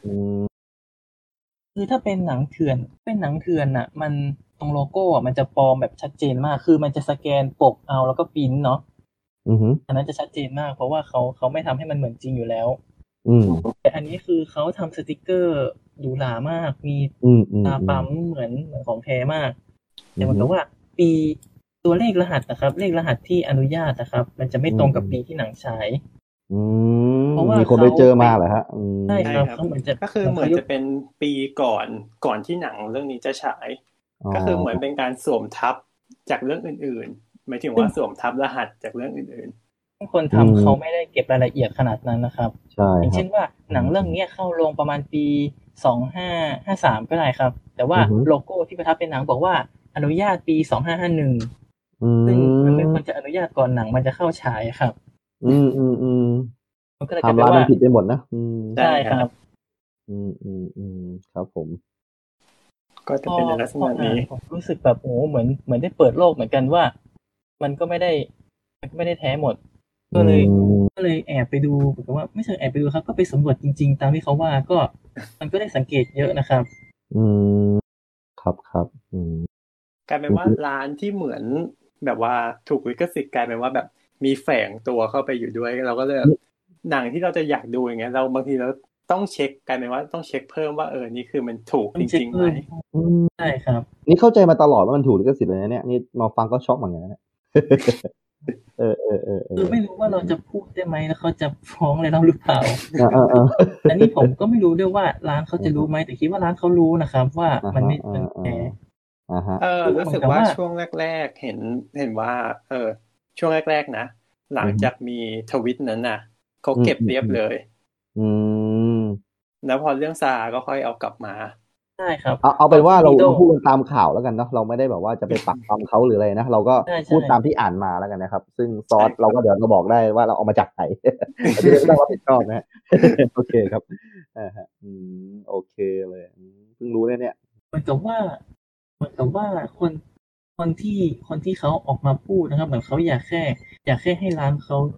คือถ้าเป็นหนังเถื่อนน่ะมันตรงโลโก้อ่ะมันจะปลอมแบบชัดเจนมากคือมันจะสแกนปกเอาแล้วก็พิมพ์เนาะอันนั้นจะชัดเจนมากเพราะว่าเขาไม่ทำให้มันเหมือนจริงอยู่แล้วแต่อันนี้คือเขาทำสติกเกอร์หรูหรามากมีตาปั๊มเหมือนของแท้มากแต่เหมือนกับว่าปีตัวเลขรหัสนะครับเลขรหัสที่อนุญาตนะครับมันจะไม่ตรงกับปีที่หนังฉายเพราะว่ามีคนไปเจอมาเหรอฮะใช่ครับเขาเหมือนจะก็คือเหมือนจะเป็นปีก่อนที่หนังเรื่องนี้จะฉายก็คือเหมือนเป็นการสวมทับจากเรื่องอื่นๆหมายถึงว่าสวมทับรหัสจากเรื่องอื่นคนทำเขาไม่ได้เก็บรายละเอียดขนาดนั้นนะครับใช่อย่างครัเช่บนว่าหนังเรื่องนี้เข้าโรงประมาณปี2553ก็ได้ครับแต่ว่าโลโก้ที่ประทับเป็นหนังบอกว่าอนุญาตปี2551ซึ่งมันไม่ควรจะอนุญาตก่อนหนังมันจะเข้าฉายครับมันก็เลยกลายเป็นว่ามันผิดไปหมดนะใช่ครับครับผมก็จะเป็นในลักษณะนี้ผมรู้สึกแบบโอ้เหมือนได้เปิดโลกเหมือนกันว่ามันก็ไม่ได้แท้หมดก็เลยแอบไปดูแบบว่าไม่ใช่แอบไปดูครับก็ไปสำรวจจริงๆตามที่เขาว่าก็มันก็ได้สังเกตเยอะนะครับครับกลายเป็นว่าร้านที่เหมือนแบบว่าถูกลิขสิทธิ์กลายเป็นว่าแบบมีแฝงตัวเข้าไปอยู่ด้วยเราก็เลยหนังที่เราจะอยากดูอย่างเงี้ยเราบางทีเราต้องเช็คกลายเป็นว่าต้องเช็คเพิ่มว่านี่คือมันถูกจริงๆไหมใช่ครับนี่เข้าใจมาตลอดว่ามันถูกลิขสิทธิ์เลยนะเนี่ยนี่มาฟังก็ช็อกเหมือนกันนะคือไม่รู้ว่าเราจะพูดได้ไหมแล้วเขาจะฟ้องอะไรเราหรือเปล่าอันนี้ผมก็ไม่รู้ด้วยว่าร้านเขาจะรู้ไหมแต่คิดว่าร้านเขารู้นะครับว่ามันไม่เป็นแท้รู้สึกว่าช่วงแรกๆเห็นว่าช่วงแรกๆนะหลังจากมีทวิตนั้นน่ะเขาเก็บเรียบเลยแล้วพอเรื่องซาก็ค่อยเอากลับมาใช่ครับเอาเป็นว่าเราพูดกันตามข่าวแล้วกันเนาะเราไม่ได้แบบว่าจะไปปักปำเขาหรืออะไรนะเราก็พูดตามที่อ่านมาแล้วกันนะครับซึ่งซอสเราก็เดี๋ยวเราบอกได้ว่าเราเอามาจากไหนจะได้ไม่ต้องรับผิดชอบนะโอเคครับโอเคเลยเพิ่งรู้เนี่ยเหมือนกับว่าคนที่เขาออกมาพูดนะครับเหมือนเขาอยากแค่ให้ร้าน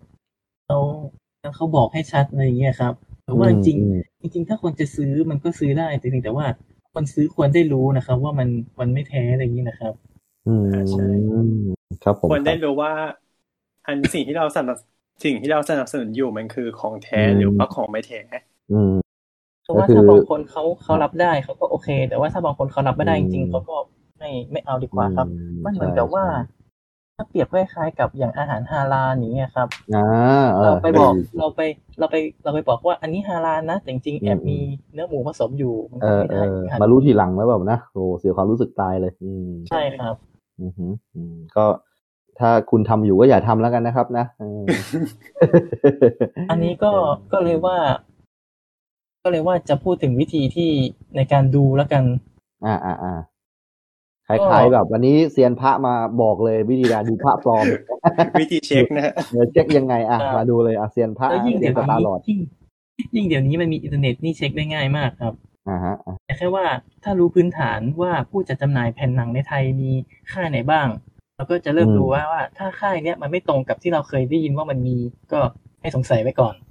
เขาบอกให้ชัดอะไรอย่างเงี้ยครับแต่ว่าจริงถ้าคนจะซื้อมันก็ซื้อได้แต่ว่าคนซื้อควรได้รู้นะครับว่ามันไม่แท้อะไรอย่างนี้นะครับใช่ครับผมควรได้รู้ว่าสิ่งที่เราสนับสนุนอยู่มันคือของแท้หรือว่าของไม่แท้เพราะว่าถ้าบางคนเขารับได้เขาก็โอเคแต่ว่าถ้าบางคนเขารับไม่ได้จริงๆเขาก็ไม่เอาดีกว่าครับมันเหมือนกับว่าถ้าเปรียบคล้ายๆกับอย่างอาหารฮาลาลอย่างเงี้ยครับเราไปบอกเราไปบอกว่าอันนี้ฮาลาลนะแต่จริงๆแอบมีเนื้อหมูผสมอยู่มันก็ไม่ได้มารู้ทีหลังแล้วแบบนะโอ้เสียความรู้สึกตายเลยใช่ครับก็ถ้าคุณทำอยู่ก็อย่าทำแล้วกันนะครับนะอันนี้ก็เลยว่าจะพูดถึงวิธีที่ในการดูแล้วกันคล้ายๆแบบวันนี้เซียนพระมาบอกเลยวิธีการดูพระปลอมวิธีเช็คนะฮะเช็คยังไงมาดูเลยเซียนพระเซียนตาหลอดยิ่งเดี๋ยวนี้มันมีอินเทอร์เน็ตนี่เช็คได้ง่ายมากครับแต่แค่ว่าถ้ารู้พื้นฐานว่าผู้จัดจำหน่ายแผ่นหนังในไทยมีค่ายไหนบ้างเราก็จะเริ่มรู้ว่าถ้าค่ายเนี้ยมันไม่ตรงกับที่เราเคยได้ยินว่ามันมีก็ให้สงสัยไว้ก่อน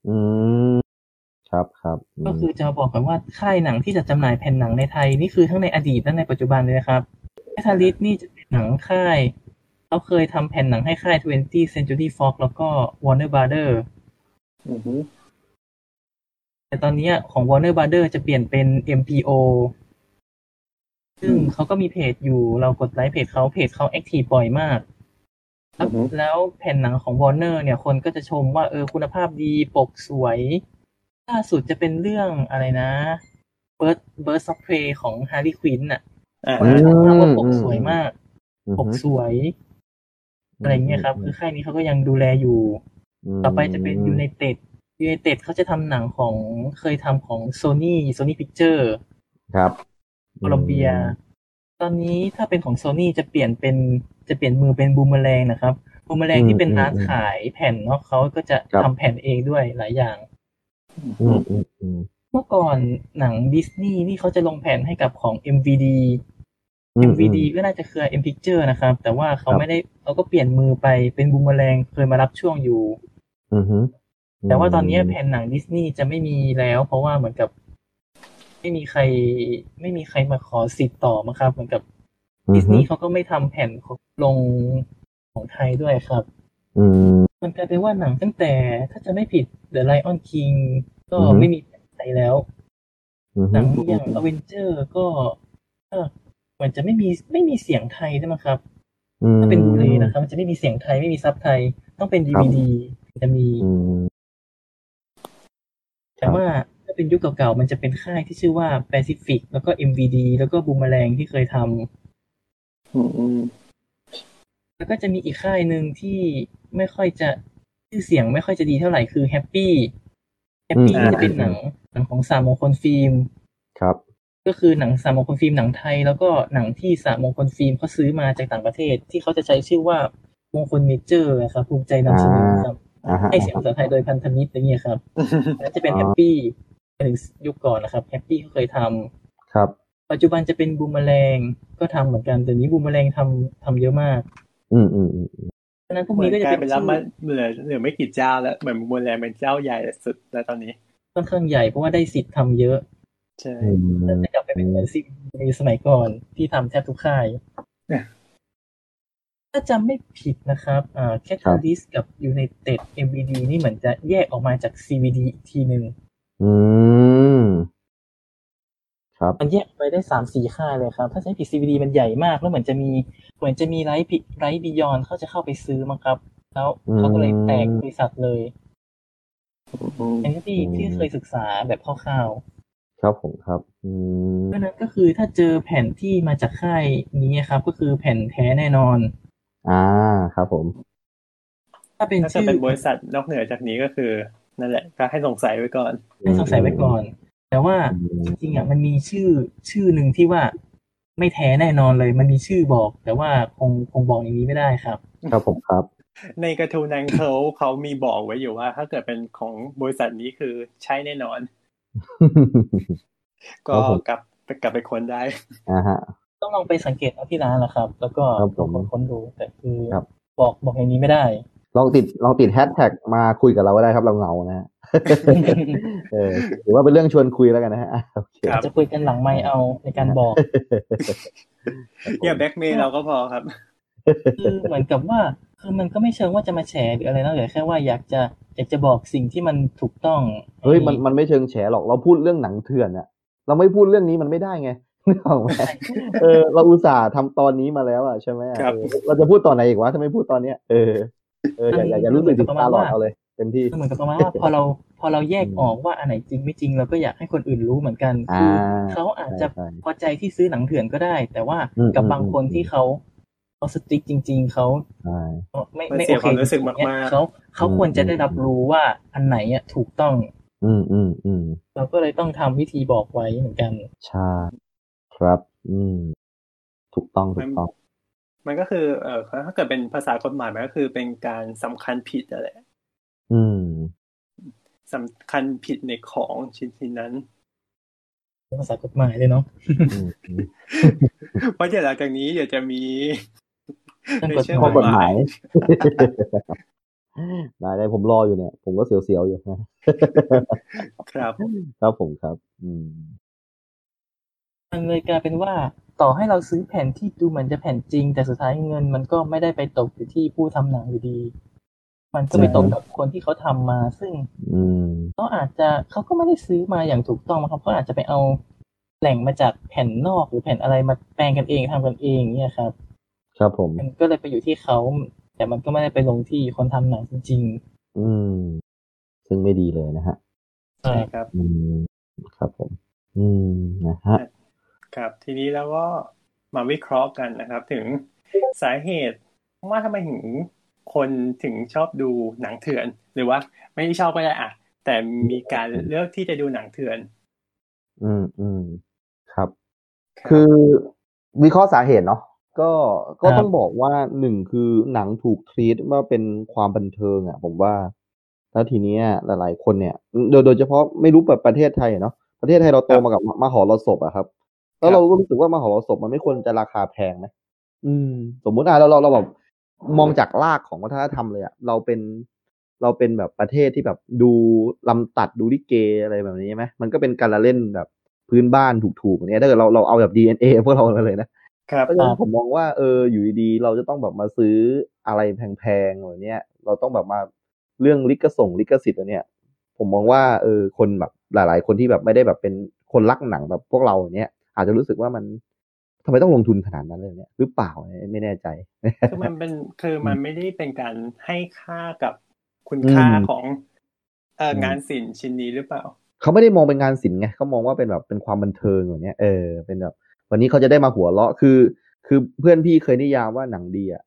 ครับก็คือจะบอกก่อนว่าค่ายหนังที่จัดจำหน่ายแผ่นหนังในไทยนี่คือทั้งในอดีตและในปัจจุบันเลยนะครับเมทัลลิสนี่จะเป็นหนังค่ายเขาเคยทำแผ่นหนังให้ค่าย 20th Century Fox แล้วก็ Warner Brothers แต่ตอนนี้ของ Warner Brothers จะเปลี่ยนเป็น MPO ซึ่งเขาก็มีเพจอยู่เรากดไลค์เพจเขาแอคทีฟบ่อยมากแล้วแผ่นหนังของ Warner เนี่ยคนก็จะชมว่าคุณภาพดีปกสวยล่าสุดจะเป็นเรื่องอะไรนะ Birds of Prey ของ Harley Quinn น่ะคนชมว่าปกสวยมากปกสวยอะไรเงี้ยครับคือค่ายนี้เขาก็ยังดูแลอยู่ต่อไปจะเป็น United เขาจะทำหนังของเคยทำของ Sony Picture ครับโคลอมเบียตอนนี้ถ้าเป็นของ Sony จะเปลี่ยนมือเป็นบูมเมอแรงนะครับบูมเมอแรงที่เป็นร้านขายแผ่นเนาะเขาก็จะทำแผ่นเองด้วยหลายอย่างเมื่อก่อนหนังดิสนีย์นี่เขาจะลงแผ่นให้กับของ MVD ก็น่าจะเครือ M Picture นะครับแต่ว่าเขาก็เปลี่ยนมือไปเป็นบูมเมอแรงเคยมารับช่วงอยู่แต่ว่าตอนนี้แผ่นหนังดิสนีย์จะไม่มีแล้วเพราะว่าเหมือนกับไม่มีใครมาขอสิทธิ์ต่อมั้งครับเหมือนกับดิสนีย์เขาก็ไม่ทำแผ่นลงของไทยด้วยครับมันกลายเป็นว่าหนังตั้งแต่ถ้าจะไม่ผิด The Lion King ก็ไม่มีแผ่นไทยแล้วหนังอย่าง Avenger ก็เหมือนจะไม่มีเสียงไทยใช่ไหมครับถ้าเป็นบูเลนะครับมันจะไม่มีเสียงไทยไม่มีซับไทยต้องเป็น DVD จะมีแต่ว่าถ้าเป็นยุคเก่าๆมันจะเป็นค่ายที่ชื่อว่า Pacific แล้วก็ MVD แล้วก็บูมเมอแรงที่เคยทำแล้วก็จะมีอีกค่ายหนึ่งที่ไม่ค่อยจะชื่อเสียงไม่ค่อยจะดีเท่าไหร่คือแฮปปี้นี่จะเป็นหนังของสามมงคลฟิล์มครับก็คือหนังสามมงคลฟิล์มหนังไทยแล้วก็หนังที่สามมงคลฟิล์มเขาซื้อมาจากต่างประเทศที่เขาจะใช้ชื่อว่ามงคลเมเจอร์นะครับภูมิใจนำเสนอครับให้เสียงภาษาไทยโดยพันธมิตรอย่างเงี้ยครับนั่นจะเป็นแฮปปี้ถึงยุคก่อนนะครับแฮปปี้เขาเคยทำครับปัจจุบันจะเป็นบูมเมอแรงก็ทำเหมือนกันแต่นี้บูมเมอแรงทำเยอะมากเพราะนั้นพวกนี้ก็จะเป็นชื่อเหลือไม่กี่เจ้าแล้วเหมือนบูมเมอแรงเป็นเจ้าใหญ่สุดแล้วตอนนี้ค่อนข้างใหญ่เพราะว่าได้สิทธิ์ทำเยอะใช่จะกลับไปเป็นเหมือนซีในสมัยก่อนที่ทำแทบทุกค่ายถ้าจำไม่ผิดนะครับCatalyst กับ United MVD นี่เหมือนจะแยกออกมาจาก CVD อีกทีนึงครับมันแยกไปได้ 3-4 ค่ายเลยครับถ้าใช้ผิด CVD มันใหญ่มากแล้วเหมือนจะมีไลท์บิยอนเขาจะเข้าไปซื้อมั้งครับแล้วเขาก็เลยแตกบริษัทเลยอันนี้ที่เคยศึกษาแบบคร่าวๆครับผมครับเพราะนั้นก็คือถ้าเจอแผ่นที่มาจากค่ายนี้ครับก็คือแผ่นแท้แน่นอนครับผมถ้าเป็นบริษัทนอกเหนือจากนี้ก็คือนั่นแหละก็ให้สงสัยไว้ก่อนแต่ว่าจริงๆมันมีชื่อหนึ่งที่ว่าไม่แท้แน่นอนเลยมันมีชื่อบอกแต่ว่าคงบอกอย่างนี้ไม่ได้ครับครับผมครับในการ์ตูนนั้นเขามีบอกไว้อยู่ว่าถ้าเกิดเป็นของบริษัทนี้คือใช่แน่นอนก็กลับไปค้นได้ต้องลองไปสังเกตเอาที่ร้านแหละครับแล้วก็ลองค้นดูแต่คือบอกอย่างนี้ไม่ได้ลองติดแฮชแท็กมาคุยกับเราก็ได้ครับเราเหงานะฮะหรือว่าเป็นเรื่องชวนคุยแล้วกันนะฮะจะคุยกันหลังไมค์เอาในการบอกอย่าแบ็คเมย์เราก็พอครับคือเหมือนกับว่าคือมันก็ไม่เชิงว่าจะมาแฉหรืออะไรนะแค่ว่าอยากจะบอกสิ่งที่มันถูกต้องเฮ้ยมันไม่เชิงแฉหรอกเราพูดเรื่องหนังเถื่อนอะเราไม่พูดเรื่องนี้มันไม่ได้ไงเราอุตส่าห์ทำตอนนี้มาแล้วอ่ะใช่ไหมเราจะพูดตอนไหนอีกวะถ้าไม่พูดตอนเนี้ยอย่ารู้สึกติดตาหลอดเอาเลยเต็มที่เหมือนกับประมาณว่าพอเราแยกออกว่าอันไหนจริงไม่จริงเราก็อยากให้คนอื่นรู้เหมือนกันคือเขาอาจจะพอใจที่ซื้อหนังเถื่อนก็ได้แต่ว่ากับบางคนที่เขาสติ๊กจริงๆเขาไม่โอเครู้สึกมากๆเขาควรจะได้รับรู้ว่าอันไหนอ่ะถูกต้องเราก็เลยต้องทำวิธีบอกไว้เหมือนกันใช่ครับถูกต้องมันก็คือถ้าเกิดเป็นภาษากฎหมายมันก็คือเป็นการสำคัญผิดนั่นแหละสำคัญผิดในของชิ้นนั้นภาษากฎหมายเลยเนาะเพราะเดี๋ยวหลังจากนี้เดี๋ยวจะมีในเชิงกฎหมายได้ผมรออยู่เนี่ยผมก็เสียวๆอยู่นะครับครับผมครับมันเลยกลายเป็นว่าต่อให้เราซื้อแผ่นที่ดูเหมือนจะแผ่นจริงแต่สุดท้ายเงินมันก็ไม่ได้ไปตกอยู่ที่ผู้ทำหนังอยู่ดีมันก็ไปตกกับคนที่เขาทำมาซึ่งเขาก็ไม่ได้ซื้อมาอย่างถูกต้องนะครับเขาอาจจะไปเอาแหล่งมาจากแผ่นนอกหรือแผ่นอะไรมาแปลงกันเองทำกันเองเนี่ยครับครับผมมันก็เลยไปอยู่ที่เขาแต่มันก็ไม่ได้ไปลงที่คนทำหนังจริงๆซึ่งไม่ดีเลยนะฮะใช่ครับครับผมนะฮะครับทีนี้แล้วก็มาวิเคราะห์กันนะครับถึงสาเหตุว่าทำไมถึงคนถึงชอบดูหนังเถื่อนหรือว่าไม่ชอบก็ได้อะแต่มีการเลือกที่จะดูหนังเถื่อนครับคือวิเคราะห์สาเหตุเนาะก็ต้องบอกว่าหนึ่งคือหนังถูกทรีตว่าเป็นความบันเทิงอ่ะผมว่าแล้วทีนี้หลายๆคนเนี่ยโดยเฉพาะไม่รู้แบบประเทศไทยเนาะประเทศไทยเราโตมากับมหรสพอะครับแล้วเราก็รู้สึกว่ามหรสพมันไม่ควรจะราคาแพงนะสมมุติเราแบบมองจากรากของวัฒนธรรมเลยอะเราเป็นแบบประเทศที่แบบดูลำตัดดูลิเกอะไรแบบนี้ไหมมันก็เป็นการละเล่นแบบพื้นบ้านถูกๆอย่างเงี้ยถ้าเกิดเราเอาแบบ DNA พวกเราเลยนะครับเพราะฉะนั้นผมมองว่าอยู่ดีๆเราจะต้องแบบมาซื้ออะไรแพงๆแบบเนี้ยเราต้องแบบมาเรื่องลิขสิทธิ์ตัวเนี้ยผมมองว่าคนแบบหลายๆคนที่แบบไม่ได้แบบเป็นคนรักหนังแบบพวกเราอย่างเนี้ยอาจจะรู้สึกว่ามันทำไมต้องลงทุนขนาดนั้นเลยเนี่ยหรือเปล่าไม่แน่ใจคือมันไม่ได้เป็นการให้ค่ากับคุณค่าของงานศิลป์ชิ้นนี้หรือเปล่าเขาไม่ได้มองเป็นงานศิลป์ไงเขามองว่าเป็นแบบเป็นความบันเทิงอย่างเนี้ยเป็นแบบวันนี้เขาจะได้มาหัวเราะคือเพื่อนพี่เคยนิยามว่าหนังดีอ่ะ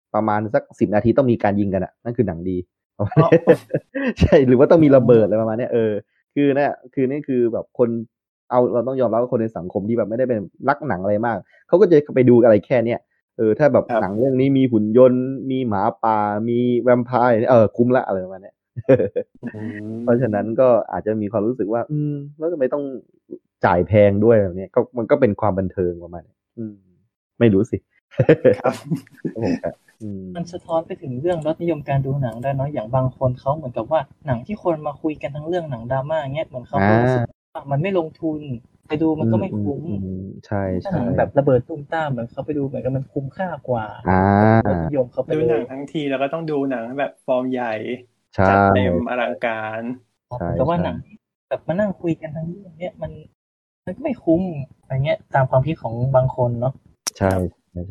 ประมาณสัก10 นาทีต้องมีการยิงกันอ่ะนั่นคือหนังดีประมาณนี้ใช่หรือว่าต้องมีระเบิดอะไรประมาณนี้คือเนี่ยคือนี่คือแบบคนเราต้องยอมรับว่าคนในสังคมที่แบบไม่ได้เป็นรักหนังอะไรมากเขาก็จะไปดูอะไรแค่เนี้ยถ้าแบบหนังเรื่องนี้มีหุ่นยนต์มีหมาป่ามีแวมไพร์คุ้มละอะไรประมาณนี้เพราะฉะนั้นก็อาจจะมีความรู้สึกว่าแล้วทำไมต้องจ่ายแพงด้วยแบบนี้ก็มันก็เป็นความบันเทิงประมาณนี้ไม่รู้สิครับผมครับมันสะท้อนไปถึงเรื่องรสนิยมการดูหนังได้เนาะอย่างบางคนเขาเหมือนกับว่าหนังที่คนมาคุยกันทั้งเรื่องหนังดราม่าเงี้ยเหมือนเขารู้สึกว่ามันไม่ลงทุนไปดูมันก็ไม่คุ้มใช่ถ้าหนังแบบระเบิดตุ้มต้ามเหมือนเขาไปดูเหมือนกับมันคุ้มค่ากว่ารสนิยมเขาไปดูหนังทั้งทีแล้วก็ต้องดูหนังแบบฟอร์มใหญ่จัดเต็มอลังการแต่ว่าหนังแบบมานั่งคุยกันทั้งเรื่องเนี้ยมันก็ไม่คุ้มอะไรเงี้ยตามความคิดของบางคนเนาะใช่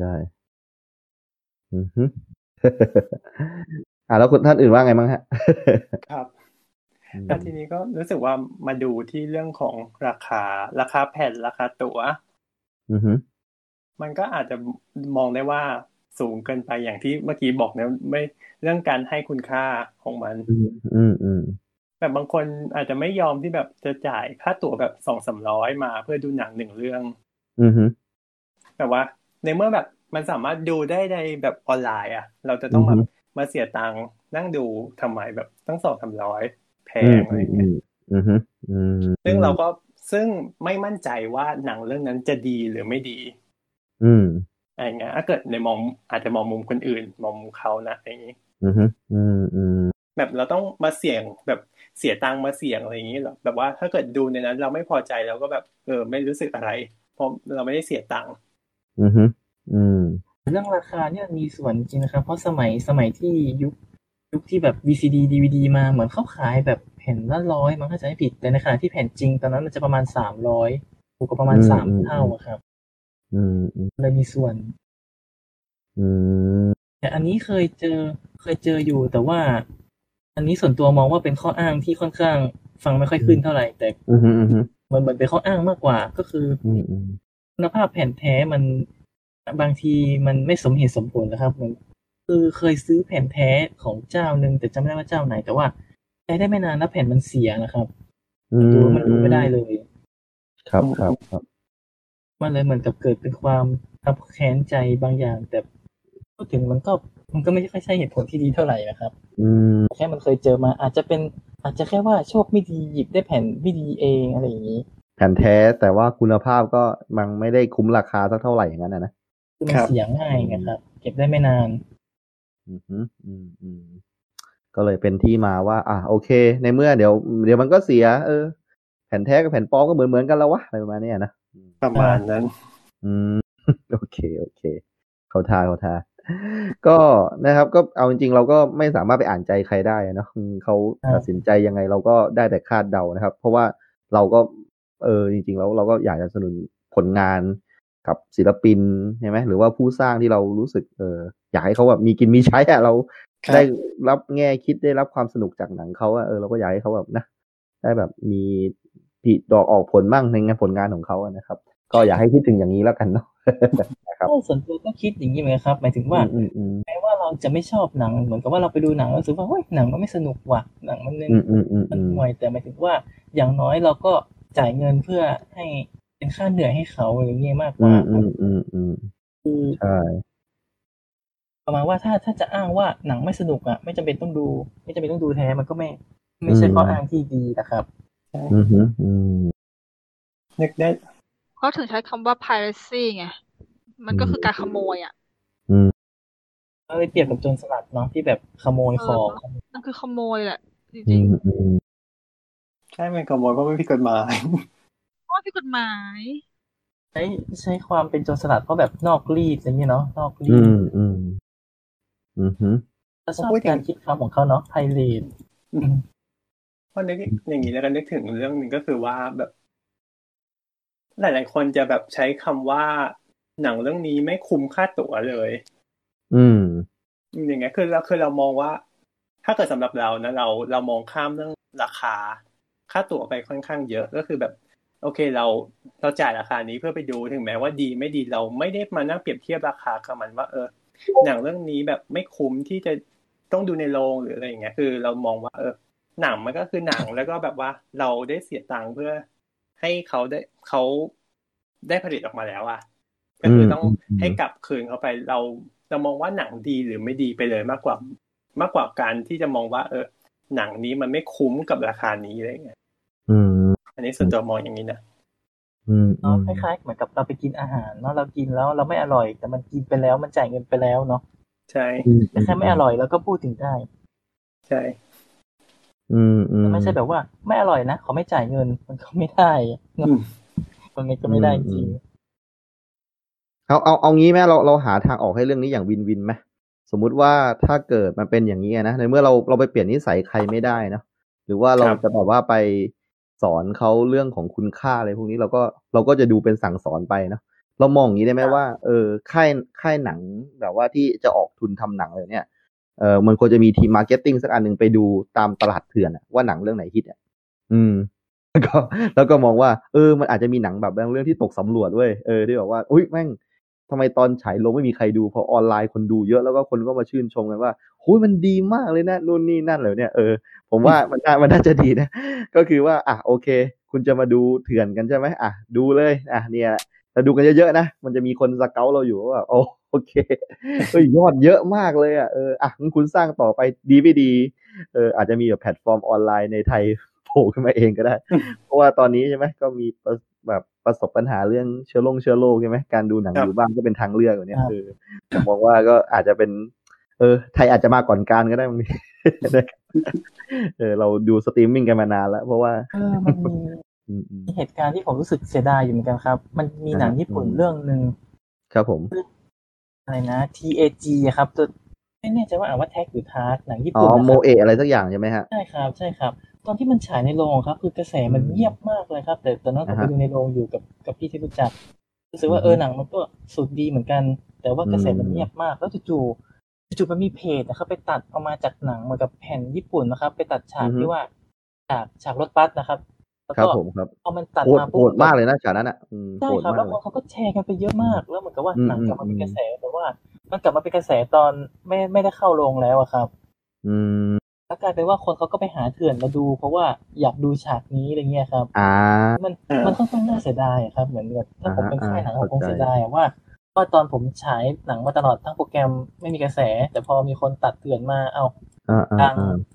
แล้วคนท่านอื่นว่าไงบ้างฮะครับแต่ทีนี้ก็รู้สึกว่ามาดูที่เรื่องของราคาแผ่นราคาตั๋วมันก็อาจจะมองได้ว่าสูงเกินไปอย่างที่เมื่อกี้บอกนะไม่เรื่องการให้คุณค่าของมันแบบบางคนอาจจะไม่ยอมที่แบบจะจ่ายค่าตั๋วแบบ200-300มาเพื่อดูหนัง1เรื่องแต่ว่าในเมื่อแบบมันสามารถดูได้ในแบบออนไลน์อ่ะเราจะต้องแบบมาเสียตังค์นั่งดูทำไมแบบตั้ง200-300แพงอะไรเงี้ยซึ่งเราก็ซึ่งไม่มั่นใจว่าหนังเรื่องนั้นจะดีหรือไม่ดีอะไรเงี้ยถ้าเกิดในมองอาจจะมองมุมคนอื่นมองมุมเขานะอย่างนี้แบบเราต้องมาเสี่ยงแบบเสียตังค์มาเสี่ยงอะไรอย่างนี้หรอแบบว่าถ้าเกิดดูในนั้นเราไม่พอใจเราก็แบบไม่รู้สึกอะไรเพราะเราไม่ได้เสียตังค์เรื่องราคาเนี่ยมีส่วนจริงนะครับเพราะสมัยที่ยุคที่แบบ VCD DVD มาเหมือนเขาขายแบบแผ่นละ100มันก็จะไม่ผิดแต่ในขณะที่แผ่นจริงตอนนั้นมันจะประมาณ300ถูกกว่าประมาณ3 เท่าครับเลยมีส่วนแต่อันนี้เคยเจออยู่แต่ว่าอันนี้ส่วนตัวมองว่าเป็นข้ออ้างที่ค่อนข้างฟังไม่ค่อยขึ้นเท่าไหร่แต่มันเหมือนเป็นข้ออ้างมากกว่าก็คือคุณภาพแผ่นแท้มันบางทีมันไม่สมเหตุสมผลนะครับเหมือนคือเคยซื้อแผ่นแท้ของเจ้านึงแต่จำไม่ได้ว่าเจ้าไหนแต่ว่าใช้ได้ไม่นานแล้วแผ่นมันเสียนะครับมันดูไม่ได้เลยครับมันเลยเหมือนกับเกิดเป็นความคับแค้นใจบางอย่างแต่พูดถึงมันก็ไม่ค่อยใช่เหตุผลที่ดีเท่าไหร่นะครับแค่มันเคยเจอมาอาจจะแค่ว่าโชคไม่ดีหยิบได้แผ่นไม่ดีเองอะไรอย่างนี้แผ่นแท้แต่ว่าคุณภาพก็มันไม่ได้คุ้มราคาสักเท่าไหร่อย่างนั้นนะคือมันเสียง่ายนะครับเก็บได้ไม่นานก็เลยเป็นที่มาว่าโอเคในเมื่อเดี๋ยวมันก็เสียแผ่นแท้กับแผ่นปลอมก็เหมือนกันแล้ววะอะไรประมาณนี้นะประมาณนั้นโอเคเขาทาก็นะครับก็เอาจริงๆเราก็ไม่สามารถไปอ่านใจใครได้เนาะเขาตัดสินใจยังไงเราก็ได้แต่คาดเดานะครับเพราะว่าเราก็จริงๆแล้วเราก็อยากจะสนับสนุนผลงานกับศิลปินใช่ไหมหรือว่าผู้สร้างที่เรารู้สึกอยากให้เขาแบบมีกินมีใช้เราได้รับแง่คิดได้รับความสนุกจากหนังเขาเราก็อยากให้เขาแบบนะได้แบบมีผิดดอกออกผลมั่งในงานผลงานของเขานะครับก็อยากให้คิดถึงอย่างนี้แล้วกันเนาะนะครับส่วนตัวก็คิดอย่างนี้เหมือนกันครับหมายถึงว่าแม้ว่าเราจะไม่ชอบหนังเหมือนกับว่าเราไปดูหนังแล้วรู้สึกว่าเฮ้ยหนังมันไม่สนุกว่ะหนังมันห่วยแต่หมายถึงว่าอย่างน้อยเราก็จ่ายเงินเพื่อให้เป็นค่าเหนื่อยให้เขาอย่างนี้มากกว่าคือใช่ประมาณว่าถ้าจะอ้างว่าหนังไม่สนุกไม่จำเป็นต้องดูแท้มันก็ไม่ใช่ข้ออ้างที่ดีนะครับนึกได้เขาถึงใช้คำว่า piracy ไงมันก็คือการขโมยเลยเปรียบกับโจรสลัดเนาะที่แบบขโมยของนั่นคือขโมยแหละจริงๆใช่มันขโมยเพราะไม่ผิดกฎหมายไม่ผิดกฎหมายใช้ความเป็นโจรสลัดเพราะแบบนอกรีดอย่างนี้เนาะนอกรีดแล้วชอบการคิดคำของเขาเนาะไพเรตเพราะนึกอย่างนี้แล้วก็นึกถึงเรื่องนึงก็คือว่าแบบหลายๆคนจะแบบใช้คำว่าหนังเรื่องนี้ไม่คุ้มค่าตั๋วเลยอย่างเงี้ยคือเรามองว่าถ้าเกิดสำหรับเรานะเรามองข้ามเรื่องราคาค่าตั๋วไปค่อนข้างเยอะก็คือแบบโอเคเราจ่ายราคานี้เพื่อไปดูถึงแม้ว่าดีไม่ดีเราไม่ได้มานั่งเปรียบเทียบราคากับมันว่าหนังเรื่องนี้แบบไม่คุ้มที่จะต้องดูในโรงหรืออะไรอย่างเงี้ยคือเรามองว่าหนังมันก็คือหนังแล้วก็แบบว่าเราได้เสียตังค์เพื่อให้เขาได้ผลิตออกมาแล้วอ่ะก็คือต้องให้กลับคืนเขาไปเรามองว่าหนังดีหรือไม่ดีไปเลยมากกว่าการที่จะมองว่าหนังนี้มันไม่คุ้มกับราคานี้อะไรเงี้ยอันนี้ส่วนตัวมองอย่างนี้นะเนาะคล้ายๆเหมือนกับเราไปกินอาหารเนาะเรากินแล้วเราไม่อร่อยแต่มันกินไปแล้วมันจ่ายเงินไปแล้วเนาะใช่แต่แค่ไม่อร่อยแล้วก็พูดถึงได้ใช่ไม่ใช่แบบว่าไม่อร่อยนะขอไม่จ่ายเงินมันก็ไม่ได้มันก็ไม่ได้จริงเอางี้ไหมเราหาทางออกให้เรื่องนี้อย่างวินวินไหมสมมุติว่าถ้าเกิดมันเป็นอย่างนี้นะในเมื่อเราไปเปลี่ยนนิสัยใครไม่ได้นะหรือว่าเราจะแบบว่าไปสอนเขาเรื่องของคุณค่าอะไรพวกนี้เราก็จะดูเป็นสั่งสอนไปเนาะเรามองอย่างนี้ได้ไหมว่าค่ายหนังแบบว่าที่จะออกทุนทำหนังเลยเนี่ยมันควรจะมีทีมมาร์เก็ตติ้งสักอันหนึ่งไปดูตามตลาดเถื่อนว่าหนังเรื่องไหนฮิตแล้วก็มองว่ามันอาจจะมีหนังแบบบางเรื่องที่ตกสำรวจเว้ยที่บอกว่าอุ้ยแม่งทำไมตอนฉายลงไม่มีใครดูพอออนไลน์คนดูเยอะแล้วก็คนก็มาชื่นชมกันว่าโอ้ยมันดีมากเลยนะนู่นนี่นั่นเลยเนี่ยผมว่ามันน่าจะดีนะก็คือว่าโอเคคุณจะมาดูเถื่อนกันใช่ไหมดูเลยเนี่ยถ้าดูกันเยอะๆนะมันจะมีคนสเกาต์เราอยู่ว่าโอเคยอดเยอะมากเลยงั้นคุณสร้างต่อไปดีไม่ดีอาจจะมีแบบแพลตฟอร์มออนไลน์ในไทยโผล่ขึ้นมาเองก็ได้เพราะว่าตอนนี้ใช่ไหมก็มีแบบประสบปัญหาเรื่องเชื้อโรคใช่ไหมการดูหนังอยู่บ้านก็เป็นทางเลือกอย่างเนี้ยผมมองว่าก็อาจจะเป็นไทยอาจจะมาก่อนการก็ได้บางทีเราดูสตรีมมิ่งกันมานานแล้วเพราะว่ามันมีเหตุการณ์ที่ผมรู้สึกเสียดายอยู่เหมือนกันครับมันมีหนังญี่ปุ่นเรื่องนึงครับผมอะไรนะ TAG ครับตัวไม่แน่ใจว่าอ่านว่าแท็กหรือทาร์กหนังญี่ปุ่นโมเอะอะไรสักอย่างใช่ไหมฮะใช่ครับตอนที่มันฉายในโรงครับคือกระแสมันเงียบมากเลยครับแต่ตอนนั้นผมไปดูในโรงอยู่กับพี่ที่รู้จักรู้สึกว่าหนังมันก็สุดดีเหมือนกันแต่ว่ากระแสมันเงียบมากแล้วจู่มันมีเพจนะครับไปตัดเอามาจากหนังเหมือนกับแผ่นญี่ปุ่นนะครับไปตัดฉากที่ว่าฉากรถบัสนะครับแล้วก็พอมันตัดมาโหดมากเลยนะฉากนั้นใช่ครับแล้วเขาก็แชร์กันไปเยอะมากแล้วเหมือนกับว่าหนังกลับมาเป็นกระแสแต่ว่ามันกลับมาเป็นกระแสตอนไม่ได้เข้าโรงแล้วอะครับแล้วกลายเป็นว่าคนเขาก็ไปหาเถื่อนมาดูเพราะว่าอยากดูฉากนี้อะไรเงี้ยครับมันค่อนข้างน่าเสียดายครับเหมือนแบบถ้าผมเป็นค่ายหนังผมคงเสียดายว่าตอนผมฉายหนังมาตลอดทั้งโปรแกรมไม่มีกระแสแต่พอมีคนตัดเถื่อนมาดัง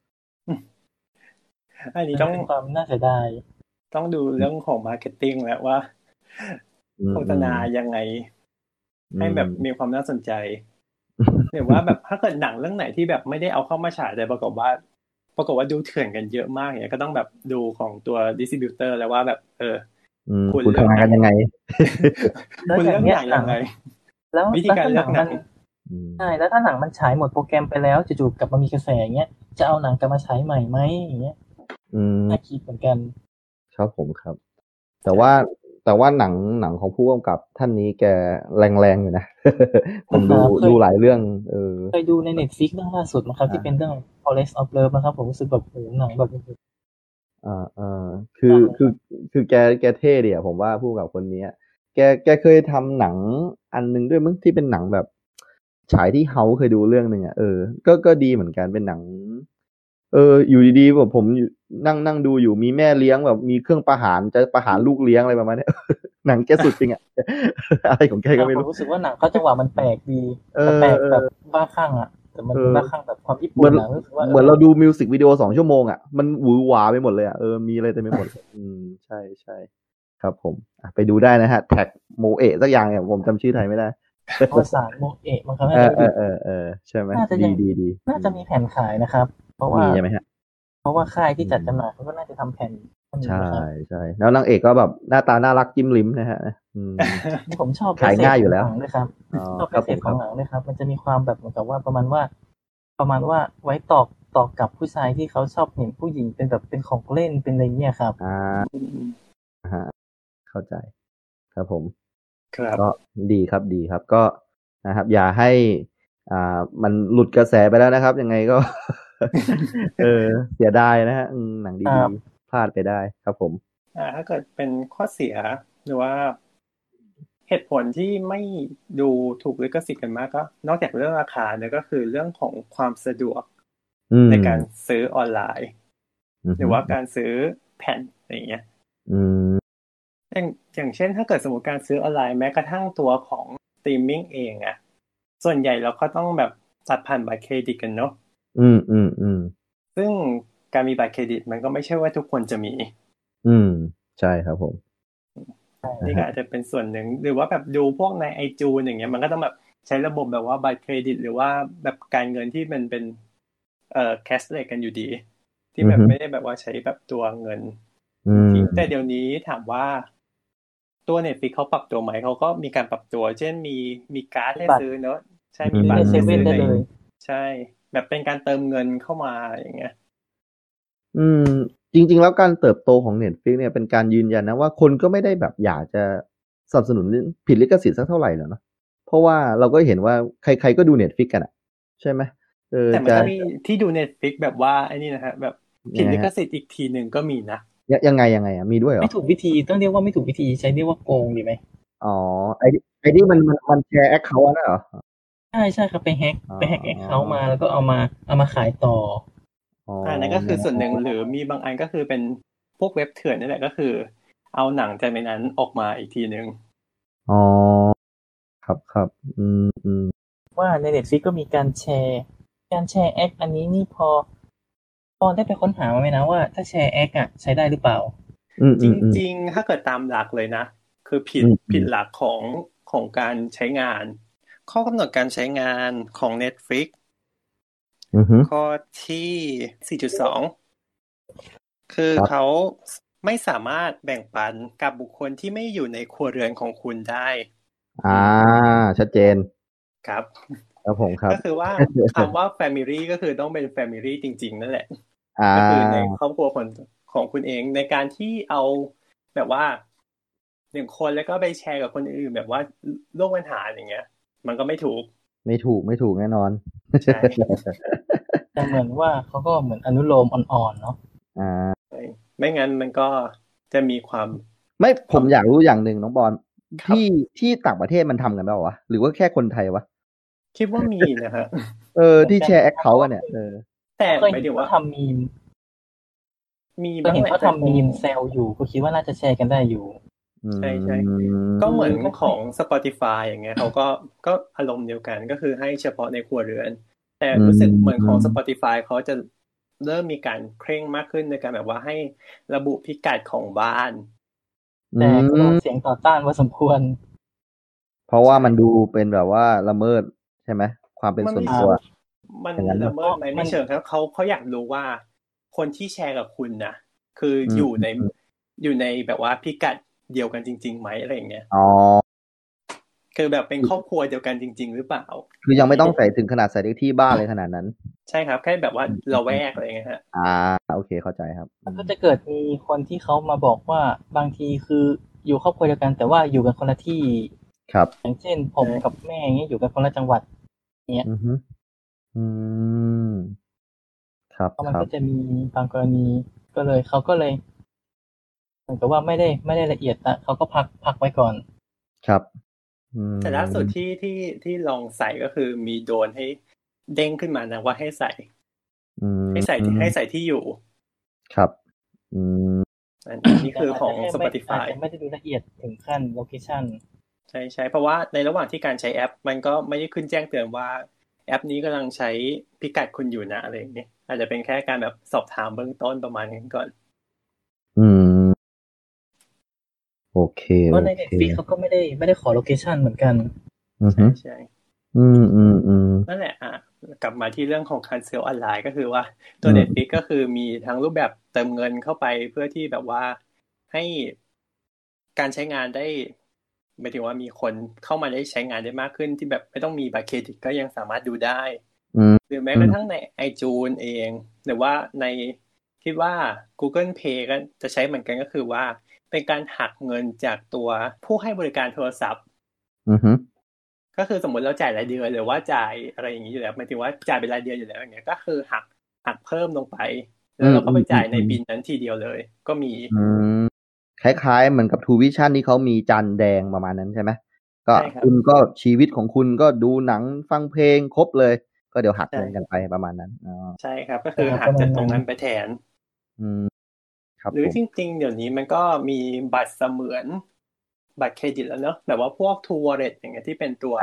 อันนี้ต้องความน่าเสียดายต้องดูเรื่องของมาร์เก็ตติ้งแล้วว่าโฆษณายังไงให้แบบมีความน่าสนใจหรือว่าแบบถ้าเกิดหนังเรื่องไหนที่แบบไม่ได้เอาเข้ามาฉายแต่ปรากฏว่าดูเถื่อนกันเยอะมากเนี่ยก็ต้องแบบดูของตัวดิสทริบิวเตอร์แล้วว่าแบบคุณทำงานกันยังไงคุณเลือกหนังยังไงแล้ววิธีการเลือกหนังใช่แล้วถ้าหนังมันฉายหมดโปรแกรมไปแล้วจู่ๆกลับมามีกระแสอย่างเงี้ยจะเอาหนังกลับมาฉายใหม่ไหมอย่างเงี้ยน่าคิดเหมือนกันครับผมครับแต่ว่าหนังของผู้กำกับท่านนี้แกแรงๆอยู่นะผมดูหลายเรื่องเคยดูใน Netflix เรื่องล่าสุดนะครับที่เป็นเรื่อง Forest of Love นะครับผมรู้สึกแบบโหหนังแบบคือแกเท่ดีอ่ะผมว่าผู้กำกับคนนี้แกเคยทำหนังอันนึงด้วยมั้งที่เป็นหนังแบบฉายที่เฮาเคยดูเรื่องนึงอ่ะก็ดีเหมือนกันเป็นหนังอยู่ดีๆแบบผมนั่งดูอยู่มีแม่เลี้ยงแบบมีเครื่องประหารจะประหารลูกเลี้ยงอะไรประมาณนี้หนังแกสุดจริงอ่ะอะไรของแกก็ไม่รู้รู้สึกว่าหนังเขาจังหวะมันแปลกดีแปลกแบบบ้าคลั่งอ่ะแต่มันบ้าคลั่งแบบความญี่ปุ่นนะรู้สึกว่าเหมือนเราดูมิวสิกวิดีโอ2 ชั่วโมงอ่ะมันหวือหวาไปหมดเลยอ่ะมีอะไรเต็มไปหมดใช่ครับผมไปดูได้นะฮะแท็กโมเอะสักอย่างเนี่ยผมจำชื่อไทยไม่ได้ภาษาโมเอะมันครับใช่ไหมดีน่าจะมีแผ่นขายนะครับเพราะว่าใช่ไหมฮะเพราะว่าค่ายที่จัดจำหน่ายเขาก็น่าจะทำแผ่นใช่แล้วนางเอกก็แบบหน้าตาน่ารักจิ้มลิ้มนะฮะผมชอบขายง่ายอยู่แล้วด้วยครับชอบเศษของหนังด้วยครับมันจะมีความแบบเหมือนกับว่าประมาณว่าไว้ตอกกับผู้ชายที่เขาชอบเห็นผู้หญิงเป็นแบบเป็นของเล่นเป็นอะไรเงี้ยครับเข้าใจครับผมครับก็ดีครับก็นะครับอย่าให้มันหลุดกระแสไปแล้วนะครับยังไงก็เสียดายนะฮะหนังดีๆพลาดไปได้ครับผมถ้าเกิดเป็นข้อเสียหรือว่าเหตุผลที่ไม่ดูถูกลิขสิทธิ์กันมากก็นอกจากเรื่องราคาเนี่ยก็คือเรื่องของความสะดวกในการซื้อออนไลน์หรือว่าการซื้อแผ่นอะไรอย่างเงี้ยอย่างเช่นถ้าเกิดสมมติการซื้อออนไลน์แม้กระทั่งตัวของสตรีมมิ่งเองอ่ะส่วนใหญ่เราก็ต้องแบบตัดผ่านบัตรเครดิตกันเนาะซึ่งการมีบัตรเครดิตมันก็ไม่ใช่ว่าทุกคนจะมีใช่ครับผมนี่ก็อาจจะเป็นส่วนหนึ่งหรือว่าแบบดูพวกในiTunesอย่างเงี้ยมันก็ต้องแบบใช้ระบบแบบว่าบัตรเครดิตหรือว่าแบบการเงินที่มันเป็นแคชเลสกันอยู่ดีที่แบบไม่ได้แบบว่าใช้แบบตัวเงินแต่เดี๋ยวนี้ถามว่าตัว Netflix เขาปรับตัวไหมเขาก็มีการปรับตัวเช่นมีการ์ดให้ซื้อเนอะใช่มีบัตรให้ซื้อได้เลยใช่แบบเป็นการเติมเงินเข้ามาอย่างเงี้ยจริงๆแล้วการเติบโตของ Netflix เนี่ยเป็นการยืนยันนะว่าคนก็ไม่ได้แบบอยากจะสนับสนุนผิดลิขสิทธิ์สักเท่าไหร่แล้วนะเพราะว่าเราก็เห็นว่าใครๆก็ดู Netflix กันอ่ะใช่ไหมแต่มันก็มีที่ดู Netflix แบบว่าไอ้นี่นะฮะแบบผิดลิขสิทธิ์อีกทีนึงก็มีนะยังไงอ่ะมีด้วยเหรอไม่ถูกวิธีต้องเรียกว่าไม่ถูกวิธีใช้เรียกว่าโกงดีไหมอ๋อไอ้นี่มันแชร์แอคเคาท์นะเหรอใช่ครับไปแฮกแอคเคาท์มาแล้วก็เอามาขายต่อนั่นก็คือส่วนหนึ่งหรือมีบางอันก็คือเป็นพวกเว็บเถื่อนนี่แหละก็คือเอาหนังจากในนั้นออกมาอีกทีนึงอ๋อครับว่าใน Netflix ก็มีการแชร์แอคอันนี้นี่พอได้ไปค้นหามาไหมนะว่าถ้าแชร์แอคอ่ะใช้ได้หรือเปล่าจริงๆถ้าเกิดตามหลักเลยนะคือผิดหลักของการใช้งานข้อกำหนดการใช้งานของ Netflix ข้อที่ 4.2 คือเขาไม่สามารถแบ่งปันกับบุคคลที่ไม่อยู่ในครัวเรือนของคุณได้ชัดเจนครับผมครับก็คือว่าคำว่า family ก็คือต้องเป็น family จริงๆนั่นแหละก็คือในครอบครัวของคุณเองในการที่เอาแบบว่า1คนแล้วก็ไปแชร์กับคนอื่นแบบว่าโลกปัญหาอย่างเงี้ยมันก็ไม่ถูกแน่นอนใช่แต่เหมือนว่าเขาก็เหมือนอนุโลมอ่อนๆเนาะไม่งั้นมันก็จะมีความไม่ผมอยากรู้อย่างหนึ่งน้องบอลที่ต่างประเทศมันทำกันเปล่าวะหรือว่าแค่คนไทยวะคิดว่ามีนะฮะที่แชร์แอคเคาท์กันเนี่ยแต่หมายถึงว่าทำมีก็เห็นเขาทำมีมแซลอยู่ก็คิดว่าน่าจะแชร์กันได้อยู่ใช่ก็เหมือนของ Spotify อย่างเงี้ยเขาก็อารมณ์เดียวกันก็คือให้เฉพาะในครัวเรือนแต่รู้สึกเหมือนของ Spotify เขาจะเริ่มมีการเคร่งมากขึ้นในการแบบว่าให้ระบุพิกัดของบ้านแต่ก็โดนเสียงต่อต้านพอสมควรเพราะว่ามันดูเป็นแบบว่าละเมิดใช่ไหมความเป็นส่วนตัวมันละเมิดไหมไม่เชิงครับเขาอยากรู้ว่าคนที่แชร์กับคุณนะคืออยู่ในแบบว่าพิกัดเดียวกันจริงๆไหมอะไรอย่างเงี้ยคือแบบเป็นครอบครัวเดียวกันจริงๆหรือเปล่าคือยังไม่ต้องใส่ถึงขนาดใส่เลขที่บ้านเลยขนาดนั้นใช่ครับแค่แบบว่าละแวกอะไรเงี้ยฮะโอเคเข้าใจครับมันก็จะเกิดมีคนที่เขามาบอกว่าบางทีคืออยู่ครอบครัวเดียวกันแต่ว่าอยู่กันคนละที่ครับอย่างเช่นผมกับแม่อย่างเงี้ยอยู่กันคนละจังหวัดเงี้ยครับมันก็จะมีบางกรณีก็เลยเขาก็เลยเหมือนกับว่าไม่ได้ละเอียดนะเขาก็พักไว้ก่อนครับแต่ล่าสุดที่ลองใส่ก็คือมีโดนให้เด้งขึ้นมานะว่าให้ใส่ที่อยู่ครับอันนี้คือของ Spotify ไม่ได้ดูละเอียดถึงขั้นโลเคชั่นใช่เพราะว่าในระหว่างที่การใช้แอปมันก็ไม่ได้ขึ้นแจ้งเตือนว่าแอปนี้กำลังใช้พิกัดคุณอยู่นะอะไรอย่างเงี้ยอาจจะเป็นแค่การแบบสอบถามเบื้องต้นประมาณนี้ก่อนโอเคเพราะใน Netflix เขาก็ไม่ได้ขอโลเคชั่นเหมือนกันใช่นั่นแหละกลับมาที่เรื่องของการซื้อออนไลน์ก็คือว่าตัว Netflix ก็คือมีทั้งรูปแบบเติมเงินเข้าไปเพื่อที่แบบว่าให้การใช้งานได้หมายถึงว่ามีคนเข้ามาได้ใช้งานได้มากขึ้นที่แบบไม่ต้องมีบัตรเครดิตก็ยังสามารถดูได้หรือแม้กระทั่งใน iTunes เองหรือว่าในคิดว่า Google Play ก็จะใช้เหมือนกันก็คือว่าเป็นการหักเงินจากตัวผู้ให้บริการโทรศัพท์ก็คือสมมติเราจ่ายรายเดือนหรือว่าจ่ายอะไรอย่างนี้อยู่แล้วหมายถึงว่าจ่ายเป็นรายเดือนอยู่แล้วอย่างเงี้ยก็คือหักเพิ่มลงไปแล้วเราก็ไปจ่ายในบิลนั้นทีเดียวเลยก็มีคล้ายๆเหมือนกับ True Vision ที่เขามีจานแดงประมาณนั้นใช่ไหมก็คุณก็ชีวิตของคุณก็ดูหนังฟังเพลงครบเลยก็เดี๋ยวหักเงินกันไปประมาณนั้นใช่ครับก็คือหักจากตรงนั้นไปแทนครับหรือจริงๆเดี๋ยวนี้มันก็มีบัตรเสมือนบัตรเครดิตแล้วเนอะแบบว่าพวก True Wallet อย่างเงี้ยที่เป็นตัว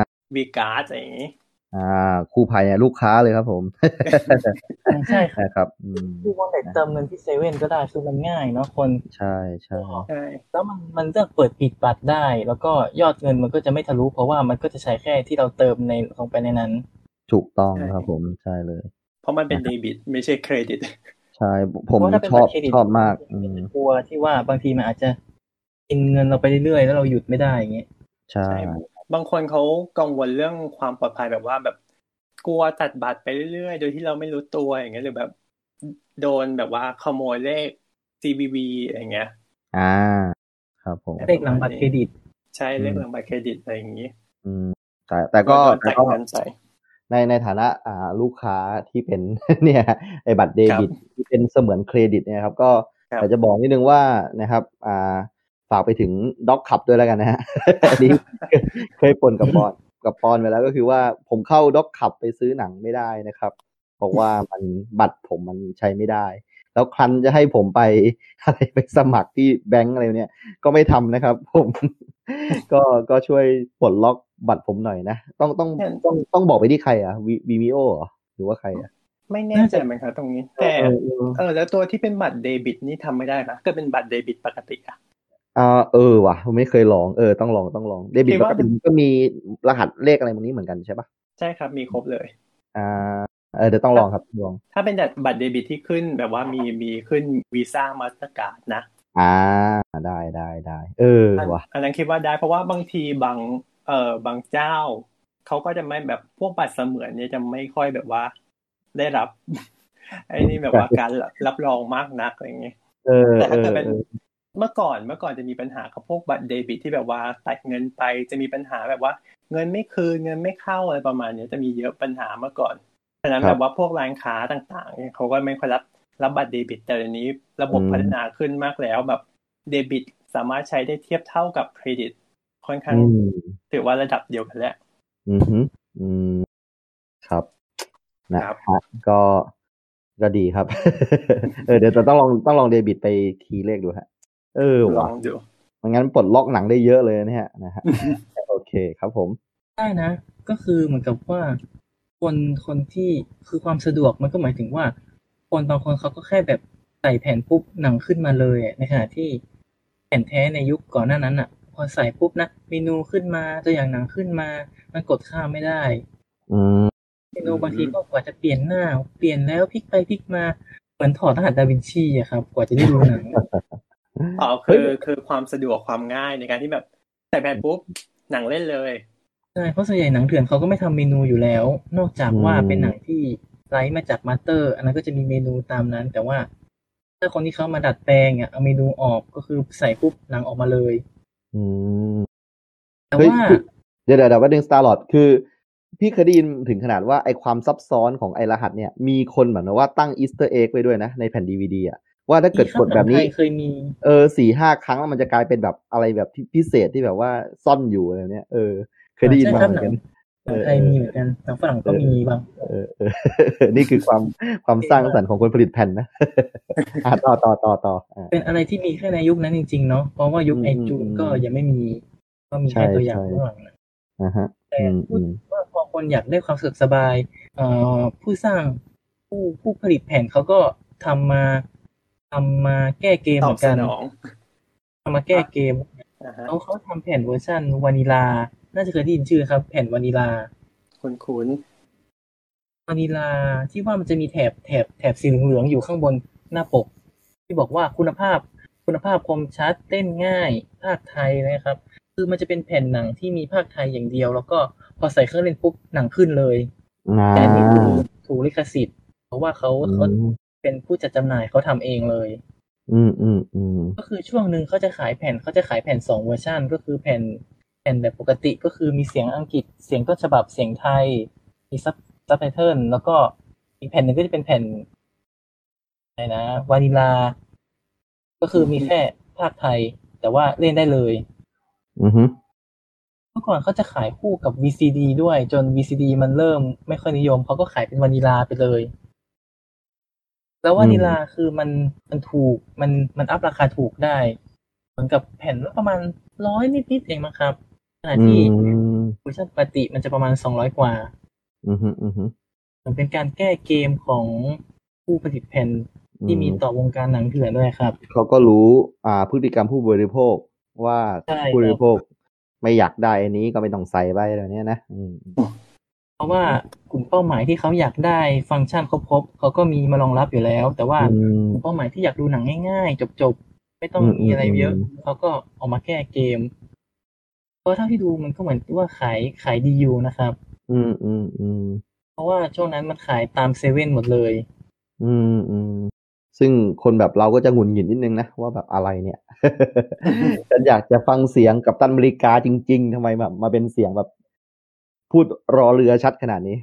V-Card อะไรอย่างงี้คู่ภัยเนี่ยลูกค้าเลยครับผมใช่ครับคือวอลเล็ตเติมเงินที่เซเว่นก็ได้คือมันง่ายเนาะคนใช่แล้วมันเลือกเปิดปิดบัตรได้แล้วก็ยอดเงินมันก็จะไม่ทะลุเพราะว่ามันก็จะใช้แค่ที่เราเติมในลงไปในนั้นถูกต้องครับผมใช่เลยเพราะมันเป็นเดบิตไม่ใช่เครดิตใช่ผมชอบมากกลัวที่ว่าบางทีมันอาจจะกินเงินเราไปเรื่อยๆแล้วเราหยุดไม่ได้อย่างเงี้ยใช่บางคนเขากังวลเรื่องความปลอดภัยแบบว่าแบบกลัวตัดบัตรไปเรื่อยๆโดยที่เราไม่รู้ตัวอย่างเงี้ยหรือแบบโดนแบบว่าขโมยเลข CVV อย่างเงี้ยครับผมเลขหลังบัตรเครดิตใช่เลขหลังบัตรเครดิตอะไรอย่างงี้แต่ก็ในฐานะลูกค้าที่เป็นเนี่ยไอ้บัตรเดบิตที่เป็นเสมือนเครดิตเนี่ยครับก็อยากจะบอกนิดนึงว่านะครับฝากไปถึงด็อกขับด้วยแล้วกันนะฮะอันนี้เคยปนกับปอนไปแล้วก็คือว่าผมเข้าด็อกขับไปซื้อหนังไม่ได้นะครับเพราะว่ามันบัตรผมมันใช้ไม่ได้แล้วครันจะให้ผมไปอะไรไปสมัครที่แบงก์อะไรเนี่ยก็ไม่ทำนะครับผมก็ช่วยปลดล็อกบัตรผมหน่อยนะต้องบอกไปที่ใครVimeo เหรอหรือว่าใครไม่แน่ใจเหมือนกันตรงนี้แต่แล้วตัวที่เป็นบัตรเดบิตนี่ทำไม่ได้นะก็เป็นบัตรเดบิตปกติว่ะไม่เคยลองต้องลองเดบิตปกติก็มีรหัสเลขอะไรพวกนี้เหมือนกันใช่ปะใช่ครับมีครบเลยเดี๋ยวต้องลองครับลองถ้าเป็นบัตรเดบิตที่ขึ้นแบบว่ามีขึ้นวีซ่ามาสเตอร์การ์ดนะได้ว่ะอันนั้นคิดว่าได้เพราะว่าบางทีบางเจ้าเขาก็จะไม่แบบพวกบัตรเสมือนเนี่ยจะไม่ค่อยแบบว่าได้รับไอ้นี่แบบว่าการรับรองมากนักอะไรเงี้ยแต่ถ้าเกิดเป็นเมื่อก่อนจะมีปัญหากับพวกบัตรเดบิตที่แบบว่าตัดเงินไปจะมีปัญหาแบบว่าเงินไม่คืนเงินไม่เข้าอะไรประมาณนี้จะมีเยอะปัญหาเมื่อก่อนฉะนั้นแบบว่าพวกร้านค้าต่างๆเนี่ยเขาก็ไม่ค่อยรับบัตรเดบิตแต่เดี๋ยวนี้ระบบพัฒนาขึ้นมากแล้วแบบเดบิตสามารถใช้ได้เทียบเท่ากับเครดิตค่อนข้างถือว่าระดับเดียวกันแล้วครับนะครับก็ดีครับเดี๋ยวต้องลองเดบิตไปคีย์เลขดูฮะลองดูงั้นปลดล็อกหนังได้เยอะเลยเนี่ยนะฮะโอเคครับผมได้นะก็คือเหมือนกับว่าคนที่คือความสะดวกมันก็หมายถึงว่าคนบางคนเขาก็แค่แบบใส่แผ่นปุ๊บหนังขึ้นมาเลยในขณะที่แผ่นแท้ในยุคก่อนหน้านั้นอ่ะพอใส่ปุ๊บนะเมนูขึ้นมาตัวอย่างหนังขึ้นมามันกดข้ามไม่ได้เมนูบางทีก็กว่าจะเปลี่ยนหน้าเปลี่ยนแล้วพลิกไปพลิกมาเหมือนถอดรหัสดาวินชีอะครับกว่าจะได้ดูหนังคือความสะดวกความง่ายในการที่แบบใส่แผ่นปุ๊บหนังเล่นเลยใช่เพราะส่วนใหญ่หนังเถื่อนเขาก็ไม่ทำเมนูอยู่แล้วนอกจากว่าเป็นหนังที่ไลฟ์มาจากมาสเตอร์อันนั้นก็จะมีเมนูตามนั้นแต่ว่าถ้าคนที่เขามาดัดแปลงเอาเมนูออกก็คือใส่ปุ๊บหนังออกมาเลยแต่ว่าเดี๋ยวว่าดึง Starlord คือพี่เคยได้ยินถึงขนาดว่าไอความซับซ้อนของไอรหัสเนี่ยมีคนเหมือนว่าตั้งอีสเตอร์เอ็กไว้ด้วยนะในแผ่น DVD ว่าถ้าเกิดกดแบบนี้เคยมี 4-5 ครั้งแล้วมันจะกลายเป็นแบบอะไรแบบพิเศษที่แบบว่าซ่อนอยู่อะไรเนี้ยเคยได้ยินมาเหมือนกันไทยมีเหมือนกันทางฝรั่งก็มีบางนี่คือความสร้างสรรค์ของคนผลิตแผ่นนะต่อเป็นอะไรที่มีแค่ในยุคนั้นจริงๆเนาะเพราะว่ายุคไอจูนก็ยังไม่มีก็มีแค่ตัวอย่างข้างหลังแต่ว่าพอคนอยากได้ความสะดวกสบายผู้สร้างผู้ผลิตแผ่นเขาก็ทำมาแก้เกมเหมือนกันทำมาแก้เกมเขาทำแผ่นเวอร์ชันวานิลาน่าจะเคยได้ยินชื่อครับแผ่นวานิลาคุ้นวานิลาที่ว่ามันจะมีแถบสีเหลืองๆอยู่ข้างบนหน้าปกที่บอกว่าคุณภาพคมชัดเต้นง่ายภาคไทยนะครับคือมันจะเป็นแผ่นหนังที่มีภาคไทยอย่างเดียวแล้วก็พอใส่เครื่องเล่นปุ๊บหนังขึ้นเลยแต่นี่ถูกลิขสิทธิ์เพราะว่าเขาเป็นผู้จัดจำหน่ายเขาทำเองเลยก็คือช่วงนึงเขาจะขายแผ่น2เวอร์ชันก็คือแผ่นแบบปกติก็คือมีเสียงอังกฤษเสียงต้นฉบับเสียงไทยมีซับไตเติลแล้วก็อีกแผ่นนึงก็จะเป็นแผ่นอะไรนะวานิลาก็คือมีแค่ภาคไทยแต่ว่าเล่นได้เลยเมื่อก่อนเขาจะขายคู่กับ VCD ด้วยจน VCD มันเริ่มไม่ค่อยนิยมเขาก็ขายเป็นวานิลาไปเลยแล้ววานิลาคือมันถูกมันอัพราคาถูกได้เหมือนกับแผ่นละประมาณ100นิดๆเองมั้งครับขณะที่เวอร์ชันปกติมันจะประมาณ200กว่ามันเป็นการแก้เกมของผู้ผลิตแผ่นที่มีต่อวงการหนังเถื่อนด้วยครับเขาก็รู้พฤติกรรมผู้บริโภคว่าผู้บริโภคไม่อยากได้อันนี้ก็ไม่ต้องใส่ไปอะไรเนี้ยนะเพราะว่ากลุ่มเป้าหมายที่เขาอยากได้ฟังก์ชันครบๆเขาก็มีมารองรับอยู่แล้วแต่ว่ากลุ่มเป้าหมายที่อยากดูหนังง่ายๆจบๆไม่ต้องมีอะไรเยอะเขาก็ออกมาแก้เกมเพราะเท่าที่ดูมันก็เหมือนว่าขายดีอยู่นะครับเพราะว่าช่วงนั้นมันขายตามเซเว่นหมดเลยซึ่งคนแบบเราก็จะหงุดหงิดนิดนึงนะว่าแบบอะไรเนี่ยฉันอยากจะฟังเสียงกัปตันอเมริกาจริงๆทำไมแบบมาเป็นเสียงแบบพูดรอเรือชัดขนาดนี้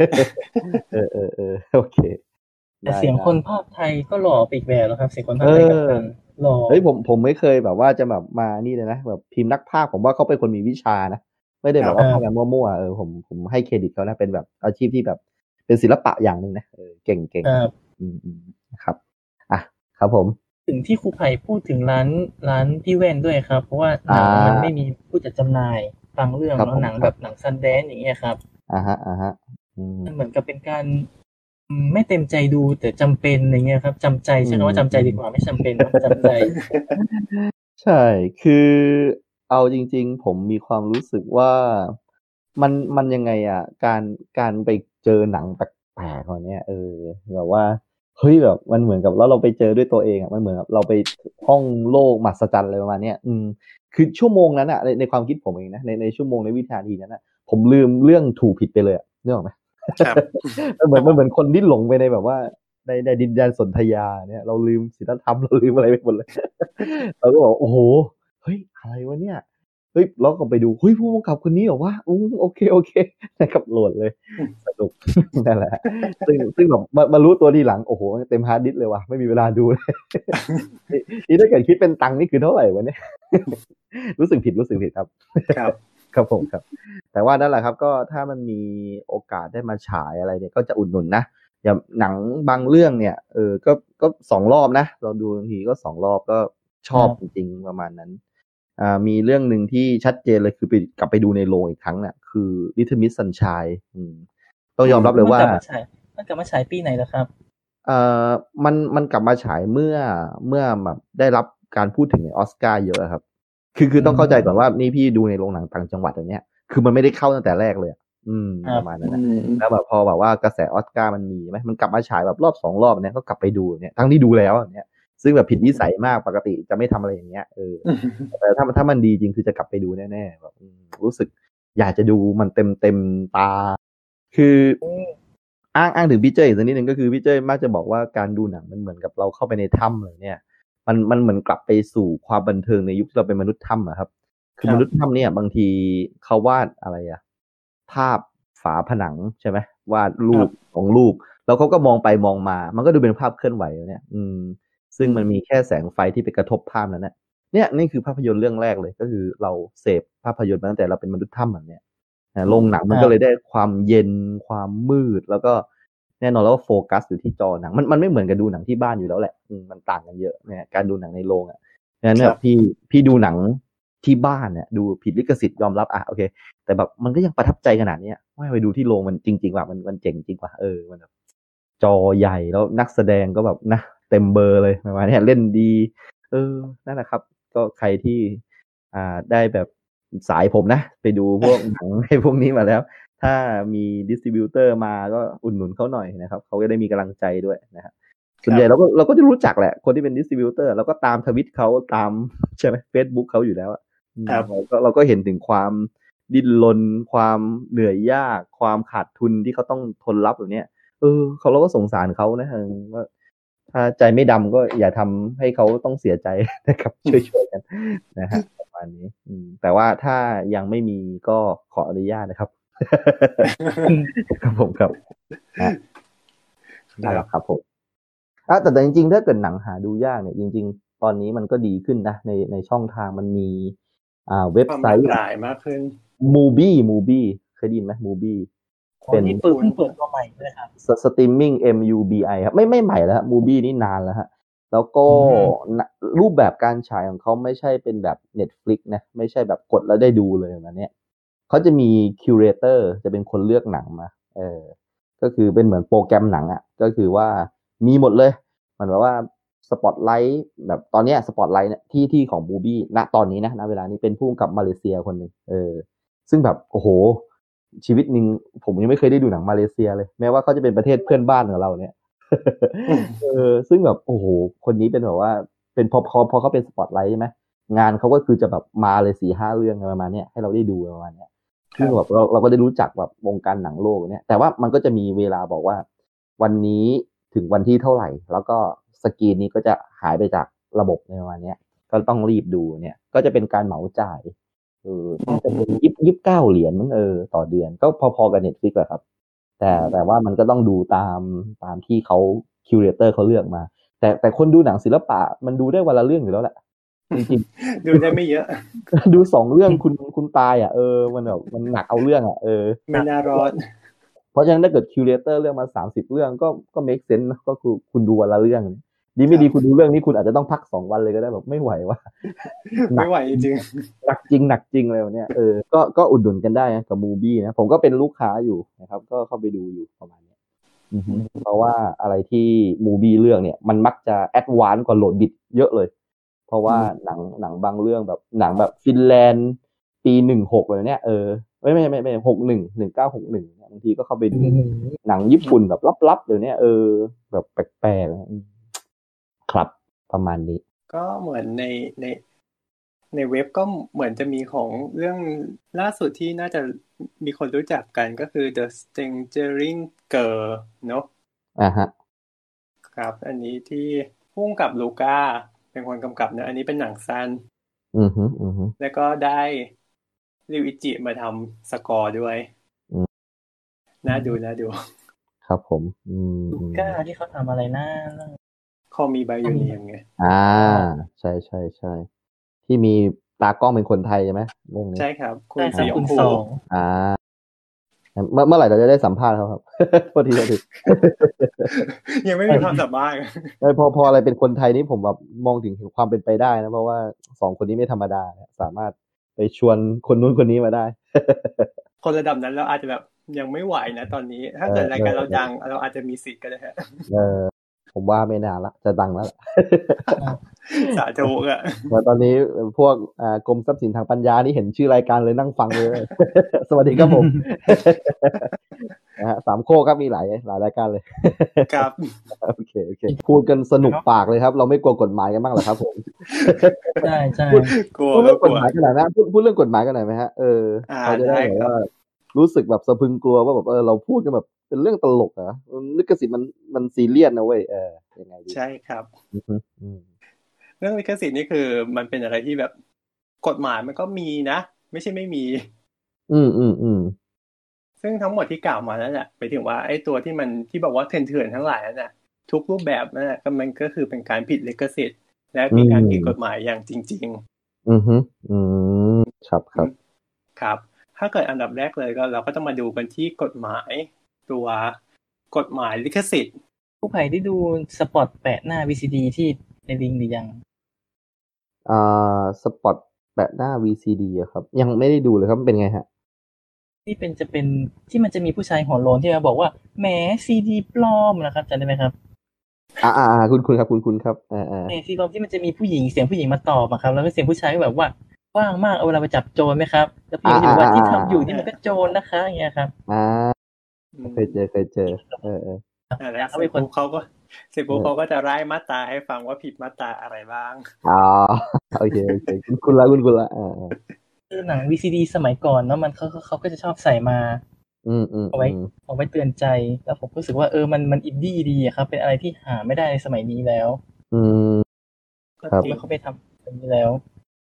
โอเคแต่เสียงคนภาคไทยก็หล่อไปอีกแบบแล้วครับเสียงคนภาคไทยกัปตันหล่อเฮ้ยผมไม่เคยแบบว่าจะแบบมานี่เลยนะแบบทีมนักพากย์ผมว่าเขาเป็นคนมีวิชานะไม่ได้แบบว่าพากย์กันมั่วๆผมให้เครดิตเขานะเป็นแบบอาชีพที่แบบเป็นศิลปะอย่างนึงนะเก่งครับครับผมถึงที่ครูไผ่พูดถึงร้านพี่แว่นด้วยครับเพราะว่าหนังมันไม่มีผู้จัดจำหน่ายบางเรื่องแล้วหนังแบบหนังซันแดนซ์อย่างเงี้ยครับมันเหมือนกับเป็นการไม่เต็มใจดูแต่จำเป็นอย่างเงี้ยครับจำใจใช่ไหมว่าจำใจดีกว่าไม่จำเป็นจำใจใช่คือเอาจริงๆผมมีความรู้สึกว่ามันยังไงอ่ะการไปเจอหนังแปลกๆเนี้ยแบบว่าเฮ้ยแบบมันเหมือนกับแล้วเราไปเจอด้วยตัวเองอ่ะมันเหมือนกับเราไปท่องโลกมหัศจรรย์อะไรประมาณเนี้ยคือชั่วโมงนั้นอ่ะในความคิดผมเองนะในชั่วโมงในวินาทีนั้นอ่ะผมลืมเรื่องถูกผิดไปเลยนึกออกไหมครับมันเหมือนคนที่หลงไปในแบบว่าในดินแดนสนธยาเนี่ยเราลืมศีลธรรมเราลืมอะไรไปหมดเลยเราก็บอกโอ้โหเฮ้ยอะไรวะเนี่ยเฮ้ยเราก็ไปดูเฮ้ยผู้กำกับคนนี้เหรอวะโอเคนะครับโหลดเลยสนุกนั่นแหละซึ่งแบบมารู้ตัวทีหลังโอ้โหเต็มฮาร์ดดิสก์เลยว่ะไม่มีเวลาดูเลยนี่ถ้าเกิดคิดเป็นตังค์นี่คือเท่าไหร่วะเนี่ยรู้สึกผิดครับครับผมครับแต่ว่านั่นแหละครับก็ถ้ามันมีโอกาสได้มาฉายอะไรเนี่ยก็จะอุดหนุนนะอย่างหนังบางเรื่องเนี่ยก็2 รอบนะเราดูบางทีก็2 รอบก็ชอบจริงๆประมาณนั้นมีเรื่องนึงที่ชัดเจนเลยคือกลับไปดูในโรงอีกครั้งเนี่ยคือ Little Miss Sunshine ต้องยอมรับเลยว่ามันกลับมาฉายปีไหนแล้วครับมันกลับมาฉายเมื่อแบบได้รับการพูดถึงในออสการ์เยอะครับคือต้องเข้าใจก่อนว่านี่พี่ดูในโรงหนังต่างจังหวัดอย่างเนี้ยคือมันไม่ได้เข้าตั้งแต่แรกเลยประมาณนั้นนะแล้วแบบพอแบบว่ากระแสออสการ์มันมีไหมมันกลับมาฉายแบบรอบ2 รอบเนี่ยก็กลับไปดูเนี่ยทั้งที่ดูแล้วเนี่ยซึ่งแบบผิดวิสัยมากปกติจะไม่ทำอะไรอย่างเงี้ยแต่ถ้ามันดีจริงคือจะกลับไปดูแน่ๆแบบรู้สึกอยากจะดูมันเต็มตาคืออ้างถึงพี่เจ้อีกสักนิดนึงก็คือพี่เจ้มักจะบอกว่าการดูหนังมันเหมือนกับเราเข้าไปในถ้ำเลยเนี่ยมันเหมือนกลับไปสู่ความบันเทิงในยุคที่เราเป็นมนุษย์ถ้ำอะครับคือมนุษย์ถ้ำเนี่ยบางทีเขาวาดอะไรอะภาพฝาผนังใช่ไหมวาดรูปของรูปแล้วเขาก็มองไปมองมามันก็ดูเป็นภาพเคลื่อนไหวเนี่ยซึ่งมันมีแค่แสงไฟที่ไปกระทบภาพนั้นเนี่ยนี่คือภาพยนตร์เรื่องแรกเลยก็คือเราเสพภาพยนตร์มาตั้งแต่เราเป็นมนุษย์ถ้ำแบบเนี้ยโรงหนังมันก็เลยได้ความเย็นความมืดแล้วก็แน่นอนแล้วโฟกัสอยู่ที่จอหนังมันไม่เหมือนกับดูหนังที่บ้านอยู่แล้วแหละมันต่างกันเยอะเนี่ยการดูหนังในโรงอ่ะงั้นแบบพี่ดูหนังที่บ้านเนี่ยดูผิดลิขสิทธิ์ยอมรับโอเคแต่แบบมันก็ยังประทับใจขนาดนี้ไม่ไปดูที่โรงมันจริงๆว่ะมันเจ๋งจริงว่ะมันแบบจอใหญ่แล้วนักแสดงก็แบบนะเต็มเบอร์เลยประมาณนี้เล่นดีนั่นแหละครับก็ใครที่ได้แบบสายผมนะไปดูพวกหนังให้พวกนี้มาแล้วถ้ามีดิสติบิวเตอร์มาก็อุดหนุนเขาหน่อยนะครับเขาจะได้มีกำลังใจด้วยนะครับส่วนใหญ่เราก็จะรู้จักแหละคนที่เป็นดิสติบิวเตอร์เราก็ตามทวิตเขาตามใช่ไหม Facebook เขาอยู่แล้วเราก็เห็นถึงความดิ้นรนความเหนื่อยยากความขาดทุนที่เขาต้องทนรับแบบนี้เราก็สงสารเขานะว่าถ้าใจไม่ดำก็อย่าทำให้เขาต้องเสียใจนะครับช่วยกันนะฮะประมาณนี้แต่ว่าถ้ายังไม่มีก็ขออนุญาตนะครับครับผมครับได้แล้วครับผมแต่จริงๆถ้าเกิดหนังหาดูยากเนี่ยจริงๆตอนนี้มันก็ดีขึ้นนะในช่องทางมันมีเว็บไซต์หลายมากขึ้นมูบี้เคยได้ยินไหมมูบี้เป็นที่เพิ่งเปิดตัวใหม่ด้วยครับสตรีมมิ่ง MUBI ครับไม่ใหม่แล้วมูบี้นี่นานแล้วฮะแล้วก็รูปแบบการฉายของเขาไม่ใช่เป็นแบบ Netflix นะไม่ใช่แบบกดแล้วได้ดูเลยแบบนี้เขาจะมีคิวเรเตอร์จะเป็นคนเลือกหนังมาก็คือเป็นเหมือนโปรแกรมหนังอ่ะก็คือว่ามีหมดเลยมันแบบว่าสปอตไลท์แบบตอนนี้สปอตไลท์เนี่ยที่ของมูบี้ณตอนนี้นะณเวลานี้เป็นผู้กำกับมาเลเซียคนหนึ่งซึ่งแบบโอ้โหชีวิตนึงผมยังไม่เคยได้ดูหนังมาเลเซียเลยแม้ว่าเขาจะเป็นประเทศเพื่อนบ้านของเราเนี่ยซึ่งแบบโอ้โหคนนี้เป็นแบบว่าเป็นพอเขาเป็นสปอตไลท์ใช่ไหมงานเขาก็คือจะแบบมาเลย4-5 เรื่องประมาณนี้ให้เราได้ดูประมาณนี้ซึ่งแบบเราก็ได้รู้จักแบบวงการหนังโลกเนี่ยแต่ว่ามันก็จะมีเวลาบอกว่าวันนี้ถึงวันที่เท่าไหร่แล้วก็สกรีนนี้ก็จะหายไปจากระบบในประมาณนี้ก็ต้องรีบดูเนี่ยก็จะเป็นการเหมาจ่ายจะเป็น29 เหรียญมั้งต่อเดือนก็พอๆกับ Netflix แหละครับแต่ว่ามันก็ต้องดูตามที่เขาคิวเรเตอร์เขาเลือกมาแต่คนดูหนังศิลปะมันดูได้วันละเรื่องอยู่แล้วแหละจริงๆดูได้ไม่เยอะดู2 เรื่องคุณตายอ่ะมันแบบมันหนักเอาเรื่องอ่ะไม่น่ารอดเพราะฉะนั้นถ้าเกิดคิวเรเตอร์เรื่องมา30 เรื่องก็เมคเซนส์ก็คือคุณดูวันละเรื่องดีไม่ดีคุณดูเรื่องนี้คุณอาจจะต้องพัก2 วันเลยก็ได้แบบไม่ไหวว่าไม่ไหวจริงหนักจริงเลยเนี่ยก็อุดหนุนกันได้นะกับมูบี้นะผมก็เป็นลูกค้าอยู่นะครับก็เข้าไปดูอยู่ประมาณนี้เพราะว่าอะไรที่มูบี้เรื่องเนี่ยมันมักจะแอดวานซ์กว่าโหลดบิตเยอะเลยเพราะว่าหนังบางเรื่องแบบหนังแบบฟินแลนด์ปี16อะไรเนี่ยไม่61 1961บางทีก็เข้าไปดูหนังญี่ปุ่นแบบลับๆเดี๋ยวนี้แบบแปลกๆครับประมาณนี้ก็เหมือนในเว็บก็เหมือนจะมีของเรื่องล่าสุดที่น่าจะมีคนรู้จักกันก็คือ The Tangerine Girl เนาะฮะครับอันนี้ที่พุ่งกับลูก้าเป็นคนกำกับนะอันนี้เป็นหนังสั้นแล้วก็ได้ริวอิจิมาทำสกอร์ด้วยน่าดูครับผมลูก้าที่เขาทำอะไรนะคอมีไบโอเนียมไงใช่ที่มีตากล้องเป็นคนไทยใช่ไหมเรื่องนี้ใช่ครับคุณสยองภูเมื่อไหร่เราจะได้สัมภาษณ์เขาครับพอดียังไม่มีความสามารถพออะไรเป็นคนไทยนี่ผมแบบมองถึงความเป็นไปได้นะเพราะว่า2 คนนี้ไม่ธรรมดาสามารถไปชวนคนนู้นคนนี้มาได้คนระดับนั้นเราอาจจะแบบยังไม่ไหวนะตอนนี้ถ้าเกิดรายการเราดังเราอาจจะมีสิทธิ์ก็ได้ฮะผมว่าไม่นานละจะดังแล้วสาธุอ่ะแต่ตอนนี้พวกกรมทรัพย์สินทางปัญญานี่เห็นชื่อรายการเลยนั่งฟังเลย สวัสดีครับผมนะฮะ3 โคกครับมีหลายรายการเลยครับโอเคพูดกันสนุกปากเลยครับเราไม่กลัวกฎหมายกันบ้างเหรอครับผมใช่พูดเรื่องกฎหมายกันหน่อยนะพูดเรื่องกฎหมายกันหน่อยไหมฮะเราจะได้แบบว่ารู้สึกแบบสะพึงกลัวว่าแบบเราพูดกันแบบเป็นเรื่องตลกอ่ะลิขสิทธิ์มันซีเรียสนะเว้ยยังไงดีใช่ครับเรื่องลิขสิทธิ์นี่คือมันเป็นอะไรที่แบบกฎหมายมันก็มีนะไม่ใช่ไม่มีซึ่งทั้งหมดที่กล่าวมานั่นแหละไปถึงว่าไอ้ตัวที่บอกว่าเถื่อนทั้งหลายนั่นแหละทุกรูปแบบนั่นแหละมันก็คือเป็นการผิดลิขสิทธิ์และมีการผิดกฎหมายอย่างจริงๆครับถ้าเกิดอันดับแรกเลยก็เราก็ต้องมาดูกันที่กฎหมายตัวกฎหมายลิขสิทธิ์ผู้ใครได้ดูสปอตแปะหน้า VCD ที่ในลิงก์หรือยังสปอตแปะหน้า VCD อะครับยังไม่ได้ดูเลยครับเป็นไงฮะที่จะเป็นที่มันจะมีผู้ชายหัวโลนที่มาบอกว่าแหมซีดีปลอมนะครับจำได้ไหมครับคุณครับคุณครับซีดีปลอมที่มันจะมีผู้หญิงเสียงผู้หญิงมาตอบอะครับแล้วก็เสียงผู้ชายก็แบบว่าว่างมากเอาเวลาไปจับโจรไหมครับแล้วผู้หญิงก็บอกว่าที่ทำอยู่นี่มันก็โจรนะคะอย่างเงี้ยครับเคยเจอแล้วเขาก็จะไล่มาตราให้ฟังว่าผิดมาตราอะไรบ้างโอเคคุณละคือหนัง VCD สมัยก่อนเนาะมันเขาก็จะชอบใส่มาเอาไว้เตือนใจแล้วผมรู้สึกว่ามันอินดี้ดีอะครับเป็นอะไรที่หาไม่ได้ในสมัยนี้แล้วครับเขาไปทำแบบนี้แล้ว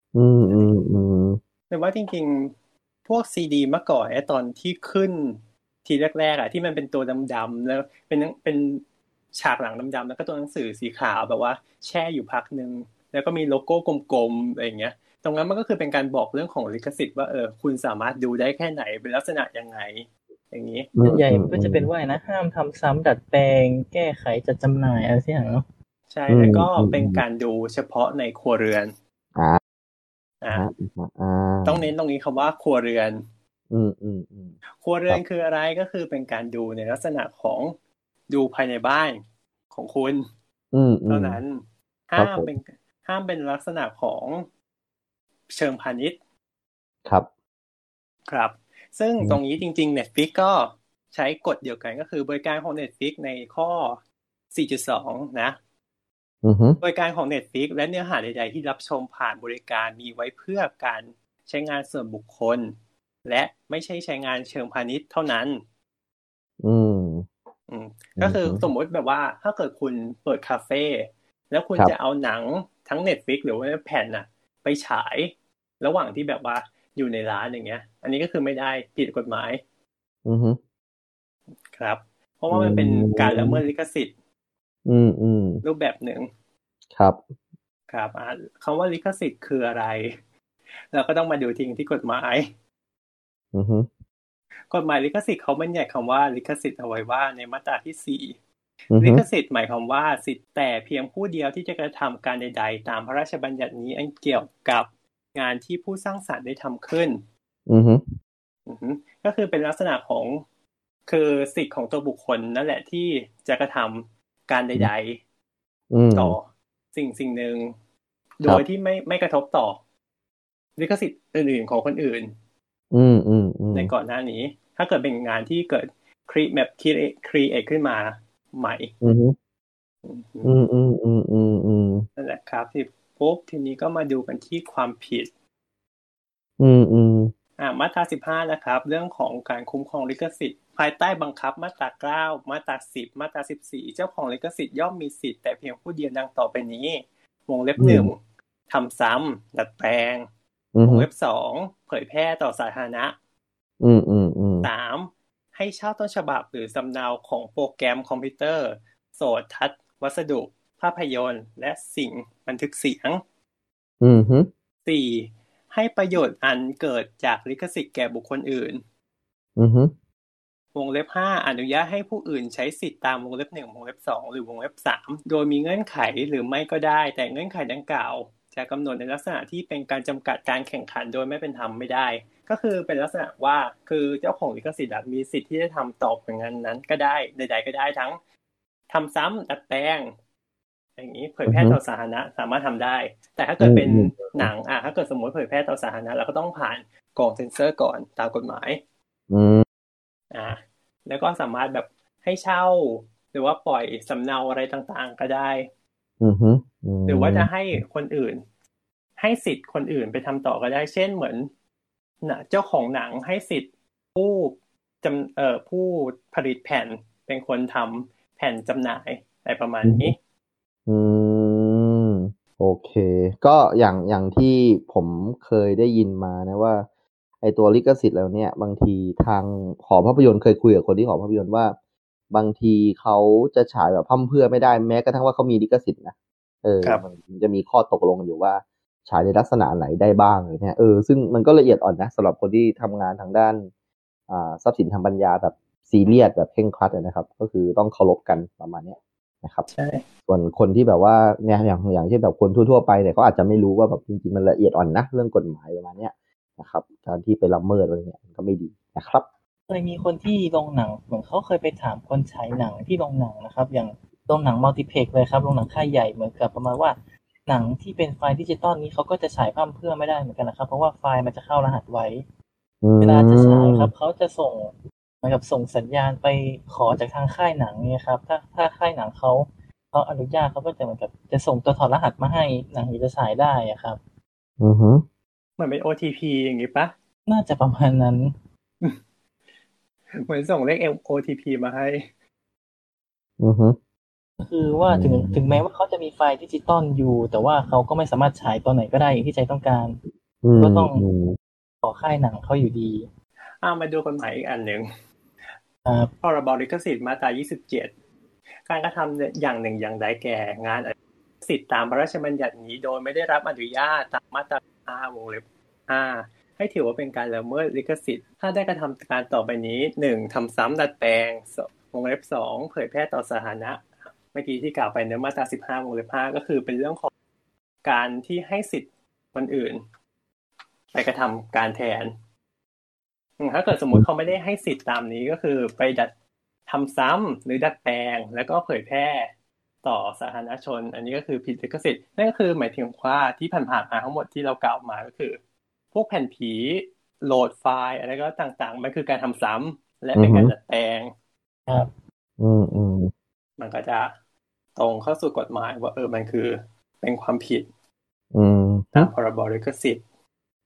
แต่ว่าจริงๆพวกซีดีเมื่อก่อนตอนที่ขึ้นทีแรกๆที่มันเป็นตัวดำๆแล้วเป็นฉากหลังดำๆแล้วก็ตัวหนังสือสีขาวแบบว่าแช่อยู่พักนึงแล้วก็มีโลโก้กลมๆอะไรอย่างเงี้ยตรงนั้นมันก็คือเป็นการบอกเรื่องของลิขสิทธิ์ว่าคุณสามารถดูได้แค่ไหนเป็นลักษณะยังไงอย่างนี้ส่วนใหญ่ก็จะเป็นว่านะห้ามทำซ้ำดัดแปลงแก้ไขจัดจำหน่ายอะไรสักอย่างเนาะใช่แล้วก็เป็นการดูเฉพาะในครัวเรือนต้องเน้นตรงนี้คำว่าครัวเรือนครัวเรือนคืออะไรก็คือเป็นการดูในลักษณะของดูภายในบ้านของคุณเท่านั้นห้ามเป็นลักษณะของเชิงพาณิชย์ครับซึ่งตรงนี้จริงๆ Netflix ก็ใช้กฎเดียวกันก็คือบริการของ Netflix ในข้อ 4.2 นะบริการของ Netflix และเนื้อหาใดๆที่รับชมผ่านบริการมีไว้เพื่อการใช้งานส่วนบุคคลและไม่ใช่ใช้งานเชิงพาณิชย์เท่านั้นก็คือสมมติแบบว่าถ้าเกิดคุณเปิดคาเฟ่แล้วคุณจะเอาหนังทั้ง Netflix หรือว่าแผ่นน่ะไปฉายระหว่างที่แบบว่าอยู่ในร้านอย่างเงี้ยอันนี้ก็คือไม่ได้ผิดกฎหมายครับเพราะว่ามันเป็นการละเมิดลิขสิทธิ์รูปแบบหนึ่งครับคำว่าลิขสิทธิ์คืออะไรเราก็ต้องมาดูที่กฎหมายกฎหมายลิขสิทธิ์เขาบัญญัติคำว่าลิขสิทธิ์เอาไว้ว่าในมาตราที่4ลิขสิทธิ์หมายความว่าสิทธิ์แต่เพียงผู้เดียวที่จะกระทำการใดๆตามพระราชบัญญัตินี้อันเกี่ยวกับงานที่ผู้สร้างสรรค์ได้ทำขึ้นก็คือเป็นลักษณะของคือสิทธิ์ของตัวบุคคลนั่นแหละที่จะกระทำการใดๆต่อสิ่งหนึ่งโดยที่ไม่กระทบต่อลิขสิทธิ์อื่นๆของคนอื่นในก่อนหน้านี้ถ้าเกิดเป็นงานที่เกิดcreate ขึ้นมาใหม่นั่นแหละครับที่ปุ๊บทีนี้ก็มาดูกันที่ความผิดมาตรา15นะครับเรื่องของการคุ้มครองลิขสิทธิ์ภายใต้บังคับมาตรา9มาตรา10มาตรา14เจ้าของลิขสิทธิ์ย่อมมีสิทธิ์แต่เพียงผู้เดียวดังต่อไปนี้วงเล็บ1ทำซ้ำดัดแปลงวงเล็บ2เผยแพร่ต่อสาธารณะ3ให้เช่าต้นฉบับหรือสำเนาของโปรแกรมคอมพิวเตอร์โสตทัศน์วัสดุภาพยนตร์และสิ่งบันทึกเสียง4ให้ประโยชน์อันเกิดจากลิขสิทธิ์แก่บุคคลอื่นวงเล็บ5อนุญาตให้ผู้อื่นใช้สิทธิ์ตามวงเล็บ1วงเล็บ2หรือวงเล็บ3โดยมีเงื่อนไขหรือไม่ก็ได้แต่เงื่อนไขดังกล่าวจะกำหนดในลักษณะที่เป็นการจำกัดการแข่งขันโดยไม่เป็นธรรมไม่ได้ก็คือเป็นลักษณะว่าคือเจ้าของลิขสิทธิ์มีสิทธิ์ที่จะทำต่อผลงานนั้นก็ได้ใดๆก็ได้ทั้งทำซ้ำดัดแปลงอย่างนี้เผยแพร่ต่อสาธารณะสามารถทำได้แต่ถ้าเกิดเป็นหนังถ้าเกิดสมมติเผยแพร่ต่อสาธารณะเราก็ต้องผ่านกรองเซ็นเซอร์ก่อนตามกฎหมายแล้วก็สามารถแบบให้เช่าหรือว่าปล่อยสำเนาอะไรต่างๆก็ได้หรือว่าจะให้คนอื่นให้สิทธิ์คนอื่นไปทำต่อก็ได้เช่นเหมือนเจ้าของหนังให้สิทธิ์ผู้ผลิตแผ่นเป็นคนทำแผ่นจำหน่ายอะไรประมาณนี้โอเคก็อย่างที่ผมเคยได้ยินมานะว่าไอตัวลิขสิทธิ์แล้วเนี่ยบางทีทางหอภาพยนตร์เคยคุยกับคนที่หอภาพยนตร์ว่าบางทีเขาจะฉายแบบพร่ำเพรื่อไม่ได้แม้กระทั่งว่าเขามีลิขสิทธิ์นะมันจะมีข้อตกลงอยู่ว่าฉายในลักษณะไหนได้บ้างเลยเนี่ยซึ่งมันก็ละเอียดอ่อนนะสำหรับคนที่ทำงานทางด้านทรัพย์สินทางปัญญาแบบซีเรียสแบบเคร่งครัดนะครับก็คือต้องเคารพกันประมาณนี้นะครับใช่ส่วนคนที่แบบว่าเนี่ยอย่างเช่นแบบคนทั่วๆไปเนี่ยเขาอาจจะไม่รู้ว่าแบบจริงๆมันละเอียดอ่อนนะเรื่องกฎหมายประมาณนี้นะครับการที่ไปละเมิดอะไรเนี่ยมันก็ไม่ดีนะครับเคยมีคนที่โรงหนังเหมือนเขาเคยไปถามคนฉายหนังที่โรงหนังนะครับอย่างโรงหนังมัลติเพล็กซ์เลยครับโรงหนังค่ายใหญ่เหมือนกับประมาณว่าหนังที่เป็นไฟล์ดิจิตอลนี้เขาก็จะฉายพร่ำเพรื่อไม่ได้เหมือนกันนะครับเพราะว่าไฟล์มันจะเข้ารหัสไว้เวลาจะฉายครับเขาจะส่งเหมือนกับส่งสัญญาณไปขอจากทางค่ายหนังเนี่ยครับถ้าค่ายหนังเขาอนุญาตเขาก็จะเหมือนกับจะส่งตัวถอดรหัสมาให้หนังจะฉายได้ครับเหมือนเป็น OTP อย่างงี้ปะน่าจะประมาณนั้นเหมือนส่งเลข OTP มาให้คือว่าถึงแม้ว่าเขาจะมีไฟล์ดิจิตอลอยู่แต่ว่าเขาก็ไม่สามารถฉายตอนไหนก็ได้อย่างที่ใจต้องการก็ต้องขอค่ายหนังเขาอยู่ดีมาดูกฎหมายอีกอันหนึ่งพรบลิขสิทธิ์มาตรา27การกระทำอย่างหนึ่งอย่างใดแก่งานสิทธิ์ตามพระราชบัญญัตินี้โดยไม่ได้รับอนุญาตตามมาตรา 5 วงเล็บ 5ให้ถือว่าเป็นการละเมิดลิขสิทธิ์ถ้าได้กระทำการต่อไปนี้ 1. ทำซ้ำดัดแปลงวงเล็บ 2. เผยแพร่ต่อสาธารณะเมื่อกี้ที่กล่าวไปในมาตรา15 วงเล็บ 5ก็คือเป็นเรื่องของการที่ให้สิทธิ์คนอื่นไปกระทำการแทนถ้าเกิดสมมุติเขาไม่ได้ให้สิทธิ์ตามนี้ก็คือไปทำซ้ำหรือดัดแปลงแล้วก็เผยแพร่ต่อสาธารณชนอันนี้ก็คือผิดลิขสิทธิ์นั่นก็คือหมายถึงว่าที่ผ่านๆมาทั้งหมดที่เรากล่าวมาก็คือพวกแผ่นผีโหลดไฟล์อะไรก็ต่างๆมันคือการทำซ้ำและเป็นการดัดแปลงครับมันก็จะตรงเข้าสู่กฎหมายว่ามันคือเป็นความผิดตามพรบลิขสิทธิ์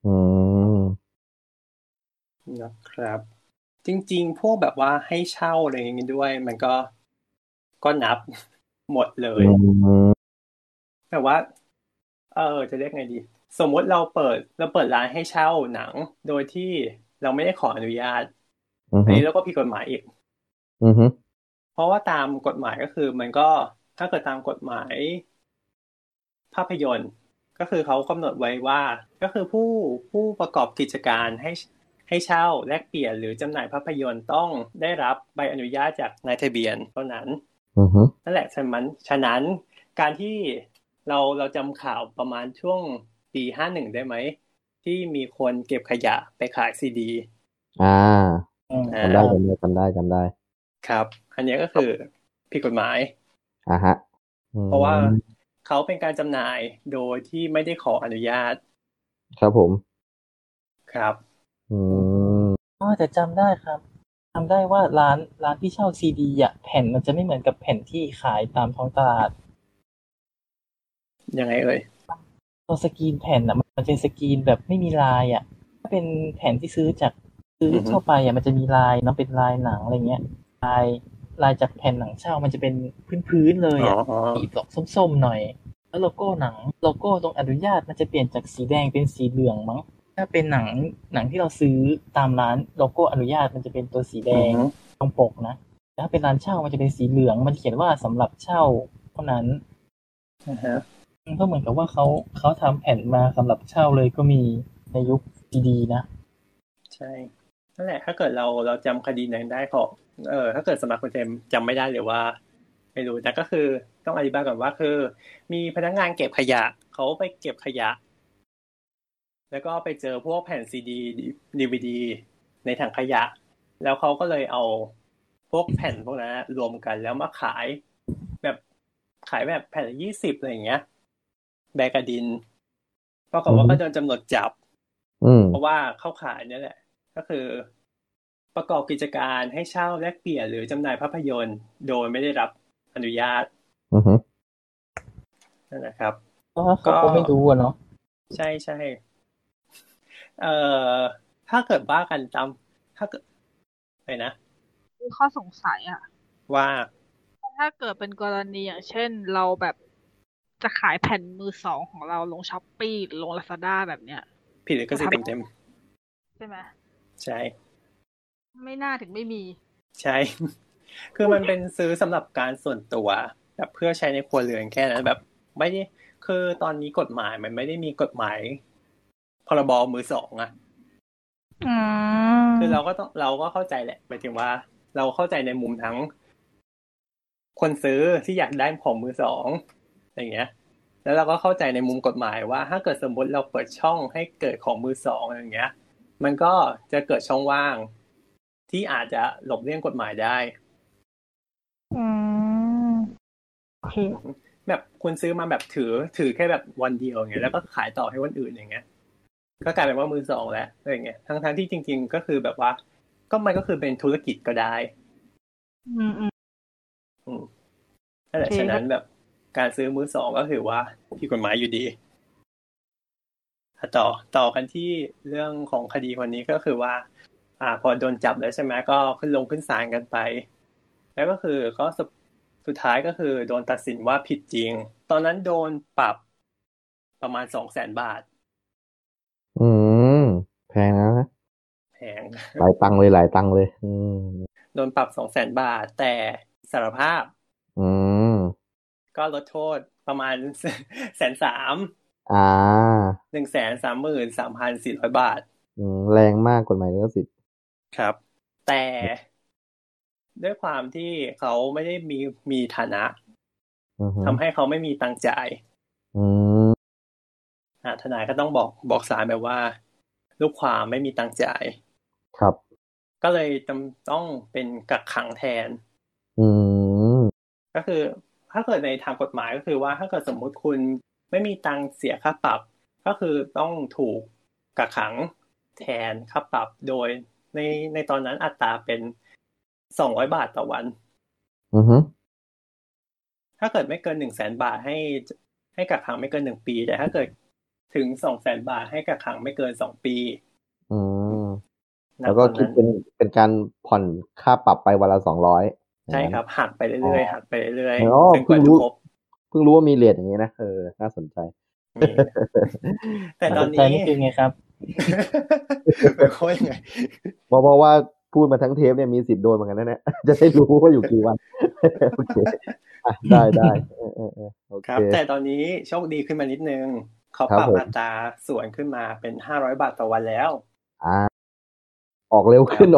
นะครับจริงๆพวกแบบว่าให้เช่าอะไรอย่างงี้ด้วยมันก็นับหมดเลยแต่ว่าจะเรียกไงดีสมมติเราเปิดร้านให้เช่าหนังโดยที่เราไม่ได้ขออนุญาตอันนี้เราก็ผิดกฎหมายอีกเพราะว่าตามกฎหมายก็คือมันก็ถ้าเกิดตามกฎหมายภาพยนตร์ก็คือเขากำหนดไว้ว่าก็คือผู้ประกอบกิจการให้เช่าแลกเปลี่ยนหรือจำหน่ายภาพยนตร์ต้องได้รับใบอนุญาตจากนายทะเบียนเท่านั้นนั่นแหละฉะนั้นการที่เราจำข่าวประมาณช่วงปี51ได้ไหมที่มีคนเก็บขยะไปขายซีดีจำได้ครับอันนี้ก็คือผิดกฎหมายฮะเพราะว่าเขาเป็นการจำหน่ายโดยที่ไม่ได้ขออนุญาตครับผมครับแต่จำได้ครับจำได้ว่าร้านที่เช่าซีดีอ่ะแผ่นมันจะไม่เหมือนกับแผ่นที่ขายตามท้องตลาดยังไงเอ่ยตัวสกรีนแผ่นอ่ะมันเป็นสกรีนแบบไม่มีลายอ่ะถ้าเป็นแผ่นที่ซื้อเข้าไปอ่ะมันจะมีลายเนาะเป็นลายหนังอะไรเงี้ยลายจากแผ่นหนังเช่ามันจะเป็นพื้นเลยอ่ะสีออกส้มๆหน่อยแล้วโลโก้ตรงอนุญาตมันจะเปลี่ยนจากสีแดงเป็นสีเหลืองมั้งถ้าเป็นหนังที่เราซื้อตามร้านโลโก้อนุญาตมันจะเป็นตัวสีแดงตรงปกนะแต่ถ้าเป็นร้านเช่ามันจะเป็นสีเหลืองมันเขียนว่าสำหรับเช่าเท่านั้นก็เหมือนกับว่าเขาทำแผ่นมาสำหรับเช่าเลยก็มีในยุคดีๆนะใช่นั่นแหละถ้าเกิดเราจำคดีนั้นได้ก็ถ้าเกิดสำหรับคนจำไม่ได้หรือว่าไม่รู้แต่ก็คือต้องอธิบายก่อนว่าคือมีพนักงานเก็บขยะเขาไปเก็บขยะแล้วก็ไปเจอพวกแผ่นซีดีDVD ในถังขยะแล้วเขาก็เลยเอาพวกแผ่นพวกนั้นรวมกันแล้วมาขายแบบแผ่นละ20อะไรอย่างเงี้ยแบกดินปรากฏว่าก็โดนตำรวจจับเพราะว่าเข้าขายนี่แหละก็คือประกอบกิจการให้เช่าแลกเปลี่ยนหรือจำหน่ายภาพยนตร์โดยไม่ได้รับอนุญาตนั่นนะครับก็ไม่รู้เนาะใช่ถ้าเกิดว่ากันตามถ้าเกิดอะไรนะมีข้อสงสัยอ่ะว่าถ้าเกิดเป็นกรณีอย่างเช่นเราแบบจะขายแผ่นมือสองของเราลง Shopee หรือลง Lazada แบบเนี้ยผิดลิขสิทธิ์เต็มใช่ไหมใช่ไม่น่าถึงไม่มีใช่คือมันเป็นซื้อสำหรับการส่วนตัวแบบเพื่อใช้ในครัวเรือนแค่นั้นแบบไม่ได้คือตอนนี้กฎหมายมันไม่ได้มีกฎหมายพรบมือสองอ่ะคือเราก็เข้าใจแหละหมายถึงว่าเราเข้าใจในมุมทั้งคนซื้อที่อยากได้ของมือสองอย่างเงี้ยแล้วเราก็เข้าใจในมุมกฎหมายว่าถ้าเกิดสมมติเราเปิดช่องให้เกิดของมือสองอย่างเงี้ยมันก็จะเกิดช่องว่างที่อาจจะหลบเลี่ยงกฎหมายได้แบบคุณซื้อมาแบบถือแค่แบบวันเดียวอย่างเงี้ยแล้วก็ขายต่อให้วันอื่นอย่างเงี้ยก็กลายเป็นว่ามือสองแล้วอะไรอย่างเงี้ยทั้งที่จริงๆก็คือแบบว่าก็มันก็คือเป็นธุรกิจก็ได้นั่นแหละฉะนั้นแบบการซื้อมือสองก็ถือว่าผิดกฎหมายอยู่ดีต่อกันที่เรื่องของคดีคนนี้ก็คือว่าพอโดนจับแล้วใช่ไหมก็ขึ้นศาลกันไปแล้วก็คือก็สุดท้ายก็คือโดนตัดสินว่าผิดจริงตอนนั้นโดนปรับประมาณ 200,000 บาทแพงนะแพงหลายตังค์เลยโดนปรับ 200,000 บาทแต่สารภาพก็ลดโทษประมาณ 130,000 อ่า 133,400 บาทแรงมากกฎหมายลิขสิทธิ์ครับแต่ด้วยความที่เขาไม่ได้มีฐานะทำให้เขาไม่มีตังค์จ่ายทนายก็ต้องบอกศาลแบบว่าลูกความไม่มีตังค์จ่ายครับก็เลยต้องเป็นกักขังแทนก็คือถ้าเกิดในทางกฎหมายก็คือว่าถ้าเกิดสมมุติคุณไม่มีตังค์เสียค่าปรับก็คือต้องถูกกักขังแทนค่าปรับโดยในตอนนั้นอัตราเป็น200 บาทต่อวันถ้าเกิดไม่เกิน 100,000 บาทให้กักขังไม่เกิน1 ปีแต่ถ้าเกิดถึง 200,000 บาทให้กักขังไม่เกิน2 ปีแล้วก็คิดเป็นการผ่อนค่าปรับไปวันละ200 ใช่ครับหักไปเรื่อยๆหักไปเรื่อยๆจนกว่าจะครบเพิ่งรู้ว่ามีเรทอย่างนี้นะน่าสนใจแต่ตอนนี้นี่คือไงครับเป็นโค้ยังไงเพราะว่าพูดมาทั้งเทปเนี่ยมีสิทธิ์โดนเหมือนกันนะเนี่ยจะได้รู้ว่าอยู่กี่วันโอเคได้ครับแต่ตอนนี้โชคดีขึ้นมานิดนึงเขาปรับอัตราส่วนขึ้นมาเป็น500 บาทต่อวันแล้วออกเร็วขึ้น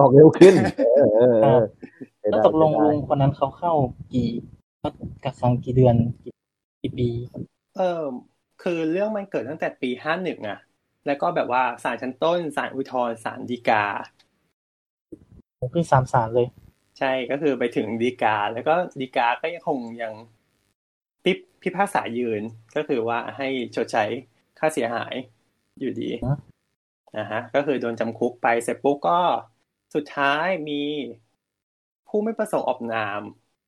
แล้วตกลงลุงคนนั้นเขาเข้ากักขังกี่เดือนกี่ปีคือเรื่องมันเกิดตั้งแต่ปี51อ่ะแล้วก็แบบว่าศาลชั้นต้นศาลอุทธรณ์ศาลฎีกาขึ้น3 ศาลเลยใช่ก็คือไปถึงฎีกาแล้วก็ฎีกาก็ยังพิพากษายืนก็คือว่าให้ชดใช้ค่าเสียหายอยู่ดีนะฮะก็คือโดนจำคุกไปเสร็จปุ๊บก็สุดท้ายมีผู้ไม่ประสงค์ออกนาม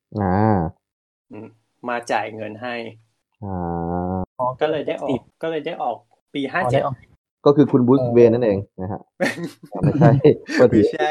มาจ่ายเงินให้ก็เลยได้ออกปี57 ก็คือคุณบูสเวนั่นเองนะฮะไม่ใช่ไม่ใช่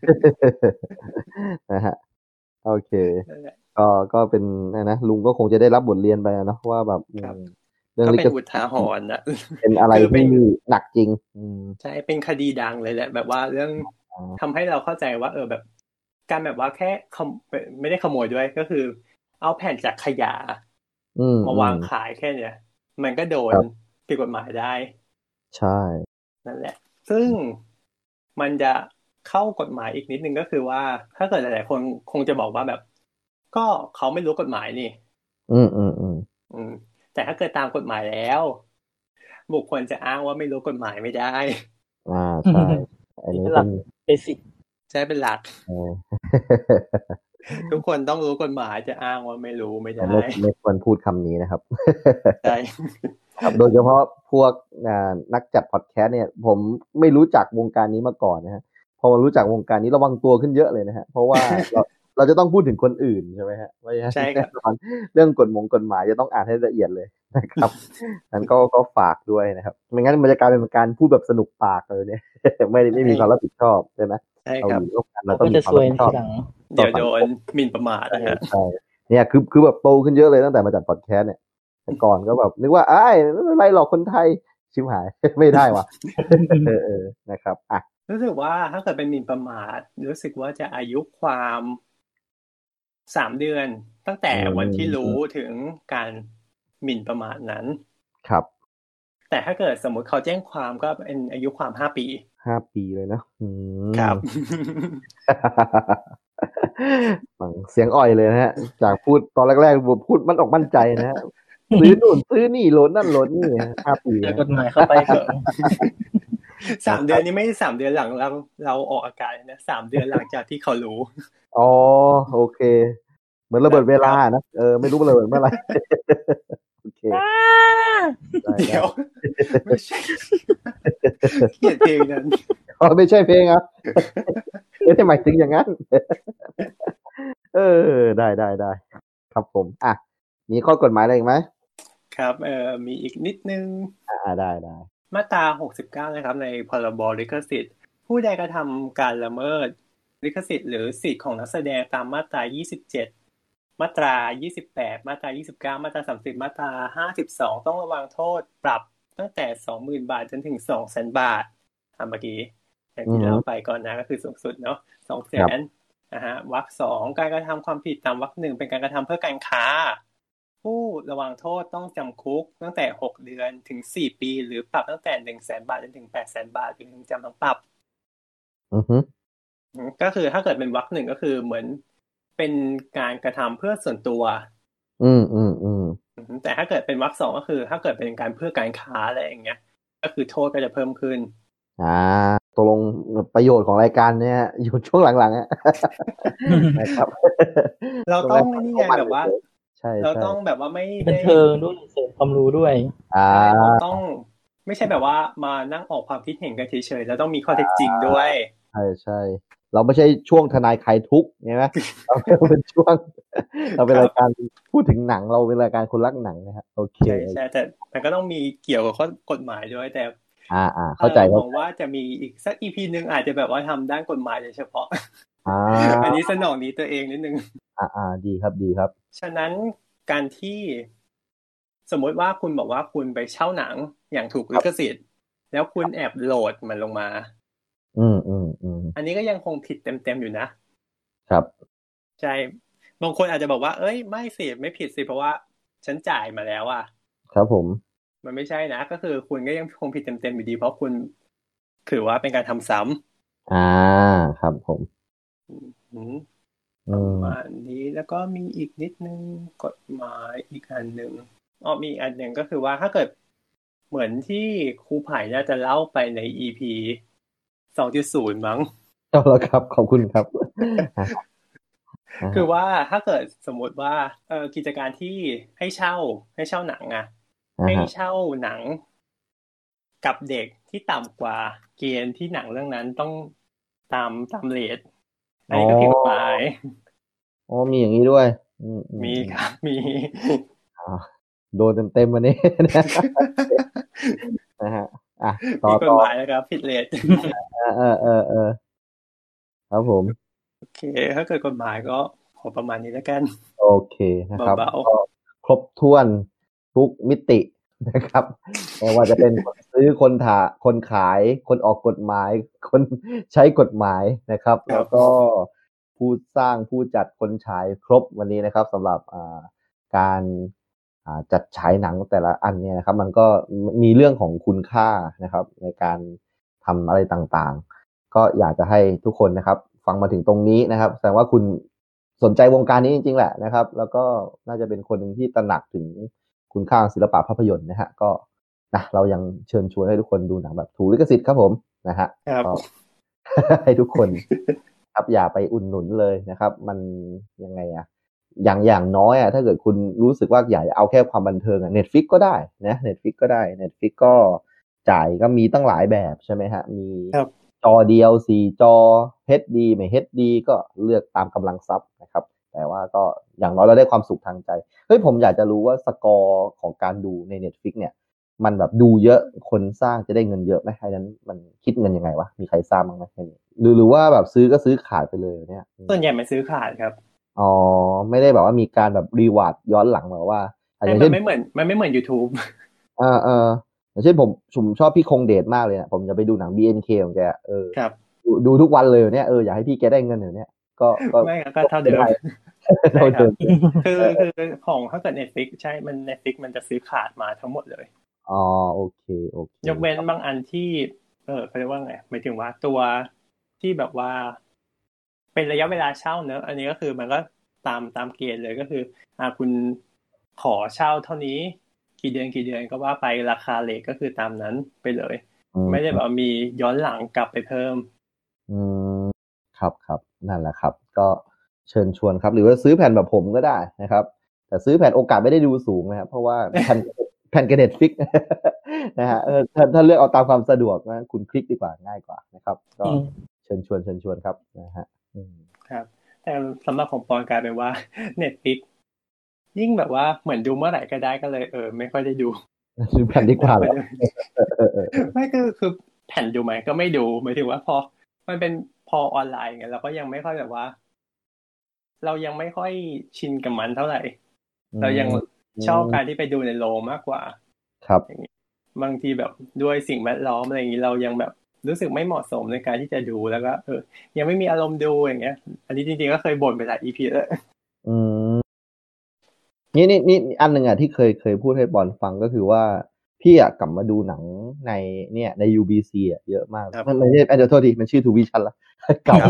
นะฮะโอเคก็เป็นนะลุงก็คงจะได้รับบทเรียนไปนะว่าแบบเรื่องลิขสิทธิ์อุทาหรณ์นะเป็นอะไรที่หนักจริงใช่เป็นคดีดังเลยแหละแบบว่าเรื่องทำให้เราเข้าใจว่าแบบการแบบว่าแค่ไม่ได้ขโมยด้วยก็คือเอาแผ่นจากขยะมาวางขายแค่เนี้ยมันก็โดนผิดกฎหมายได้ใช่นั่นแหละซึ่งมันจะเข้ากฎหมายอีกนิดนึงก็คือว่าถ้าเกิดหลายๆคนคงจะบอกว่าแบบก็เขาไม่รู้กฎหมายนี่แต่ถ้าเกิดตามกฎหมายแล้วบุคคลจะอ้างว่าไม่รู้กฎหมายไม่ได้ใช่อันนี้เป็นเบสิกใช่เป็นหลักทุกคนต้องรู้กฎหมายจะอ้างว่าไม่รู้ไม่ได้ไม่ควรพูดคำนี้นะครับใช่ครับโดยเฉพาะพวกนักจัดพอดแคสต์เนี่ยผมไม่รู้จักวงการนี้มาก่อนนะฮะพอมารู้จักวงการนี้ระวังตัวขึ้นเยอะเลยนะฮะเพราะว่าเราจะต้องพูดถึงคนอื่นใช่ไหมฮะใช่ครับเรื่องกฎหมายจะต้องอ่านให้ละเอียดเลยนะครับนั้นก็ฝากด้วยนะครับไม่งั้นมันจะกลายเป็นการพูดแบบสนุกปากเลยเนี่ยไม่มีความรับผิดชอบใช่ไหมใช่ครับเราต้องมีความรับผิดชอบเดี๋ยวโดนหมิ่นประมาทนะฮะใช่เนี่ยคือแบบโตขึ้นเยอะเลยตั้งแต่มาจัดพอดแคสต์เนี่ยแต่ก่อนก็แบบนึกว่าไม่เป็นไรหรอกคนไทยชิบหายไม่ได้ว่ะนะครับรู้สึกว่าถ้าเกิดเป็นหมิ่นประมาทรู้สึกว่าจะอายุความ3 เดือนตั้งแต่วันที่รู้ถึงการหมิ่นประมาทนั้นครับแต่ถ้าเกิดสมมุติเขาแจ้งความก็เป็นอายุความ5 ปี 5 ปีเลยนะครับเสียงอ่อยเลยนะฮะจากพูดตอนแรกๆพูดมันออกมั่นใจนะฮะซื้อนู่นซื้อนี่โหลดนั่นโหลดนี่5 ปีกฎหมายเข้าไปก่อน 3 เดือนนี้ไม่ใช่3 เดือนหลังเราออกอากาศนะ3 เดือนหลังจากที่เขารู้อ๋อโอเคเหมือนระเบิดเวลานะไม่รู้ระเบิดเมื่อไหร่โอเคเดี๋ยวไม่ใช่เขียนเพลงนั้นไม่ใช่เพลงครับไม่ได้หมายถึงอย่างนั้นได้ครับผมมีข้อกฎหมายอะไรอีกไหมครับมีอีกนิดนึงได้มาตรา69นะครับในพรบลิขสิทธิ์ผู้ใดกระทำการละเมิดลิขสิทธิ์หรือสิทธิ์ของนักแสดงตามมาตรา27มาตรา28มาตรา29มาตรา30มาตรา52ต้องระวังโทษปรับตั้งแต่ 20,000 บาทจนถึง 200,000 บาทเมื่อกี้อย่างที่เราไปก่อนนะก็คือสูงสุดเนาะ 200,000 วรรค 2การกระทำความผิดตามวรรค 1เป็นการกระทำเพื่อการค้าผู้ระวังโทษต้องจำคุกตั้งแต่6 เดือนถึง4 ปีหรือปรับตั้งแต่100,000 บาทจนถึง800,000 บาทหรือทั้งจำทั้งปรับก็คือถ้าเกิดเป็นวรรคหนึ่งก็คือเหมือนเป็นการกระทำเพื่อส่วนตัวแต่ถ้าเกิดเป็นวรรคสองก็คือถ้าเกิดเป็นการเพื่อการค้าอะไรอย่างเงี้ยก็คือโทษก็จะเพิ่มขึ้นตกลงประโยชน์ของรายการเนี่ยอยู่ช่วงหลังๆนะครับเราต้องนี่ไงแบบว่าเราต้องแบบว่าไม่บันเทิงด้วยเสริมความรู้ด้วยเราต้องไม่ใช่แบบว่ามานั่งออกความคิดเห็นกันเฉยๆแล้วต้องมีข้อเท็จจริงด้วยใช่เราไม่ใช่ช่วงทนายคลายทุกข์ใช่ไหมเราเป็นช่วงเราเป็นรายการพูดถึงหนังเราเป็นรายการคนรักหนังนะครับโอเคใช่แต่ก็ต้องมีเกี่ยวกับข้อกฎหมายด้วยแต่เข้าใจหวังว่าจะมีอีกสัก EP นึงอาจจะแบบว่าทำด้านกฎหมายโดยเฉพาะอันนี้สนองนี้ตัวเองนิดนึงดีครับฉะนั้นการที่สมมติว่าคุณบอกว่าคุณไปเช่าหนังอย่างถูกลิขสิทธิ์แล้วคุณแอบโหลดมันลงมาอันนี้ก็ยังคงผิดเต็มๆอยู่นะครับใช่บางคนอาจจะบอกว่าเอ้ยไม่สิไม่ผิดสิเพราะว่าฉันจ่ายมาแล้วครับผมมันไม่ใช่นะก็คือคุณก็ยังคงผิดเต็มๆอยู่ดีเพราะคุณถือว่าเป็นการทำซ้ำครับผมประมาณนี้แล้วก็มีอีกนิดนึงกฎหมายอีกอันนึงมีอีกอันนึงก็คือว่าถ้าเกิดเหมือนที่ครูไผ่น่าจะเล่าไปใน EP 2.0 มั้งแล้วครับขอบคุณครับคือว่าถ้าเกิดสมมติว่ากิจการที่ให้เช่าหนังให้เช่าหนังกับเด็กที่ต่ำกว่าเกณฑ์ที่หนังเรื่องนั้นต้องตามเรทอันนี้ก็ผิดกฎหมายมีอย่างนี้ด้วยมีครับมีโดนเต็มวันนี้นะฮะต่อกฎหมายนะครับผิดเรทครับผมโอเคถ้าเกิดกฎหมายก็ขอประมาณนี้แล้วกันโอเคนะครับครบถ้วนทุกมิตินะครับไม่ว่าจะเป็นคนซื้อคนขายคนออกกฎหมายคนใช้กฎหมายนะครับแล้วก็ผู้สร้างผู้จัดคนฉายครบวันนี้นะครับสำหรับการจัดฉายหนังแต่ละอันเนี่ยนะครับมันก็มีเรื่องของคุณค่านะครับในการทำอะไรต่างๆก็อยากจะให้ทุกคนนะครับฟังมาถึงตรงนี้นะครับแสดงว่าคุณสนใจวงการนี้จริงๆแหละนะครับแล้วก็น่าจะเป็นคนหนึ่งที่ตระหนักถึงคุณค่าศิลปะภาพยนตร์นะฮะก็เรายังเชิญชวนให้ทุกคนดูหนังแบบถูกลิขสิทธิ์ครับผมนะฮะให้ทุกคนครับอย่าไปอุ่นหนุนเลยนะครับมันยังไงอย่างน้อยถ้าเกิดคุณรู้สึกว่าอยากจะเอาแค่ความบันเทิงNetflix ก็ได้นะ Netflix ก็ได้ Netflix ก็จ่ายก็มีตั้งหลายแบบใช่ไหมฮะมีจอเดียว4จอ HD ไม่ HD ก็เลือกตามกำลังทรัพย์นะครับแต่ว่าก็อย่างน้อยเราได้ความสุขทางใจเฮ้ยผมอยากจะรู้ว่าสกอร์ของการดูใน Netflix เนี่ยมันแบบดูเยอะคนสร้างจะได้เงินเยอะไหมไอ้นั้นมันคิดเงินยังไงวะมีใครทราบบ้างไหมหรือว่าแบบซื้อก็ซื้อขายไปเลยเนี่ยส่วนใหญ่มันซื้อขาดครับไม่ได้แบบว่ามีการแบบรีวอร์ดย้อนหลังแบบว่ามันไม่เหมือน YouTube อย่างเช่นผมชอบพี่คงเดชมากเลยนะผมจะไปดูหนัง BNK ของแกครับดูทุกวันเลยเนี่ยอยากให้พี่แกได้เงินเนี่ยก็ไม่ก็เท่าเดิมคือของถ้าเกิด Netflix ใช่มัน Netflix มันจะซื้อขาดมาทั้งหมดเลยโอเคยกเว้นบางอันที่เขาเรียกว่าไงหมายถึงว่าตัวที่แบบว่าเป็นระยะเวลาเช่าเนอะอันนี้ก็คือมันก็ตามเกณฑ์เลยก็คือคุณขอเช่าเท่านี้กี่เดือนก็ว่าไปราคาเรทก็คือตามนั้นไปเลยไม่ได้แบบมีย้อนหลังกลับไปเพิ่มครับนั่นแหละครับก็เชิญชวนครับหรือว่าซื้อแผ่นแบบผมก็ได้นะครับแต่ซื้อแผ่นโอกาสไม่ได้ดูสูงนะครับเพราะว่าแผ่นกระเด็ดฟิกนะฮะถ้าเลือกเอาตามความสะดวกนะคุณคลิกดีกว่าง่ายกว่านะครับก็เชิญชวนครับนะฮะครับแต่สำหรับของปอนกลายเป็นว่า Netflix ยิ่งแบบว่าเหมือนดูเมื่อไหร่ก็ได้ก็เลยไม่ค่อยได้ดูซื้อแผ่นดีกว่าไม่คือแผ่นดูไหมก็ไม่ดูหมายถึงว่าพอมันเป็นพอออนไลน์ไงเราก็ยังไม่ค่อยแบบว่าเรายังไม่ค่อยชินกับมันเท่าไหร่เรายังชอบการที่ไปดูในโรงมากกว่าครับอย่างนี้บางทีแบบด้วยสิ่งแวดล้อมอะไรอย่างนี้เรายังแบบรู้สึกไม่เหมาะสมในการที่จะดูแล้วก็ยังไม่มีอารมณ์ดูอย่างเงี้ยอันนี้จริงๆก็เคยบ่นไปหลาย EP แล้วนี่อันหนึ่งอ่ะที่เคยพูดให้บอลฟังก็คือว่าพี่อ่ะกลับมาดูหนังในเนี่ยใน UBC อ่ะเยอะมากไม่ใช่เดี๋ยวโทษทีมันชื่อ Two Vision ละเก่า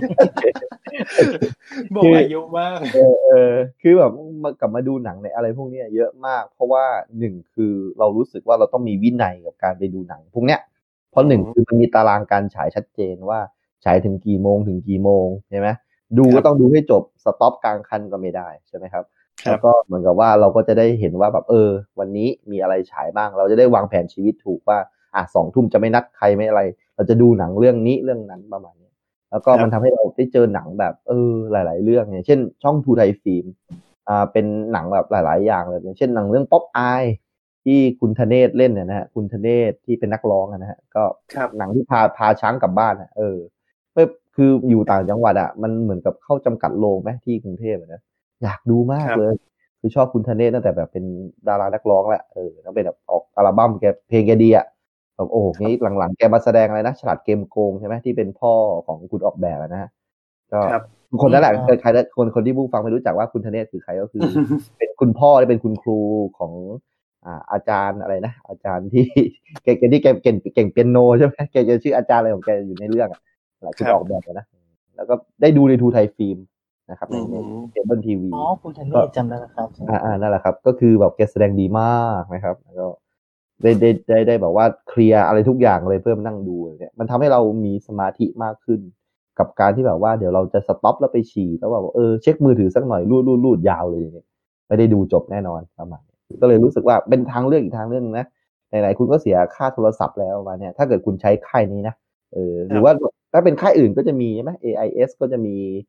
บอกอายุมากคือแบบกลับมาดูหนังในอะไรพวกนี้เยอะมากเพราะว่าหนึ่งคือเรารู้สึกว่าเราต้องมีวินัยกับการไปดูหนังพวกเนี้ยเพราะหนึ่งคือมันมีตารางการฉายชัดเจนว่าฉายถึงกี่โมงถึงกี่โมงใช่ไหมดูก็ต้องดูให้จบสต็อปกลางคันก็ไม่ได้ใช่ไหมครับแล้วก็เหมือนกับว่าเราก็จะได้เห็นว่าแบบวันนี้มีอะไรฉายบ้างเราจะได้วางแผนชีวิตถูกว่า2 ทุ่มจะไม่นัดใครไม่อะไรเราจะดูหนังเรื่องนี้เรื่องนั้นประมาณนี้แล้วก็มันทำให้เราได้เจอหนังแบบหลายๆเรื่องอย่างเช่นช่องทูไทยฟิล์มเป็นหนังแบบหลายๆอย่างเลยอย่างเช่นหนังเรื่องป๊อปอายที่คุณธเนศเล่นนะฮะคุณธเนศที่เป็นนักร้องนะฮะก็หนังที่พาช้างกลับบ้านคืออยู่ต่างจังหวัดมันเหมือนกับเข้าจำกัดโรงไหมที่กรุงเทพนะอยากดูมากเลยคือชอบคุณธเนศตั้งแต่แบบเป็นดารานักร้องแหละแล้วเป็นแบบออกอัลบั้มแกเพลงแกดีแบบโอ้งี้หลังๆแกมาแสดงอะไรนะฉลาดเกมโกงใช่ไหมที่เป็นพ่อของคุณออกแบบนะฮะก็คนนั้นแหละใครคนที่ผู้ฟังไม่รู้จักว่าคุณธเนศคือใครก็คือ เป็นคุณพ่อและเป็นคุณครูของอาจารย์อะไรนะอาจารย์ที่แกที่แกเก่งเปียโนใช่ไหมแกจะชื่ออาจารย์อะไรของแกอยู่ในเรื่องหลายคุณออกแบบนะแล้วก็ได้ดูในทูไทยฟิล์มนะครับในเคเบิลทีวีคุณธเนศจำได้แล้วครับนั่นแหละครับก็คือแบบแกแสดงดีมากนะครับแล้วก็ได้แบบว่าเคลียร์อะไรทุกอย่างเลยเพิ่มนั่งดูเนี่ยมันทำให้เรามีสมาธิมากขึ้นกับการที่แบบว่าเดี๋ยวเราจะสต็อปแล้วไปฉี่แล้วแบบเช็คมือถือสักหน่อยรูดยาวเลยเนี่ยไม่ได้ดูจบแน่นอนประมาณก็เลยรู้สึกว่าเป็นทางเลือกอีกทางเรื่องนึงนะไหนๆคุณก็เสียค่าโทรศัพท์แล้วมาเนี่ยถ้าเกิดคุณใช้ค่ายนี้นะหรือว่าถ้าเป็นค่ายอื่นก็จะมีใช่ไหม AIS ก็จะมี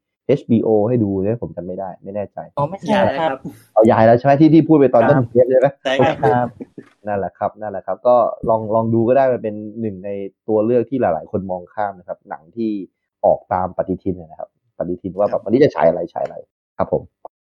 HBO ให้ดูเนี่ยผมจำไม่ได้ไม่แน่ใจไม่ใช่ครับเอาย้ายแล้วใช่ไหมที่พูดไปตอนต้นเทปใช่ไหมใช่ครับนั่นแหละครับก็ลองดูก็ได้มันเป็นหนึ่งในตัวเลือกที่หลายๆคนมองข้ามนะครับหนังที่ออกตามปฏิทินนะครับปฏิทินว่าแบบวันนี้จะฉายอะไรครับผม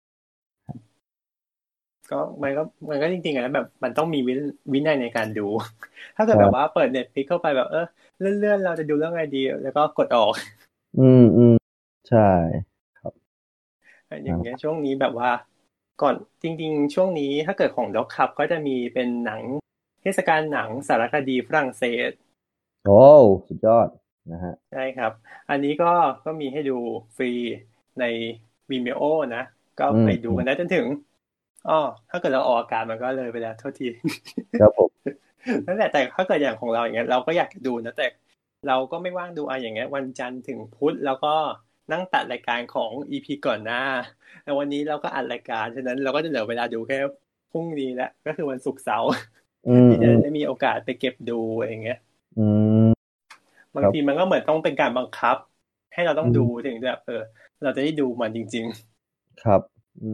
ก็มันก็จริงๆนะแบบมันต้องมีวินัยในการดู ถ้าเกิดแบบว่าเปิด Netflix เข้าไปแบบเลื่อนเราจะดูเรื่องอะไรดีแล้วก็กดออกใช่ครับอย่างเงี้ยช่วงนี้แบบว่าก่อนจริงๆช่วงนี้ถ้าเกิดของด็อกคับก็จะมีเป็นหนังเทศกาลหนังสารคดีฝรั่งเศสโอ้สุดยอดนะฮะใช่ครับอันนี้ก็มีให้ดูฟรีใน Vimeo นะก็ไปดูกันได้จนถึงถ้าเกิดเราออกอากาศมันก็เลยไปแล้วโทษทีครับผมนั่นแหละแต่ถ้าเกิดอย่างของเราอย่างเงี้ยเราก็อยากดูนะแต่เราก็ไม่ว่างดูอย่างเงี้ยวันจันทร์ถึงพุธแล้วก็นั่งตัดรายการของ EP ก่อนหน้าแล้ววันนี้เราก็อัดรายการฉะนั้นเราก็จะเหลือเวลาดูแค่พรุ่งนี้แล้วก็คือวันศุกร์เสาร์ที่จะได้มีโอกาสไปเก็บดูอย่างเงี้ยบางทีมันก็เหมือนต้องเป็นการบังคับให้เราต้องดูถึงแบบเราจะได้ดูมันจริงๆครับ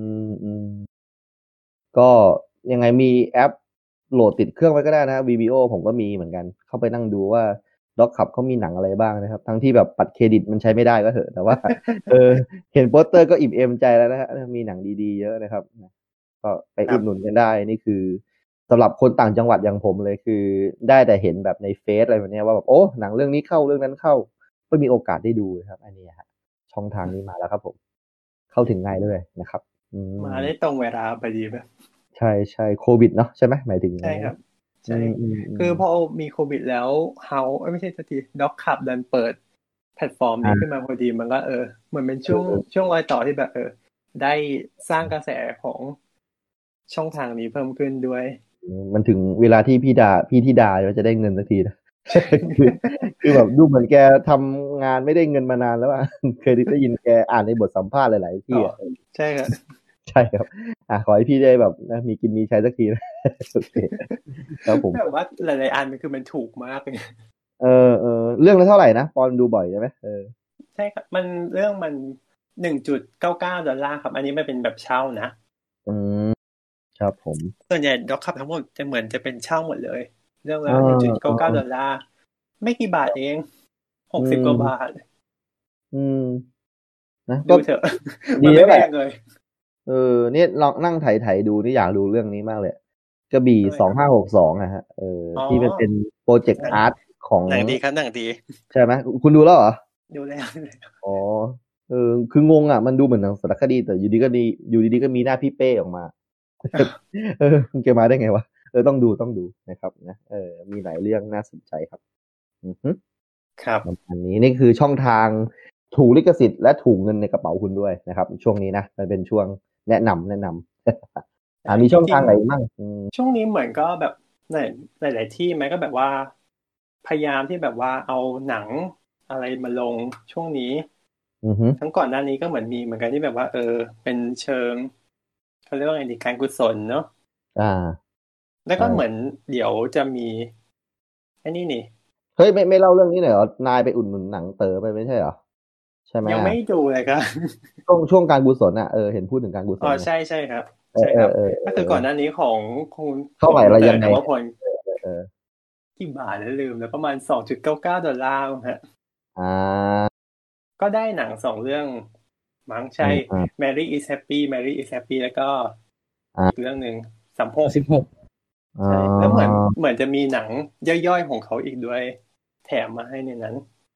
ก็ยังไงมีแอปโหลดติดเครื่องไว้ก็ได้นะ Vimeo ผมก็มีเหมือนกันเข้าไปนั่งดูว่าด็อกขับเขามีหนังอะไรบ้างนะครับทั้งที่แบบบัตรเครดิตมันใช้ไม่ได้ก็เถอะแต่ว่าเห็นโปสเตอร์ก็อิ่มเอมใจแล้วนะฮะมีหนังดีๆเยอะนะครับก็ไปอุดหนุนกันได้นี่คือสำหรับคนต่างจังหวัดอย่างผมเลยคือได้แต่เห็นแบบในเฟซอะไรแบบนี้ว่าแบบโอ้หนังเรื่องนี้เข้าเรื่องนั้นเข้าไม่มีโอกาสได้ดูครับอันนี้ฮะช่องทางนี้มาแล้วครับผมเข้าถึงง่ายด้วยนะครับมาได้ตรงเวลาพอดีแบบใช่โควิดเนาะใช่ไหมหมายถึงใช่ครับใช่คือพอมีโควิดแล้วเฮาไม่ใช่สักทีด็อกขับดันเปิดแพลตฟอร์มนี้ขึ้นมาพอดีมันก็เหมือนเป็นช่วงรอยต่อที่แบบได้สร้างกระแสของช่องทางนี้เพิ่มขึ้นด้วยมันถึงเวลาที่พี่ธิดาจะได้เงินสักทีนะคือแบบดูเหมือนแกทำงานไม่ได้เงินมานานแล้วเคยได้ยินแกอ่านในบทสัมภาษณ์หลายๆที่ใช่ครับใช่ครับขอให้พี่ได้แบบนะมีกินมีใช้สักทีนะโอเคแล้วผมแบบว่าหลายๆอันมันคือมันถูกมากเลยเรื่องละเท่าไหร่นะปอนดูบ่อยใช่ไหมใช่ครับมันเรื่องมัน$1.99ครับอันนี้ไม่เป็นแบบเช่านะครับผมส่วนใหญ่ด็อกขับทั้งหมดจะเหมือนจะเป็นเช่าหมดเลยเรื่องละ$1.99ไม่กี่บาทเอง60 กว่าบาทนะดูเถอะดีไม่แพงเลยนี่ลองนั่งไถดูนี่อยากดูเรื่องนี้มากเลยกระบี่2562นะฮะที่มันเป็นโปรเจกต์อาร์ตของหนังดีครับหนังดีใช่ไหมคุณดูแล้วเหรอดูแล้วคืองงมันดูเหมือนหนังสารคดีแต่อยู่ดีก็มีหน้าพี่เป้ออกมาคุณเกมาได้ไงวะต้องดูนะครับนะมีหลายเรื่องน่าสนใจครับอือฮึครับอันนี้นี่คือช่องทางถูกลิขสิทธิ์และถูกเงินในกระเป๋าคุณด้วยนะครับช่วงนี้นะมันเป็นช่วงแนะนำมีช่องทางไหนบ้างช่วงนี้เหมือนก็แบบหลายที่ไหมก็แบบว่าพยายามที่แบบว่าเอาหนังอะไรมาลงช่วงนี้ทั้งก่อนหน้านี้ก็เหมือนมีเหมือนกันที่แบบว่าเป็นเชิงเขาเรียกว่าไงดีการกุศลเนาะแล้วก็เหมือนเดี๋ยวจะมีไอ้นี่นี่เฮ้ยไม่เล่าเรื่องนี้หน่อยเหรอนายไปอุดหนุนหนังเต๋อไปไม่ใช่เหรอใช่ไหมยังไม่ดูเลยครับช่วงการกุศลอ่ะเห็นพูดถึงการกุศลใช่ครับใช่ครับก็คือก่อนหน้านี้ของคุณเท่าไหร่อะไรยังไงว่าผลกี่บาทแล้วลืมแล้วประมาณ$2.99ฮะก็ได้หนัง2เรื่องมั้งใช่ Mary is Happy แล้วก็อีกเรื่องนึง16ใช่แล้วเหมือนจะมีหนังย่อยๆของเขาอีกด้วยแถมมาให้ในนั้น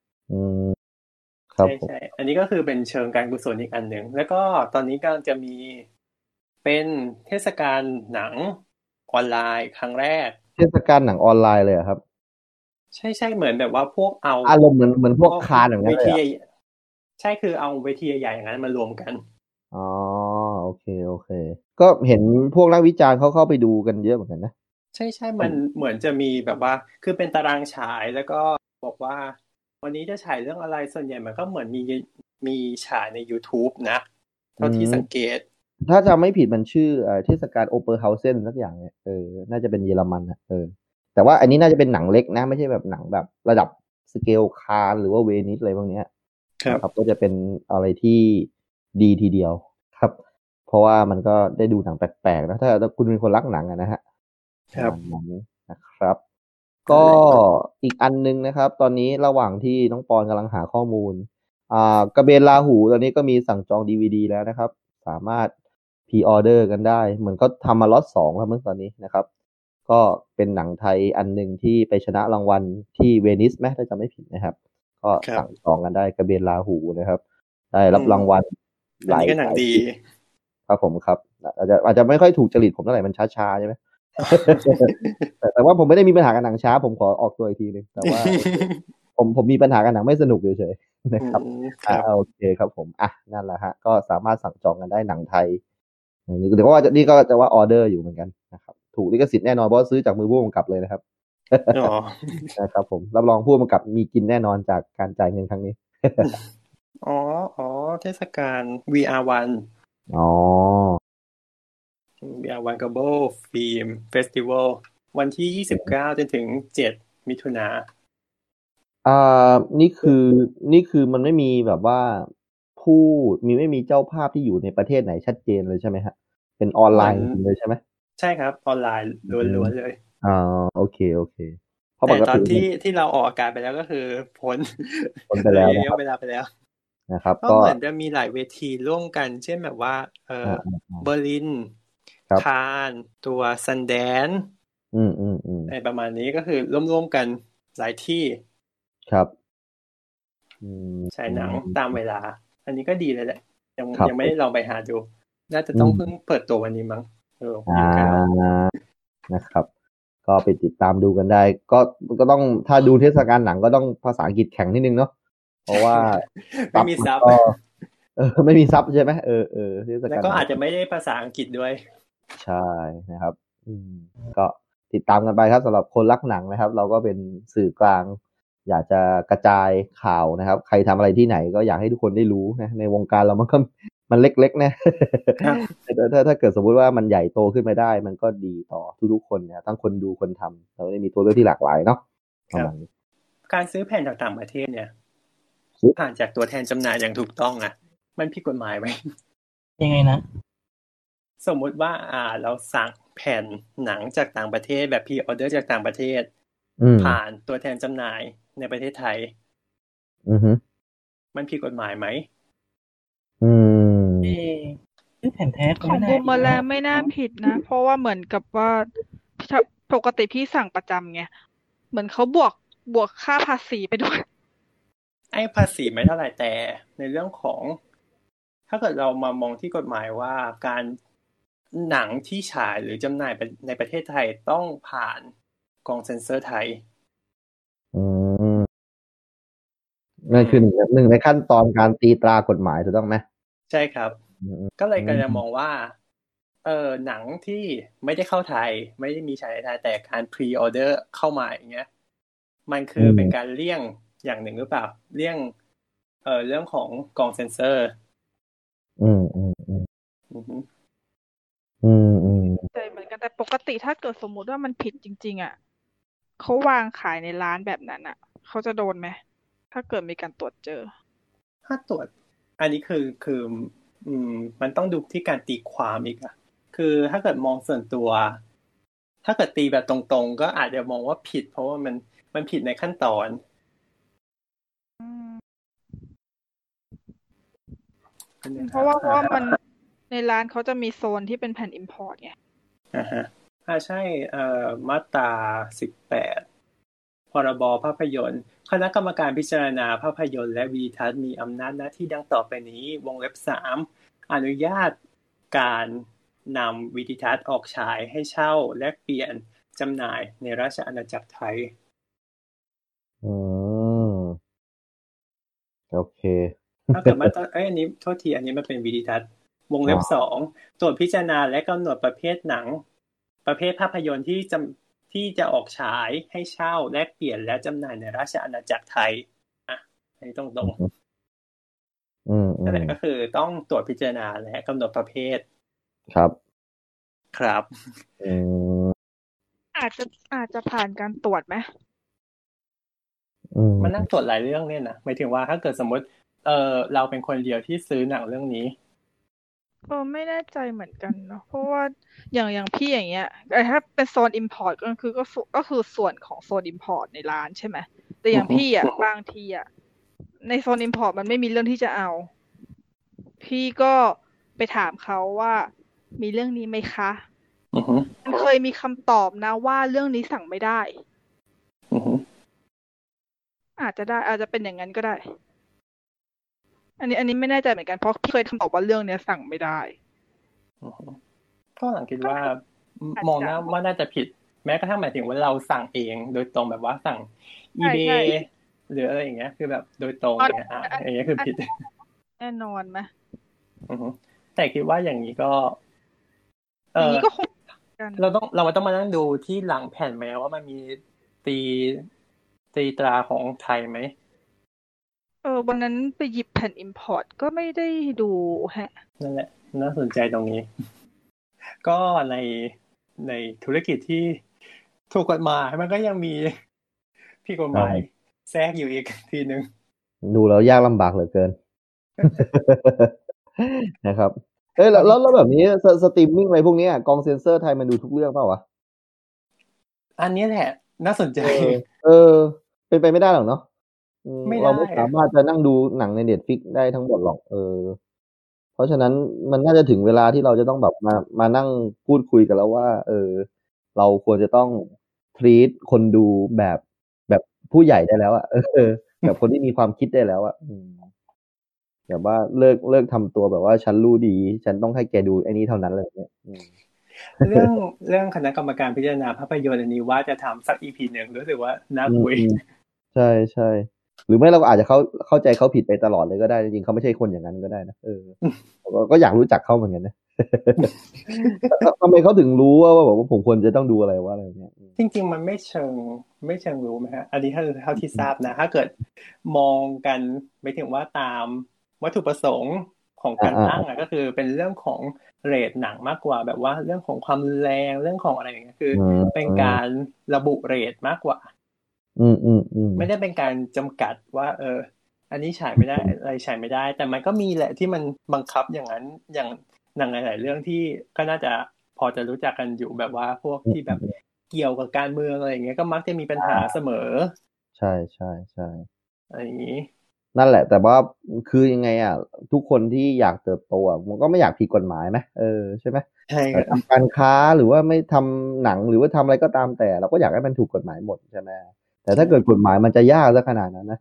ใช่อันนี้ก็คือเป็นเชิงการกุศลอีกอันหนึ่งแล้วก็ตอนนี้ก็จะมีเป็นเทศกาลหนังออนไลน์ครั้งแรกเทศกาลหนังออนไลน์เลยครับใช่เหมือนแบบว่าพวกเอาอารมณ์เหมือนพวกคานอย่างนั้นเลยใช่คือเอาเวทีใหญ่ๆอย่างนั้นมารวมกันโอเคก็เห็นพวกนักวิจารณ์เขาเข้าไปดูกันเยอะเหมือนกันนะใช่มันเหมือนจะมีแบบว่าคือเป็นตารางฉายแล้วก็บอกว่าวันนี้จะฉายเรื่องอะไรส่วนใหญ่มันก็เหมือนมีฉายใน YouTube นะเท่าที่สังเกตถ้าจำไม่ผิดมันชื่อเทศกาลโอเปอร์เฮาเซนสักอย่างเนี่ยน่าจะเป็นเยอรมันนะแต่ว่าอันนี้น่าจะเป็นหนังเล็กนะไม่ใช่แบบหนังแบบระดับสเกลคานหรือว่าเวนิสอะไรพวกนี้ครับก็จะเป็นอะไรที่ดีทีเดียวครับเพราะว่ามันก็ได้ดูหนังแปลกๆนะถ้าคุณเป็นคนรักหนังนะฮะครับนะครับก็อีกอันนึงนะครับตอนนี้ระหว่างที่น้องปอนกำลังหาข้อมูลกระเบนราหูตอนนี้ก็มีสั่งจอง DVD แล้วนะครับสามารถพรีออเดอร์กันได้เหมือนก็ทำมาล็อต2แล้วเมื่อตอนนี้นะครับก็เป็นหนังไทยอันหนึ่งที่ไปชนะรางวัลที่เวนิสไหมถ้าจำไม่ผิดนะครับก็สั่งจองกันได้กระเบนราหูนะครับได้รับรางวัลหลายหนังดีครับผมครับอาจจะไม่ค่อยถูกจริตผมเท่าไหร่มันช้าๆใช่ไหมแต่ว่าผมไม่ได้มีปัญหากับหนังช้าผมขอออกตัวอีกทีนึงแต่ว่าผมมีปัญหากับหนังไม่สนุกเฉยๆนะครับโอเคครับผมนั่นแหละฮะก็สามารถสั่งจองกันได้หนังไทยเดี๋ยวว่านี่ก็จะว่าออเดอร์อยู่เหมือนกันนะครับถูกลิขสิทธิ์แน่นอนเพราะซื้อจากมือผู้กำกับเลยนะครับนะครับผมรับรองผู้กำกับมีกินแน่นอนจากการจ่ายเงินครั้งนี้เทศกาล VR1VR1 Global Film Festival วันที่29จนถึง7มิถุนายนนี่คือมันไม่มีแบบว่าไม่มีเจ้าภาพที่อยู่ในประเทศไหนชัดเจนเลยใช่ไหมฮะเป็นออนไลน์เลยใช่ไหมใช่ครับออนไลน์ล้วนๆเลยโอเคแต่ตอนที่เราออกอากาศไปแล้วก็คือพ้นไปแล้วเวลาไปแล้วนะครับก็เหมือนจะมีหลายเวทีร่วมกันเช่นแบบว่าเบอร์ลินคานตัวซันแดนอะไรประมาณนี้ก็คือร่วมกันหลายที่ครับฉายหนังตามเวลาอันนี้ก็ดีเลยแหละยังไม่ได้ลองไปหาดูน่าจะต้องเพิ่งเปิดตัววันนี้มั้งนะครับก็ไปติดตามดูกันได้ก็ต้องถ้าดูเทศกาลหนังก็ต้องภาษาอังกฤษแข็งนิดนึงเนาะเพราะว่าไม่มีซับไม่มีซับใช่ไหมแล้วก็อาจจะไม่ได้ภาษาอังกฤษด้วยใช่นะครับก็ติดตามกันไปครับสำหรับคนรักหนังนะครับเราก็เป็นสื่อกลางอยากจะกระจายข่าวนะครับใครทำอะไรที่ไหนก็อยากให้ทุกคนได้รู้นะในวงการเรามันเล็กๆนะถ้าเกิดสมมุติว่ามันใหญ่โตขึ้นมาได้มันก็ดีต่อทุกๆคนนะทั้งคนดูคนทำเราได้มีตัวเลือกที่หลากหลายเนาะการซื้อแผ่นจากต่างประเทศเนี่ยผ่านจากตัวแทนจำหน่ายอย่างถูกต้องอ่ะมันผิดกฎหมายไหมยังไงนะสมมุติว่าเราสั่งแผ่นหนังจากต่างประเทศแบบพรีออเดอร์จากต่างประเทศผ่านตัวแทนจำหน่ายในประเทศไทยมันผิดกฎหมายไหมแผ่นแท้ของบูมเมอร์แลนด์ไม่น่าผิดนะเพราะว่าเหมือนกับว่าปกติพี่สั่งประจำไงเหมือนเขาบวกค่าภาษีไปด้วยไอ้ภาษีไม่เท่าไหร่แต่ในเรื่องของถ้าเกิดเรามามองที่กฎหมายว่าการหนังที่ฉายหรือจำหน่ายในประเทศไทยต้องผ่านกองเซ็นเซอร์ไทยนั่นคือหนึ่งในขั้นตอนการตีตรากฎหมายถูกต้องไหมใช่ครับก็เลยก็จะมองว่าหนังที่ไม่ได้เข้าไทยไม่ได้มีฉายในไทยแต่การพรีออเดอร์เข้ามาอย่างเงี้ยมันคือเป็นการเลี่ยงอย่างหนึ่งหรือเปล่าเลี่ยงเรื่องของกองเซ็นเซอร์ใจเหมือนกันแต่ปกติถ้าเกิดสมมุติว่ามันผิดจริงๆอ่ะเขาวางขายในร้านแบบนั้นอ่ะเขาจะโดนไหมถ้าเกิดมีการตรวจเจอถ้าตรวจอันนี้คือมันต้องดูที่การตีความอีกอ่ะคือถ้าเกิดมองส่วนตัวถ้าเกิดตีแบบตรงๆก็อาจจะมองว่าผิดเพราะว่ามันผิดในขั้นตอนเพราะว่ามันในร้านเขาจะมีโซนที่เป็นแผ่น import ไงใช่มาตรา18พรบภาพยนตร์คณะกรรมการพิจารณาภาพยนตร์และวิดีทัศน์มีอำนาจหน้าที่ดังต่อไปนี้วงเล็บ3อนุญาตการนำวิดีทัศน์ออกฉายให้เช่าแลกเปลี่ยนจำหน่ายในราชอาณาจักรไทยโอเคถ้าเกิดมาอันนี้โทษทีอันนี้มันเป็นวิดีทัศน์วงเล็บ2ตรวจพิจารณาและกำหนดประเภทหนังประเภทภาพยนตร์ที่จะออกฉายให้เช่าแลกเปลี่ยนและจำหน่ายในราชอาณาจักรไทยอันนี้ตรงนั่นแหละก็คือต้องตรวจพิจารณาและกำหนดประเภทครับอาจจะผ่านการตรวจไหมมันนั่งตรวจหลายเรื่องเนี่ยนะหมายถึงว่าถ้าเกิดสมมติเราเป็นคนเดียวที่ซื้อหนังเรื่องนี้ไม่แน่ใจเหมือนกันเนาะเพราะว่าอย่างพี่อย่างเงี้ยถ้าเป็นโซน import ก็คือส่วนของโซน import ในร้านใช่ไหมแต่อย่างพี่อ่ะบางทีอ่ะในโซน import มันไม่มีเรื่องที่จะเอาพี่ก็ไปถามเขาว่ามีเรื่องนี้ไหมคะมันเคยมีคำตอบนะว่าเรื่องนี้สั่งไม่ได้อาจจะเป็นอย่างนั้นก็ได้อันนี้ไม่แน่ใจเหมือนกันเพราะพี่เคยคำตอบว่าเรื่องนี้สั่งไม่ได้ก็หลังคิดว่ามองนะว่าน่าจะผิดแม้กระทั่งหมายถึงว่าเราสั่งเองโดยตรงแบบว่าสั่ง eBay หรืออะไรอย่างเงี้ยคือแบบโดยตรงเนี่ยอย่างเงี้ยคือผิดแน่นอนไหมแต่คิดว่าอย่างนี้ก็อย่างนี้ก็คงเราต้องมานั่งดูที่หลังแผ่นไหมว่ามันมีตีตราของไทยไหมวันนั้นไปหยิบแผ่น import ก็ไม่ได้ดูฮะนั่นแหละน่าสนใจตรงนี้ก็ในธุรกิจที่ถูกกฎหมายมันก็ยังมีผิดกฎหมายแทรกอยู่อีกทีนึงดูแล้วยากลำบากเหลือเกิน นะครับแล้วแบบนี้สตรีมมิ่งอะไรพวกนี้กองเซ็นเซอร์ไทยมันดูทุกเรื่องเปล่าวะอันนี้แหละน่าสนใจเป็นไปไม่ได้หรอกเนาะเราไม่สามารถจะนั่งดูหนังใน Netflix ได้ทั้งหมดหรอกเพราะฉะนั้นมันน่าจะถึงเวลาที่เราจะต้องแบบมานั่งพูดคุยกันแล้วว่าเราควรจะต้องtreatคนดูแบบผู้ใหญ่ได้แล้วแบบคนที่มีความคิดได้แล้วแบบว่าเลิกทำตัวแบบว่าฉันรู้ดีฉันต้องให้แกดูไอ้นี้เท่านั้นเลยเนี่ยเรื่องคณะกรรมการพิจารณาภาพยนตร์อันนี้ว่าจะทำสัก EP นึงรู้สึกว่าน่าคุยใช่หรือไม่เราก็อาจจะเข้าใจเขาผิดไปตลอดเลยก็ได้จริงๆเขาไม่ใช่คนอย่างนั้นก็ได้นะก็อยากรู้จักเขาเหมือนกันนะทำไมเขาถึงรู้ว่าแบบว่าผมควรจะต้องดูอะไรวะอะไรเงี้ยจริงๆมันไม่เชิงรู้ไหมฮะอันนี้เท่าที่ทราบนะถ้าเกิดมองกันไม่ถึงว่าตามวัตถุประสงค์ของการตั้งก็คือเป็นเรื่องของเรทหนังมากกว่าแบบว่าเรื่องของความแรงเรื่องของอะไรอย่างเงี้ยคือเป็นการระบุเรทมากกว่าไม่ได้เป็นการจำกัดว่าอันนี้ฉายไม่ได้อะไรฉายไม่ได้แต่มันก็มีแหละที่มันบังคับอย่างนั้นอย่างหนังหลายๆเรื่องที่ก็น่าจะพอจะรู้จักกันอยู่แบบว่าพวกที่แบบเกี่ยวกับการเมืองอะไรอย่างเงี้ยก็มักจะมีปัญหาเสมอใช่อะไรอย่างนี้นั่นแหละแต่ว่าคือยังไงทุกคนที่อยากเติบโตมันก็ไม่อยากผิดกฎหมายไหมใช่ไหมใช่ทำการค้าหรือว่าไม่ทำหนังหรือว่าทำอะไรก็ตามแต่เราก็อยากให้มันถูกกฎหมายหมดใช่ไหมแต่ถ้าเกิดกฎหมายมันจะยากซะขนาดนั้นนะ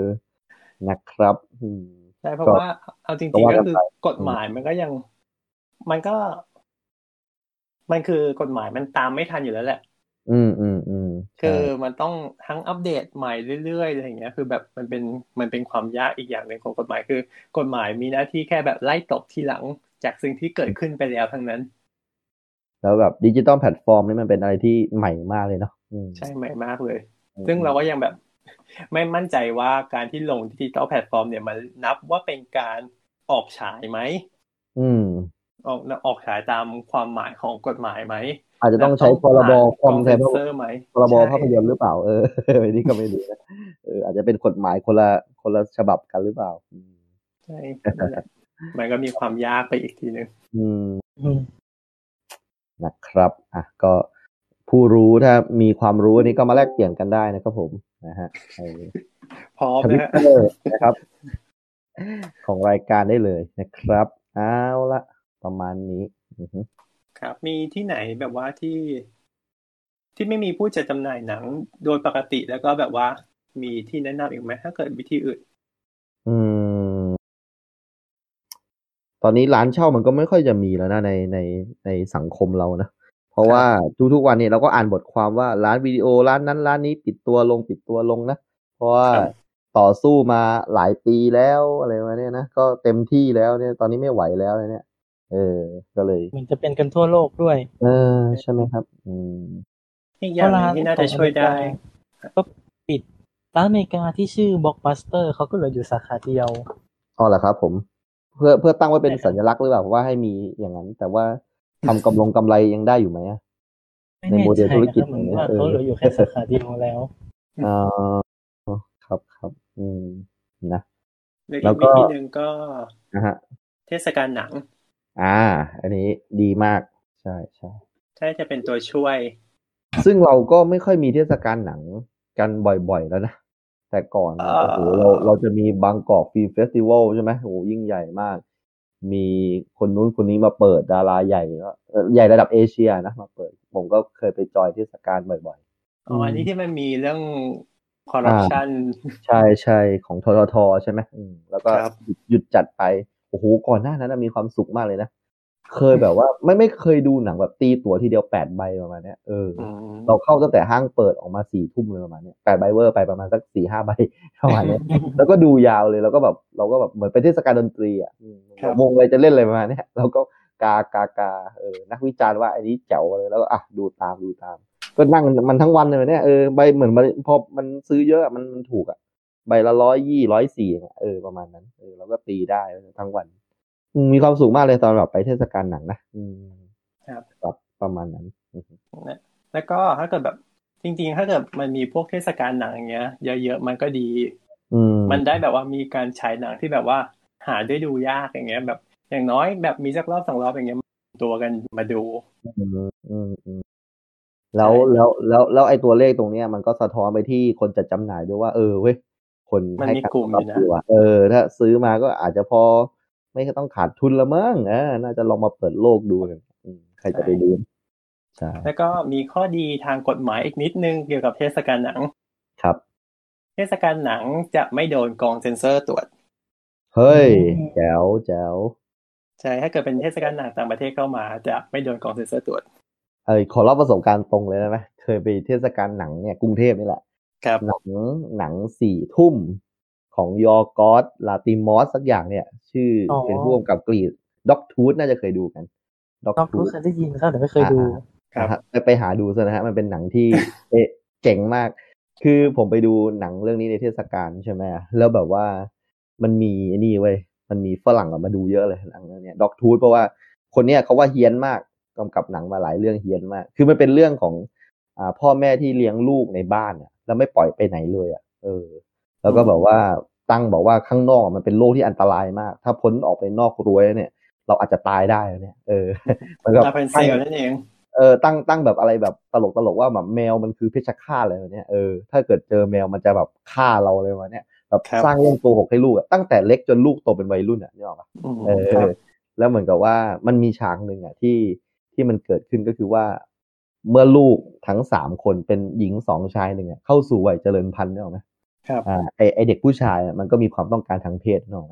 นะครับใช่เพราะว่าเอาจริงๆก็คือกฎหมายมันก็ยังมันก็มันคือกฎหมายมันตามไม่ทันอยู่แล้วแหละคือมันต้องทั้งอัปเดตใหม่เรื่อยๆอะไรอย่างเงี้ยคือแบบมันเป็นความยากอีกอย่างหนึ่งของกฎหมายคือกฎหมายมีหน้าที่แค่แบบไล่ตกทีหลังจากสิ่งที่เกิดขึ้นไปแล้วทั้งนั้นแล้วแบบดิจิตอลแพลตฟอร์มนี่มันเป็นอะไรที่ใหม่มากเลยเนาะใช่ใหม่มากเลยซึ่งเราก็ยังแบบไม่มั่นใจว่าการที่ลงดิจิตอลแพลตฟอร์มเนี่ยมันนับว่าเป็นการออกฉายไหมออกฉายตามความหมายของกฎหมายไหมอาจจะต้องใช้พรบคอมแทนพรบภาพยนตร์หรือเปล่านี่ก็ไม่รู้นะอาจจะเป็นกฎหมายคนละฉบับกันหรือเปล่าใช่มันก็มีความยากไปอีกทีนึงนะครับก็ผู้รู้ถ้ามีความรู้นี้ก็มาแลกเปลี่ยนกันได้นะครับผมนะฮะพร้อมนะครับของรายการได้เลยนะครับเอาละประมาณนี้ครับมีที่ไหนแบบว่าที่ไม่มีผู้จัดจำหน่ายหนังโดยปกติแล้วก็แบบว่ามีที่แนะนำอีกไหมถ้าเกิดวิธีอื่นตอนนี้ร้านเช่ามันก็ไม่ค่อยจะมีแล้วนะในสังคมเรานะเพราะว่าทุกวันนี้เราก็อ่านบทความว่าร้านวิดีโอร้านนั้นร้านนี้ปิดตัวลงนะเพราะว่าต่อสู้มาหลายปีแล้วอะไรมาเนี่ยนะก็เต็มที่แล้วเนี่ยตอนนี้ไม่ไหวแล้วเนี่ยก็เลยมันจะเป็นกันทั่วโลกด้วยใช่ไหมครับอีกอย่างนึงที่น่าจะช่วยได้ก็ปิดร้านอเมริกาที่ชื่อ Blockbuster เขาก็เหลืออยู่สาขาเดียวอ๋อเหรอครับผมเพื่อตั้งไว้เป็นสัญลักษณ์หรือเปล่าว่าให้มีอย่างนั้นแต่ว่าทำกำไรยังได้อยู่ไหมในโมเดลธุรกิจอย่างเงี้ยเขาเหลืออยู่แค่สาขาเดียวแล้วครับนะแล้วก็อีกวิธีนึงก็เทศกาลหนังอันนี้ดีมากใช่จะเป็นตัวช่วยซึ่งเราก็ไม่ค่อยมีเทศกาลหนังกันบ่อยๆแล้วนะแต่ก่อนโอ้โหเราจะมีบางกอกฟิล์มเฟสติวัลใช่ไหมโอ้ยิ่งใหญ่มากมีคนนู้นคนนี้มาเปิดดาราใหญ่ก็ใหญ่ระดับเอเชียนะมาเปิดผมก็เคยไปจอยเทศกาลบ่อยๆอันนี้ที่มันมีเรื่องคอร์รัปชันใช่ของททใช่ไหมแล้วก็หยุดจัดไปโอ้โหก่อนหน้านั้นมีความสุขมากเลยนะเคยแบบว่าไม่เคยดูหนังแบบตีตั๋วทีเดียว8 ใบประมาณนี้เราเข้าตั้งแต่ห้างเปิดออกมา4 ทุ่มเลยประมาณนี้8 ใบเวอร์ไปประมาณสัก 4-5 ใบประมาณนี้แล้วก็ดูยาวเลยเราก็แบบเหมือนเป็นเทศกาลดนตรีวงอะไรจะเล่นอะไรประมาณนี้เราก็กานักวิจารณ์ว่าอันนี้แจ๋วเลยแล้วก็ดูตามก็นั่งมันทั้งวันเลยเนี่ยใบเหมือนพอมันซื้อเยอะมันถูกใบละ120 140ประมาณนั้นเราก็ตีได้ทั้งวันมีความสุขมากเลยตอนแบบไปเทศกาลหนังนะครับประมาณนั้นแล้วก็ถ้าเกิดแบบจริงๆถ้าเกิดมันมีพวกเทศกาลหนังอย่างเงี้ยเยอะๆมันก็ดีมันได้แบบว่ามีการฉายหนังที่แบบว่าหาได้ดูยากอย่างเงี้ยแบบอย่างน้อยแบบมีสักรอบ2 รอบอย่างเงี้ยตัวกันมาดูแล้วไอ้ตัวเลขตรงเนี้ยมันก็สะท้อนไปที่คนจัดจำหน่ายด้วยว่าเว้ยคนให้การตอบรับอยู่ถ้าซื้อมาก็อาจจะพอไม่ต้องขาดทุนละมั้งน่าจะลองมาเปิดโลกดูกันใครจะไปดูใช่แล้วก็มีข้อดีทางกฎหมายอีกนิดนึงเกี่ยวกับเทศกาลหนังครับเทศกาลหนังจะไม่โดนกองเซ็นเซอร์ตรวจเฮ้ยแจ๋วใช่ถ้าเกิดเป็นเทศกาลหนังต่างประเทศเข้ามาจะไม่โดนกองเซ็นเซอร์ตรวจขอเล่าประสบการณ์ตรงเลยได้ไหมเคยไปเทศกาลหนังเนี่ยกรุงเทพนี่แหละหนัง4 ทุ่มของยอร์กอสลาติมอสสักอย่างเนี่ยชื่อเป็นผู้กำกับกรีกด็อกทูธน่าจะเคยดูกันด็อกทูธเคยได้ยินครับแต่ไม่เคยดูไปหาดูซะนะฮะมันเป็นหนังที่เจ๋งมากคือผมไปดูหนังเรื่องนี้ในเทศกาลใช่ไหมแล้วแบบว่ามันมีนี่เว้ยมันมีฝรั่งมาดูเยอะเลยหนังเรื่องนี้ด็อกทูธเพราะว่าคนเนี้ยเขาว่าเฮี้ยนมากกำกับหนังมาหลายเรื่องเฮี้ยนมากคือมันเป็นเรื่องของพ่อแม่ที่เลี้ยงลูกในบ้านแล้วไม่ปล่อยไปไหนเลยแล้วก็แบบว่าตั้งบอกว่าข้างนอกมันเป็นโลกที่อันตรายมากถ้าพ้นออกไปนอกรั้วเนี่ยเราอาจจะตายได้เนี่ยมันก็เป็นเซลล์นั่นเองตั้งแบบอะไรแบบตลกว่าแบบแมวมันคือเพชฌฆาตอะไรแบบเนี้ยถ้าเกิดเจอแมวมันจะแบบฆ่าเราเลยวันเนี้ยแบบสร้างเรื่องโกหกให้ลูกตั้งแต่เล็กจนลูกโตเป็นวัยรุ่นนึกออกป่ะแล้วเหมือนกับว่ามันมีฉากนึงที่มันเกิดขึ้นก็คือว่าเมื่อลูกทั้ง3 คนเป็นหญิง2 ชาย1เข้าสู่วัยเจริญพันธุ์นึกออกไหมครับไอเด็กผู้ชายมันก็มีความต้องการทางเพศนึกออกไหม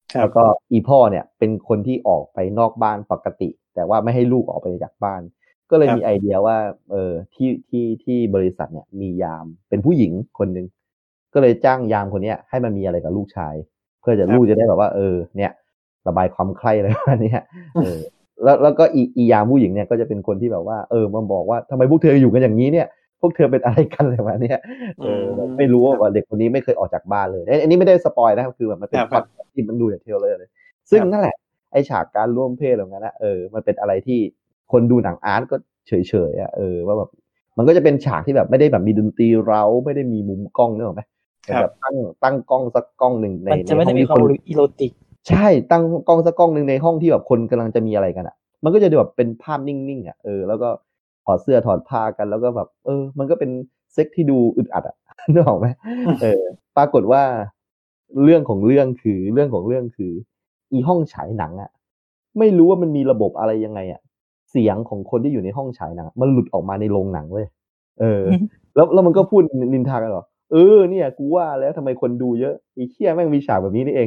แล้วก็อีพ่อเนี่ยเป็นคนที่ออกไปนอกบ้านปกติ แต่ว่าไม่ให้ลูกออกไปจากบ้านก็เลยมีไอเดียว่าที่บริษัทเนี่ยมียามเป็นผู้หญิงคนนึงก็เลยจ้างยามคนนี้ให้มันมีอะไรกับลูกชายเพื่อจะลูกจะได้แบบว่าเนี่ยระบายความใคร่อะไรแบบนี้แล้วก็อียามผู้หญิงเนี่ยก็จะเป็นคนที่แบบว่ามาบอกว่าทำไมพวกเธออยู่กันอย่างนี้เนี่ยพวกเธอเป็นอะไรกันอะไรแบบนี้ไม่รู้ว่าเด็กคนนี้ไม่เคยออกจากบ้านเลยอันนี้ไม่ได้สปอยนะครับคือแบบมันเป็นพล็อตที่มันดูจากเทรลเลอร์เลยซึ่งนั่นแหละไอฉากการร่วมเพศตรงนั้นนะมันเป็นอะไรที่คนดูหนังอาร์ตก็เฉยๆอ่ะว่าแบบมันก็จะเป็นฉากที่แบบไม่ได้แบบมีดนตรีเร้าไม่ได้มีมุมกล้องนึกออกไหมแบบตั้งกล้องสักกล้องหนึ่งในมันจะไม่ได้มีความอีโรติกใช่ตั้งกล้องสักกล้องหนึ่งในห้องที่แบบคนกำลังจะมีอะไรกันอ่ะมันก็จะดูแบบเป็นภาพนิ่งๆอ่ะแล้วก็ถอดเสื้อถอดผ้ากันแล้วก็แบบมันก็เป็นเซ็กที่ดูอึดอัดอ่ะนึกออกไหมปรากฏว่าเรื่องของเรื่องคืออีห้องฉายหนังอ่ะไม่รู้ว่ามันมีระบบอะไรยังไงอ่ะเสียงของคนที่อยู่ในห้องฉายหนังมันหลุดออกมาในโรงหนังเลยแล้วมันก็พูดนินทากันหรอเนี่ยกูว่าแล้วทำไมคนดูเยอะไอ้เหี้ยแม่งมีฉากแบบนี้นี่เอง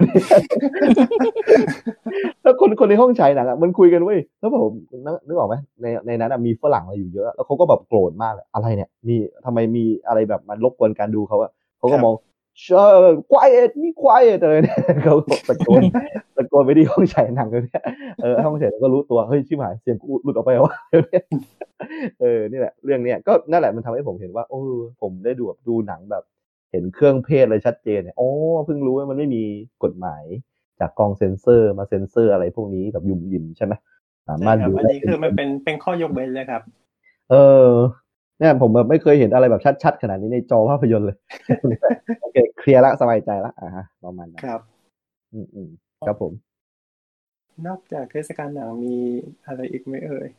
แล้วคนในห้องฉายหนังอ่ะมันคุยกันเว้ยแล้วผมนึกออกไหมในนั้นมีฝรั่งอะไรอยู่เยอะแล้วเขาก็แบบโกรธมากเลยอะไรเนี่ยมีทำไมมีอะไรแบบมันรบกวนการดูเขาอะเขาก็มองquiet มี quiet เลยเนี่ยเขาตะโกนไปที่ห้องฉายหนังเลยเนี่ยห้องฉายหนังก็รู้ตัวเฮ้ยชิบหายเสียงกูหลุดออกไปวะนี่แหละเรื่องเนี้ยก็นั่นแหละมันทำให้ผมเห็นว่าผมได้ดูหนังแบบเห็นเครื่องเพศอะไรชัดเจนเนี่ยเพิ่งรู้ว่ามันไม่มีกฎหมายจากกองเซ็นเซอร์มาเซ็นเซอร์อะไรพวกนี้แบบยุ่มยิ้มใช่ไหมสามารถดูอันนี้คือมันเป็นข้อยกเว้นเลยครับเนี่ยผมแบบไม่เคยเห็นอะไรแบบชัดๆขนาดนี้ในจอภาพยนตร์เลยโอเคเคลียร์ละสบายใจละประมาณนั้นครับครับผมนอกจากเทศกาลหนังมีอะไรอีกไหมเอ่ย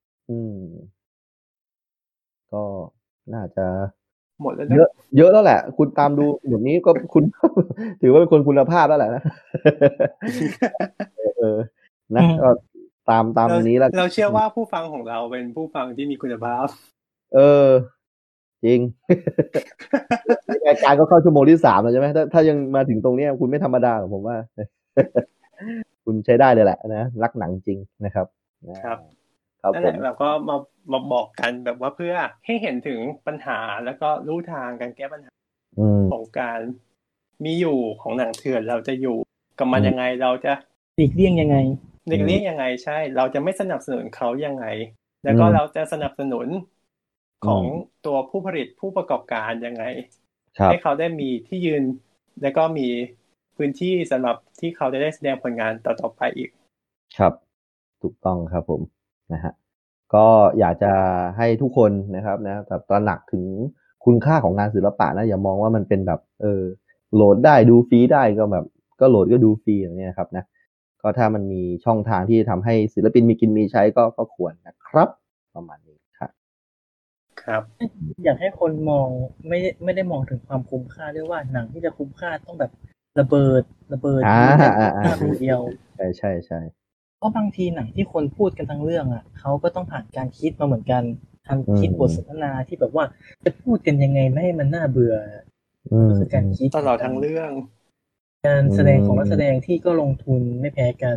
ก็น่าจะหมดแล้วเยอะแล้วแหละคุณตามดูแบบนี้ก็คุณถือว่าเป็นคนคุณภาพแล้วแหละนะนะก็ตามนี้แล้วเราเชื่อว่าผู้ฟังของเราเป็นผู้ฟังที่มีคุณภาพจริงรายการก็เข้าชั่วโมงที่ 3แล้วใช่ไหมถ้ายังมาถึงตรงนี้คุณไม่ธรรมดาหรอกผมว่าคุณใช้ได้เลยแหละนะรักหนังจริงนะครับนั่นแหละเราก็มาบอกกันแบบว่าเพื่อให้เห็นถึงปัญหาแล้วก็รู้ทางการแก้ปัญหาของการมีอยู่ของหนังเถื่อนเราจะอยู่กับมันยังไงเราจะหลีกเลี่ยงยังไงใช่เราจะไม่สนับสนุนเขายังไงแล้วก็เราจะสนับสนุนของตัวผู้ผลิตผู้ประกอบการยังไงให้เขาได้มีที่ยืนแล้วก็มีพื้นที่สำหรับที่เขาจะได้แสดงผลงานต่อไปอีกครับถูกต้องครับผมนะฮะก็อยากจะให้ทุกคนนะครับนะแบบตระหนักถึงคุณค่าของงานศิลปะนะอย่ามองว่ามันเป็นแบบโหลดได้ดูฟรีได้ก็แบบก็โหลดก็ดูฟรีอย่างนี้ครับนะก็ถ้ามันมีช่องทางที่ทำให้ศิลปินมีกินมีใช้ก็ควรนะครับประมาณนี้ครับอยากให้คนมองไม่ได้มองถึงความคุ้มค่าด้วยว่าหนังที่จะคุ้มค่าต้องแบบระเบิดเดียวใช่เพราะบางทีหนังที่คนพูดกันทั้งเรื่องเขาก็ต้องผ่านการคิดมาเหมือนกันทำคิดบทสนทนาที่แบบว่าจะพูดกันยังไงไม่ให้มันน่าเบื่อคือการคิดตลอดทั้งเรื่องการแสดงของนักแสดงที่ก็ลงทุนไม่แพ้กัน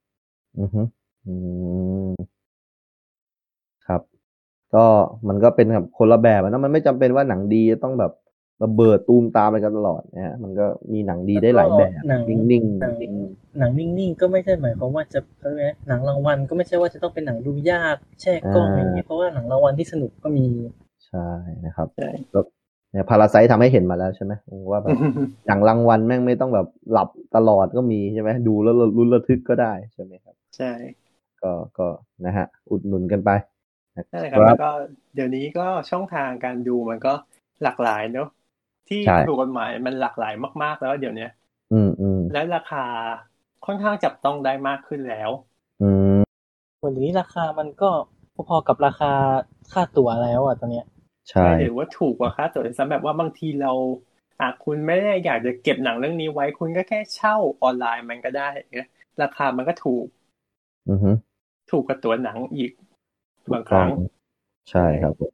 ครับก็มันก็เป็นแบบคนละแบบนะมันไม่จำเป็นว่าหนังดีจะต้องแบบระเบิดตูมตามไปกันตลอดนะฮะมันก็มีหนังดีได้หลายแบบนิ่งหนังนิ่งๆก็ไม่ใช่หมายความว่าจะหนังรางวัลก็ไม่ใช่ว่าจะต้องเป็นหนังดูยากแช่กล้องอย่างนี้เพราะว่าหนังรางวัลที่สนุกก็มีใช่นะครับแล้วเนี่ยพาราไซต์ทำให้เห็นมาแล้วใช่ไหมว่าแบบหนังรางวัลแม่งไม่ต้องแบบหลับตลอดก็มีใช่ไหมดูแล้วลุ้นระทึกก็ได้ใช่ไหมครับใช่ก็นะฮะอุดหนุนกันไปใช่ครับแล้วก็เดี๋ยวนี้ก็ช่องทางการดูมันก็หลากหลายเนอะที่ถูกกฎหมายมันหลากหลายมากๆแล้วเดี๋ยวนี้และราคาค่อนข้างจับต้องได้มากขึ้นแล้ววันนี้ราคามันก็พอๆกับราคาค่าตั๋วแล้วตอนเนี้ยใช่หรือว่าถูกกว่าค่าตั๋วสำหรับว่าบางทีเราคุณไม่ได้อยากจะเก็บหนังเรื่องนี้ไว้คุณก็แค่เช่าออนไลน์มันก็ได้ราคามันก็ถูกถูกกว่าตั๋วหนังอีกบางครั้งใช่ครับผม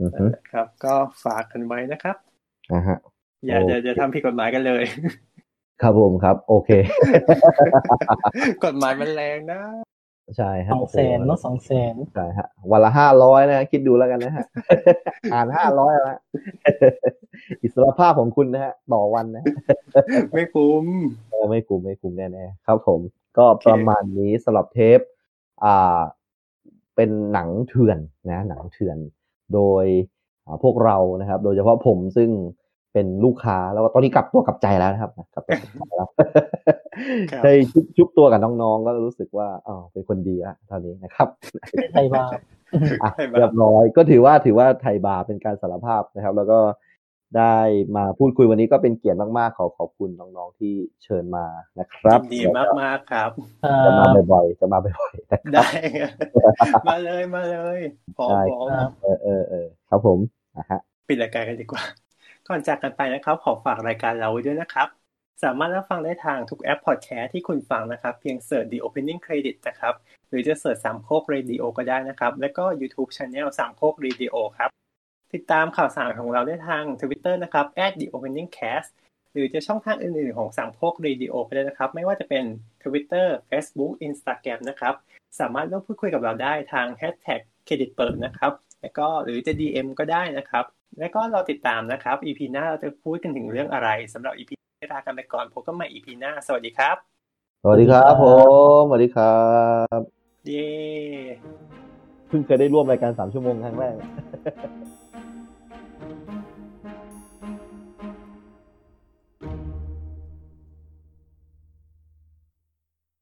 ครับก็ฝากกันไว้นะครับอย่าทำผิดกฎหมายกันเลยครับผมครับโอเคกฎหมายมันแรงนะใช่ฮะ 200,000เนาะ200,000 ใช่ฮะวันละ500นะคิดดูแล้วกันนะฮะ อ่าน500แล้วอิสรภาพของคุณนะฮะต่อวันนะไม่คุ้มไม่คุ้มแน่ๆครับผมก็ประมาณนี้สำหรับเทปอ่าเป็นหนังเถื่อนนะหนังเถื่อนโดยพวกเรานะครับโดยเฉพาะผมซึ่งเป็นลูกค้าแล้วก็ตอนนี้กลับตัวกลับใจแล้วนะครับกลับตัวกลับใจแล้วได้ชุบตัวกับน้องๆก็รู้สึกว่าเป็นคนดีแล้วตอนนี้นะครับไทยบาปเรียบร้อยก็ถือว่าไทยบาปเป็นการสารภาพนะครับแล้วก็ได้มาพูดคุยวันนี้ก็เป็นเกียรติมากๆขอบคุณน้องๆที่เชิญมานะครับดีมากๆครับจะมาบ่อยๆได้มาเลยพร้อมครับผมนะฮะปิดรายการกันดีกว่าก่อนจากกันไปนะครับขอฝากรายการเราไว้ด้วยนะครับสามารถรับฟังได้ทางทุกแอปพอดแคสต์ที่คุณฟังนะครับเพียงเสิร์ช The Opening Credit นะครับหรือจะเสิร์ชสามโคกเรดิโอก็ได้นะครับแล้วก็ YouTube Channel สามโคกเรดิโอครับติดตามข่าวสารของเราได้ทาง Twitter นะครับ @theopeningcast หรือจะช่องทางอื่นๆของสามโคกเรดิโอก็ได้นะครับไม่ว่าจะเป็น Twitter Facebook Instagram นะครับสามารถร่วมพูดคุยกับเราได้ทาง #KreditPert นะครับแล้วก็หรือจะ DM ก็ได้นะครับแล้วก็เราติดตามนะครับ EP หน้าเราจะพูดกันถึงเรื่องอะไรสำหรับ EP นี้ลากันไปก่อนพบกันใหม่ EP หน้าสวัสดีครับสวัสดีครับผมสวัสดีครับเย้เพิ่งเคยได้ร่วมรายการ3 ชั่วโมงครั้งแรก